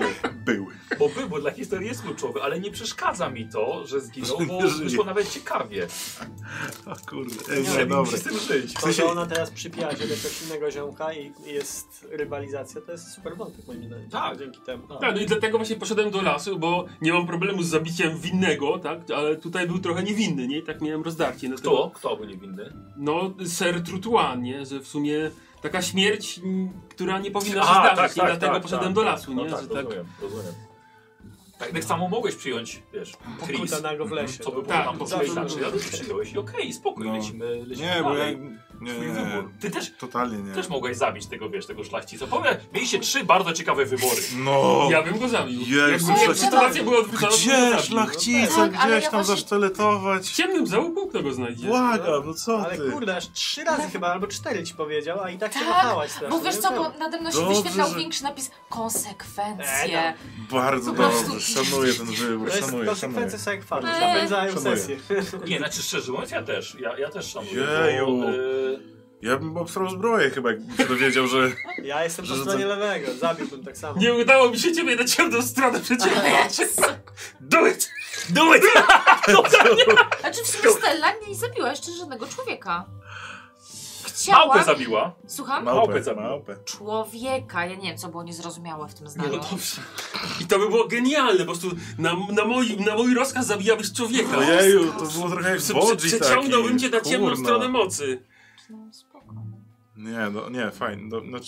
Bo dla historii jest kluczowy, ale nie przeszkadza mi to, że zginął, Że bo nie żyje. wyszło nawet ciekawie. O kurde, Nie, dobre. musi z tym żyć. To, że ona teraz przypija się do jakiegoś innego ziomka i jest rywalizacja, to jest super wątek moim zdaniem. Tak. Dzięki temu. Tak, no i dlatego właśnie poszedłem do lasu, bo nie mam problemu z zabiciem winnego, tak? Ale tutaj był trochę niewinny, nie? I tak miałem rozdarcie. Dlatego, Kto był niewinny? no, Ser Trottois, nie? Że w sumie taka śmierć, która nie powinna się zdarzyć, i dlatego poszedłem do lasu, No nie? tak, Że tak... rozumiem. Tak samo mogłeś przyjąć, wiesz, Chris, Pokutanego w lesie. co by było Tak, tam po zawsze inaczej, ale ty przyjąłeś i okej, spokój, No. lecimy Nie, bo ja... dalej. Nie, Twój nie, wybór. Ty totalnie nie. też mogłeś zabić tego, wiesz, tego szlachcica. Mieliście 3 bardzo ciekawe wybory. No! Ja bym go zabił. Jezu, Jak szlachcica. sytuacja była odwrócona, to bym go Gdzie zabił, szlachcica, Tak, ale gdzieś ja tam właśnie- zasztyletować? W ciemnym załuku kto go znajdzie? Błagam, no co Ale ty? kurde, aż 3 razy chyba, albo 4 ci powiedział, a i tak się Tak, wahałaś strasznie. Bo wiesz co, bo nade mną się Dobrze, wyświetlał że- większy napis konsekwencje. Bardzo Po prostu- dobrze, szanuję ten wybór, To jest szanuję. konsekwencja jak fan, Eee. napędzają Szanuję. sesję. Nie, znaczy szczerze mówiąc, ja też szanuję. Jeju. Bo, Ja bym obstrał zbroję chyba, jakbym się dowiedział, że... Ja jestem po Że stronie to- lewego, zabiłbym tak samo. Nie udało mi się ciebie na ciemną stronę przeciągnąć. Do it! Do it! Znaczy w sumie Stella nie zabiła jeszcze żadnego człowieka. Chciała... Małpę zabiła. Słucham? Małpę zabiła. Małpę. Człowieka. Ja nie wiem, co było niezrozumiałe w tym zdaniu. dobrze. I to by było genialne, po prostu na mój rozkaz zabijałeś człowieka. Ojeju, to było trochę jak Bodzi taki. Przeciągnąłbym cię na ciemną Kurna. stronę mocy. No spoko. Nie, no, nie, fajnie. No, znaczy,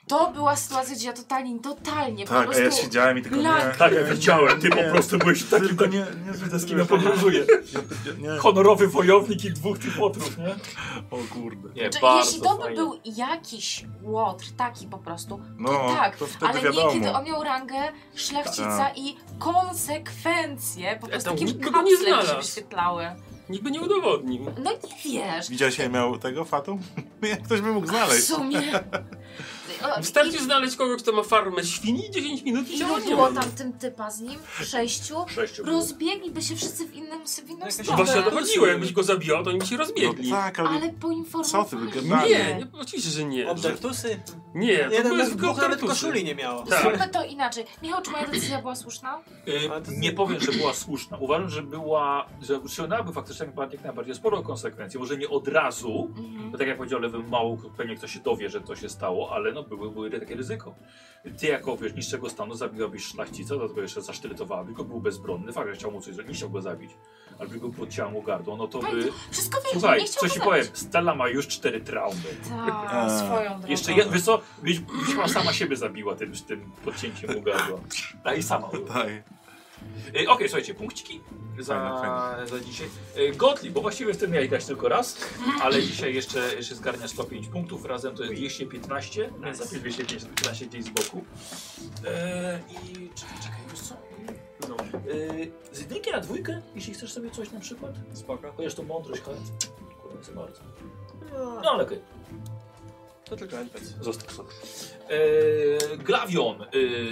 To była sytuacja, gdzie ja totalnie po Tak, a prostu... ja siedziałem i tylko Lag. nie. Tak, ja widziałem, ty Nie. po prostu byłeś taki, Tylko nie, z kim ja podróżuję. nie. Honorowy wojownik i 2 typotrów, nie? O kurde. Nie, Znaczy, bardzo jeśli to by fajnie. był jakiś łotr, taki po prostu, No, to tak, to wtedy ale wiadomo. nie kiedy on miał rangę szlachcica Tak. i konsekwencje, po prostu tam takim nikt by go nie kapslem się znalazł. wyświetlały. Nikt by nie udowodnił. No nie wiesz. Widziałeś, jak miał tego Fatum? Ktoś by mógł W znaleźć. sumie. Wystarczy znaleźć kogoś, kto ma farmę świni, 10 minut i działa Ilu nie było ma. tam tym typa z nim? 6? 6 było. Rozbiegliby się wszyscy w inną Jakaś stronę. Właśnie o to chodziło, jakbyś go zabijał, to oni by się No rozbiegli. tak, ale Ale co poinformowali. ty wygadali? Nie, oczywiście, że nie. Obdartusy? Nie, to Jeden były z zwykłe dwóch nawet obdartusy. koszuli nie miało. Tak. Zróbmy to inaczej. Michał, czy moja decyzja była słuszna? Ale to- Nie powiem, że była słuszna. Uważam, że utrzymywałaby faktycznie jak najbardziej sporo konsekwencji. Może nie od razu, bo tak jak powiedział Lewy, mało pewnie ktoś się dowie, że to się stało, ale no były takie ryzyko. Ty jako niższego stanu zabiłabyś szlachcica, dlatego jeszcze zasztyletowałabyś go, był bezbronny, fakt, że chciał mu coś, nie chciał go zabić, ale by go podciął mu gardło, no to Tak, by... wszystko wiem, Słuchaj, nie chciał coś go ci zabić. powiem, Stella ma już 4 traumy. Tak, swoją drogą. Jeszcze wiesz co, byś chyba sama siebie zabiła tym podcięciem mu gardła. A i sama. Tak. Okej, słuchajcie, punkciki za dzisiaj. Gottlieb, bo właściwie w tym miałeś grać tylko raz, ale dzisiaj jeszcze zgarnia 105 punktów, razem to jest 215, więc za 215 gdzieś z boku. I czekaj, wiesz co? No, Z jedynki na 2, jeśli chcesz sobie coś na przykład. spoko. Chociaż to mądrość, ale kurwa, za bardzo. No ale okej. To tylko NPC. Zostaw sobie. Glavion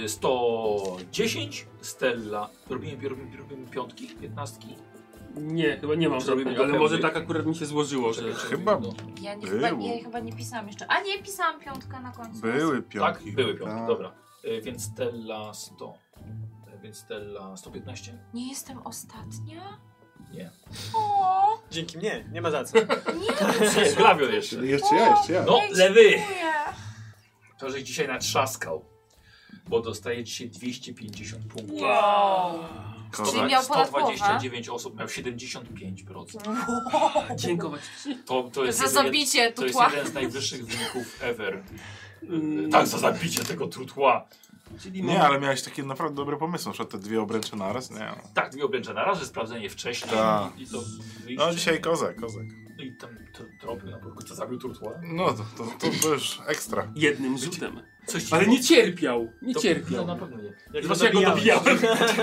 110, Stella. Robimy piątki, 15. Nie, chyba nie mam Zrobimy żadnej, do ale pełnych. może tak akurat mi się złożyło, że... Chyba No. Ja Było. chyba nie pisałam jeszcze. A nie, pisałam 5 na końcu. były Tak, piątki. były piątki, Tak. dobra. Więc Stella 100. Więc Stella 115? Nie jestem ostatnia? Nie. O, Dzięki mnie, nie ma za co. Nie, Glavion jeszcze. Jeszcze ja. No, ej, lewy! dziękuję. To, żeś dzisiaj natrzaskał. Bo dostaje dzisiaj 250 punktów. Wow. Kozak. Czyli miał ponad 129 osób, miał 75%. Dziękować ci. To jest Za zabicie to jest tutła. jeden z najwyższych wyników ever. Mm. Tak, za zabicie tego trutła. Czyli Nie, ale miałeś takie naprawdę dobre pomysły, na przykład te 2 obręcze naraz, nie. Tak, 2 obręcze na razie, sprawdzenie wcześniej. Tak. I to No dzisiaj kozak. I tam tropy na porku, co zabił trutła. No to już ekstra. jednym rzutem. Coś ci Ale nie cierpiał, nie to, cierpiał. No na pewno nie. Zresztą jak go dobijałem.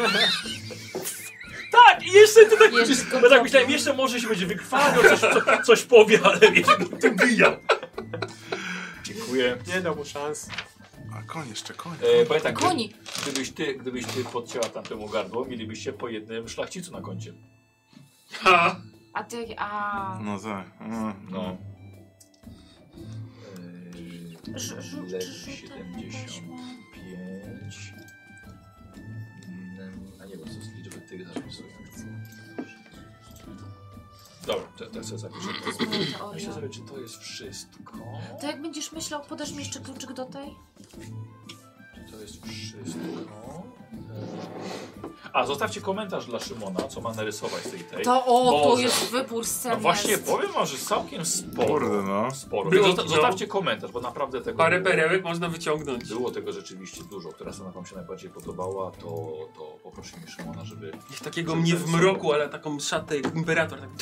Tak, i jeszcze ty tak Jeszcze go bo tak myślałem, jeszcze może się będzie wykrwawiał, coś powie, ale wiesz, to bijał. Dziękuję. Nie dał mu szans. A koń jeszcze, koń. Powiem tak, Koni. gdybyś ty podcięła tamtemu gardło, mielibyście po jednym szlachcicu na koncie. Ha! A ty, a... No tak. No. Rzutem Leży weźmy. 75. A nie wiem, co z liczby tych zapisuję. Dobra, to sobie zapiszę. Myślę sobie, czy to jest wszystko. To jak będziesz myślał, podasz mi jeszcze kluczyk do tej? Czy to jest wszystko? A, zostawcie komentarz dla Szymona, co ma narysować z tej. To to Boże. jest wybór scen. No właśnie, jest. powiem wam, że całkiem sporo. Kurde, no. Sporo. Było Więc dużo. zostawcie komentarz, bo naprawdę tego Parę było. perełek można wyciągnąć. Było tego rzeczywiście dużo. Która scena wam się najbardziej podobała, to poprosimy Szymona, żeby... Takiego mnie w mroku, ale taką szatę jak imperator. Tak,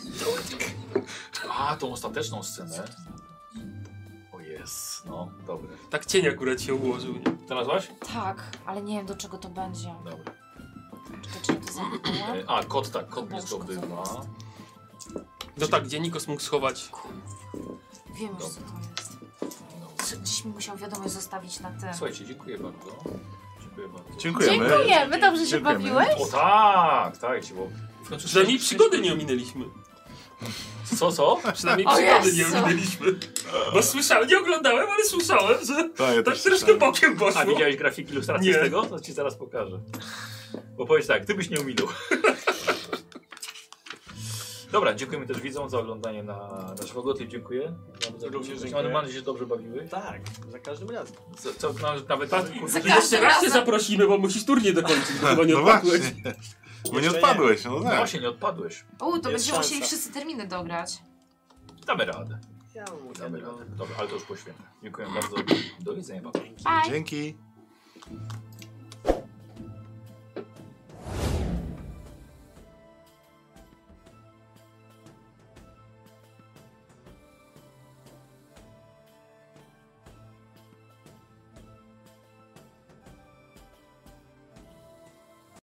A, tą ostateczną scenę. O jest, no, dobre. tak cień akurat się ułożył. Nie? Znalazłaś? Tak, ale nie wiem do czego to będzie. Dobra. Czy to zamknęłam? A, kot tak, kot Chyba nie już zdobywa. No tak, gdzie Nikos mógł schować. Wiem już co to jest. Gdzieś mi musiał wiadomość zostawić na tym. Słuchajcie, dziękuję bardzo. Dziękuję bardzo. Dziękujemy. Dziękujemy, dobrze się Dziękujemy. bawiłeś? O tak, bo... w końcu Przynajmniej sześć- przygody nie ominęliśmy. Co? Przynajmniej O przygody nie Jezu. ominęliśmy. Bo słyszałem, nie oglądałem, ale słyszałem, że Tak, ja tak też troszkę słyszałem. bokiem poszło. A widziałeś grafiki ilustracji Nie. z tego? To ci zaraz pokażę. Bo powiedz tak, ty byś nie ominął. Dobra, dziękujemy też widzom za oglądanie na naszego Gottlieb, dziękuję. Również dziękuję. Mam nadzieję, że dobrze bawiły. Tak, za każdym razem. Nawet Za Jeszcze każdym raz cię razem. zaprosimy, bo musisz turniej dokończyć, bo chyba nie No odpadłeś. właśnie. Bo nie Jeszcze odpadłeś, no No tak. właśnie, nie odpadłeś. to Jest będziemy szansa. musieli wszyscy terminy dograć. Damy radę. Ja mu Damy kiedy, bo... radę. Dobra, ale to już po świętach. Dziękuję bardzo. Do widzenia, papa. Bye. Dzięki.